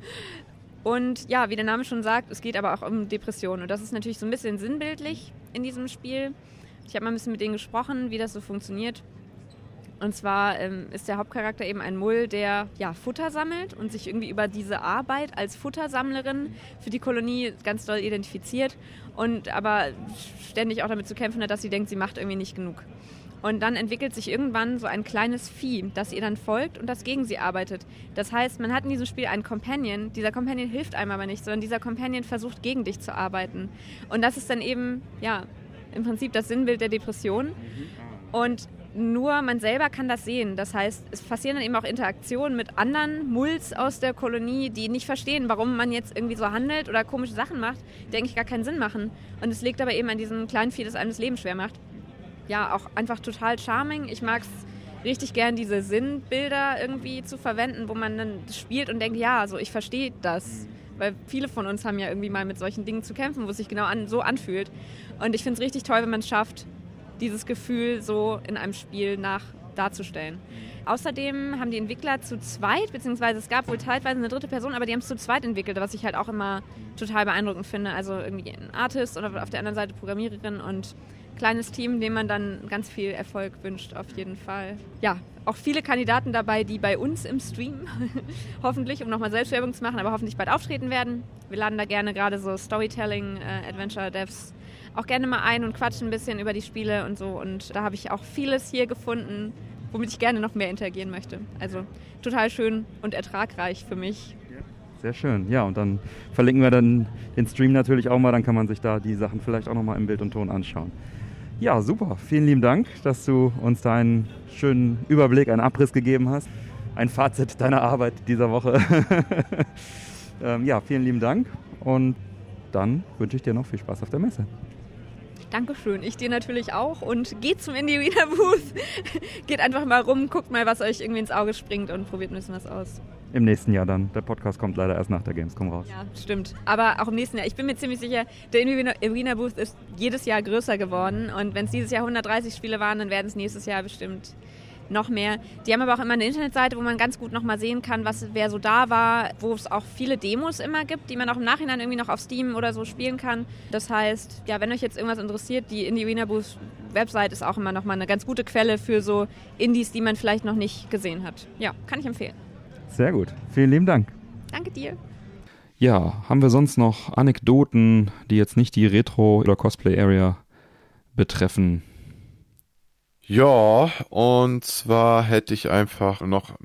Und wie der Name schon sagt, es geht aber auch um Depressionen. Und das ist natürlich so ein bisschen sinnbildlich in diesem Spiel. Ich habe mal ein bisschen mit denen gesprochen, wie das so funktioniert. Und zwar ist der Hauptcharakter eben ein Mull, der Futter sammelt und sich irgendwie über diese Arbeit als Futtersammlerin für die Kolonie ganz doll identifiziert und aber ständig auch damit zu kämpfen hat, dass sie denkt, sie macht irgendwie nicht genug. Und dann entwickelt sich irgendwann so ein kleines Vieh, das ihr dann folgt und das gegen sie arbeitet. Das heißt, man hat in diesem Spiel einen Companion. Dieser Companion hilft einem aber nicht, sondern dieser Companion versucht, gegen dich zu arbeiten. Und das ist dann eben, im Prinzip das Sinnbild der Depression. Und nur man selber kann das sehen. Das heißt, es passieren dann eben auch Interaktionen mit anderen Mulls aus der Kolonie, die nicht verstehen, warum man jetzt irgendwie so handelt oder komische Sachen macht, die eigentlich gar keinen Sinn machen. Und es liegt aber eben an diesem kleinen Vieh, das einem das Leben schwer macht. Ja, auch einfach total charming. Ich mag es richtig gern, diese Sinnbilder irgendwie zu verwenden, wo man dann spielt und denkt, ich verstehe das. Weil viele von uns haben ja irgendwie mal mit solchen Dingen zu kämpfen, wo es sich genau so anfühlt. Und ich finde es richtig toll, wenn man es schafft, dieses Gefühl so in einem Spiel darzustellen. Außerdem haben die Entwickler zu zweit, beziehungsweise es gab wohl teilweise eine dritte Person, aber die haben es zu zweit entwickelt, was ich halt auch immer total beeindruckend finde. Also irgendwie ein Artist oder auf der anderen Seite Programmiererin und kleines Team, dem man dann ganz viel Erfolg wünscht, auf jeden Fall. Ja, auch viele Kandidaten dabei, die bei uns im Stream hoffentlich, um nochmal Selbstwerbung zu machen, aber hoffentlich bald auftreten werden. Wir laden da gerne gerade so Storytelling, Adventure-Devs auch gerne mal ein und quatschen ein bisschen über die Spiele und so. Und da habe ich auch vieles hier gefunden, womit ich gerne noch mehr interagieren möchte. Also total schön und ertragreich für mich. Sehr schön. Ja, und dann verlinken wir dann den Stream natürlich auch mal, dann kann man sich da die Sachen vielleicht auch nochmal im Bild und Ton anschauen. Ja, super. Vielen lieben Dank, dass du uns da einen schönen Überblick, einen Abriss gegeben hast. Ein Fazit deiner Arbeit dieser Woche. Vielen lieben Dank und dann wünsche ich dir noch viel Spaß auf der Messe. Dankeschön, ich dir natürlich auch und geht zum Indie Arena Booth. Geht einfach mal rum, guckt mal, was euch irgendwie ins Auge springt und probiert ein bisschen was aus. Im nächsten Jahr dann. Der Podcast kommt leider erst nach der Gamescom raus. Ja, stimmt. Aber auch im nächsten Jahr. Ich bin mir ziemlich sicher, der Indie Arena Booth ist jedes Jahr größer geworden und wenn es dieses Jahr 130 Spiele waren, dann werden es nächstes Jahr bestimmt noch mehr. Die haben aber auch immer eine Internetseite, wo man ganz gut nochmal sehen kann, wer so da war, wo es auch viele Demos immer gibt, die man auch im Nachhinein irgendwie noch auf Steam oder so spielen kann. Das heißt, wenn euch jetzt irgendwas interessiert, die Indie Arena Booth Website ist auch immer nochmal eine ganz gute Quelle für so Indies, die man vielleicht noch nicht gesehen hat. Ja, kann ich empfehlen. Sehr gut. Vielen lieben Dank. Danke dir. Ja, haben wir sonst noch Anekdoten, die jetzt nicht die Retro- oder Cosplay-Area betreffen? Ja, und zwar hätte ich einfach noch,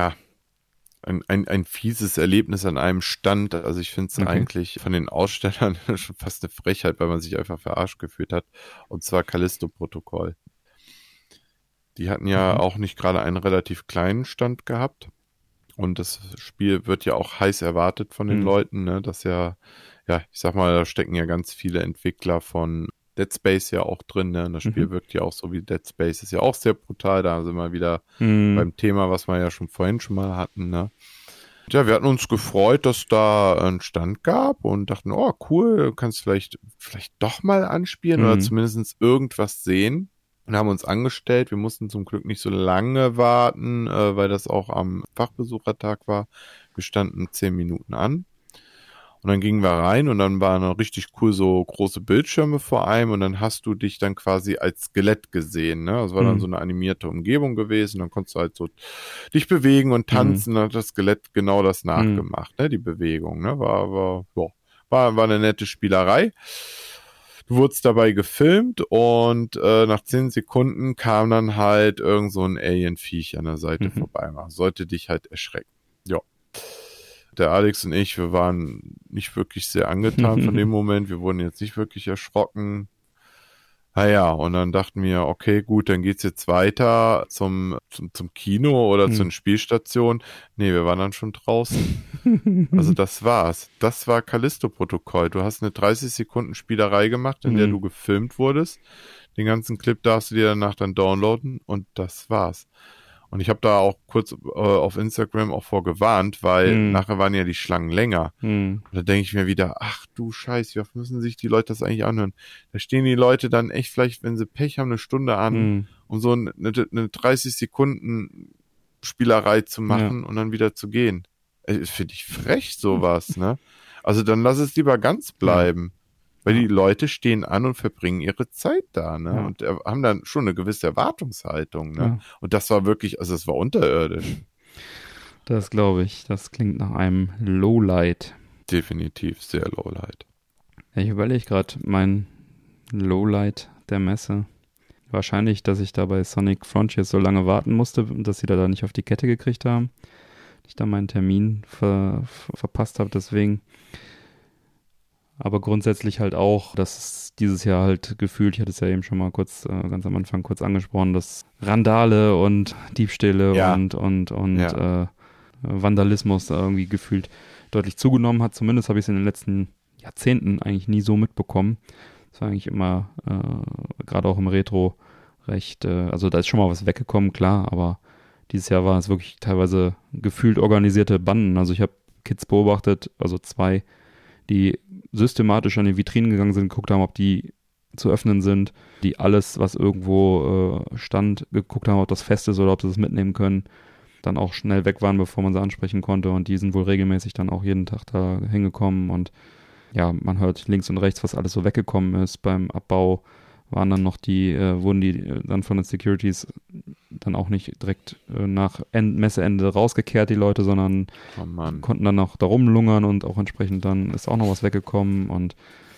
ein fieses Erlebnis an einem Stand. Also ich finde es eigentlich von den Ausstellern schon fast eine Frechheit, weil man sich einfach verarscht gefühlt hat. Und zwar Callisto-Protokoll. Die hatten ja auch nicht gerade einen relativ kleinen Stand gehabt. Und das Spiel wird ja auch heiß erwartet von den Leuten, ne? Das ich sag mal, da stecken ja ganz viele Entwickler von Dead Space ja auch drin, ne? Das Spiel wirkt ja auch so wie Dead Space, ist ja auch sehr brutal, da sind wir wieder beim Thema, was wir ja vorhin schon mal hatten, ne? Ja, wir hatten uns gefreut, dass da einen Stand gab und dachten, oh cool, du kannst vielleicht doch mal anspielen oder zumindest irgendwas sehen. Und haben uns angestellt. Wir mussten zum Glück nicht so lange warten, weil das auch am Fachbesuchertag war. Wir standen 10 Minuten an. Und dann gingen wir rein und dann waren noch richtig cool so große Bildschirme vor einem und dann hast du dich dann quasi als Skelett gesehen, ne? Das war dann so eine animierte Umgebung gewesen. Dann konntest du halt so dich bewegen und tanzen. Dann hat das Skelett genau das nachgemacht, ne? Die Bewegung, ne? War eine nette Spielerei. Du wurdest dabei gefilmt und nach 10 Sekunden kam dann halt irgend so ein Alien-Viech an der Seite vorbei. Sollte dich halt erschrecken. Ja. Der Alex und ich, wir waren nicht wirklich sehr angetan von dem Moment. Wir wurden jetzt nicht wirklich erschrocken. Naja, und dann dachten wir, okay, gut, dann geht's jetzt weiter zum Kino oder zur Spielstation. Nee, wir waren dann schon draußen. Also das war's. Das war Callisto-Protokoll. Du hast eine 30-Sekunden-Spielerei gemacht, in der du gefilmt wurdest. Den ganzen Clip darfst du dir danach dann downloaden und das war's. Und ich habe da auch kurz auf Instagram auch vorgewarnt, weil nachher waren ja die Schlangen länger. Und da denke ich mir wieder, ach du Scheiße, wie oft müssen sich die Leute das eigentlich anhören? Da stehen die Leute dann echt vielleicht, wenn sie Pech haben, eine Stunde an, um so eine 30-Sekunden-Spielerei zu machen und dann wieder zu gehen. Finde ich frech, sowas, ne? Also dann lass es lieber ganz bleiben. Weil die Leute stehen an und verbringen ihre Zeit da, ne? Ja. Und haben dann schon eine gewisse Erwartungshaltung, ne? Ja. Und das war wirklich, also es war unterirdisch. Das glaube ich. Das klingt nach einem Lowlight. Definitiv sehr Lowlight. Ja, ich überlege gerade, mein Lowlight der Messe. Wahrscheinlich, dass ich da bei Sonic Frontiers so lange warten musste und dass sie da nicht auf die Kette gekriegt haben. Ich da meinen Termin verpasst habe, deswegen. Aber grundsätzlich halt auch, dass es dieses Jahr halt gefühlt, ich hatte es ja eben schon mal kurz, ganz am Anfang kurz angesprochen, dass Randale und Diebstähle und Vandalismus da irgendwie gefühlt deutlich zugenommen hat. Zumindest habe ich es in den letzten Jahrzehnten eigentlich nie so mitbekommen. Das war eigentlich immer, gerade auch im Retro, recht, also da ist schon mal was weggekommen, klar, aber dieses Jahr waren es wirklich teilweise gefühlt organisierte Banden. Also ich habe Kids beobachtet, also 2, die systematisch an die Vitrinen gegangen sind, geguckt haben, ob die zu öffnen sind, die alles, was irgendwo stand, geguckt haben, ob das fest ist oder ob sie es mitnehmen können, dann auch schnell weg waren, bevor man sie ansprechen konnte, und die sind wohl regelmäßig dann auch jeden Tag da hingekommen, und ja, man hört links und rechts, was alles so weggekommen ist. Beim Abbau waren dann noch wurden die dann von den Securities dann auch nicht direkt nach Messeende rausgekehrt, die Leute, sondern konnten dann auch da rumlungern, und auch entsprechend dann ist auch noch was weggekommen, und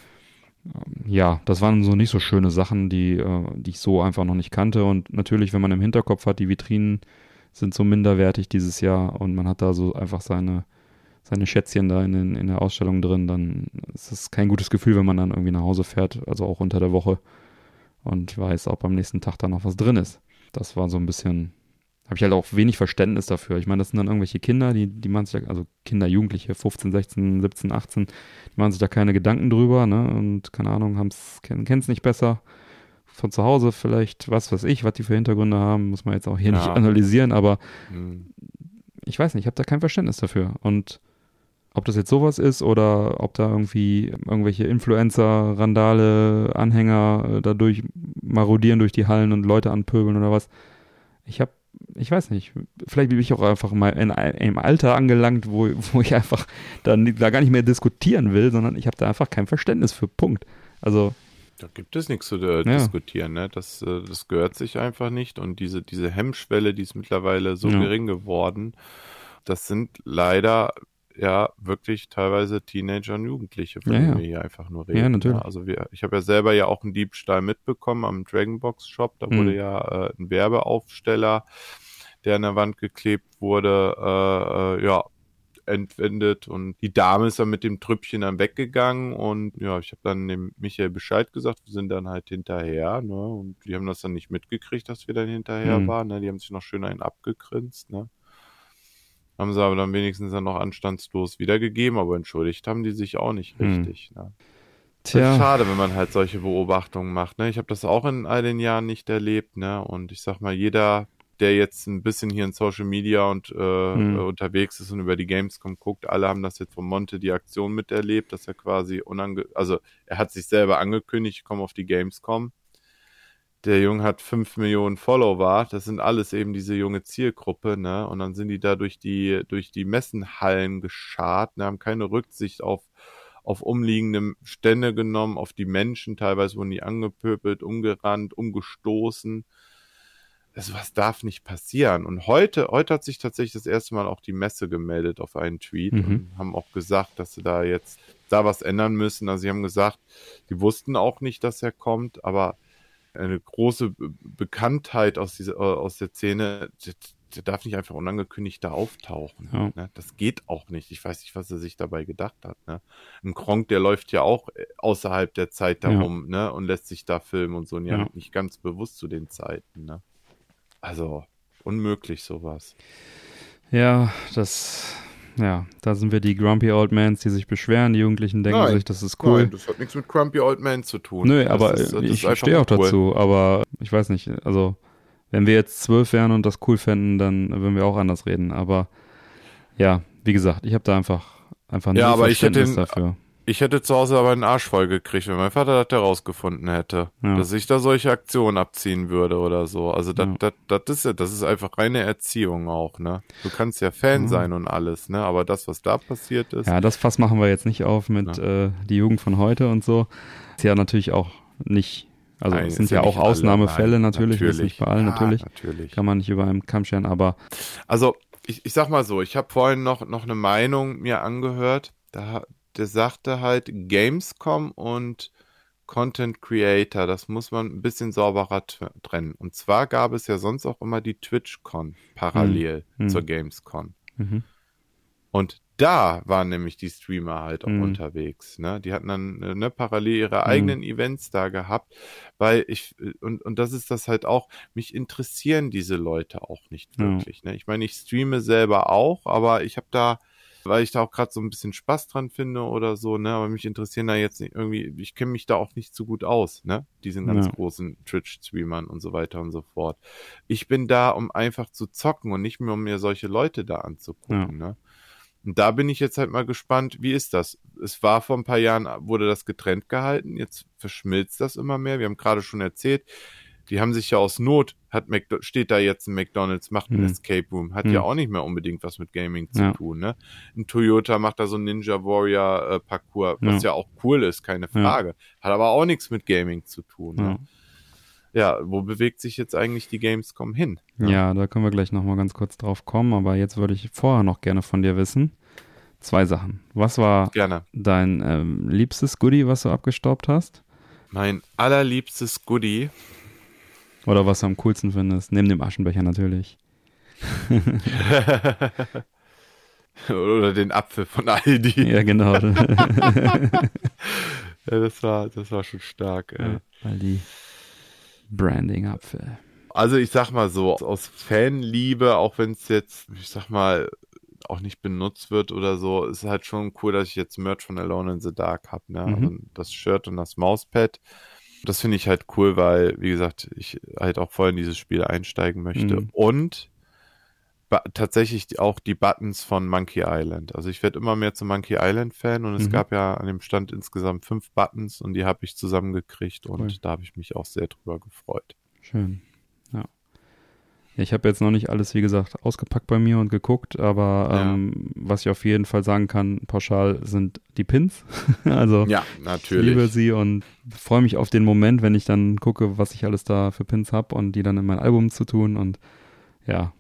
ja, das waren so nicht so schöne Sachen, die ich so einfach noch nicht kannte. Und natürlich, wenn man im Hinterkopf hat, die Vitrinen sind so minderwertig dieses Jahr und man hat da so einfach seine Schätzchen da in der Ausstellung drin, dann ist es kein gutes Gefühl, wenn man dann irgendwie nach Hause fährt, also auch unter der Woche, und weiß, ob am nächsten Tag da noch was drin ist. Das war so ein bisschen, habe ich halt auch wenig Verständnis dafür. Ich meine, das sind dann irgendwelche Kinder, die machen sich da, also Kinder, Jugendliche, 15, 16, 17, 18, die machen sich da keine Gedanken drüber, ne, und keine Ahnung, kennen es nicht besser. Von zu Hause vielleicht, was weiß ich, was die für Hintergründe haben, muss man jetzt auch hier nicht analysieren, aber ich weiß nicht, ich habe da kein Verständnis dafür. Und ob das jetzt sowas ist oder ob da irgendwie irgendwelche Influencer, Randale, Anhänger dadurch marodieren durch die Hallen und Leute anpöbeln oder was, ich weiß nicht, vielleicht bin ich auch einfach mal in einem Alter angelangt, wo ich einfach da gar nicht mehr diskutieren will, sondern ich habe da einfach kein Verständnis für, Punkt. Also da gibt es nichts zu diskutieren, ne? Das gehört sich einfach nicht, und diese Hemmschwelle, die ist mittlerweile so gering geworden, das sind leider wirklich teilweise Teenager und Jugendliche, von denen wir hier einfach nur reden. Ja, natürlich. Ne? Also ich habe ja selber ja auch einen Diebstahl mitbekommen am Dragonbox Shop, da wurde ein Werbeaufsteller, der an der Wand geklebt wurde, entwendet, und die Dame ist dann mit dem Trüppchen dann weggegangen, und ich habe dann dem Michael Bescheid gesagt, wir sind dann halt hinterher, ne, und die haben das dann nicht mitgekriegt, dass wir dann hinterher waren, ne, die haben sich noch schön einen abgegrinst, ne, haben sie aber dann wenigstens dann noch anstandslos wiedergegeben, aber entschuldigt haben die sich auch nicht richtig, ne. Tja. Das ist schade, wenn man halt solche Beobachtungen macht, ne, ich habe das auch in all den Jahren nicht erlebt, ne, und ich sag mal, jeder, der jetzt ein bisschen hier in Social Media und unterwegs ist und über die Gamescom guckt, alle haben das jetzt von Monte die Aktion miterlebt, dass er quasi er hat sich selber angekündigt, ich komme auf die Gamescom. Der Junge hat 5 Millionen Follower, das sind alles eben diese junge Zielgruppe, ne, und dann sind die da durch die Messenhallen geschart, ne, haben keine Rücksicht auf umliegende Stände genommen, auf die Menschen, teilweise wurden die angepöbelt, umgerannt, umgestoßen. Also was darf nicht passieren? Und heute hat sich tatsächlich das erste Mal auch die Messe gemeldet auf einen Tweet und haben auch gesagt, dass sie da jetzt was ändern müssen. Also sie haben gesagt, sie wussten auch nicht, dass er kommt, aber eine große Bekanntheit aus der Szene, der darf nicht einfach unangekündigt da auftauchen. Ja. Ne? Das geht auch nicht. Ich weiß nicht, was er sich dabei gedacht hat. Ne? Ein Kronk, der läuft ja auch außerhalb der Zeit darum, ne, und lässt sich da filmen und so, und nicht ganz bewusst zu den Zeiten, ne? Also, unmöglich sowas. Ja, da sind wir die Grumpy Old Mans, die sich beschweren. Die Jugendlichen denken sich, das ist cool. Nein, das hat nichts mit Grumpy Old Man zu tun. Nö, aber ich stehe auch dazu. Aber ich weiß nicht, also wenn wir jetzt 12 wären und das cool fänden, dann würden wir auch anders reden. Aber ja, wie gesagt, ich habe da einfach nur Verständnis dafür. Ich hätte zu Hause aber einen Arsch voll gekriegt, wenn mein Vater das herausgefunden hätte, dass ich da solche Aktionen abziehen würde oder so. Also das ist einfach reine Erziehung auch, ne? Du kannst ja Fan sein und alles, ne? Aber das, was da passiert ist. Ja, das Fass machen wir jetzt nicht auf mit die Jugend von heute und so. Ist ja natürlich auch nicht, also es sind ja auch Ausnahmefälle natürlich, das ist nicht bei allen natürlich. Kann man nicht über einen Kamm scheren, aber. Also ich sag mal so, ich habe vorhin noch eine Meinung mir angehört, der sagte halt, Gamescom und Content Creator, das muss man ein bisschen sauberer trennen. Und zwar gab es ja sonst auch immer die TwitchCon parallel zur Gamescom. Und da waren nämlich die Streamer halt auch unterwegs. Ne? Die hatten dann parallel ihre eigenen Events da gehabt, weil und das ist das halt auch, mich interessieren diese Leute auch nicht wirklich. Ne? Ich meine, ich streame selber auch, aber ich habe da, weil ich da auch gerade so ein bisschen Spaß dran finde oder so, ne, aber mich interessieren da jetzt nicht irgendwie, ich kenne mich da auch nicht so gut aus, ne, diesen ganz großen Twitch-Streamern und so weiter und so fort. Ich bin da, um einfach zu zocken und nicht mehr, um mir solche Leute da anzugucken, ne. Und da bin ich jetzt halt mal gespannt, wie ist das? Es war vor ein paar Jahren, wurde das getrennt gehalten, jetzt verschmilzt das immer mehr. Wir haben gerade schon erzählt, die haben sich ja aus Not, steht da jetzt ein McDonald's, macht ein Escape Room, hat ja auch nicht mehr unbedingt was mit Gaming zu tun, ne? Ein Toyota macht da so ein Ninja Warrior Parcours, was ja auch cool ist, keine Frage. Hat aber auch nichts mit Gaming zu tun, ne? Ja, wo bewegt sich jetzt eigentlich die Gamescom hin? Ja, da können wir gleich nochmal ganz kurz drauf kommen, aber jetzt würde ich vorher noch gerne von dir wissen. 2 Sachen. Was war dein liebstes Goodie, was du abgestaubt hast? Mein allerliebstes Goodie. Oder was du am coolsten findest, neben dem Aschenbecher natürlich. Oder den Apfel von Aldi. Ja, genau. Ja, das war schon stark. Aldi Branding-Apfel. Also ich sag mal so, aus Fanliebe, auch wenn es jetzt, ich sag mal, auch nicht benutzt wird oder so, ist halt schon cool, dass ich jetzt Merch von Alone in the Dark habe. Ne? Also das Shirt und das Mauspad. Das finde ich halt cool, weil, wie gesagt, ich halt auch voll in dieses Spiel einsteigen möchte. Und tatsächlich auch die Buttons von Monkey Island. Also ich werde immer mehr zum Monkey Island Fan und es gab ja an dem Stand insgesamt 5 Buttons und die habe ich zusammengekriegt und da habe ich mich auch sehr drüber gefreut. Schön, ja. Ich habe jetzt noch nicht alles, wie gesagt, ausgepackt bei mir und geguckt, aber was ich auf jeden Fall sagen kann, pauschal sind die Pins. Also ja, natürlich. Ich liebe sie und freue mich auf den Moment, wenn ich dann gucke, was ich alles da für Pins habe und die dann in mein Album zu tun und ja,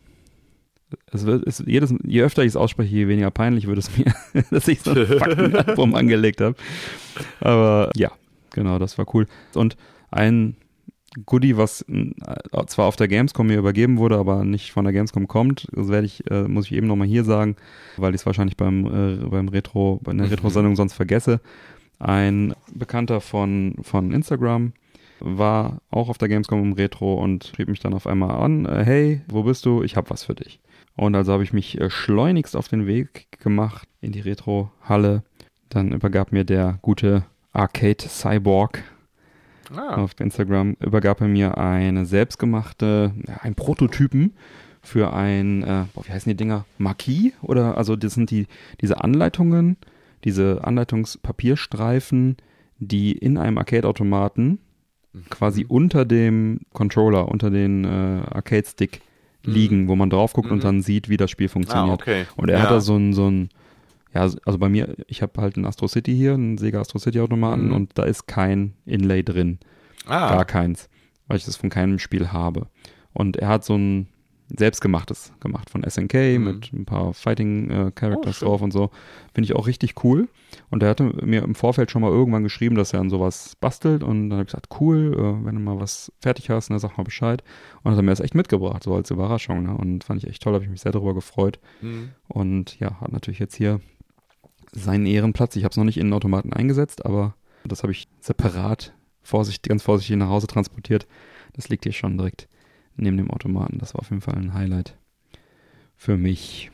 je öfter ich es ausspreche, je weniger peinlich wird es mir, dass ich so ein fucking Album angelegt habe. Aber ja, genau, das war cool. Und ein Goodie, was zwar auf der Gamescom mir übergeben wurde, aber nicht von der Gamescom kommt, das muss ich eben nochmal hier sagen, weil ich es wahrscheinlich bei der Retro-Sendung sonst vergesse. Ein Bekannter von Instagram war auch auf der Gamescom im Retro und schrieb mich dann auf einmal an, hey, wo bist du? Ich habe was für dich. Und also habe ich mich schleunigst auf den Weg gemacht in die Retro-Halle. Dann übergab mir der gute Arcade Cyborg auf Instagram, übergab er mir eine selbstgemachte, einen Prototypen für ein, wie heißen die Dinger? Marquis? Oder, also das sind diese Anleitungen, diese Anleitungspapierstreifen, die in einem Arcade-Automaten quasi unter dem Controller, unter den Arcade-Stick liegen, wo man drauf guckt und dann sieht, wie das Spiel funktioniert. Okay. Und er hat da so ein ja, also bei mir, ich habe halt einen Astro City hier, einen Sega Astro City Automaten und da ist kein Inlay drin. Gar keins, weil ich das von keinem Spiel habe. Und er hat so ein selbstgemachtes gemacht von SNK mit ein paar Fighting Characters drauf und so. Finde ich auch richtig cool. Und er hatte mir im Vorfeld schon mal irgendwann geschrieben, dass er an sowas bastelt und dann habe ich gesagt, cool, wenn du mal was fertig hast, ne, sag mal Bescheid. Und hat er mir das echt mitgebracht, so als Überraschung. Ne? Und fand ich echt toll, habe ich mich sehr darüber gefreut. Und ja, hat natürlich jetzt hier seinen Ehrenplatz. Ich habe es noch nicht in den Automaten eingesetzt, aber das habe ich separat ganz vorsichtig nach Hause transportiert. Das liegt hier schon direkt neben dem Automaten. Das war auf jeden Fall ein Highlight für mich.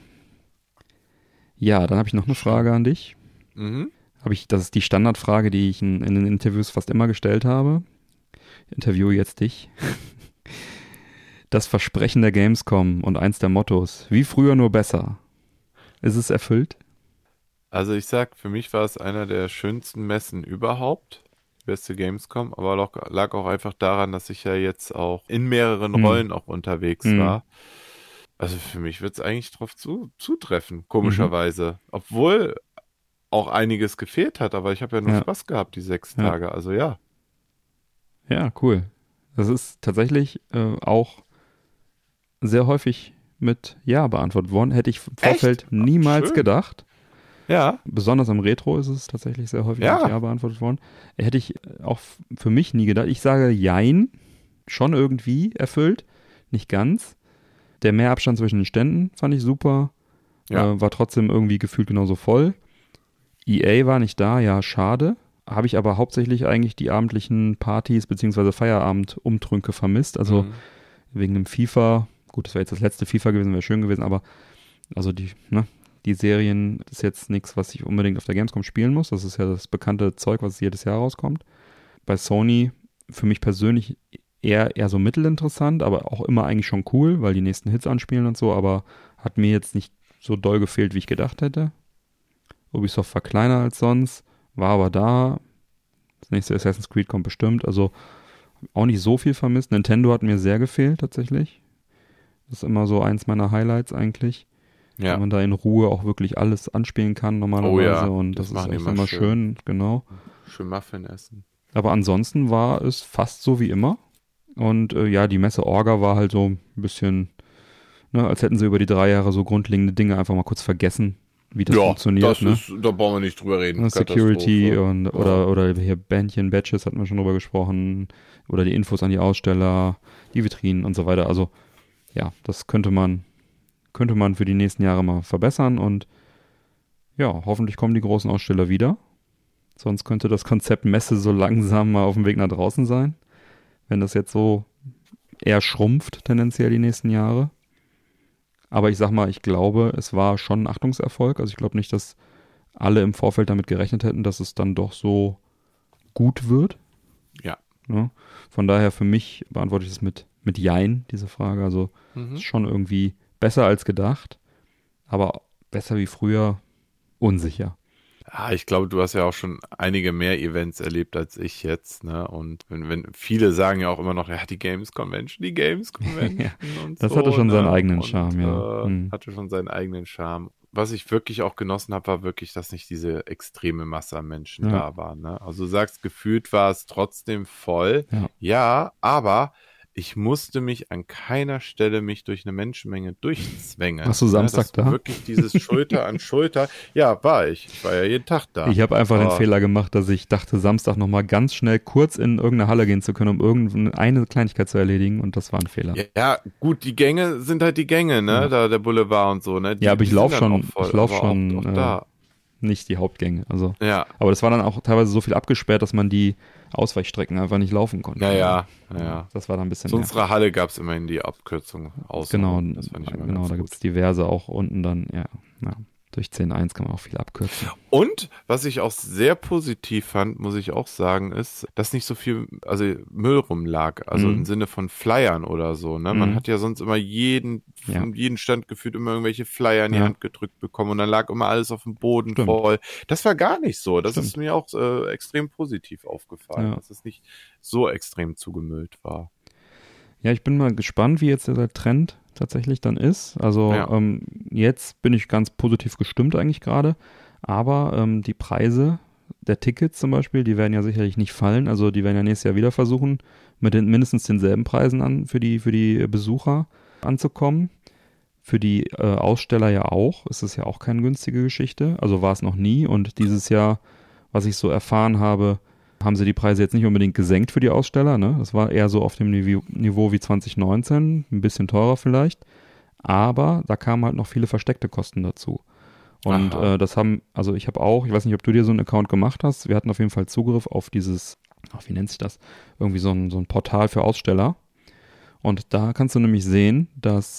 Ja, dann habe ich noch eine Frage an dich. Das ist die Standardfrage, die ich in den Interviews fast immer gestellt habe. Ich interviewe jetzt dich. Das Versprechen der Gamescom und eins der Mottos. Wie früher, nur besser. Ist es erfüllt? Also ich sag, für mich war es einer der schönsten Messen überhaupt. Beste Gamescom, aber lag auch einfach daran, dass ich ja jetzt auch in mehreren Rollen auch unterwegs war. Also für mich wird es eigentlich drauf zutreffen, komischerweise. Obwohl auch einiges gefehlt hat, aber ich habe ja nur Spaß gehabt, die 6 Tage, also ja. Ja, cool. Das ist tatsächlich auch sehr häufig mit Ja beantwortet worden. Hätte ich im Vorfeld niemals gedacht. Ja. Besonders am Retro ist es tatsächlich sehr häufig mit Ja beantwortet worden. Hätte ich auch für mich nie gedacht. Ich sage Jein, schon irgendwie erfüllt, nicht ganz. Der Mehrabstand zwischen den Ständen fand ich super. War trotzdem irgendwie gefühlt genauso voll. EA war nicht da, ja, schade. Habe ich aber hauptsächlich eigentlich die abendlichen Partys bzw. Feierabend-Umtrünke vermisst. Also wegen dem FIFA, gut, das wäre jetzt das letzte FIFA gewesen, wäre schön gewesen, aber also die Serien ist jetzt nichts, was ich unbedingt auf der Gamescom spielen muss. Das ist ja das bekannte Zeug, was jedes Jahr rauskommt. Bei Sony für mich persönlich eher so mittelinteressant, aber auch immer eigentlich schon cool, weil die nächsten Hits anspielen und so, aber hat mir jetzt nicht so doll gefehlt, wie ich gedacht hätte. Ubisoft war kleiner als sonst, war aber da. Das nächste Assassin's Creed kommt bestimmt, also auch nicht so viel vermisst. Nintendo hat mir sehr gefehlt tatsächlich. Das ist immer so eins meiner Highlights eigentlich. Ja. Wenn man da in Ruhe auch wirklich alles anspielen kann normalerweise und das ist echt immer schön, genau. Schön Muffin essen. Aber ansonsten war es fast so wie immer und die Messe Orga war halt so ein bisschen, als hätten sie über die 3 Jahre so grundlegende Dinge einfach mal kurz vergessen, wie das funktioniert. Da brauchen wir nicht drüber reden. Security oder hier Bändchen, Badges hatten wir schon drüber gesprochen oder die Infos an die Aussteller, die Vitrinen und so weiter. Also ja, das könnte man für die nächsten Jahre mal verbessern und ja, hoffentlich kommen die großen Aussteller wieder. Sonst könnte das Konzept Messe so langsam mal auf dem Weg nach draußen sein, wenn das jetzt so eher schrumpft tendenziell die nächsten Jahre. Aber ich sag mal, ich glaube, es war schon ein Achtungserfolg. Also ich glaube nicht, dass alle im Vorfeld damit gerechnet hätten, dass es dann doch so gut wird. Ja. Von daher für mich beantworte ich es mit Jein, diese Frage. Also es ist schon irgendwie besser als gedacht, aber besser wie früher unsicher. Ja, ich glaube, du hast ja auch schon einige mehr Events erlebt als ich jetzt, ne? Und wenn viele sagen ja auch immer noch, die Games Convention ja, und das so, hatte schon seinen eigenen Charme, Hatte schon seinen eigenen Charme. Was ich wirklich auch genossen habe, war wirklich, dass nicht diese extreme Masse an Menschen da war, ne? Also du sagst, gefühlt war es trotzdem voll. Ja, aber ich musste mich an keiner Stelle durch eine Menschenmenge durchzwängen. Warst du Samstag da? Wirklich dieses Schulter an Schulter. Ja, war ich. Ich war ja jeden Tag da. Ich habe einfach den Fehler gemacht, dass ich dachte, Samstag nochmal ganz schnell kurz in irgendeine Halle gehen zu können, um irgendeine Kleinigkeit zu erledigen und das war ein Fehler. Ja, gut, die Gänge sind halt die Gänge, ne? Ja. Da der Boulevard und so, ne? Aber ich laufe schon da. Nicht die Hauptgänge. Also. Ja. Aber das war dann auch teilweise so viel abgesperrt, dass man die Ausweichstrecken einfach nicht laufen konnte. Ja. Das war dann ein bisschen. Zu unserer Halle gab es immerhin die Abkürzung aus. Genau, das fand ich immer da gibt es diverse auch unten dann, durch 10.1 kann man auch viel abkürzen. Und was ich auch sehr positiv fand, muss ich auch sagen, ist, dass nicht so viel Müll rumlag, also im Sinne von Flyern oder so. Ne? Man hat ja sonst immer jeden Stand gefühlt immer irgendwelche Flyer in die Hand gedrückt bekommen und dann lag immer alles auf dem Boden voll. Das war gar nicht so. Das ist mir auch extrem positiv aufgefallen, dass es nicht so extrem zugemüllt war. Ja, ich bin mal gespannt, wie jetzt der Trend tatsächlich dann ist. Also jetzt bin ich ganz positiv gestimmt eigentlich gerade, aber die Preise der Tickets zum Beispiel, die werden ja sicherlich nicht fallen. Also die werden ja nächstes Jahr wieder versuchen, mit mindestens denselben Preisen für die Besucher anzukommen. Für die Aussteller ja auch. Es ist ja auch keine günstige Geschichte. Also war es noch nie und dieses Jahr, was ich so erfahren habe, haben sie die Preise jetzt nicht unbedingt gesenkt für die Aussteller, ne? Das war eher so auf dem Niveau wie 2019, ein bisschen teurer vielleicht, aber da kamen halt noch viele versteckte Kosten dazu. Und das ich habe auch, ich weiß nicht, ob du dir so einen Account gemacht hast, wir hatten auf jeden Fall Zugriff auf dieses, wie nennt sich das, irgendwie so ein Portal für Aussteller. Und da kannst du nämlich sehen, dass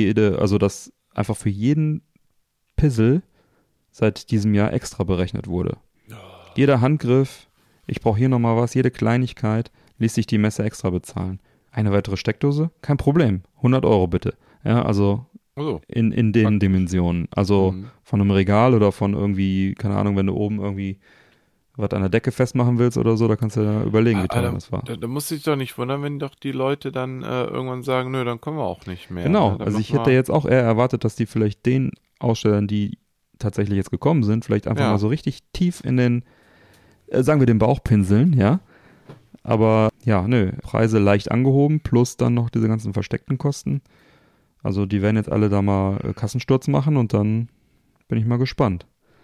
dass einfach für jeden Pissel seit diesem Jahr extra berechnet wurde. Jeder Handgriff, ich brauche hier nochmal was, jede Kleinigkeit ließ sich die Messe extra bezahlen. Eine weitere Steckdose? Kein Problem. 100 € bitte. Ja, also Also. in den Praktisch. Dimensionen. Also von einem Regal oder von irgendwie, keine Ahnung, wenn du oben irgendwie was an der Decke festmachen willst oder so, da kannst du ja überlegen, wie teuer das war. Da musst du dich doch nicht wundern, wenn doch die Leute dann irgendwann sagen, nö, dann kommen wir auch nicht mehr. Genau, Ne? Dann also ich machen hätte wir- jetzt auch eher erwartet, dass die vielleicht den Ausstellern, die tatsächlich jetzt gekommen sind, vielleicht einfach mal so richtig tief in den, sagen wir den Bauch pinseln, ja. Aber ja, nö, Preise leicht angehoben, plus dann noch diese ganzen versteckten Kosten. Also die werden jetzt alle da mal Kassensturz machen und dann bin ich mal gespannt,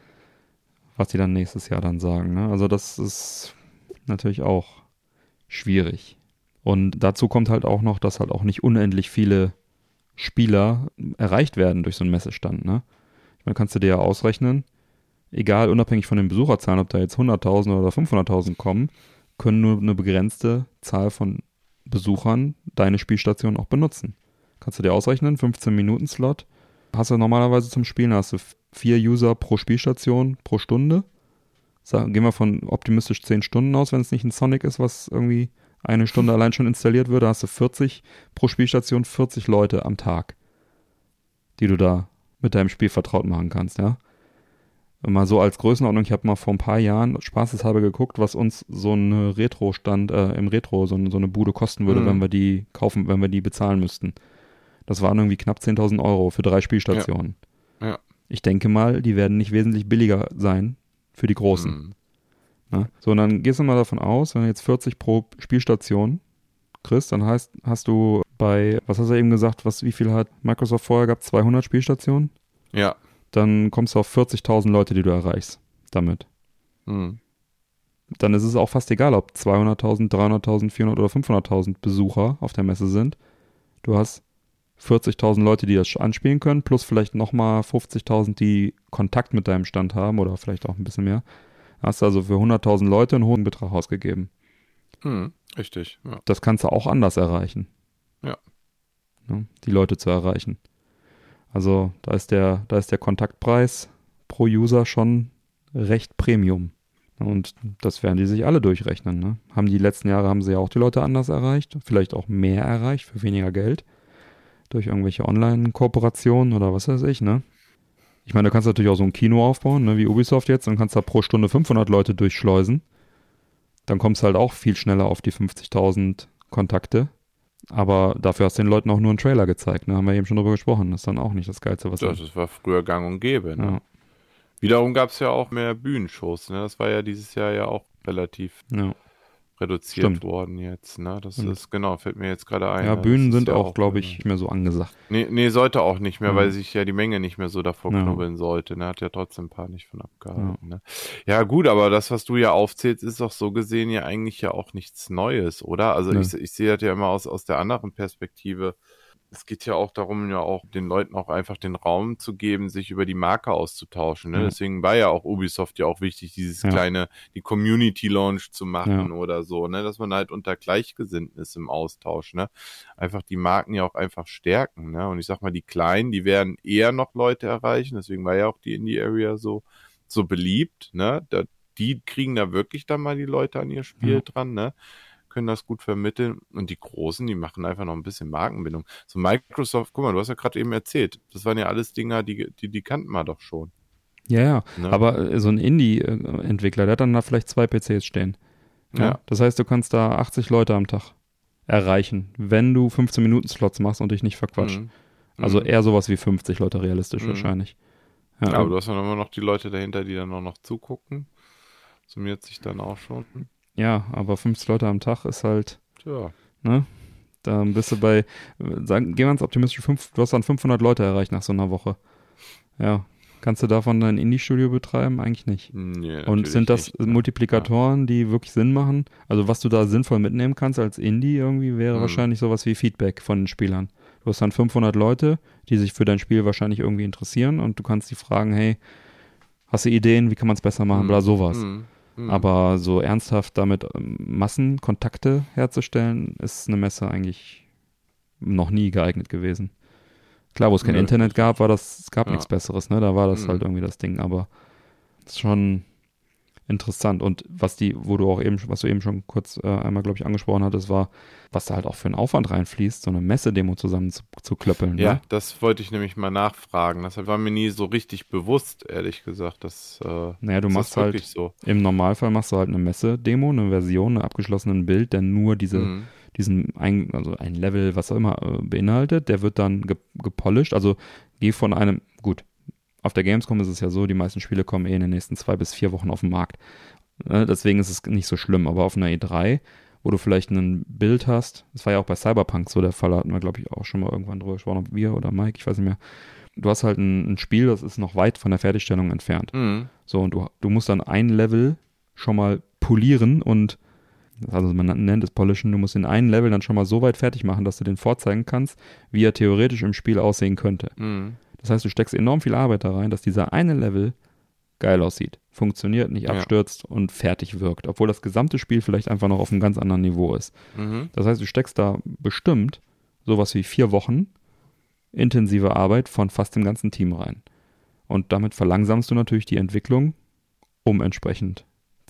was die dann nächstes Jahr dann sagen. Ne? Also das ist natürlich auch schwierig. Und dazu kommt halt auch noch, dass halt auch nicht unendlich viele Spieler erreicht werden durch so einen Messestand. Ne? Ich meine, kannst du dir ja ausrechnen, egal, unabhängig von den Besucherzahlen, ob da jetzt 100.000 oder 500.000 kommen, können nur eine begrenzte Zahl von Besuchern deine Spielstation auch benutzen. Kannst du dir ausrechnen, 15-Minuten-Slot hast du normalerweise zum Spielen, hast du 4 User pro Spielstation pro Stunde. Gehen wir von optimistisch 10 Stunden aus, wenn es nicht ein Sonic ist, was irgendwie eine Stunde allein schon installiert würde, hast du 40 pro Spielstation, 40 Leute am Tag, die du da mit deinem Spiel vertraut machen kannst, ja. Mal so als Größenordnung, ich habe mal vor ein paar Jahren spaßeshalber geguckt, was uns so ein Retro-Stand im Retro, so eine Bude kosten würde, wenn wir die kaufen, wenn wir die bezahlen müssten. Das waren irgendwie knapp 10.000 Euro für 3 Spielstationen. Ja. Ich denke mal, die werden nicht wesentlich billiger sein für die Großen. Ne? So, und dann gehst du mal davon aus, wenn du jetzt 40 pro Spielstation kriegst, dann hast du bei, was hast du eben gesagt, wie viel hat Microsoft vorher gehabt? 200 Spielstationen? Ja. Dann kommst du auf 40.000 Leute, die du erreichst damit. Dann ist es auch fast egal, ob 200.000, 300.000, 400 oder 500.000 Besucher auf der Messe sind. Du hast 40.000 Leute, die das anspielen können, plus vielleicht nochmal 50.000, die Kontakt mit deinem Stand haben oder vielleicht auch ein bisschen mehr. Hast du also für 100.000 Leute einen hohen Betrag ausgegeben. Richtig, ja. Das kannst du auch anders erreichen. Ja. Ne, die Leute zu erreichen. Also da ist der Kontaktpreis pro User schon recht Premium. Und das werden die sich alle durchrechnen. Ne? Die letzten Jahre haben sie ja auch die Leute anders erreicht, vielleicht auch mehr erreicht für weniger Geld. Durch irgendwelche Online-Kooperationen oder was weiß ich, ne? Ich meine, da kannst du natürlich auch so ein Kino aufbauen, ne, wie Ubisoft jetzt, dann kannst du da pro Stunde 500 Leute durchschleusen. Dann kommst du halt auch viel schneller auf die 50.000 Kontakte. Aber dafür hast du den Leuten auch nur einen Trailer gezeigt, ne? Haben wir eben schon drüber gesprochen. Das ist dann auch nicht das Geilste, was Das war früher gang und gäbe. Ne? Ja. Wiederum gab es ja auch mehr Bühnenshows. Ne? Das war ja dieses Jahr ja auch relativ reduziert worden jetzt. Ne? Das ist, genau, fällt mir jetzt gerade ein. Ja, ne? Bühnen Das ist sind ja auch, glaube ich, nicht mehr so angesagt. Nee, sollte auch nicht mehr, weil sich ja die Menge nicht mehr so davor knubbeln sollte. Ne? Hat ja trotzdem ein paar nicht von abgehalten. Ne? Ja gut, aber das, was du ja aufzählst, ist doch so gesehen ja eigentlich ja auch nichts Neues, oder? Also ich sehe das ja immer aus der anderen Perspektive. Es geht ja auch darum, ja auch den Leuten auch einfach den Raum zu geben, sich über die Marke auszutauschen. Ne? Deswegen war ja auch Ubisoft ja auch wichtig, dieses kleine, die Community Launch zu machen oder so, ne? Dass man halt unter Gleichgesinnten ist im Austausch, ne? Einfach die Marken ja auch einfach stärken, ne? Und ich sag mal, die Kleinen, die werden eher noch Leute erreichen, deswegen war ja auch die Indie-Area so beliebt, ne? Die kriegen da wirklich dann mal die Leute an ihr Spiel dran, ne? Können das gut vermitteln und die Großen, die machen einfach noch ein bisschen Markenbindung. So Microsoft, guck mal, du hast ja gerade eben erzählt, das waren ja alles Dinger, die kannten wir doch schon. Ja, ne? Aber so ein Indie-Entwickler, der hat dann da vielleicht 2 PCs stehen. Ja. Das heißt, du kannst da 80 Leute am Tag erreichen, wenn du 15-Minuten-Slots machst und dich nicht verquatscht. Also eher sowas wie 50 Leute realistisch wahrscheinlich. Ja, aber du hast dann immer noch die Leute dahinter, die dann auch noch zugucken. Summiert sich dann auch schon. Ja, aber 50 Leute am Tag ist halt, Tja. ne? Dann bist du bei, gehen wir ins optimistische, du hast dann 500 Leute erreicht nach so einer Woche. Ja, kannst du davon dein Indie-Studio betreiben? Eigentlich nicht. Nee, und sind das nicht, Multiplikatoren, die wirklich Sinn machen? Also was du da sinnvoll mitnehmen kannst als Indie irgendwie, wäre wahrscheinlich sowas wie Feedback von den Spielern. Du hast dann 500 Leute, die sich für dein Spiel wahrscheinlich irgendwie interessieren und du kannst die fragen, hey, hast du Ideen, wie kann man es besser machen, oder sowas. Aber so ernsthaft damit Massenkontakte herzustellen, ist eine Messe eigentlich noch nie geeignet gewesen. Klar, wo es kein Internet gab, es gab nichts Besseres, ne? Da war das halt irgendwie das Ding, aber es ist schon, interessant. Und was du eben schon kurz einmal, glaube ich, angesprochen hattest, war, was da halt auch für einen Aufwand reinfließt, so eine Messe-Demo zusammen zu klöppeln. Ja, ne? das wollte ich nämlich mal nachfragen. Das war mir nie so richtig bewusst, ehrlich gesagt. Naja, du machst halt, so. Im Normalfall machst du halt eine Messe-Demo, eine Version, eine abgeschlossenen Bild, der nur diesen also ein Level, was auch immer, beinhaltet. Der wird dann gepolished. Also geh von einem, gut, auf der Gamescom ist es ja so, die meisten Spiele kommen in den nächsten 2 bis 4 Wochen auf den Markt. Deswegen ist es nicht so schlimm. Aber auf einer E3, wo du vielleicht ein Bild hast, das war ja auch bei Cyberpunk so der Fall, hatten wir, glaube ich, auch schon mal irgendwann drüber gesprochen, ob wir oder Mike, ich weiß nicht mehr. Du hast halt ein Spiel, das ist noch weit von der Fertigstellung entfernt. So, und du musst dann ein Level schon mal polieren und, also man nennt es Polishen, du musst den einen Level dann schon mal so weit fertig machen, dass du den vorzeigen kannst, wie er theoretisch im Spiel aussehen könnte. Das heißt, du steckst enorm viel Arbeit da rein, dass dieser eine Level geil aussieht, funktioniert, nicht abstürzt und fertig wirkt, obwohl das gesamte Spiel vielleicht einfach noch auf einem ganz anderen Niveau ist. Das heißt, du steckst da bestimmt sowas wie 4 Wochen intensive Arbeit von fast dem ganzen Team rein. Und damit verlangsamst du natürlich die Entwicklung um entsprechend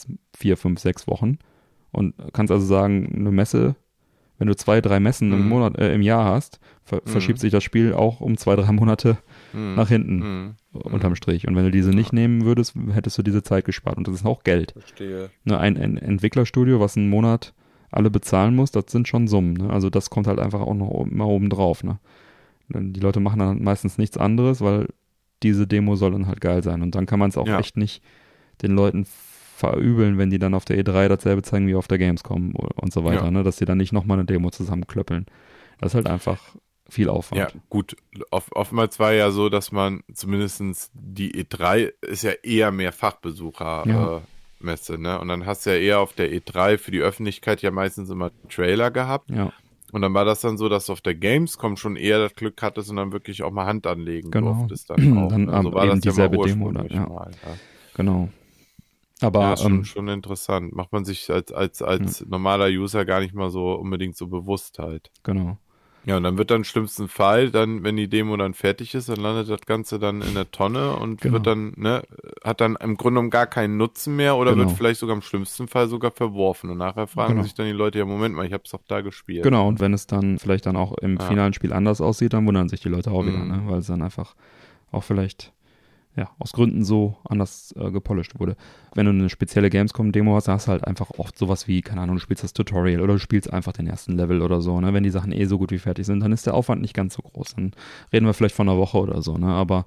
4, 5, 6 Wochen und kannst also sagen, eine Messe, wenn du 2, 3 Messen im Jahr hast, verschiebt sich das Spiel auch um 2, 3 Monate nach hinten unterm Strich. Und wenn du diese nicht nehmen würdest, hättest du diese Zeit gespart. Und das ist auch Geld. Verstehe. Ne, ein Entwicklerstudio, was einen Monat alle bezahlen muss, das sind schon Summen. Ne? Also das kommt halt einfach auch noch mal oben drauf. Ne? Die Leute machen dann meistens nichts anderes, weil diese Demo soll dann halt geil sein. Und dann kann man es auch echt nicht den Leuten verübeln, wenn die dann auf der E3 dasselbe zeigen wie auf der Gamescom und so weiter, ne? Dass die dann nicht nochmal eine Demo zusammenklöppeln. Das ist halt einfach viel Aufwand. Ja, gut. Oftmals war ja so, dass man zumindest die E3 ist ja eher mehr Fachbesucher-Messe, ne? Und dann hast du ja eher auf der E3 für die Öffentlichkeit ja meistens immer Trailer gehabt. Ja. Und dann war das dann so, dass du auf der Gamescom schon eher das Glück hattest und dann wirklich auch mal Hand anlegen durftest. Dann auch. Dann also war eben das dieselbe ja Demo dann, Genau. Aber schon interessant. Macht man sich als normaler User gar nicht mal so unbedingt so bewusst halt. Genau. Ja, und dann wird dann im schlimmsten Fall, dann, wenn die Demo dann fertig ist, dann landet das Ganze dann in der Tonne und wird dann, ne, hat dann im Grunde genommen gar keinen Nutzen mehr oder wird vielleicht sogar im schlimmsten Fall sogar verworfen. Und nachher fragen sich dann die Leute, ja, Moment mal, ich hab's doch da gespielt. Genau, und wenn es dann vielleicht dann auch im finalen Spiel anders aussieht, dann wundern sich die Leute auch wieder, ne? Weil es dann einfach auch vielleicht aus Gründen so anders gepolished wurde. Wenn du eine spezielle Gamescom-Demo hast, hast du halt einfach oft sowas wie, keine Ahnung, du spielst das Tutorial oder du spielst einfach den ersten Level oder so, ne? Wenn die Sachen so gut wie fertig sind, dann ist der Aufwand nicht ganz so groß. Dann reden wir vielleicht von einer Woche oder so, ne? Aber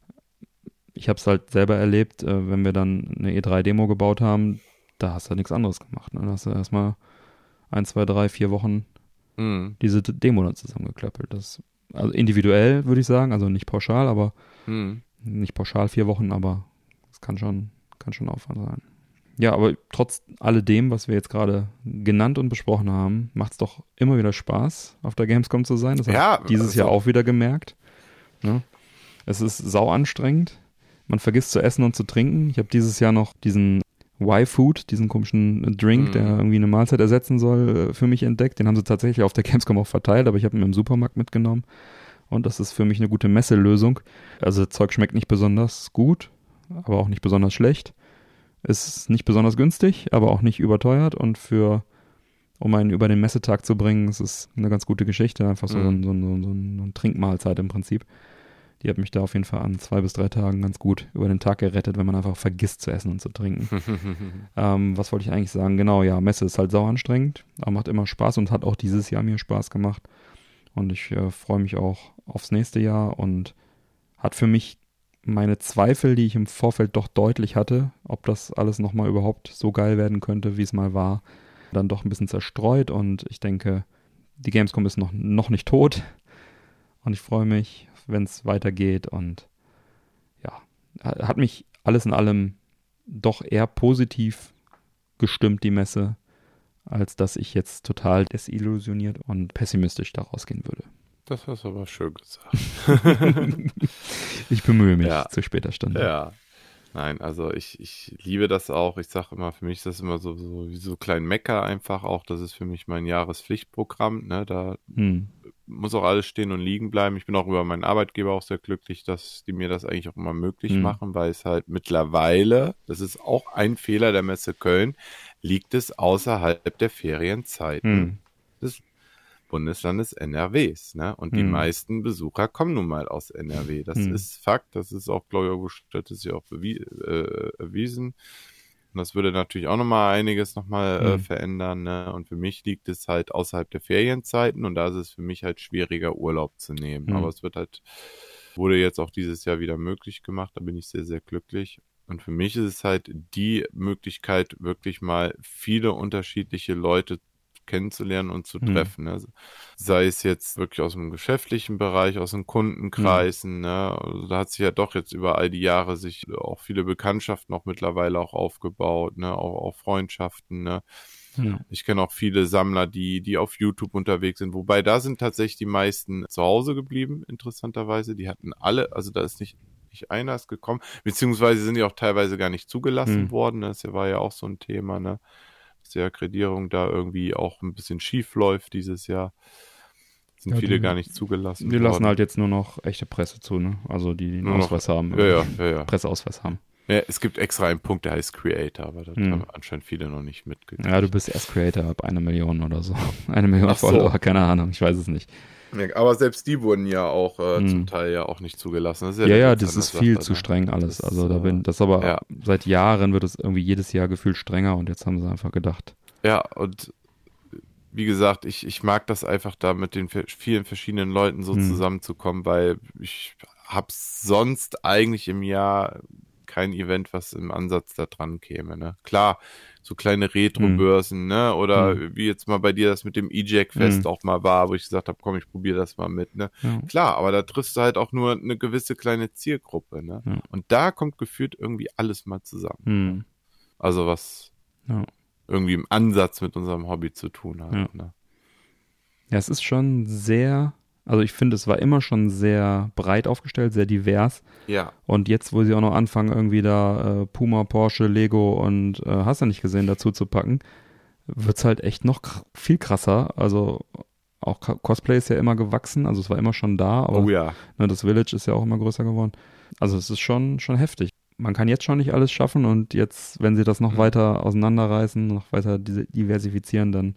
ich habe es halt selber erlebt, wenn wir dann eine E3-Demo gebaut haben, da hast du halt nichts anderes gemacht, ne? Da hast du erstmal 1, 2, 3, 4 Wochen diese Demo dann zusammengeklöppelt. Das, also individuell, würde ich sagen, also nicht pauschal, aber nicht pauschal 4 Wochen, aber es kann schon Aufwand sein. Ja, aber trotz alledem, was wir jetzt gerade genannt und besprochen haben, macht es doch immer wieder Spaß, auf der Gamescom zu sein. Das habe ich dieses Jahr auch wieder gemerkt. Ne? Es ist sau anstrengend. Man vergisst zu essen und zu trinken. Ich habe dieses Jahr noch diesen Y-Food, diesen komischen Drink, der irgendwie eine Mahlzeit ersetzen soll, für mich entdeckt. Den haben sie tatsächlich auf der Gamescom auch verteilt, aber ich habe ihn im Supermarkt mitgenommen. Und das ist für mich eine gute Messelösung. Also das Zeug schmeckt nicht besonders gut, aber auch nicht besonders schlecht. Es ist nicht besonders günstig, aber auch nicht überteuert. Und um einen über den Messetag zu bringen, ist es eine ganz gute Geschichte. Einfach so eine Trinkmahlzeit im Prinzip. Die hat mich da auf jeden Fall an 2 bis 3 Tagen ganz gut über den Tag gerettet, wenn man einfach vergisst zu essen und zu trinken. Was wollte ich eigentlich sagen? Genau, ja, Messe ist halt sau anstrengend, aber macht immer Spaß und hat auch dieses Jahr mir Spaß gemacht. Und ich freue mich auch aufs nächste Jahr und hat für mich meine Zweifel, die ich im Vorfeld doch deutlich hatte, ob das alles nochmal überhaupt so geil werden könnte, wie es mal war, dann doch ein bisschen zerstreut. Und ich denke, die Gamescom ist noch nicht tot. Und ich freue mich, wenn es weitergeht. Und ja, hat mich alles in allem doch eher positiv gestimmt, die Messe, als dass ich jetzt total desillusioniert und pessimistisch da rausgehen würde. Das hast du aber schön gesagt. Ich bemühe mich zu später Stunde. Ja. Nein, also ich liebe das auch. Ich sage immer, für mich ist das immer so wie so klein Mecker einfach auch. Das ist für mich mein Jahrespflichtprogramm. Ne? Da muss auch alles stehen und liegen bleiben. Ich bin auch über meinen Arbeitgeber auch sehr glücklich, dass die mir das eigentlich auch immer möglich machen, weil es halt mittlerweile, das ist auch ein Fehler der Messe Köln, liegt es außerhalb der Ferienzeiten des Bundeslandes NRWs. Ne? Und die meisten Besucher kommen nun mal aus NRW. Das ist Fakt, das ist auch, glaube ich, das ist ja auch erwiesen. Und das würde natürlich auch nochmal einiges verändern. Ne? Und für mich liegt es halt außerhalb der Ferienzeiten und da ist es für mich halt schwieriger, Urlaub zu nehmen. Aber es wurde jetzt auch dieses Jahr wieder möglich gemacht. Da bin ich sehr, sehr glücklich. Und für mich ist es halt die Möglichkeit, wirklich mal viele unterschiedliche Leute kennenzulernen und zu treffen. Ne? Sei es jetzt wirklich aus dem geschäftlichen Bereich, aus den Kundenkreisen. Ne? Also da hat sich ja doch jetzt über all die Jahre sich auch viele Bekanntschaften auch mittlerweile auch aufgebaut, ne? Auch Freundschaften. Ne? Ja. Ich kenne auch viele Sammler, die auf YouTube unterwegs sind, wobei da sind tatsächlich die meisten zu Hause geblieben, interessanterweise. Die hatten alle, also da ist nicht einer ist gekommen, beziehungsweise sind die auch teilweise gar nicht zugelassen worden. Das war ja auch so ein Thema, ne? Dass die Akkreditierung da irgendwie auch ein bisschen schief läuft dieses Jahr. Sind viele gar nicht zugelassen worden. Die lassen halt jetzt nur noch echte Presse zu, ne? Also die einen Ausweis haben. Ja. Presseausweis haben. Ja, es gibt extra einen Punkt, der heißt Creator, aber das haben anscheinend viele noch nicht mitgekriegt. Ja, du bist erst Creator ab 1 Million oder so. 1 Million Follower, keine Ahnung, ich weiß es nicht. Ja, aber selbst die wurden ja auch zum Teil ja auch nicht zugelassen. Das ist das ist viel zu streng alles. Also seit Jahren wird es irgendwie jedes Jahr gefühlt strenger und jetzt haben sie einfach gedacht. Ja, und wie gesagt, ich mag das einfach da mit den vielen verschiedenen Leuten so zusammenzukommen, weil ich habe sonst eigentlich im Jahr kein Event, was im Ansatz da dran käme, ne? Klar, so kleine Retro-Börsen, ne? Oder wie jetzt mal bei dir das mit dem E-Jack-Fest auch mal war, wo ich gesagt habe, komm, ich probiere das mal mit, ne? Ja. Klar, aber da triffst du halt auch nur eine gewisse kleine Zielgruppe, ne? Ja. Und da kommt gefühlt irgendwie alles mal zusammen. Ne? Also was irgendwie im Ansatz mit unserem Hobby zu tun hat, ne? Ja, es ist schon sehr... Also ich finde, es war immer schon sehr breit aufgestellt, sehr divers. Ja. Und jetzt, wo sie auch noch anfangen, irgendwie da Puma, Porsche, Lego und hast du nicht gesehen, dazu zu packen, wird's halt echt noch viel krasser. Also auch Cosplay ist ja immer gewachsen, also es war immer schon da, aber das Village ist ja auch immer größer geworden. Also es ist schon heftig. Man kann jetzt schon nicht alles schaffen und jetzt, wenn sie das noch weiter auseinanderreißen, noch weiter diversifizieren, dann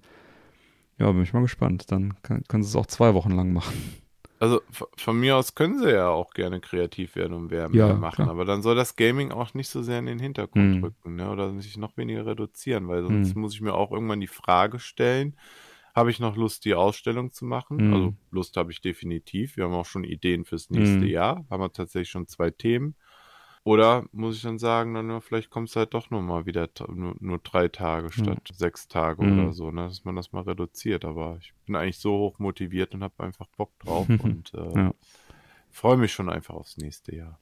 bin ich mal gespannt. Dann können sie es auch 2 Wochen lang machen. Also von mir aus können sie ja auch gerne kreativ werden und mehr machen, klar. Aber dann soll das Gaming auch nicht so sehr in den Hintergrund rücken, ne? Oder sich noch weniger reduzieren, weil sonst muss ich mir auch irgendwann die Frage stellen, habe ich noch Lust, die Ausstellung zu machen? Also Lust habe ich definitiv. Wir haben auch schon Ideen fürs nächste Jahr, haben wir tatsächlich schon 2 Themen. Oder muss ich dann sagen, dann vielleicht kommt es halt doch nochmal wieder nur 3 Tage statt 6 Tage oder so, ne? Dass man das mal reduziert. Aber ich bin eigentlich so hoch motiviert und habe einfach Bock drauf und freue mich schon einfach aufs nächste Jahr.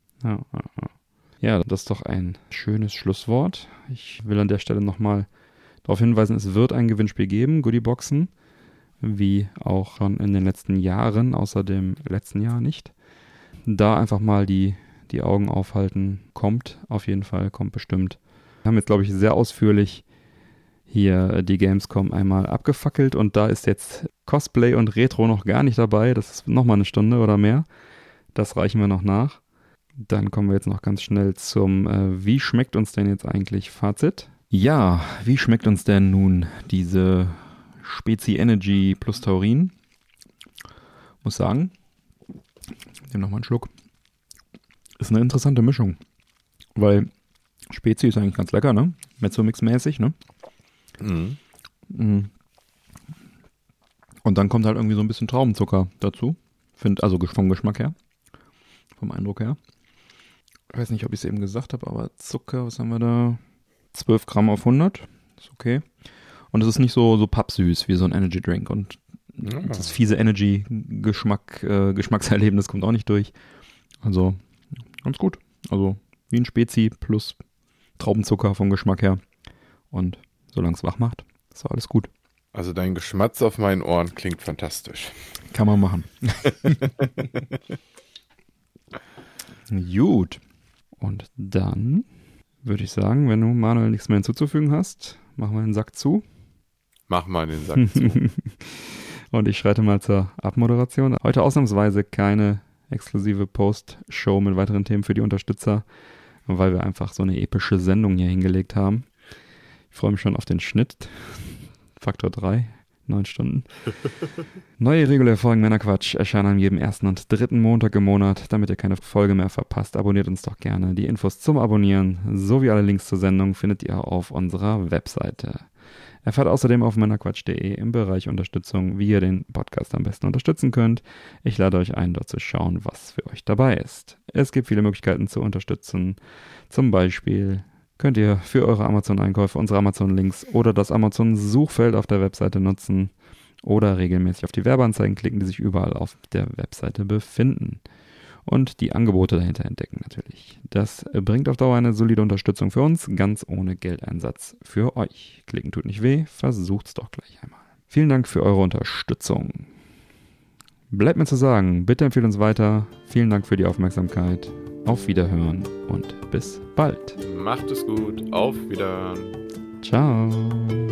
Ja, das ist doch ein schönes Schlusswort. Ich will an der Stelle nochmal darauf hinweisen, es wird ein Gewinnspiel geben, Goodieboxen, wie auch schon in den letzten Jahren, außer dem letzten Jahr nicht. Da einfach mal die Augen aufhalten, kommt auf jeden Fall, kommt bestimmt. Wir haben jetzt, glaube ich, sehr ausführlich hier die Gamescom einmal abgefackelt und da ist jetzt Cosplay und Retro noch gar nicht dabei. Das ist nochmal eine Stunde oder mehr. Das reichen wir noch nach. Dann kommen wir jetzt noch ganz schnell zum wie schmeckt uns denn jetzt eigentlich Fazit? Ja, wie schmeckt uns denn nun diese Spezi Energy plus Taurin? Muss sagen, ich nehme nochmal einen Schluck. Ist eine interessante Mischung, weil Spezi ist eigentlich ganz lecker, ne? Mezzo-Mix-mäßig, ne? Und dann kommt halt irgendwie so ein bisschen Traubenzucker dazu. Also vom Geschmack her, vom Eindruck her. Ich weiß nicht, ob ich es eben gesagt habe, aber Zucker, was haben wir da? 12 Gramm auf 100, ist okay. Und es ist nicht so pappsüß wie so ein Energy Drink und das fiese Energy-Geschmackserlebnis kommt auch nicht durch. Also ganz gut. Also wie ein Spezi plus Traubenzucker vom Geschmack her. Und solange es wach macht, ist auch alles gut. Also dein Geschmatz auf meinen Ohren klingt fantastisch. Kann man machen. Gut. Und dann würde ich sagen, wenn du, Manuel, nichts mehr hinzuzufügen hast, machen wir den Sack zu. Mach mal den Sack zu. Und ich schreite mal zur Abmoderation. Heute ausnahmsweise keine exklusive Post-Show mit weiteren Themen für die Unterstützer, weil wir einfach so eine epische Sendung hier hingelegt haben. Ich freue mich schon auf den Schnitt. Faktor 3, 9 Stunden. Neue reguläre Folgen Männerquatsch erscheinen an jedem 1. und 3. Montag im Monat. Damit ihr keine Folge mehr verpasst, abonniert uns doch gerne. Die Infos zum Abonnieren sowie alle Links zur Sendung findet ihr auf unserer Webseite. Erfahrt außerdem auf männerquatsch.de im Bereich Unterstützung, wie ihr den Podcast am besten unterstützen könnt. Ich lade euch ein, dort zu schauen, was für euch dabei ist. Es gibt viele Möglichkeiten zu unterstützen. Zum Beispiel könnt ihr für eure Amazon-Einkäufe unsere Amazon-Links oder das Amazon-Suchfeld auf der Webseite nutzen oder regelmäßig auf die Werbeanzeigen klicken, die sich überall auf der Webseite befinden. Und die Angebote dahinter entdecken natürlich. Das bringt auf Dauer eine solide Unterstützung für uns, ganz ohne Geldeinsatz für euch. Klicken tut nicht weh, versucht's doch gleich einmal. Vielen Dank für eure Unterstützung. Bleibt mir zu sagen, bitte empfehlt uns weiter. Vielen Dank für die Aufmerksamkeit. Auf Wiederhören und bis bald. Macht es gut. Auf Wiederhören. Ciao.